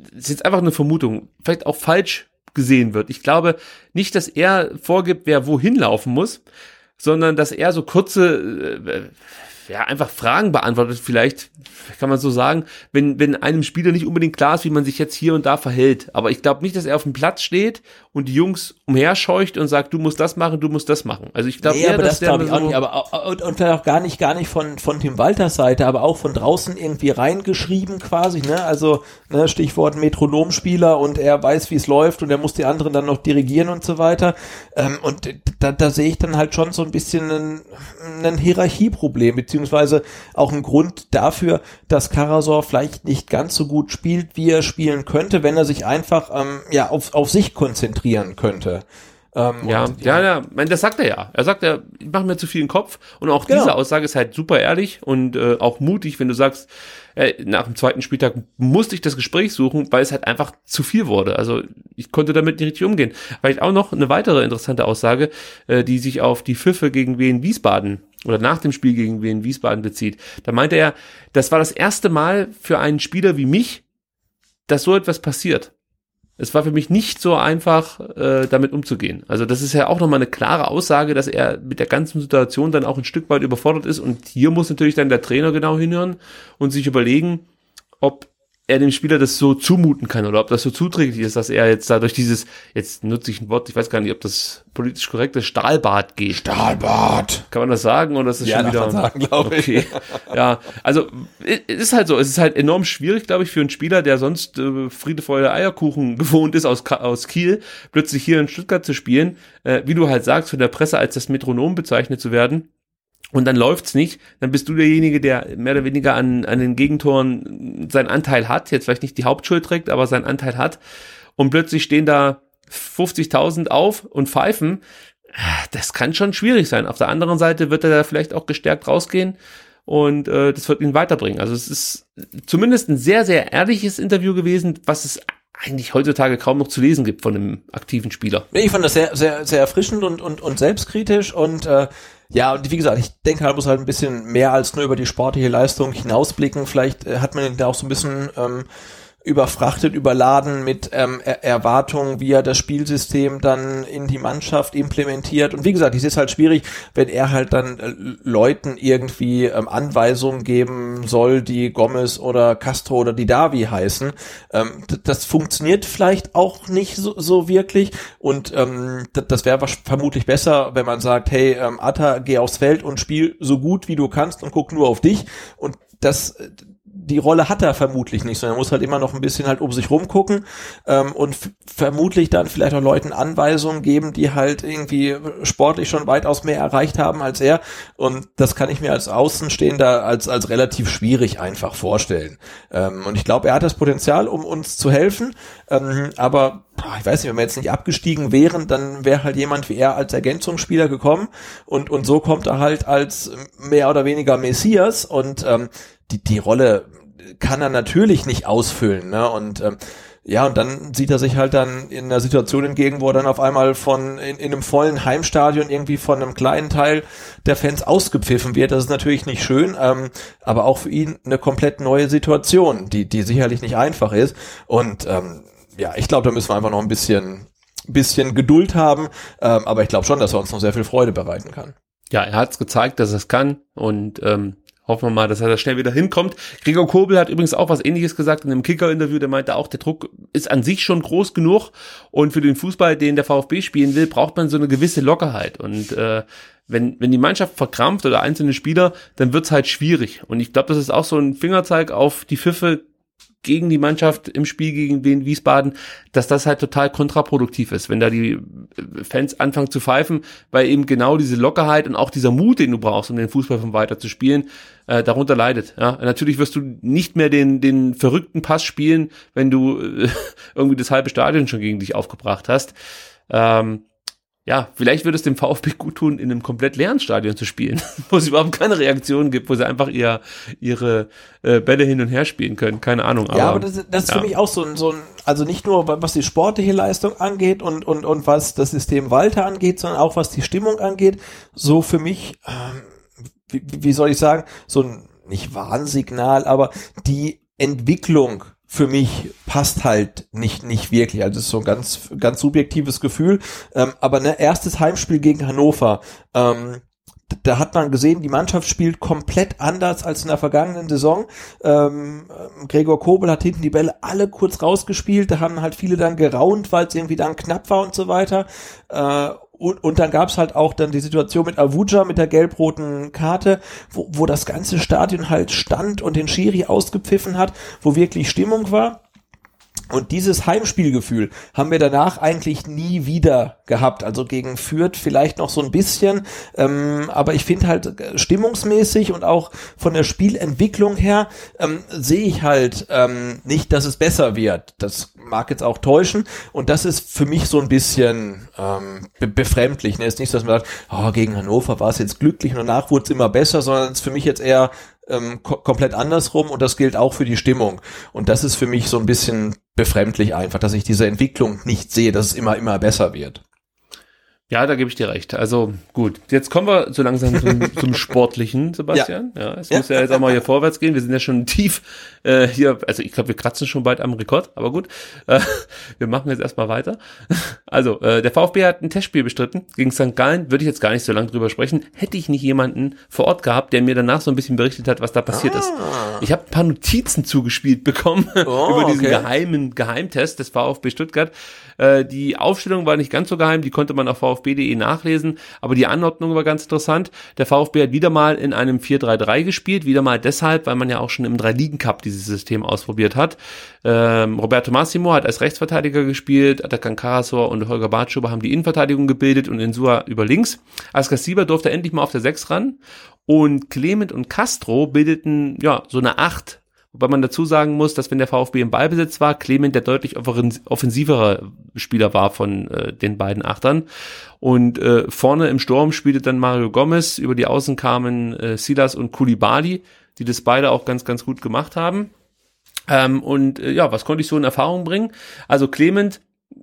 ist jetzt einfach eine Vermutung, vielleicht auch falsch gesehen wird. Ich glaube nicht, dass er vorgibt, wer wohin laufen muss, sondern dass er so kurze, äh, ja, einfach Fragen beantwortet, vielleicht kann man so sagen, wenn wenn einem Spieler nicht unbedingt klar ist, wie man sich jetzt hier und da verhält. Aber ich glaube nicht, dass er auf dem Platz steht und die Jungs umherscheucht und sagt, du musst das machen, du musst das machen. Also ich glaube nee, eher, aber dass das glaube ich so auch nicht, aber und, und vielleicht auch gar nicht, gar nicht von von Tim Walters Seite, aber auch von draußen irgendwie reingeschrieben quasi, ne? Also ne, Stichwort Metronomspieler und er weiß, wie es läuft und er muss die anderen dann noch dirigieren und so weiter. Ähm, und da, da sehe ich dann halt schon so ein bisschen ein, ein Hierarchieproblem, beziehungsweise auch ein Grund dafür, dass Karasor vielleicht nicht ganz so gut spielt, wie er spielen könnte, wenn er sich einfach ähm, ja auf, auf sich konzentrieren könnte. Ähm, ja, und, ja, ja, ja, das sagt er ja. Er sagt ja, ich mache mir zu viel in den Kopf und auch genau. Diese Aussage ist halt super ehrlich und äh, auch mutig, wenn du sagst, äh, nach dem zweiten Spieltag musste ich das Gespräch suchen, weil es halt einfach zu viel wurde. Also ich konnte damit nicht richtig umgehen. Vielleicht auch noch eine weitere interessante Aussage, äh, die sich auf die Pfiffe gegen Wien Wiesbaden oder nach dem Spiel gegen Wien Wiesbaden bezieht. Da meinte er, das war das erste Mal für einen Spieler wie mich, dass so etwas passiert. Es war für mich nicht so einfach, äh, damit umzugehen. Also das ist ja auch nochmal eine klare Aussage, dass er mit der ganzen Situation dann auch ein Stück weit überfordert ist. Und hier muss natürlich dann der Trainer genau hinhören und sich überlegen, ob er dem Spieler das so zumuten kann oder ob das so zuträglich ist, dass er jetzt dadurch dieses, jetzt nutze ich ein Wort, ich weiß gar nicht, ob das politisch korrekt ist, Stahlbad geht. Stahlbad. Kann man das sagen oder ist das ja, schon wieder? Kann man sagen, glaube ich. Okay. Ja, also es ist halt so, es ist halt enorm schwierig, glaube ich, für einen Spieler, der sonst äh, Friede, Freude, Eierkuchen gewohnt ist aus, aus Kiel, plötzlich hier in Stuttgart zu spielen, äh, wie du halt sagst, von der Presse als das Metronom bezeichnet zu werden. Und dann läuft's nicht, dann bist du derjenige, der mehr oder weniger an, an den Gegentoren seinen Anteil hat, jetzt vielleicht nicht die Hauptschuld trägt, aber seinen Anteil hat. Und plötzlich stehen da fünfzigtausend auf und pfeifen. Das kann schon schwierig sein. Auf der anderen Seite wird er da vielleicht auch gestärkt rausgehen und äh, das wird ihn weiterbringen. Also es ist zumindest ein sehr, sehr ehrliches Interview gewesen, was es eigentlich heutzutage kaum noch zu lesen gibt von einem aktiven Spieler. Ich fand das sehr, sehr, sehr erfrischend und, und, und selbstkritisch und äh, ja, und wie gesagt, ich denke, er muss halt ein bisschen mehr als nur über die sportliche Leistung hinausblicken. Vielleicht äh, hat man ihn da auch so ein bisschen ähm, überfrachtet, überladen mit ähm, er Erwartungen, wie er das Spielsystem dann in die Mannschaft implementiert. Und wie gesagt, es ist halt schwierig, wenn er halt dann äh, Leuten irgendwie ähm, Anweisungen geben soll, die Gomez oder Castro oder Didavi heißen. Ähm, das funktioniert vielleicht auch nicht so, so wirklich. Und ähm, das wäre vermutlich besser, wenn man sagt, hey, ähm, Atta, geh aufs Feld und spiel so gut, wie du kannst und guck nur auf dich. Und das die Rolle hat er vermutlich nicht, sondern er muss halt immer noch ein bisschen halt um sich rumgucken ähm, und f- vermutlich dann vielleicht auch Leuten Anweisungen geben, die halt irgendwie sportlich schon weitaus mehr erreicht haben als er, und das kann ich mir als Außenstehender als als relativ schwierig einfach vorstellen. Ähm, und ich glaube, er hat das Potenzial, um uns zu helfen, ähm, aber ich weiß nicht, wenn wir jetzt nicht abgestiegen wären, dann wäre halt jemand wie er als Ergänzungsspieler gekommen und und so kommt er halt als mehr oder weniger Messias und ähm, die die Rolle kann er natürlich nicht ausfüllen, ne? Und ähm, ja, und dann sieht er sich halt dann in einer Situation entgegen, wo er dann auf einmal von in, in einem vollen Heimstadion irgendwie von einem kleinen Teil der Fans ausgepfiffen wird. Das ist natürlich nicht schön, ähm, aber auch für ihn eine komplett neue Situation, die die sicherlich nicht einfach ist. Und ähm, ja, ich glaube, da müssen wir einfach noch ein bisschen bisschen Geduld haben, ähm, aber ich glaube schon, dass er uns noch sehr viel Freude bereiten kann. Ja, er hat es gezeigt, dass er es kann, und ähm, hoffen wir mal, dass er da schnell wieder hinkommt. Gregor Kobel hat übrigens auch was Ähnliches gesagt in einem Kicker-Interview. Der meinte auch, der Druck ist an sich schon groß genug, und für den Fußball, den der VfB spielen will, braucht man so eine gewisse Lockerheit. Und äh, wenn wenn die Mannschaft verkrampft oder einzelne Spieler, dann wird's halt schwierig. Und ich glaube, das ist auch so ein Fingerzeig auf die Pfiffe gegen die Mannschaft im Spiel gegen Wien Wiesbaden, dass das halt total kontraproduktiv ist, wenn da die Fans anfangen zu pfeifen, weil eben genau diese Lockerheit und auch dieser Mut, den du brauchst, um den Fußball von weiter zu spielen, äh, darunter leidet. Ja, natürlich wirst du nicht mehr den den verrückten Pass spielen, wenn du äh, irgendwie das halbe Stadion schon gegen dich aufgebracht hast. Ähm, Ja, vielleicht würde es dem VfB gut tun, in einem komplett leeren Stadion zu spielen, wo es überhaupt keine Reaktionen gibt, wo sie einfach ihr, ihre äh, Bälle hin und her spielen können. Keine Ahnung. Aber, ja, aber das, das ist ja. für mich auch so ein, so ein, also nicht nur was die sportliche Leistung angeht und, und, und was das System Walter angeht, sondern auch was die Stimmung angeht. So für mich, ähm, wie, wie soll ich sagen, so ein, nicht Warnsignal, aber die Entwicklung für mich passt halt nicht nicht wirklich. Also es ist so ein ganz ganz subjektives Gefühl. Ähm, aber ne, erstes Heimspiel gegen Hannover. Ähm, Da hat man gesehen, die Mannschaft spielt komplett anders als in der vergangenen Saison. Ähm, Gregor Kobel hat hinten die Bälle alle kurz rausgespielt. Da haben halt viele dann geraunt, weil es irgendwie dann knapp war und so weiter. Äh, und, und dann gab's halt auch dann die Situation mit Avuja, mit der gelb-roten Karte, wo, wo das ganze Stadion halt stand und den Schiri ausgepfiffen hat, wo wirklich Stimmung war. Und dieses Heimspielgefühl haben wir danach eigentlich nie wieder gehabt. Also gegen Fürth vielleicht noch so ein bisschen. Ähm, aber ich finde halt stimmungsmäßig und auch von der Spielentwicklung her ähm, sehe ich halt ähm, nicht, dass es besser wird. Das mag jetzt auch täuschen. Und das ist für mich so ein bisschen ähm, be- befremdlich. Ne? Es ist nicht so, dass man sagt, oh, gegen Hannover war es jetzt glücklich und danach wurde es immer besser, sondern es ist für mich jetzt eher ähm, ko- komplett andersrum. Und das gilt auch für die Stimmung. Und das ist für mich so ein bisschen befremdlich einfach, dass ich diese Entwicklung nicht sehe, dass es immer, immer besser wird. Ja, da gebe ich dir recht. Also gut, jetzt kommen wir so langsam zum, zum Sportlichen, Sebastian. Ja, ja es ja. muss ja jetzt auch mal hier vorwärts gehen. Wir sind ja schon tief äh, hier, also ich glaube, wir kratzen schon bald am Rekord, aber gut. Äh, wir machen jetzt erstmal weiter. Also, äh, der VfB hat ein Testspiel bestritten gegen Sankt Gallen. Würde ich jetzt gar nicht so lange drüber sprechen. Hätte ich nicht jemanden vor Ort gehabt, der mir danach so ein bisschen berichtet hat, was da passiert ah. ist. Ich habe ein paar Notizen zugespielt bekommen oh, über diesen okay. geheimen Geheimtest des VfB Stuttgart. Äh, die Aufstellung war nicht ganz so geheim, die konnte man auf VfB punkt de nachlesen, aber die Anordnung war ganz interessant. Der VfB hat wieder mal in einem vier drei drei gespielt, wieder mal deshalb, weil man ja auch schon im Drei-Ligen-Cup dieses System ausprobiert hat. Ähm, Roberto Massimo hat als Rechtsverteidiger gespielt, Atakan Karasor und Holger Bartschuber haben die Innenverteidigung gebildet und Insua über links. Askar Sieber durfte endlich mal auf der sechs ran und Clement und Castro bildeten ja so eine acht. Wobei man dazu sagen muss, dass wenn der VfB im Ballbesitz war, Clement der deutlich offensivere Spieler war von äh, den beiden Achtern. Und äh, vorne im Sturm spielte dann Mario Gomez, über die Außen kamen äh, Silas und Koulibaly, die das beide auch ganz, ganz gut gemacht haben. Ähm, und äh, ja, was konnte ich so in Erfahrung bringen? Also Clement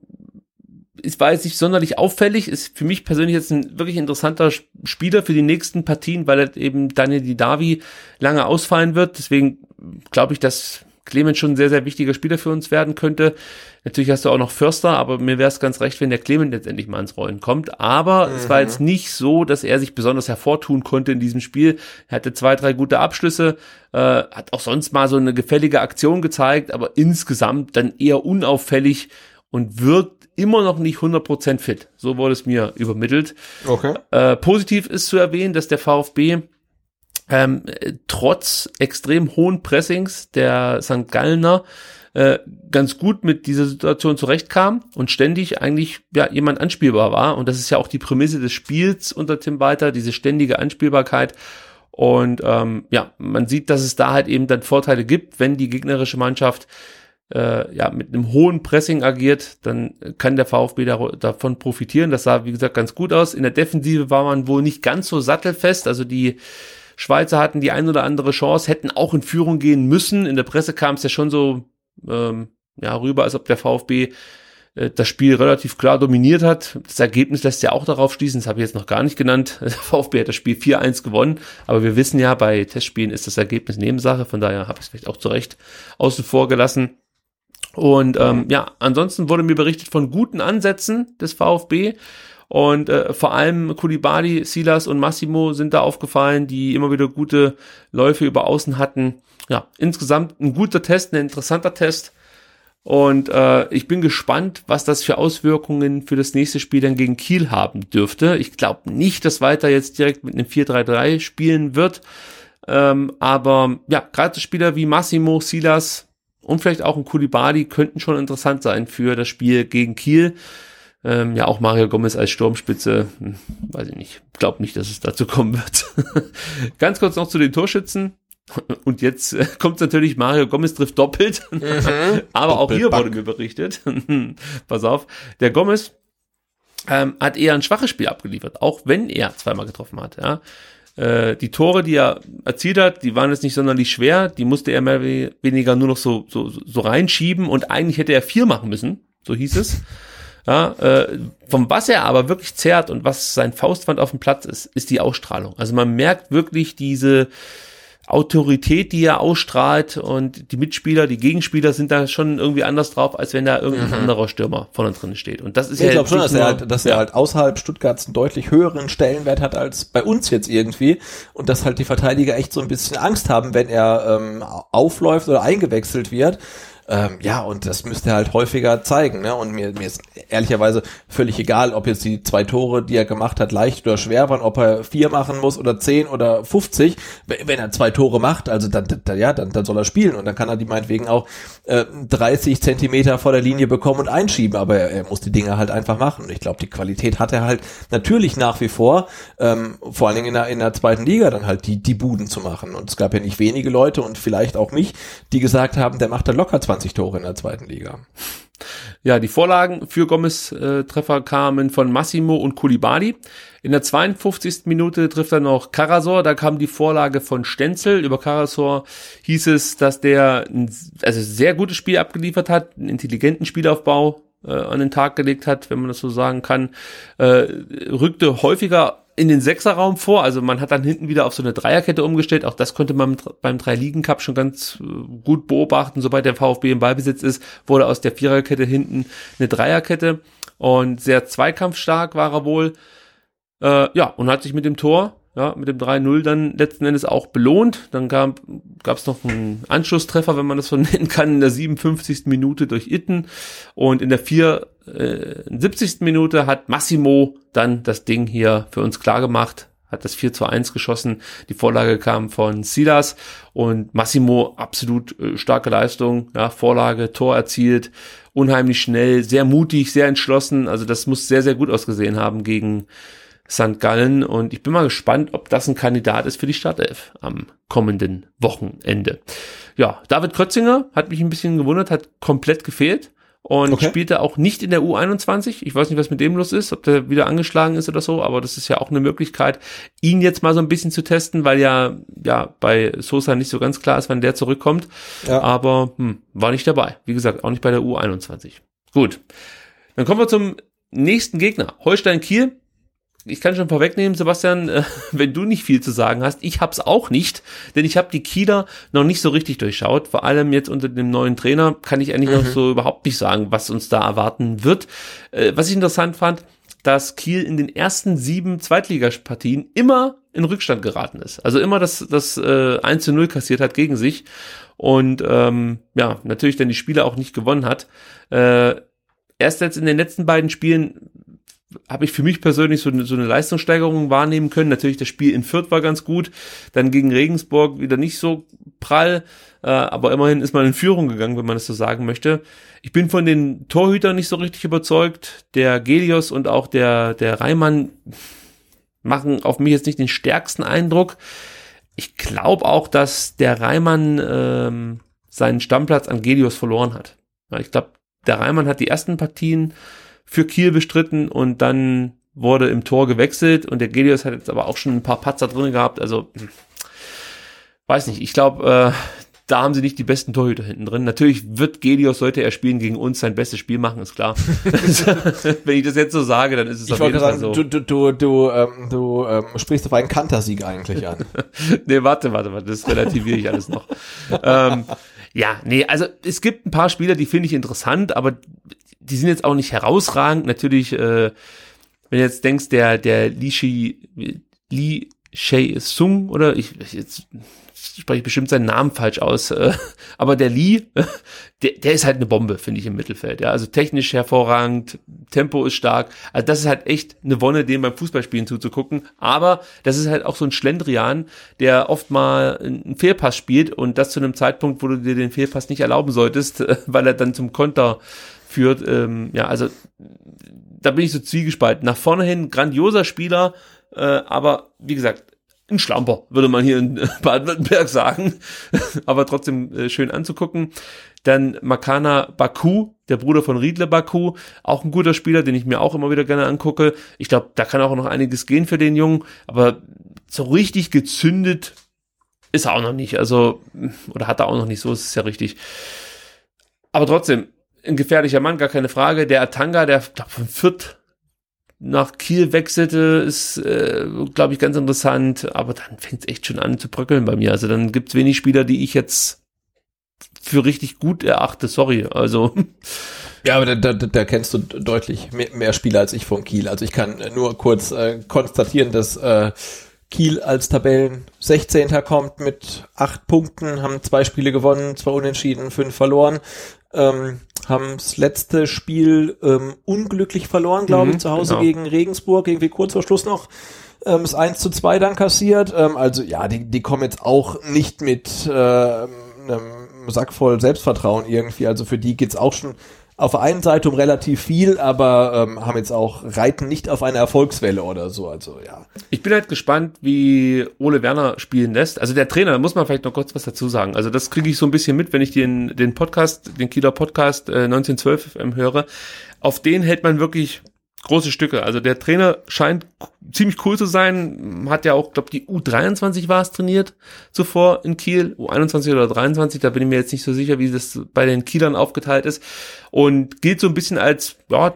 ist, war jetzt nicht sonderlich auffällig, ist für mich persönlich jetzt ein wirklich interessanter Spieler für die nächsten Partien, weil er eben Daniel Didavi lange ausfallen wird. Deswegen glaube ich, dass Clement schon ein sehr, sehr wichtiger Spieler für uns werden könnte. Natürlich hast du auch noch Förster, aber mir wäre es ganz recht, wenn der Clement jetzt endlich mal ans Rollen kommt. Aber mhm. es war jetzt nicht so, dass er sich besonders hervortun konnte in diesem Spiel. Er hatte zwei, drei gute Abschlüsse, äh, hat auch sonst mal so eine gefällige Aktion gezeigt, aber insgesamt dann eher unauffällig und wirkt immer noch nicht hundert Prozent fit. So wurde es mir übermittelt. Okay. Äh, positiv ist zu erwähnen, dass der VfB ähm, trotz extrem hohen Pressings der Sankt Gallener äh, ganz gut mit dieser Situation zurechtkam und ständig eigentlich ja jemand anspielbar war. Und das ist ja auch die Prämisse des Spiels unter Tim Walter, diese ständige Anspielbarkeit. Und ähm, ja, man sieht, dass es da halt eben dann Vorteile gibt, wenn die gegnerische Mannschaft Äh, ja, mit einem hohen Pressing agiert, dann kann der VfB da, davon profitieren. Das sah, wie gesagt, ganz gut aus. In der Defensive war man wohl nicht ganz so sattelfest. Also die Schweizer hatten die ein oder andere Chance, hätten auch in Führung gehen müssen. In der Presse kam es ja schon so ähm, ja, rüber, als ob der VfB äh, das Spiel relativ klar dominiert hat. Das Ergebnis lässt ja auch darauf schließen, das habe ich jetzt noch gar nicht genannt. Der VfB hat das Spiel vier eins gewonnen, aber wir wissen ja, bei Testspielen ist das Ergebnis Nebensache. Von daher habe ich es vielleicht auch zu Recht außen vor gelassen. Und ähm, ja, ansonsten wurde mir berichtet von guten Ansätzen des VfB und äh, vor allem Koulibaly, Silas und Massimo sind da aufgefallen, die immer wieder gute Läufe über Außen hatten. Ja, insgesamt ein guter Test, ein interessanter Test und äh, ich bin gespannt, was das für Auswirkungen für das nächste Spiel dann gegen Kiel haben dürfte. Ich glaube nicht, dass Walter jetzt direkt mit einem vier drei drei spielen wird, ähm, aber ja, gerade Spieler wie Massimo, Silas und vielleicht auch ein Koulibaly könnten schon interessant sein für das Spiel gegen Kiel. Ähm, ja, auch Mario Gomez als Sturmspitze, hm, weiß ich nicht, glaube nicht, dass es dazu kommen wird. Ganz kurz noch zu den Torschützen. Und jetzt äh, kommt natürlich, Mario Gomez trifft doppelt. Mhm. Aber auch hier wurde mir berichtet, pass auf, der Gomez ähm, hat eher ein schwaches Spiel abgeliefert, auch wenn er zweimal getroffen hat, ja. Die Tore, die er erzielt hat, die waren jetzt nicht sonderlich schwer, die musste er mehr oder weniger nur noch so, so, so reinschieben und eigentlich hätte er vier machen müssen, so hieß es. Ja, äh, von was er aber wirklich zehrt und was sein Faustpfand auf dem Platz ist, ist die Ausstrahlung. Also man merkt wirklich diese Autorität, die er ausstrahlt, und die Mitspieler, die Gegenspieler sind da schon irgendwie anders drauf, als wenn da irgendein mhm. anderer Stürmer vorne drin steht. Und das ist ja, ja, ich glaube schon, dass nur, er halt, dass ja. er halt außerhalb Stuttgarts einen deutlich höheren Stellenwert hat als bei uns jetzt irgendwie, und dass halt die Verteidiger echt so ein bisschen Angst haben, wenn er ähm, aufläuft oder eingewechselt wird. Ähm, ja, und das müsste er halt häufiger zeigen, ne? Und mir, mir ist ehrlicherweise völlig egal, ob jetzt die zwei Tore, die er gemacht hat, leicht oder schwer waren, ob er vier machen muss oder zehn oder fünfzig. Wenn er zwei Tore macht, also dann, dann ja, dann, dann soll er spielen, und dann kann er die meinetwegen auch äh, dreißig Zentimeter vor der Linie bekommen und einschieben, aber er, er muss die Dinge halt einfach machen. Und ich glaube, die Qualität hat er halt natürlich nach wie vor, ähm, vor allen Dingen in der, in der zweiten Liga dann halt die, die Buden zu machen. Und es gab ja nicht wenige Leute und vielleicht auch mich, die gesagt haben, der macht da locker zwanzig Tore in der zweiten Liga. Ja, die Vorlagen für Gomez äh, Treffer kamen von Massimo und Koulibaly. In der zweiundfünfzigsten Minute trifft er noch Karasor, da kam die Vorlage von Stenzel. Über Karasor hieß es, dass der ein also sehr gutes Spiel abgeliefert hat, einen intelligenten Spielaufbau äh, an den Tag gelegt hat, wenn man das so sagen kann. Äh, rückte häufiger in den Sechserraum vor, also man hat dann hinten wieder auf so eine Dreierkette umgestellt, auch das konnte man beim Drei-Ligen-Cup schon ganz gut beobachten. Sobald der VfB im Ballbesitz ist, wurde aus der Viererkette hinten eine Dreierkette, und sehr zweikampfstark war er wohl. Äh, ja, und hat sich mit dem Tor, ja, mit dem drei null dann letzten Endes auch belohnt. Dann gab es noch einen Anschlusstreffer, wenn man das so nennen kann, in der siebenundfünfzigsten Minute durch Itten, und in der vierundsiebzigsten Minute hat Massimo dann das Ding hier für uns klar gemacht, hat das vier zu eins geschossen. Die Vorlage kam von Silas, und Massimo absolut äh, starke Leistung, ja, Vorlage, Tor erzielt, unheimlich schnell, sehr mutig, sehr entschlossen, also das muss sehr, sehr gut ausgesehen haben gegen Sankt Gallen, und ich bin mal gespannt, ob das ein Kandidat ist für die Startelf am kommenden Wochenende. Ja, David Kötzinger hat mich ein bisschen gewundert, hat komplett gefehlt und okay. spielte auch nicht in der U einundzwanzig. Ich weiß nicht, was mit dem los ist, ob der wieder angeschlagen ist oder so, aber das ist ja auch eine Möglichkeit, ihn jetzt mal so ein bisschen zu testen, weil ja ja bei Sosa nicht so ganz klar ist, wann der zurückkommt. Ja. Aber hm, war nicht dabei. Wie gesagt, auch nicht bei der U einundzwanzig. Gut, dann kommen wir zum nächsten Gegner. Holstein Kiel. Ich kann schon vorwegnehmen, Sebastian, äh, wenn du nicht viel zu sagen hast, ich hab's auch nicht, denn ich habe die Kieler noch nicht so richtig durchschaut, vor allem jetzt unter dem neuen Trainer kann ich eigentlich mhm. noch so überhaupt nicht sagen, was uns da erwarten wird. Äh, was ich interessant fand, dass Kiel in den ersten sieben Zweitligapartien immer in Rückstand geraten ist, also immer das, das äh, eins zu null kassiert hat gegen sich, und ähm, ja, natürlich dann die Spiele auch nicht gewonnen hat. Äh, erst jetzt in den letzten beiden Spielen habe ich für mich persönlich so eine, so eine Leistungssteigerung wahrnehmen können. Natürlich, das Spiel in Fürth war ganz gut, dann gegen Regensburg wieder nicht so prall, äh, aber immerhin ist man in Führung gegangen, wenn man das so sagen möchte. Ich bin von den Torhütern nicht so richtig überzeugt. Der Gelios und auch der, der Reimann machen auf mich jetzt nicht den stärksten Eindruck. Ich glaube auch, dass der Reimann ähm, seinen Stammplatz an Gelios verloren hat. Ja, ich glaube, der Reimann hat die ersten Partien für Kiel bestritten und dann wurde im Tor gewechselt, und der Gelios hat jetzt aber auch schon ein paar Patzer drin gehabt, also weiß nicht, ich glaube, äh, da haben sie nicht die besten Torhüter hinten drin. Natürlich wird Gelios, sollte er spielen, gegen uns sein bestes Spiel machen, ist klar. Wenn ich das jetzt so sage, dann ist es ich auf jeden Fall sagen, so. Du, du, du, ähm, du ähm, sprichst auf einen Kantersieg eigentlich an. Nee, warte, warte, warte, das relativiere ich alles noch. ähm, ja, nee, also es gibt ein paar Spieler, die finde ich interessant, aber die sind jetzt auch nicht herausragend. Natürlich, äh, wenn du jetzt denkst, der der Li Shi Li Shei Sung, oder ich jetzt spreche ich bestimmt seinen Namen falsch aus, äh, aber der Li, der, der ist halt eine Bombe, finde ich, im Mittelfeld. Ja, also technisch hervorragend, Tempo ist stark. Also das ist halt echt eine Wonne, dem beim Fußballspielen zuzugucken. Aber das ist halt auch so ein Schlendrian, der oft mal einen Fehlpass spielt, und das zu einem Zeitpunkt, wo du dir den Fehlpass nicht erlauben solltest, weil er dann zum Konter führt. Ähm, ja, also da bin ich so zwiegespalten. Nach vorne hin grandioser Spieler, äh, aber wie gesagt, ein Schlamper, würde man hier in Baden-Württemberg sagen, aber trotzdem äh, schön anzugucken. Dann Makana Baku, der Bruder von Riedle Baku, auch ein guter Spieler, den ich mir auch immer wieder gerne angucke. Ich glaube, da kann auch noch einiges gehen für den Jungen, aber so richtig gezündet ist er auch noch nicht, also, oder hat er auch noch nicht, so ist es ja richtig. Aber trotzdem, ein gefährlicher Mann, gar keine Frage. Der Atanga, der, glaube von Fürth nach Kiel wechselte, ist, äh, glaube ich, ganz interessant. Aber dann fängt es echt schon an zu bröckeln bei mir. Also dann gibt es wenig Spieler, die ich jetzt für richtig gut erachte. Sorry, also... Ja, aber da, da, da kennst du deutlich mehr, mehr Spieler als ich von Kiel. Also ich kann nur kurz äh, konstatieren, dass äh, Kiel als Tabellen sechzehnter kommt mit acht Punkten, haben zwei Spiele gewonnen, zwei unentschieden, fünf verloren, ähm, haben das letzte Spiel ähm, unglücklich verloren, glaube mhm, ich, zu Hause genau. gegen Regensburg, irgendwie kurz vor Schluss noch. Ähm, ist eins zu zwei dann kassiert. Ähm, also ja, die, die kommen jetzt auch nicht mit äh, einem Sack voll Selbstvertrauen irgendwie. Also für die geht's auch schon auf der einen Seite um relativ viel, aber ähm, haben jetzt auch, reiten nicht auf eine Erfolgswelle oder so, also ja. Ich bin halt gespannt, wie Ole Werner spielen lässt. Also der Trainer, da muss man vielleicht noch kurz was dazu sagen. Also das kriege ich so ein bisschen mit, wenn ich den den Podcast, den Kieler Podcast äh, neunzehnhundertzwölf F M höre. Auf den hält man wirklich große Stücke. Also der Trainer scheint ziemlich cool zu sein. Hat ja auch, glaube die U dreiundzwanzig war es trainiert zuvor in Kiel. U einundzwanzig oder dreiundzwanzig, da bin ich mir jetzt nicht so sicher, wie das bei den Kielern aufgeteilt ist. Und gilt so ein bisschen als, ja,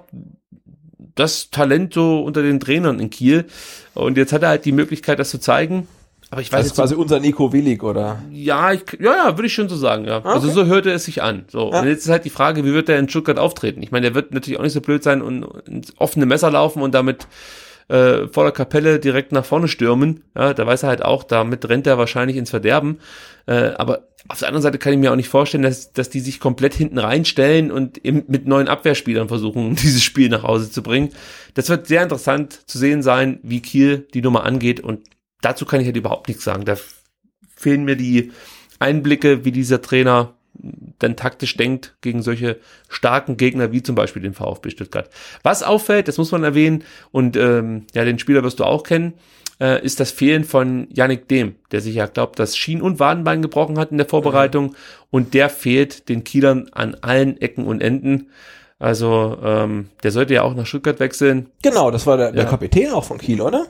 das Talent so unter den Trainern in Kiel. Und jetzt hat er halt die Möglichkeit, das zu zeigen. Aber ich weiß das ist jetzt quasi so, unser Nico Willig, oder? Ja, ich, ja, ja, würde ich schon so sagen, ja. Okay. Also so hörte es sich an. So. Ja. Und jetzt ist halt die Frage, wie wird der in Stuttgart auftreten? Ich meine, der wird natürlich auch nicht so blöd sein und ins offene Messer laufen und damit äh, vor der Kapelle direkt nach vorne stürmen. Ja, da weiß er halt auch, damit rennt er wahrscheinlich ins Verderben. Äh, aber auf der anderen Seite kann ich mir auch nicht vorstellen, dass, dass die sich komplett hinten reinstellen und eben mit neuen Abwehrspielern versuchen, dieses Spiel nach Hause zu bringen. Das wird sehr interessant zu sehen sein, wie Kiel die Nummer angeht, und dazu kann ich halt überhaupt nichts sagen. Da fehlen mir die Einblicke, wie dieser Trainer dann taktisch denkt gegen solche starken Gegner wie zum Beispiel den VfB Stuttgart. Was auffällt, das muss man erwähnen, und ähm, ja, den Spieler wirst du auch kennen, äh, ist das Fehlen von Yannick Dehm, der sich ja, glaubt, das Schien- und Wadenbein gebrochen hat in der Vorbereitung, mhm. und der fehlt den Kielern an allen Ecken und Enden. Also ähm, der sollte ja auch nach Stuttgart wechseln. Genau, das war der, der ja. Kapitän auch von Kiel, oder?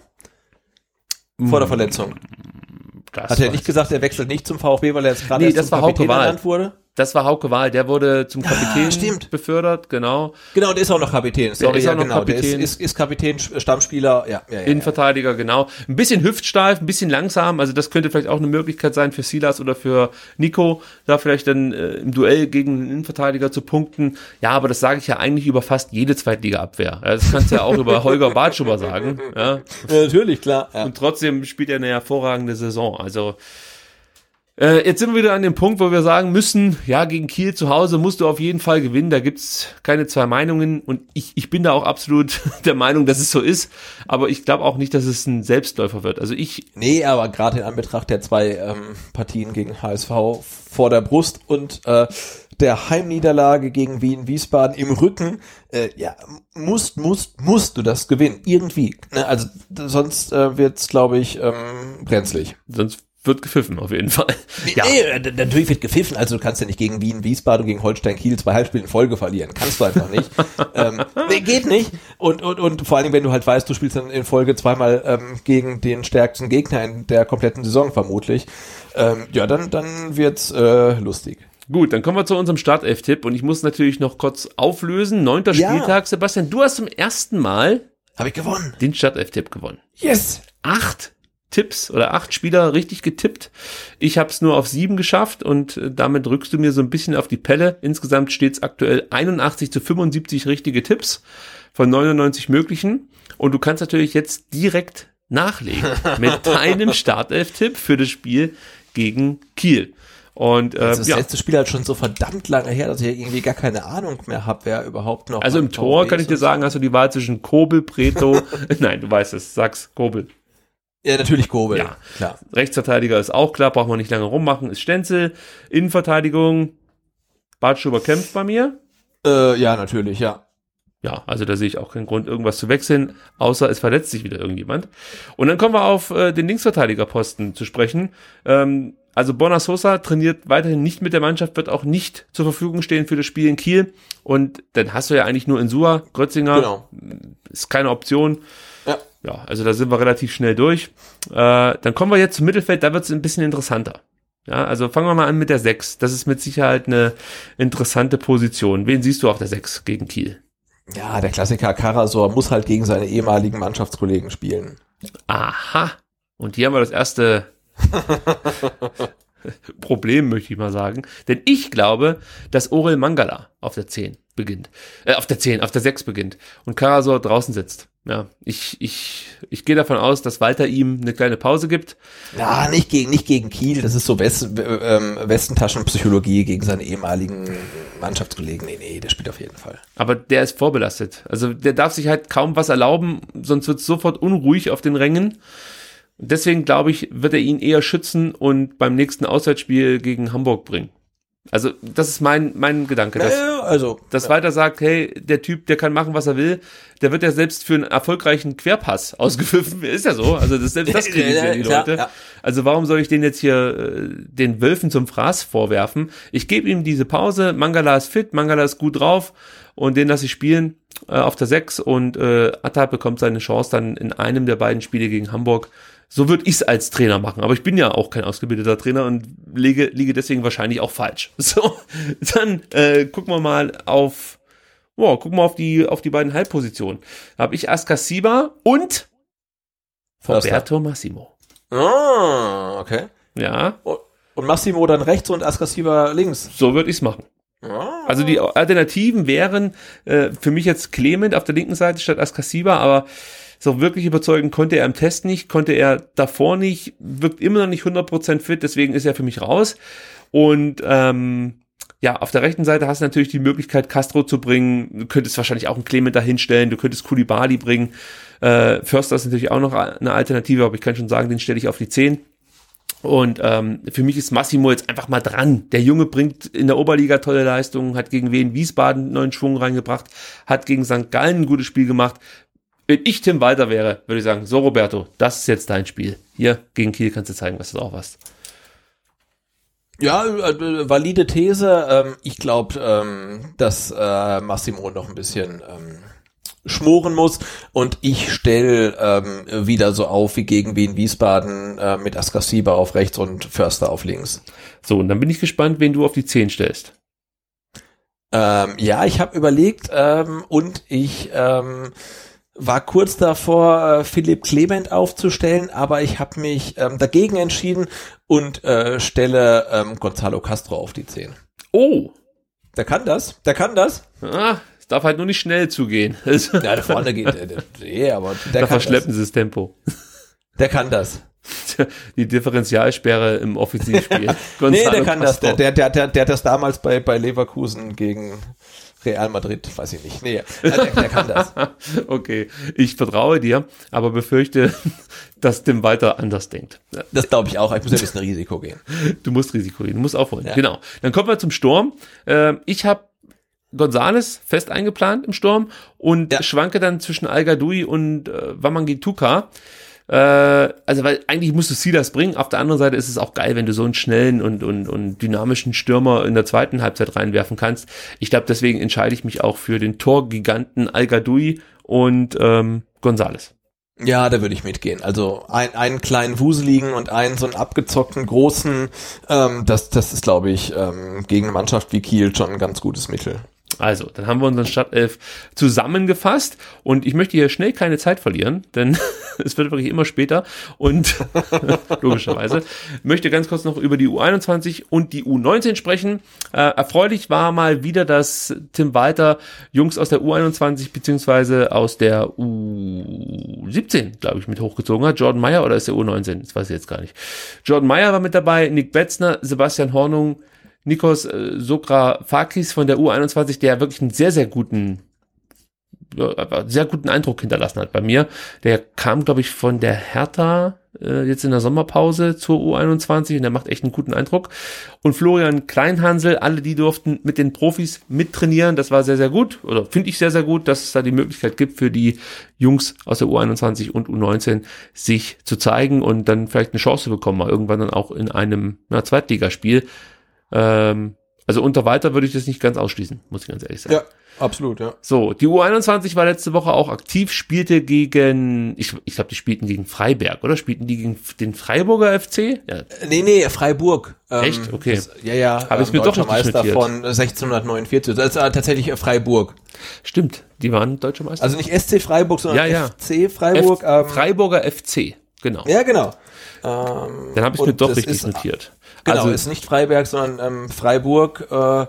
Vor der Verletzung. Das Hat er nicht gesagt, er wechselt nicht zum VfB, weil er jetzt gerade nee, erst das zum war Kapitän Hauke Wahl. ernannt wurde? Das war Hauke Wahl, der wurde zum Kapitän ah, befördert, genau. Genau, der ist auch noch Kapitän. Sorry, der ist ja, auch noch genau. Kapitän. Der ist, ist, ist Kapitän, Stammspieler, ja. ja, ja Innenverteidiger, ja. Genau. Ein bisschen hüftsteif, ein bisschen langsam, also das könnte vielleicht auch eine Möglichkeit sein für Silas oder für Nico, da vielleicht dann äh, im Duell gegen einen Innenverteidiger zu punkten. Ja, aber das sage ich ja eigentlich über fast jede Zweitliga-Abwehr. Ja, das kannst du ja auch über Holger Bartschuber sagen. Ja. Ja, natürlich, klar. Ja. Und trotzdem spielt er eine hervorragende Saison, also Äh, jetzt sind wir wieder an dem Punkt, wo wir sagen müssen, ja, gegen Kiel zu Hause musst du auf jeden Fall gewinnen, da gibt's keine zwei Meinungen, und ich, ich bin da auch absolut der Meinung, dass es so ist, aber ich glaube auch nicht, dass es ein Selbstläufer wird. Also ich... Nee, aber gerade in Anbetracht der zwei ähm, Partien gegen H S V vor der Brust und äh, der Heimniederlage gegen Wien Wiesbaden im Rücken, äh, ja, musst, musst, musst du das gewinnen, irgendwie. Ne? Also sonst äh, wird's, glaube ich, ähm, brenzlig. Sonst wird gepfiffen, auf jeden Fall. Nee, ja. nee, natürlich wird gepfiffen, also du kannst ja nicht gegen Wien, Wiesbaden und gegen Holstein Kiel zwei Halbspiele in Folge verlieren. Kannst du einfach nicht. ähm, nee, geht nicht. Und, und, und vor allen Dingen, wenn du halt weißt, du spielst dann in Folge zweimal ähm, gegen den stärksten Gegner in der kompletten Saison vermutlich, ähm, ja, dann, dann wird's äh, lustig. Gut, dann kommen wir zu unserem Startelf-Tipp, und ich muss natürlich noch kurz auflösen. Neunter Ja. Spieltag, Sebastian, du hast zum ersten Mal Habe ich gewonnen. den Startelf-Tipp gewonnen. Yes! Acht Tipps oder acht Spieler richtig getippt. Ich habe es nur auf sieben geschafft, und äh, damit rückst du mir so ein bisschen auf die Pelle. Insgesamt steht es aktuell einundachtzig zu fünfundsiebzig richtige Tipps von neunundneunzig möglichen. Und du kannst natürlich jetzt direkt nachlegen mit deinem Startelf-Tipp für das Spiel gegen Kiel. Und äh, das, das ja. letzte Spiel halt schon so verdammt lange her, dass ich irgendwie gar keine Ahnung mehr habe, wer überhaupt noch... Also im Tor kann ich dir sagen, hast du die Wahl zwischen Kobel, Preto... Nein, du weißt es, sag's, Kobel. Ja, natürlich Kobel. Ja, klar. Rechtsverteidiger ist auch klar, braucht man nicht lange rummachen, ist Stenzel. Innenverteidigung, Bartschuber kämpft bei mir. Äh, ja, natürlich, ja. Ja, also da sehe ich auch keinen Grund, irgendwas zu wechseln, außer es verletzt sich wieder irgendjemand. Und dann kommen wir auf äh, den Linksverteidigerposten zu sprechen. Ähm, also Borna Sosa trainiert weiterhin nicht mit der Mannschaft, wird auch nicht zur Verfügung stehen für das Spiel in Kiel. Und dann hast du ja eigentlich nur Insua, Grötzinger, Genau. ist keine Option. Ja. Ja, also da sind wir relativ schnell durch. Äh, dann kommen wir jetzt zum Mittelfeld, da wird es ein bisschen interessanter. Ja, also fangen wir mal an mit der sechs. Das ist mit Sicherheit eine interessante Position. Wen siehst du auf der sechs gegen Kiel? Ja, der Klassiker Karasor muss halt gegen seine ehemaligen Mannschaftskollegen spielen. Aha. Und hier haben wir das erste Problem, möchte ich mal sagen. Denn ich glaube, dass Orel Mangala auf der zehn beginnt. Äh, auf der zehn, auf der sechs beginnt. Und Karasor draußen sitzt. Ja, ich, ich, ich gehe davon aus, dass Walter ihm eine kleine Pause gibt. Ja, nicht gegen, nicht gegen Kiel. Das ist so West, ähm, Westentaschenpsychologie gegen seine ehemaligen Mannschaftskollegen. Nee, nee, der spielt auf jeden Fall. Aber der ist vorbelastet. Also der darf sich halt kaum was erlauben, sonst wird es sofort unruhig auf den Rängen. Deswegen glaube ich, wird er ihn eher schützen und beim nächsten Auswärtsspiel gegen Hamburg bringen. Also das ist mein mein Gedanke, dass, ja, also, dass ja. Walter sagt, hey, der Typ, der kann machen, was er will, der wird ja selbst für einen erfolgreichen Querpass ausgepfiffen, ist ja so, also das, selbst das kriegen ja die Leute. Ja. Also warum soll ich den jetzt hier äh, den Wölfen zum Fraß vorwerfen? Ich gebe ihm diese Pause, Mangala ist fit, Mangala ist gut drauf und den lasse ich spielen äh, auf der sechs und äh, Atta bekommt seine Chance dann in einem der beiden Spiele gegen Hamburg. So würde ich es als Trainer machen. Aber ich bin ja auch kein ausgebildeter Trainer und liege, liege deswegen wahrscheinlich auch falsch. So, dann äh, gucken wir mal auf, wow, gucken wir auf die auf die beiden Halbpositionen. Da habe ich Ascasiba und Roberto Massimo. Ah, okay. Ja. Und Massimo dann rechts und Ascasiba links. So würde ich es machen. Ah. Also die Alternativen wären äh, für mich jetzt Clement auf der linken Seite statt Ascasiba, aber so wirklich überzeugen konnte er im Test nicht, konnte er davor nicht, wirkt immer noch nicht hundert Prozent fit, deswegen ist er für mich raus. Und ähm, ja, auf der rechten Seite hast du natürlich die Möglichkeit, Castro zu bringen. Du könntest wahrscheinlich auch einen Clement dahinstellen, du könntest Koulibaly bringen. Äh, Förster ist natürlich auch noch eine Alternative, aber ich kann schon sagen, den stelle ich auf die zehn. Und ähm, für mich ist Massimo jetzt einfach mal dran. Der Junge bringt in der Oberliga tolle Leistungen, hat gegen Wien Wiesbaden neuen Schwung reingebracht, hat gegen Sankt Gallen ein gutes Spiel gemacht. Wenn ich Tim Walter wäre, würde ich sagen, so Roberto, das ist jetzt dein Spiel. Hier, gegen Kiel kannst du zeigen, was du drauf hast. Ja, äh, valide These. Ähm, ich glaube, ähm, dass äh, Massimo noch ein bisschen ähm, schmoren muss und ich stelle ähm, wieder so auf wie gegen Wien Wiesbaden äh, mit Ascasiba auf rechts und Förster auf links. So, und dann bin ich gespannt, wen du auf die zehn stellst. Ähm, ja, ich habe überlegt ähm, und ich ähm, war kurz davor, äh, Philipp Clement aufzustellen, aber ich habe mich ähm, dagegen entschieden und äh, stelle ähm, Gonzalo Castro auf die zehn. Oh! Der kann das, der kann das. Ah, es darf halt nur nicht schnell zugehen. Ja, da vorne geht der, der, der aber der da kann verschleppen das. sie das Tempo. Der kann das. Die Differentialsperre im Offensivspiel. Nee, der kann Castro. das. Der, der, der, der hat das damals bei, bei Leverkusen gegen Real Madrid, weiß ich nicht. Nee, der, der kann das. Okay, ich vertraue dir, aber befürchte, dass Tim Walter anders denkt. Das glaube ich auch. Ich muss ja ein bisschen Risiko gehen. Du musst Risiko gehen, du musst aufholen. Ja. Genau. Dann kommen wir zum Sturm. Ich habe González fest eingeplant im Sturm und ja. schwanke dann zwischen Al-Gadoui und äh, Wamangituka. Äh, also, weil eigentlich musst du Silas bringen. Auf der anderen Seite ist es auch geil, wenn du so einen schnellen und, und, und dynamischen Stürmer in der zweiten Halbzeit reinwerfen kannst. Ich glaube, deswegen entscheide ich mich auch für den Torgiganten Al-Gadoui und ähm, González. Ja, da würde ich mitgehen. Also ein, einen kleinen Wuseligen und einen so einen abgezockten großen, ähm, das, das ist, glaube ich, ähm, gegen eine Mannschaft wie Kiel schon ein ganz gutes Mittel. Also, dann haben wir unseren Startelf zusammengefasst und ich möchte hier schnell keine Zeit verlieren, denn es wird wirklich immer später und logischerweise möchte ganz kurz noch über die U einundzwanzig und die U neunzehn sprechen. Äh, erfreulich war mal wieder, dass Tim Walter Jungs aus der U einundzwanzig beziehungsweise aus der U siebzehn, glaube ich, mit hochgezogen hat. Jordan Meyer oder ist der U neunzehn? Das weiß ich jetzt gar nicht. Jordan Meyer war mit dabei, Nick Betzner, Sebastian Hornung, Nikos äh, Sokrafakis von der U einundzwanzig, der wirklich einen sehr, sehr guten, ja, sehr guten Eindruck hinterlassen hat bei mir. Der kam, glaube ich, von der Hertha äh, jetzt in der Sommerpause zur U einundzwanzig und der macht echt einen guten Eindruck. Und Florian Kleinhansel, alle die durften mit den Profis mittrainieren. Das war sehr, sehr gut oder finde ich sehr, sehr gut, dass es da die Möglichkeit gibt für die Jungs aus der U einundzwanzig und U neunzehn sich zu zeigen und dann vielleicht eine Chance bekommen, mal irgendwann dann auch in einem na, Zweitligaspiel. Also unter Walter würde ich das nicht ganz ausschließen, muss ich ganz ehrlich sagen. Ja, absolut, ja. So, die U einundzwanzig war letzte Woche auch aktiv, spielte gegen, ich, ich glaube, die spielten gegen Freiberg, oder? Spielten die gegen den Freiburger F C? Ja. Nee, nee, Freiburg. Echt? Okay. Das, ja, ja. Habe ich mir doch nicht Meister notiert. Von sechzehnhundertneunundvierzig. Das ist tatsächlich Freiburg. Stimmt. Die waren deutscher Meister. Also nicht S C Freiburg, sondern ja, ja. F C Freiburg. F- ähm, Freiburger F C, genau. Ja, genau. Ähm, Dann habe ich mir doch richtig ist, notiert. Genau, also, ist nicht Freiberg, sondern ähm, Freiburg äh,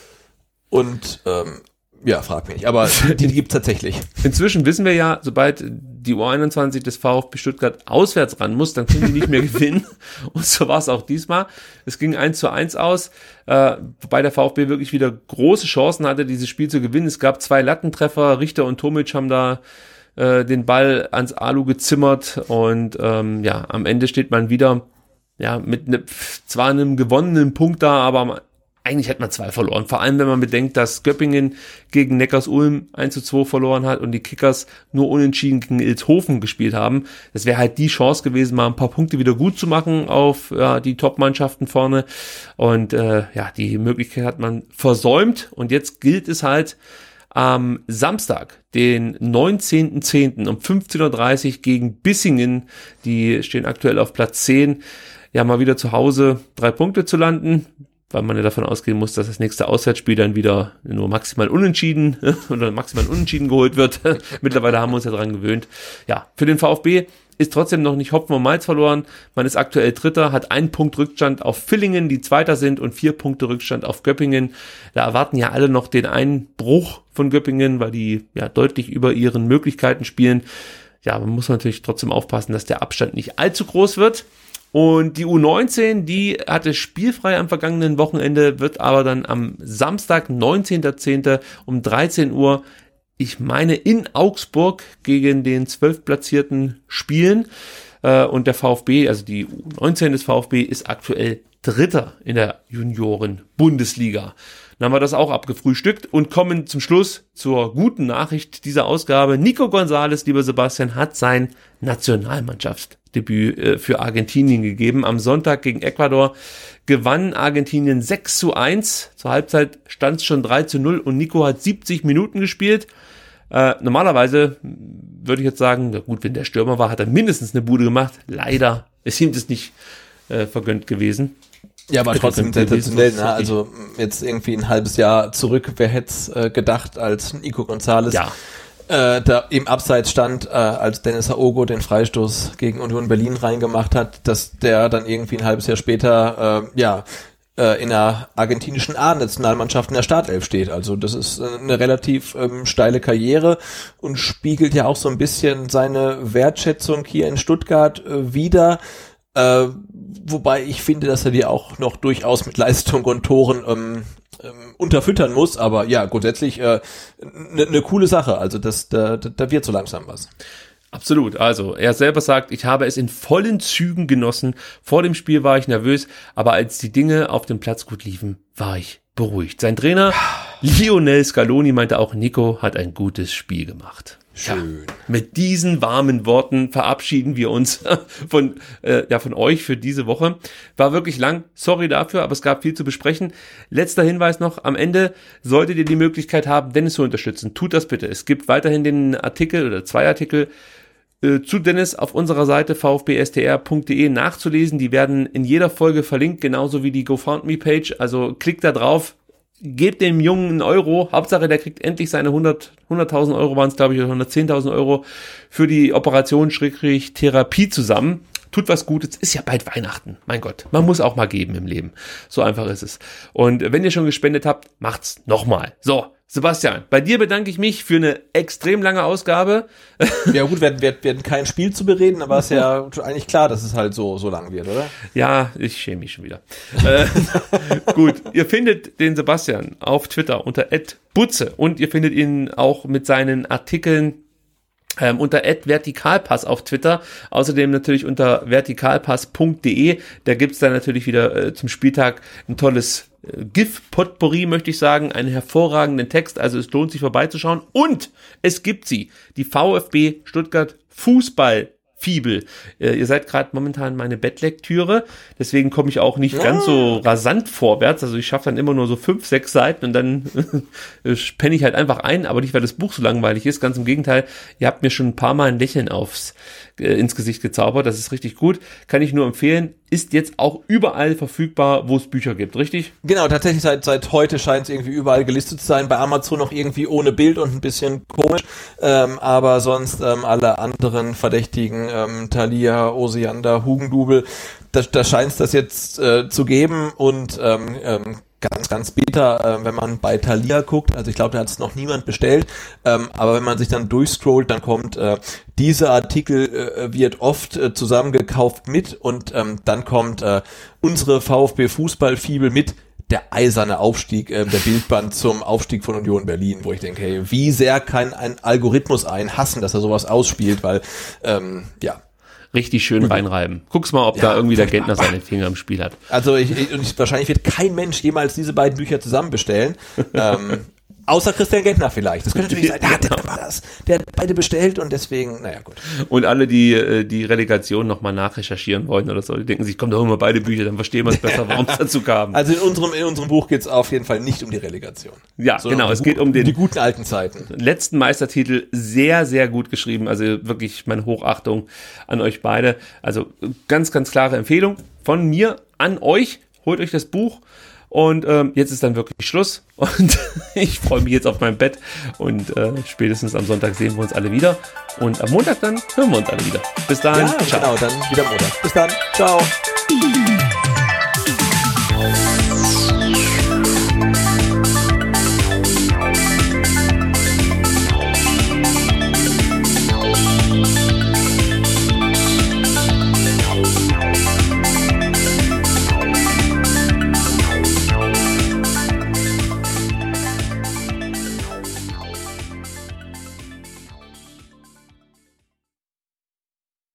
und ähm, ja, frag mich, aber die, die gibt's tatsächlich. Inzwischen wissen wir ja, sobald die U einundzwanzig des VfB Stuttgart auswärts ran muss, dann können die nicht mehr gewinnen. Und so war es auch diesmal. Es ging eins zu eins aus, äh, wobei der VfB wirklich wieder große Chancen hatte, dieses Spiel zu gewinnen. Es gab zwei Lattentreffer, Richter und Tomic haben da äh, den Ball ans Alu gezimmert und ähm, ja, am Ende steht man wieder ja mit ne, zwar einem gewonnenen Punkt da, aber eigentlich hätte man zwei verloren. Vor allem, wenn man bedenkt, dass Göppingen gegen Neckars-Ulm eins zu zwei verloren hat und die Kickers nur unentschieden gegen Ilshofen gespielt haben. Das wäre halt die Chance gewesen, mal ein paar Punkte wieder gut zu machen auf ja, die Top-Mannschaften vorne. Und äh, ja, die Möglichkeit hat man versäumt. Und jetzt gilt es halt am Samstag, den neunzehnten zehnten um fünfzehn Uhr dreißig gegen Bissingen, die stehen aktuell auf Platz zehn, ja mal wieder zu Hause drei Punkte zu landen, weil man ja davon ausgehen muss, dass das nächste Auswärtsspiel dann wieder nur maximal unentschieden oder maximal unentschieden geholt wird. Mittlerweile haben wir uns ja dran gewöhnt. Ja, für den VfB ist trotzdem noch nicht Hopfen und Malz verloren. Man ist aktuell Dritter, hat einen Punkt Rückstand auf Villingen, die Zweiter sind, und vier Punkte Rückstand auf Göppingen. Da erwarten ja alle noch den Einbruch von Göppingen, weil die ja deutlich über ihren Möglichkeiten spielen. Ja, man muss natürlich trotzdem aufpassen, dass der Abstand nicht allzu groß wird. Und die U neunzehn, die hatte spielfrei am vergangenen Wochenende, wird aber dann am Samstag, neunzehnten zehnten um dreizehn Uhr, ich meine in Augsburg, gegen den zwölftplatzierten spielen. Und der VfB, also die U neunzehn des VfB, ist aktuell Dritter in der Junioren-Bundesliga. Dann haben wir das auch abgefrühstückt und kommen zum Schluss zur guten Nachricht dieser Ausgabe. Nico González, lieber Sebastian, hat sein Nationalmannschaftsdebüt äh, für Argentinien gegeben. Am Sonntag gegen Ecuador gewann Argentinien sechs zu eins. Zur Halbzeit stand es schon drei zu null und Nico hat siebzig Minuten gespielt. Äh, normalerweise würde ich jetzt sagen, na gut, wenn der Stürmer war, hat er mindestens eine Bude gemacht. Leider ist ihm das nicht äh, vergönnt gewesen. Ja, aber trotzdem sensationell, ne? Also jetzt irgendwie ein halbes Jahr zurück, wer hätte es äh, gedacht, als Nico González ja. äh, da im Abseits stand, äh, als Dennis Aogo den Freistoß gegen Union Berlin reingemacht hat, dass der dann irgendwie ein halbes Jahr später äh, ja äh, in der argentinischen A-Nationalmannschaft in der Startelf steht. Also das ist äh, eine relativ ähm, steile Karriere und spiegelt ja auch so ein bisschen seine Wertschätzung hier in Stuttgart äh, wider. Äh, wobei ich finde, dass er die auch noch durchaus mit Leistung und Toren ähm, ähm, unterfüttern muss, aber ja, grundsätzlich eine äh, ne, ne coole Sache, also das, da, da wird so langsam was. Absolut, also er selber sagt, ich habe es in vollen Zügen genossen, vor dem Spiel war ich nervös, aber als die Dinge auf dem Platz gut liefen, war ich beruhigt. Sein Trainer Lionel Scaloni meinte auch, Nico hat ein gutes Spiel gemacht. Schön. Ja, mit diesen warmen Worten verabschieden wir uns von, äh, ja, von euch für diese Woche. War wirklich lang, sorry dafür, aber es gab viel zu besprechen. Letzter Hinweis noch, am Ende solltet ihr die Möglichkeit haben, Dennis zu unterstützen. Tut das bitte. Es gibt weiterhin den Artikel oder zwei Artikel äh, zu Dennis auf unserer Seite v f b s t r punkt d e nachzulesen. Die werden in jeder Folge verlinkt, genauso wie die GoFundMe-Page. Also klickt da drauf. Gebt dem Jungen einen Euro, Hauptsache der kriegt endlich seine hundert, hunderttausend Euro waren es glaube ich, oder hundertzehntausend Euro für die Operation Schrägstrich Therapie zusammen. Tut was Gutes, ist ja bald Weihnachten, mein Gott, man muss auch mal geben im Leben, so einfach ist es. Und wenn ihr schon gespendet habt, macht's nochmal. So, Sebastian, bei dir bedanke ich mich für eine extrem lange Ausgabe. Ja gut, wir hatten, wir hatten kein Spiel zu bereden, aber es ist ja eigentlich klar, dass es halt so so lang wird, oder? Ja, ich schäme mich schon wieder. äh, gut, ihr findet den Sebastian auf Twitter unter at butze und ihr findet ihn auch mit seinen Artikeln Ähm, unter at vertikalpass auf Twitter, außerdem natürlich unter vertikalpass punkt d e, da gibt's dann natürlich wieder äh, zum Spieltag ein tolles äh, GIF-Potpourri, möchte ich sagen, einen hervorragenden Text, also es lohnt sich vorbeizuschauen und es gibt sie, die VfB Stuttgart Fußball Fibel. Äh, ihr seid gerade momentan meine Bettlektüre, deswegen komme ich auch nicht ja. ganz so rasant vorwärts, also ich schaffe dann immer nur so fünf, sechs Seiten und dann penne ich halt einfach ein, aber nicht, weil das Buch so langweilig ist, ganz im Gegenteil, ihr habt mir schon ein paar Mal ein Lächeln aufs äh, ins Gesicht gezaubert, das ist richtig gut, kann ich nur empfehlen. ist jetzt auch überall verfügbar, wo es Bücher gibt, richtig? Genau, tatsächlich seit seit heute scheint es irgendwie überall gelistet zu sein. Bei Amazon noch irgendwie ohne Bild und ein bisschen komisch, ähm, aber sonst ähm, alle anderen Verdächtigen, ähm, Thalia, Osiander, Hugendubel, da, da scheint es das jetzt äh, zu geben und ähm, ähm, ganz, ganz bitter, äh, wenn man bei Thalia guckt, also ich glaube, da hat es noch niemand bestellt, ähm, aber wenn man sich dann durchscrollt, dann kommt, äh, dieser Artikel äh, wird oft äh, zusammengekauft mit und ähm, dann kommt äh, unsere VfB Fußballfibel mit der eiserne Aufstieg, äh, der Bildband zum Aufstieg von Union Berlin, wo ich denke, hey, wie sehr kann ein Algorithmus einen hassen, dass er sowas ausspielt, weil, ähm, ja, richtig schön reinreiben. Guck's mal, ob ja, da irgendwie der Gentner seine Finger im Spiel hat. Also ich, ich, und ich, wahrscheinlich wird kein Mensch jemals diese beiden Bücher zusammen bestellen. ähm, außer Christian Gentner vielleicht. Das könnte natürlich sein, ah, der war das. Der hat beide bestellt und deswegen, naja gut. Und alle, die die Relegation nochmal nachrecherchieren wollen oder so, die denken sich, komm doch immer beide Bücher, dann verstehen wir es besser, warum es dazu kam. Also in unserem, in unserem Buch geht's auf jeden Fall nicht um die Relegation. Ja, so genau, es geht um den die guten alten Zeiten. Letzten Meistertitel, sehr, sehr gut geschrieben, also wirklich meine Hochachtung an euch beide. Also ganz, ganz klare Empfehlung von mir an euch, holt euch das Buch. Und ähm, jetzt ist dann wirklich Schluss und ich freue mich jetzt auf mein Bett und äh, spätestens am Sonntag sehen wir uns alle wieder und am Montag dann hören wir uns alle wieder. Bis dahin, ja, ciao. Genau, dann wieder Montag. Bis dann, ciao.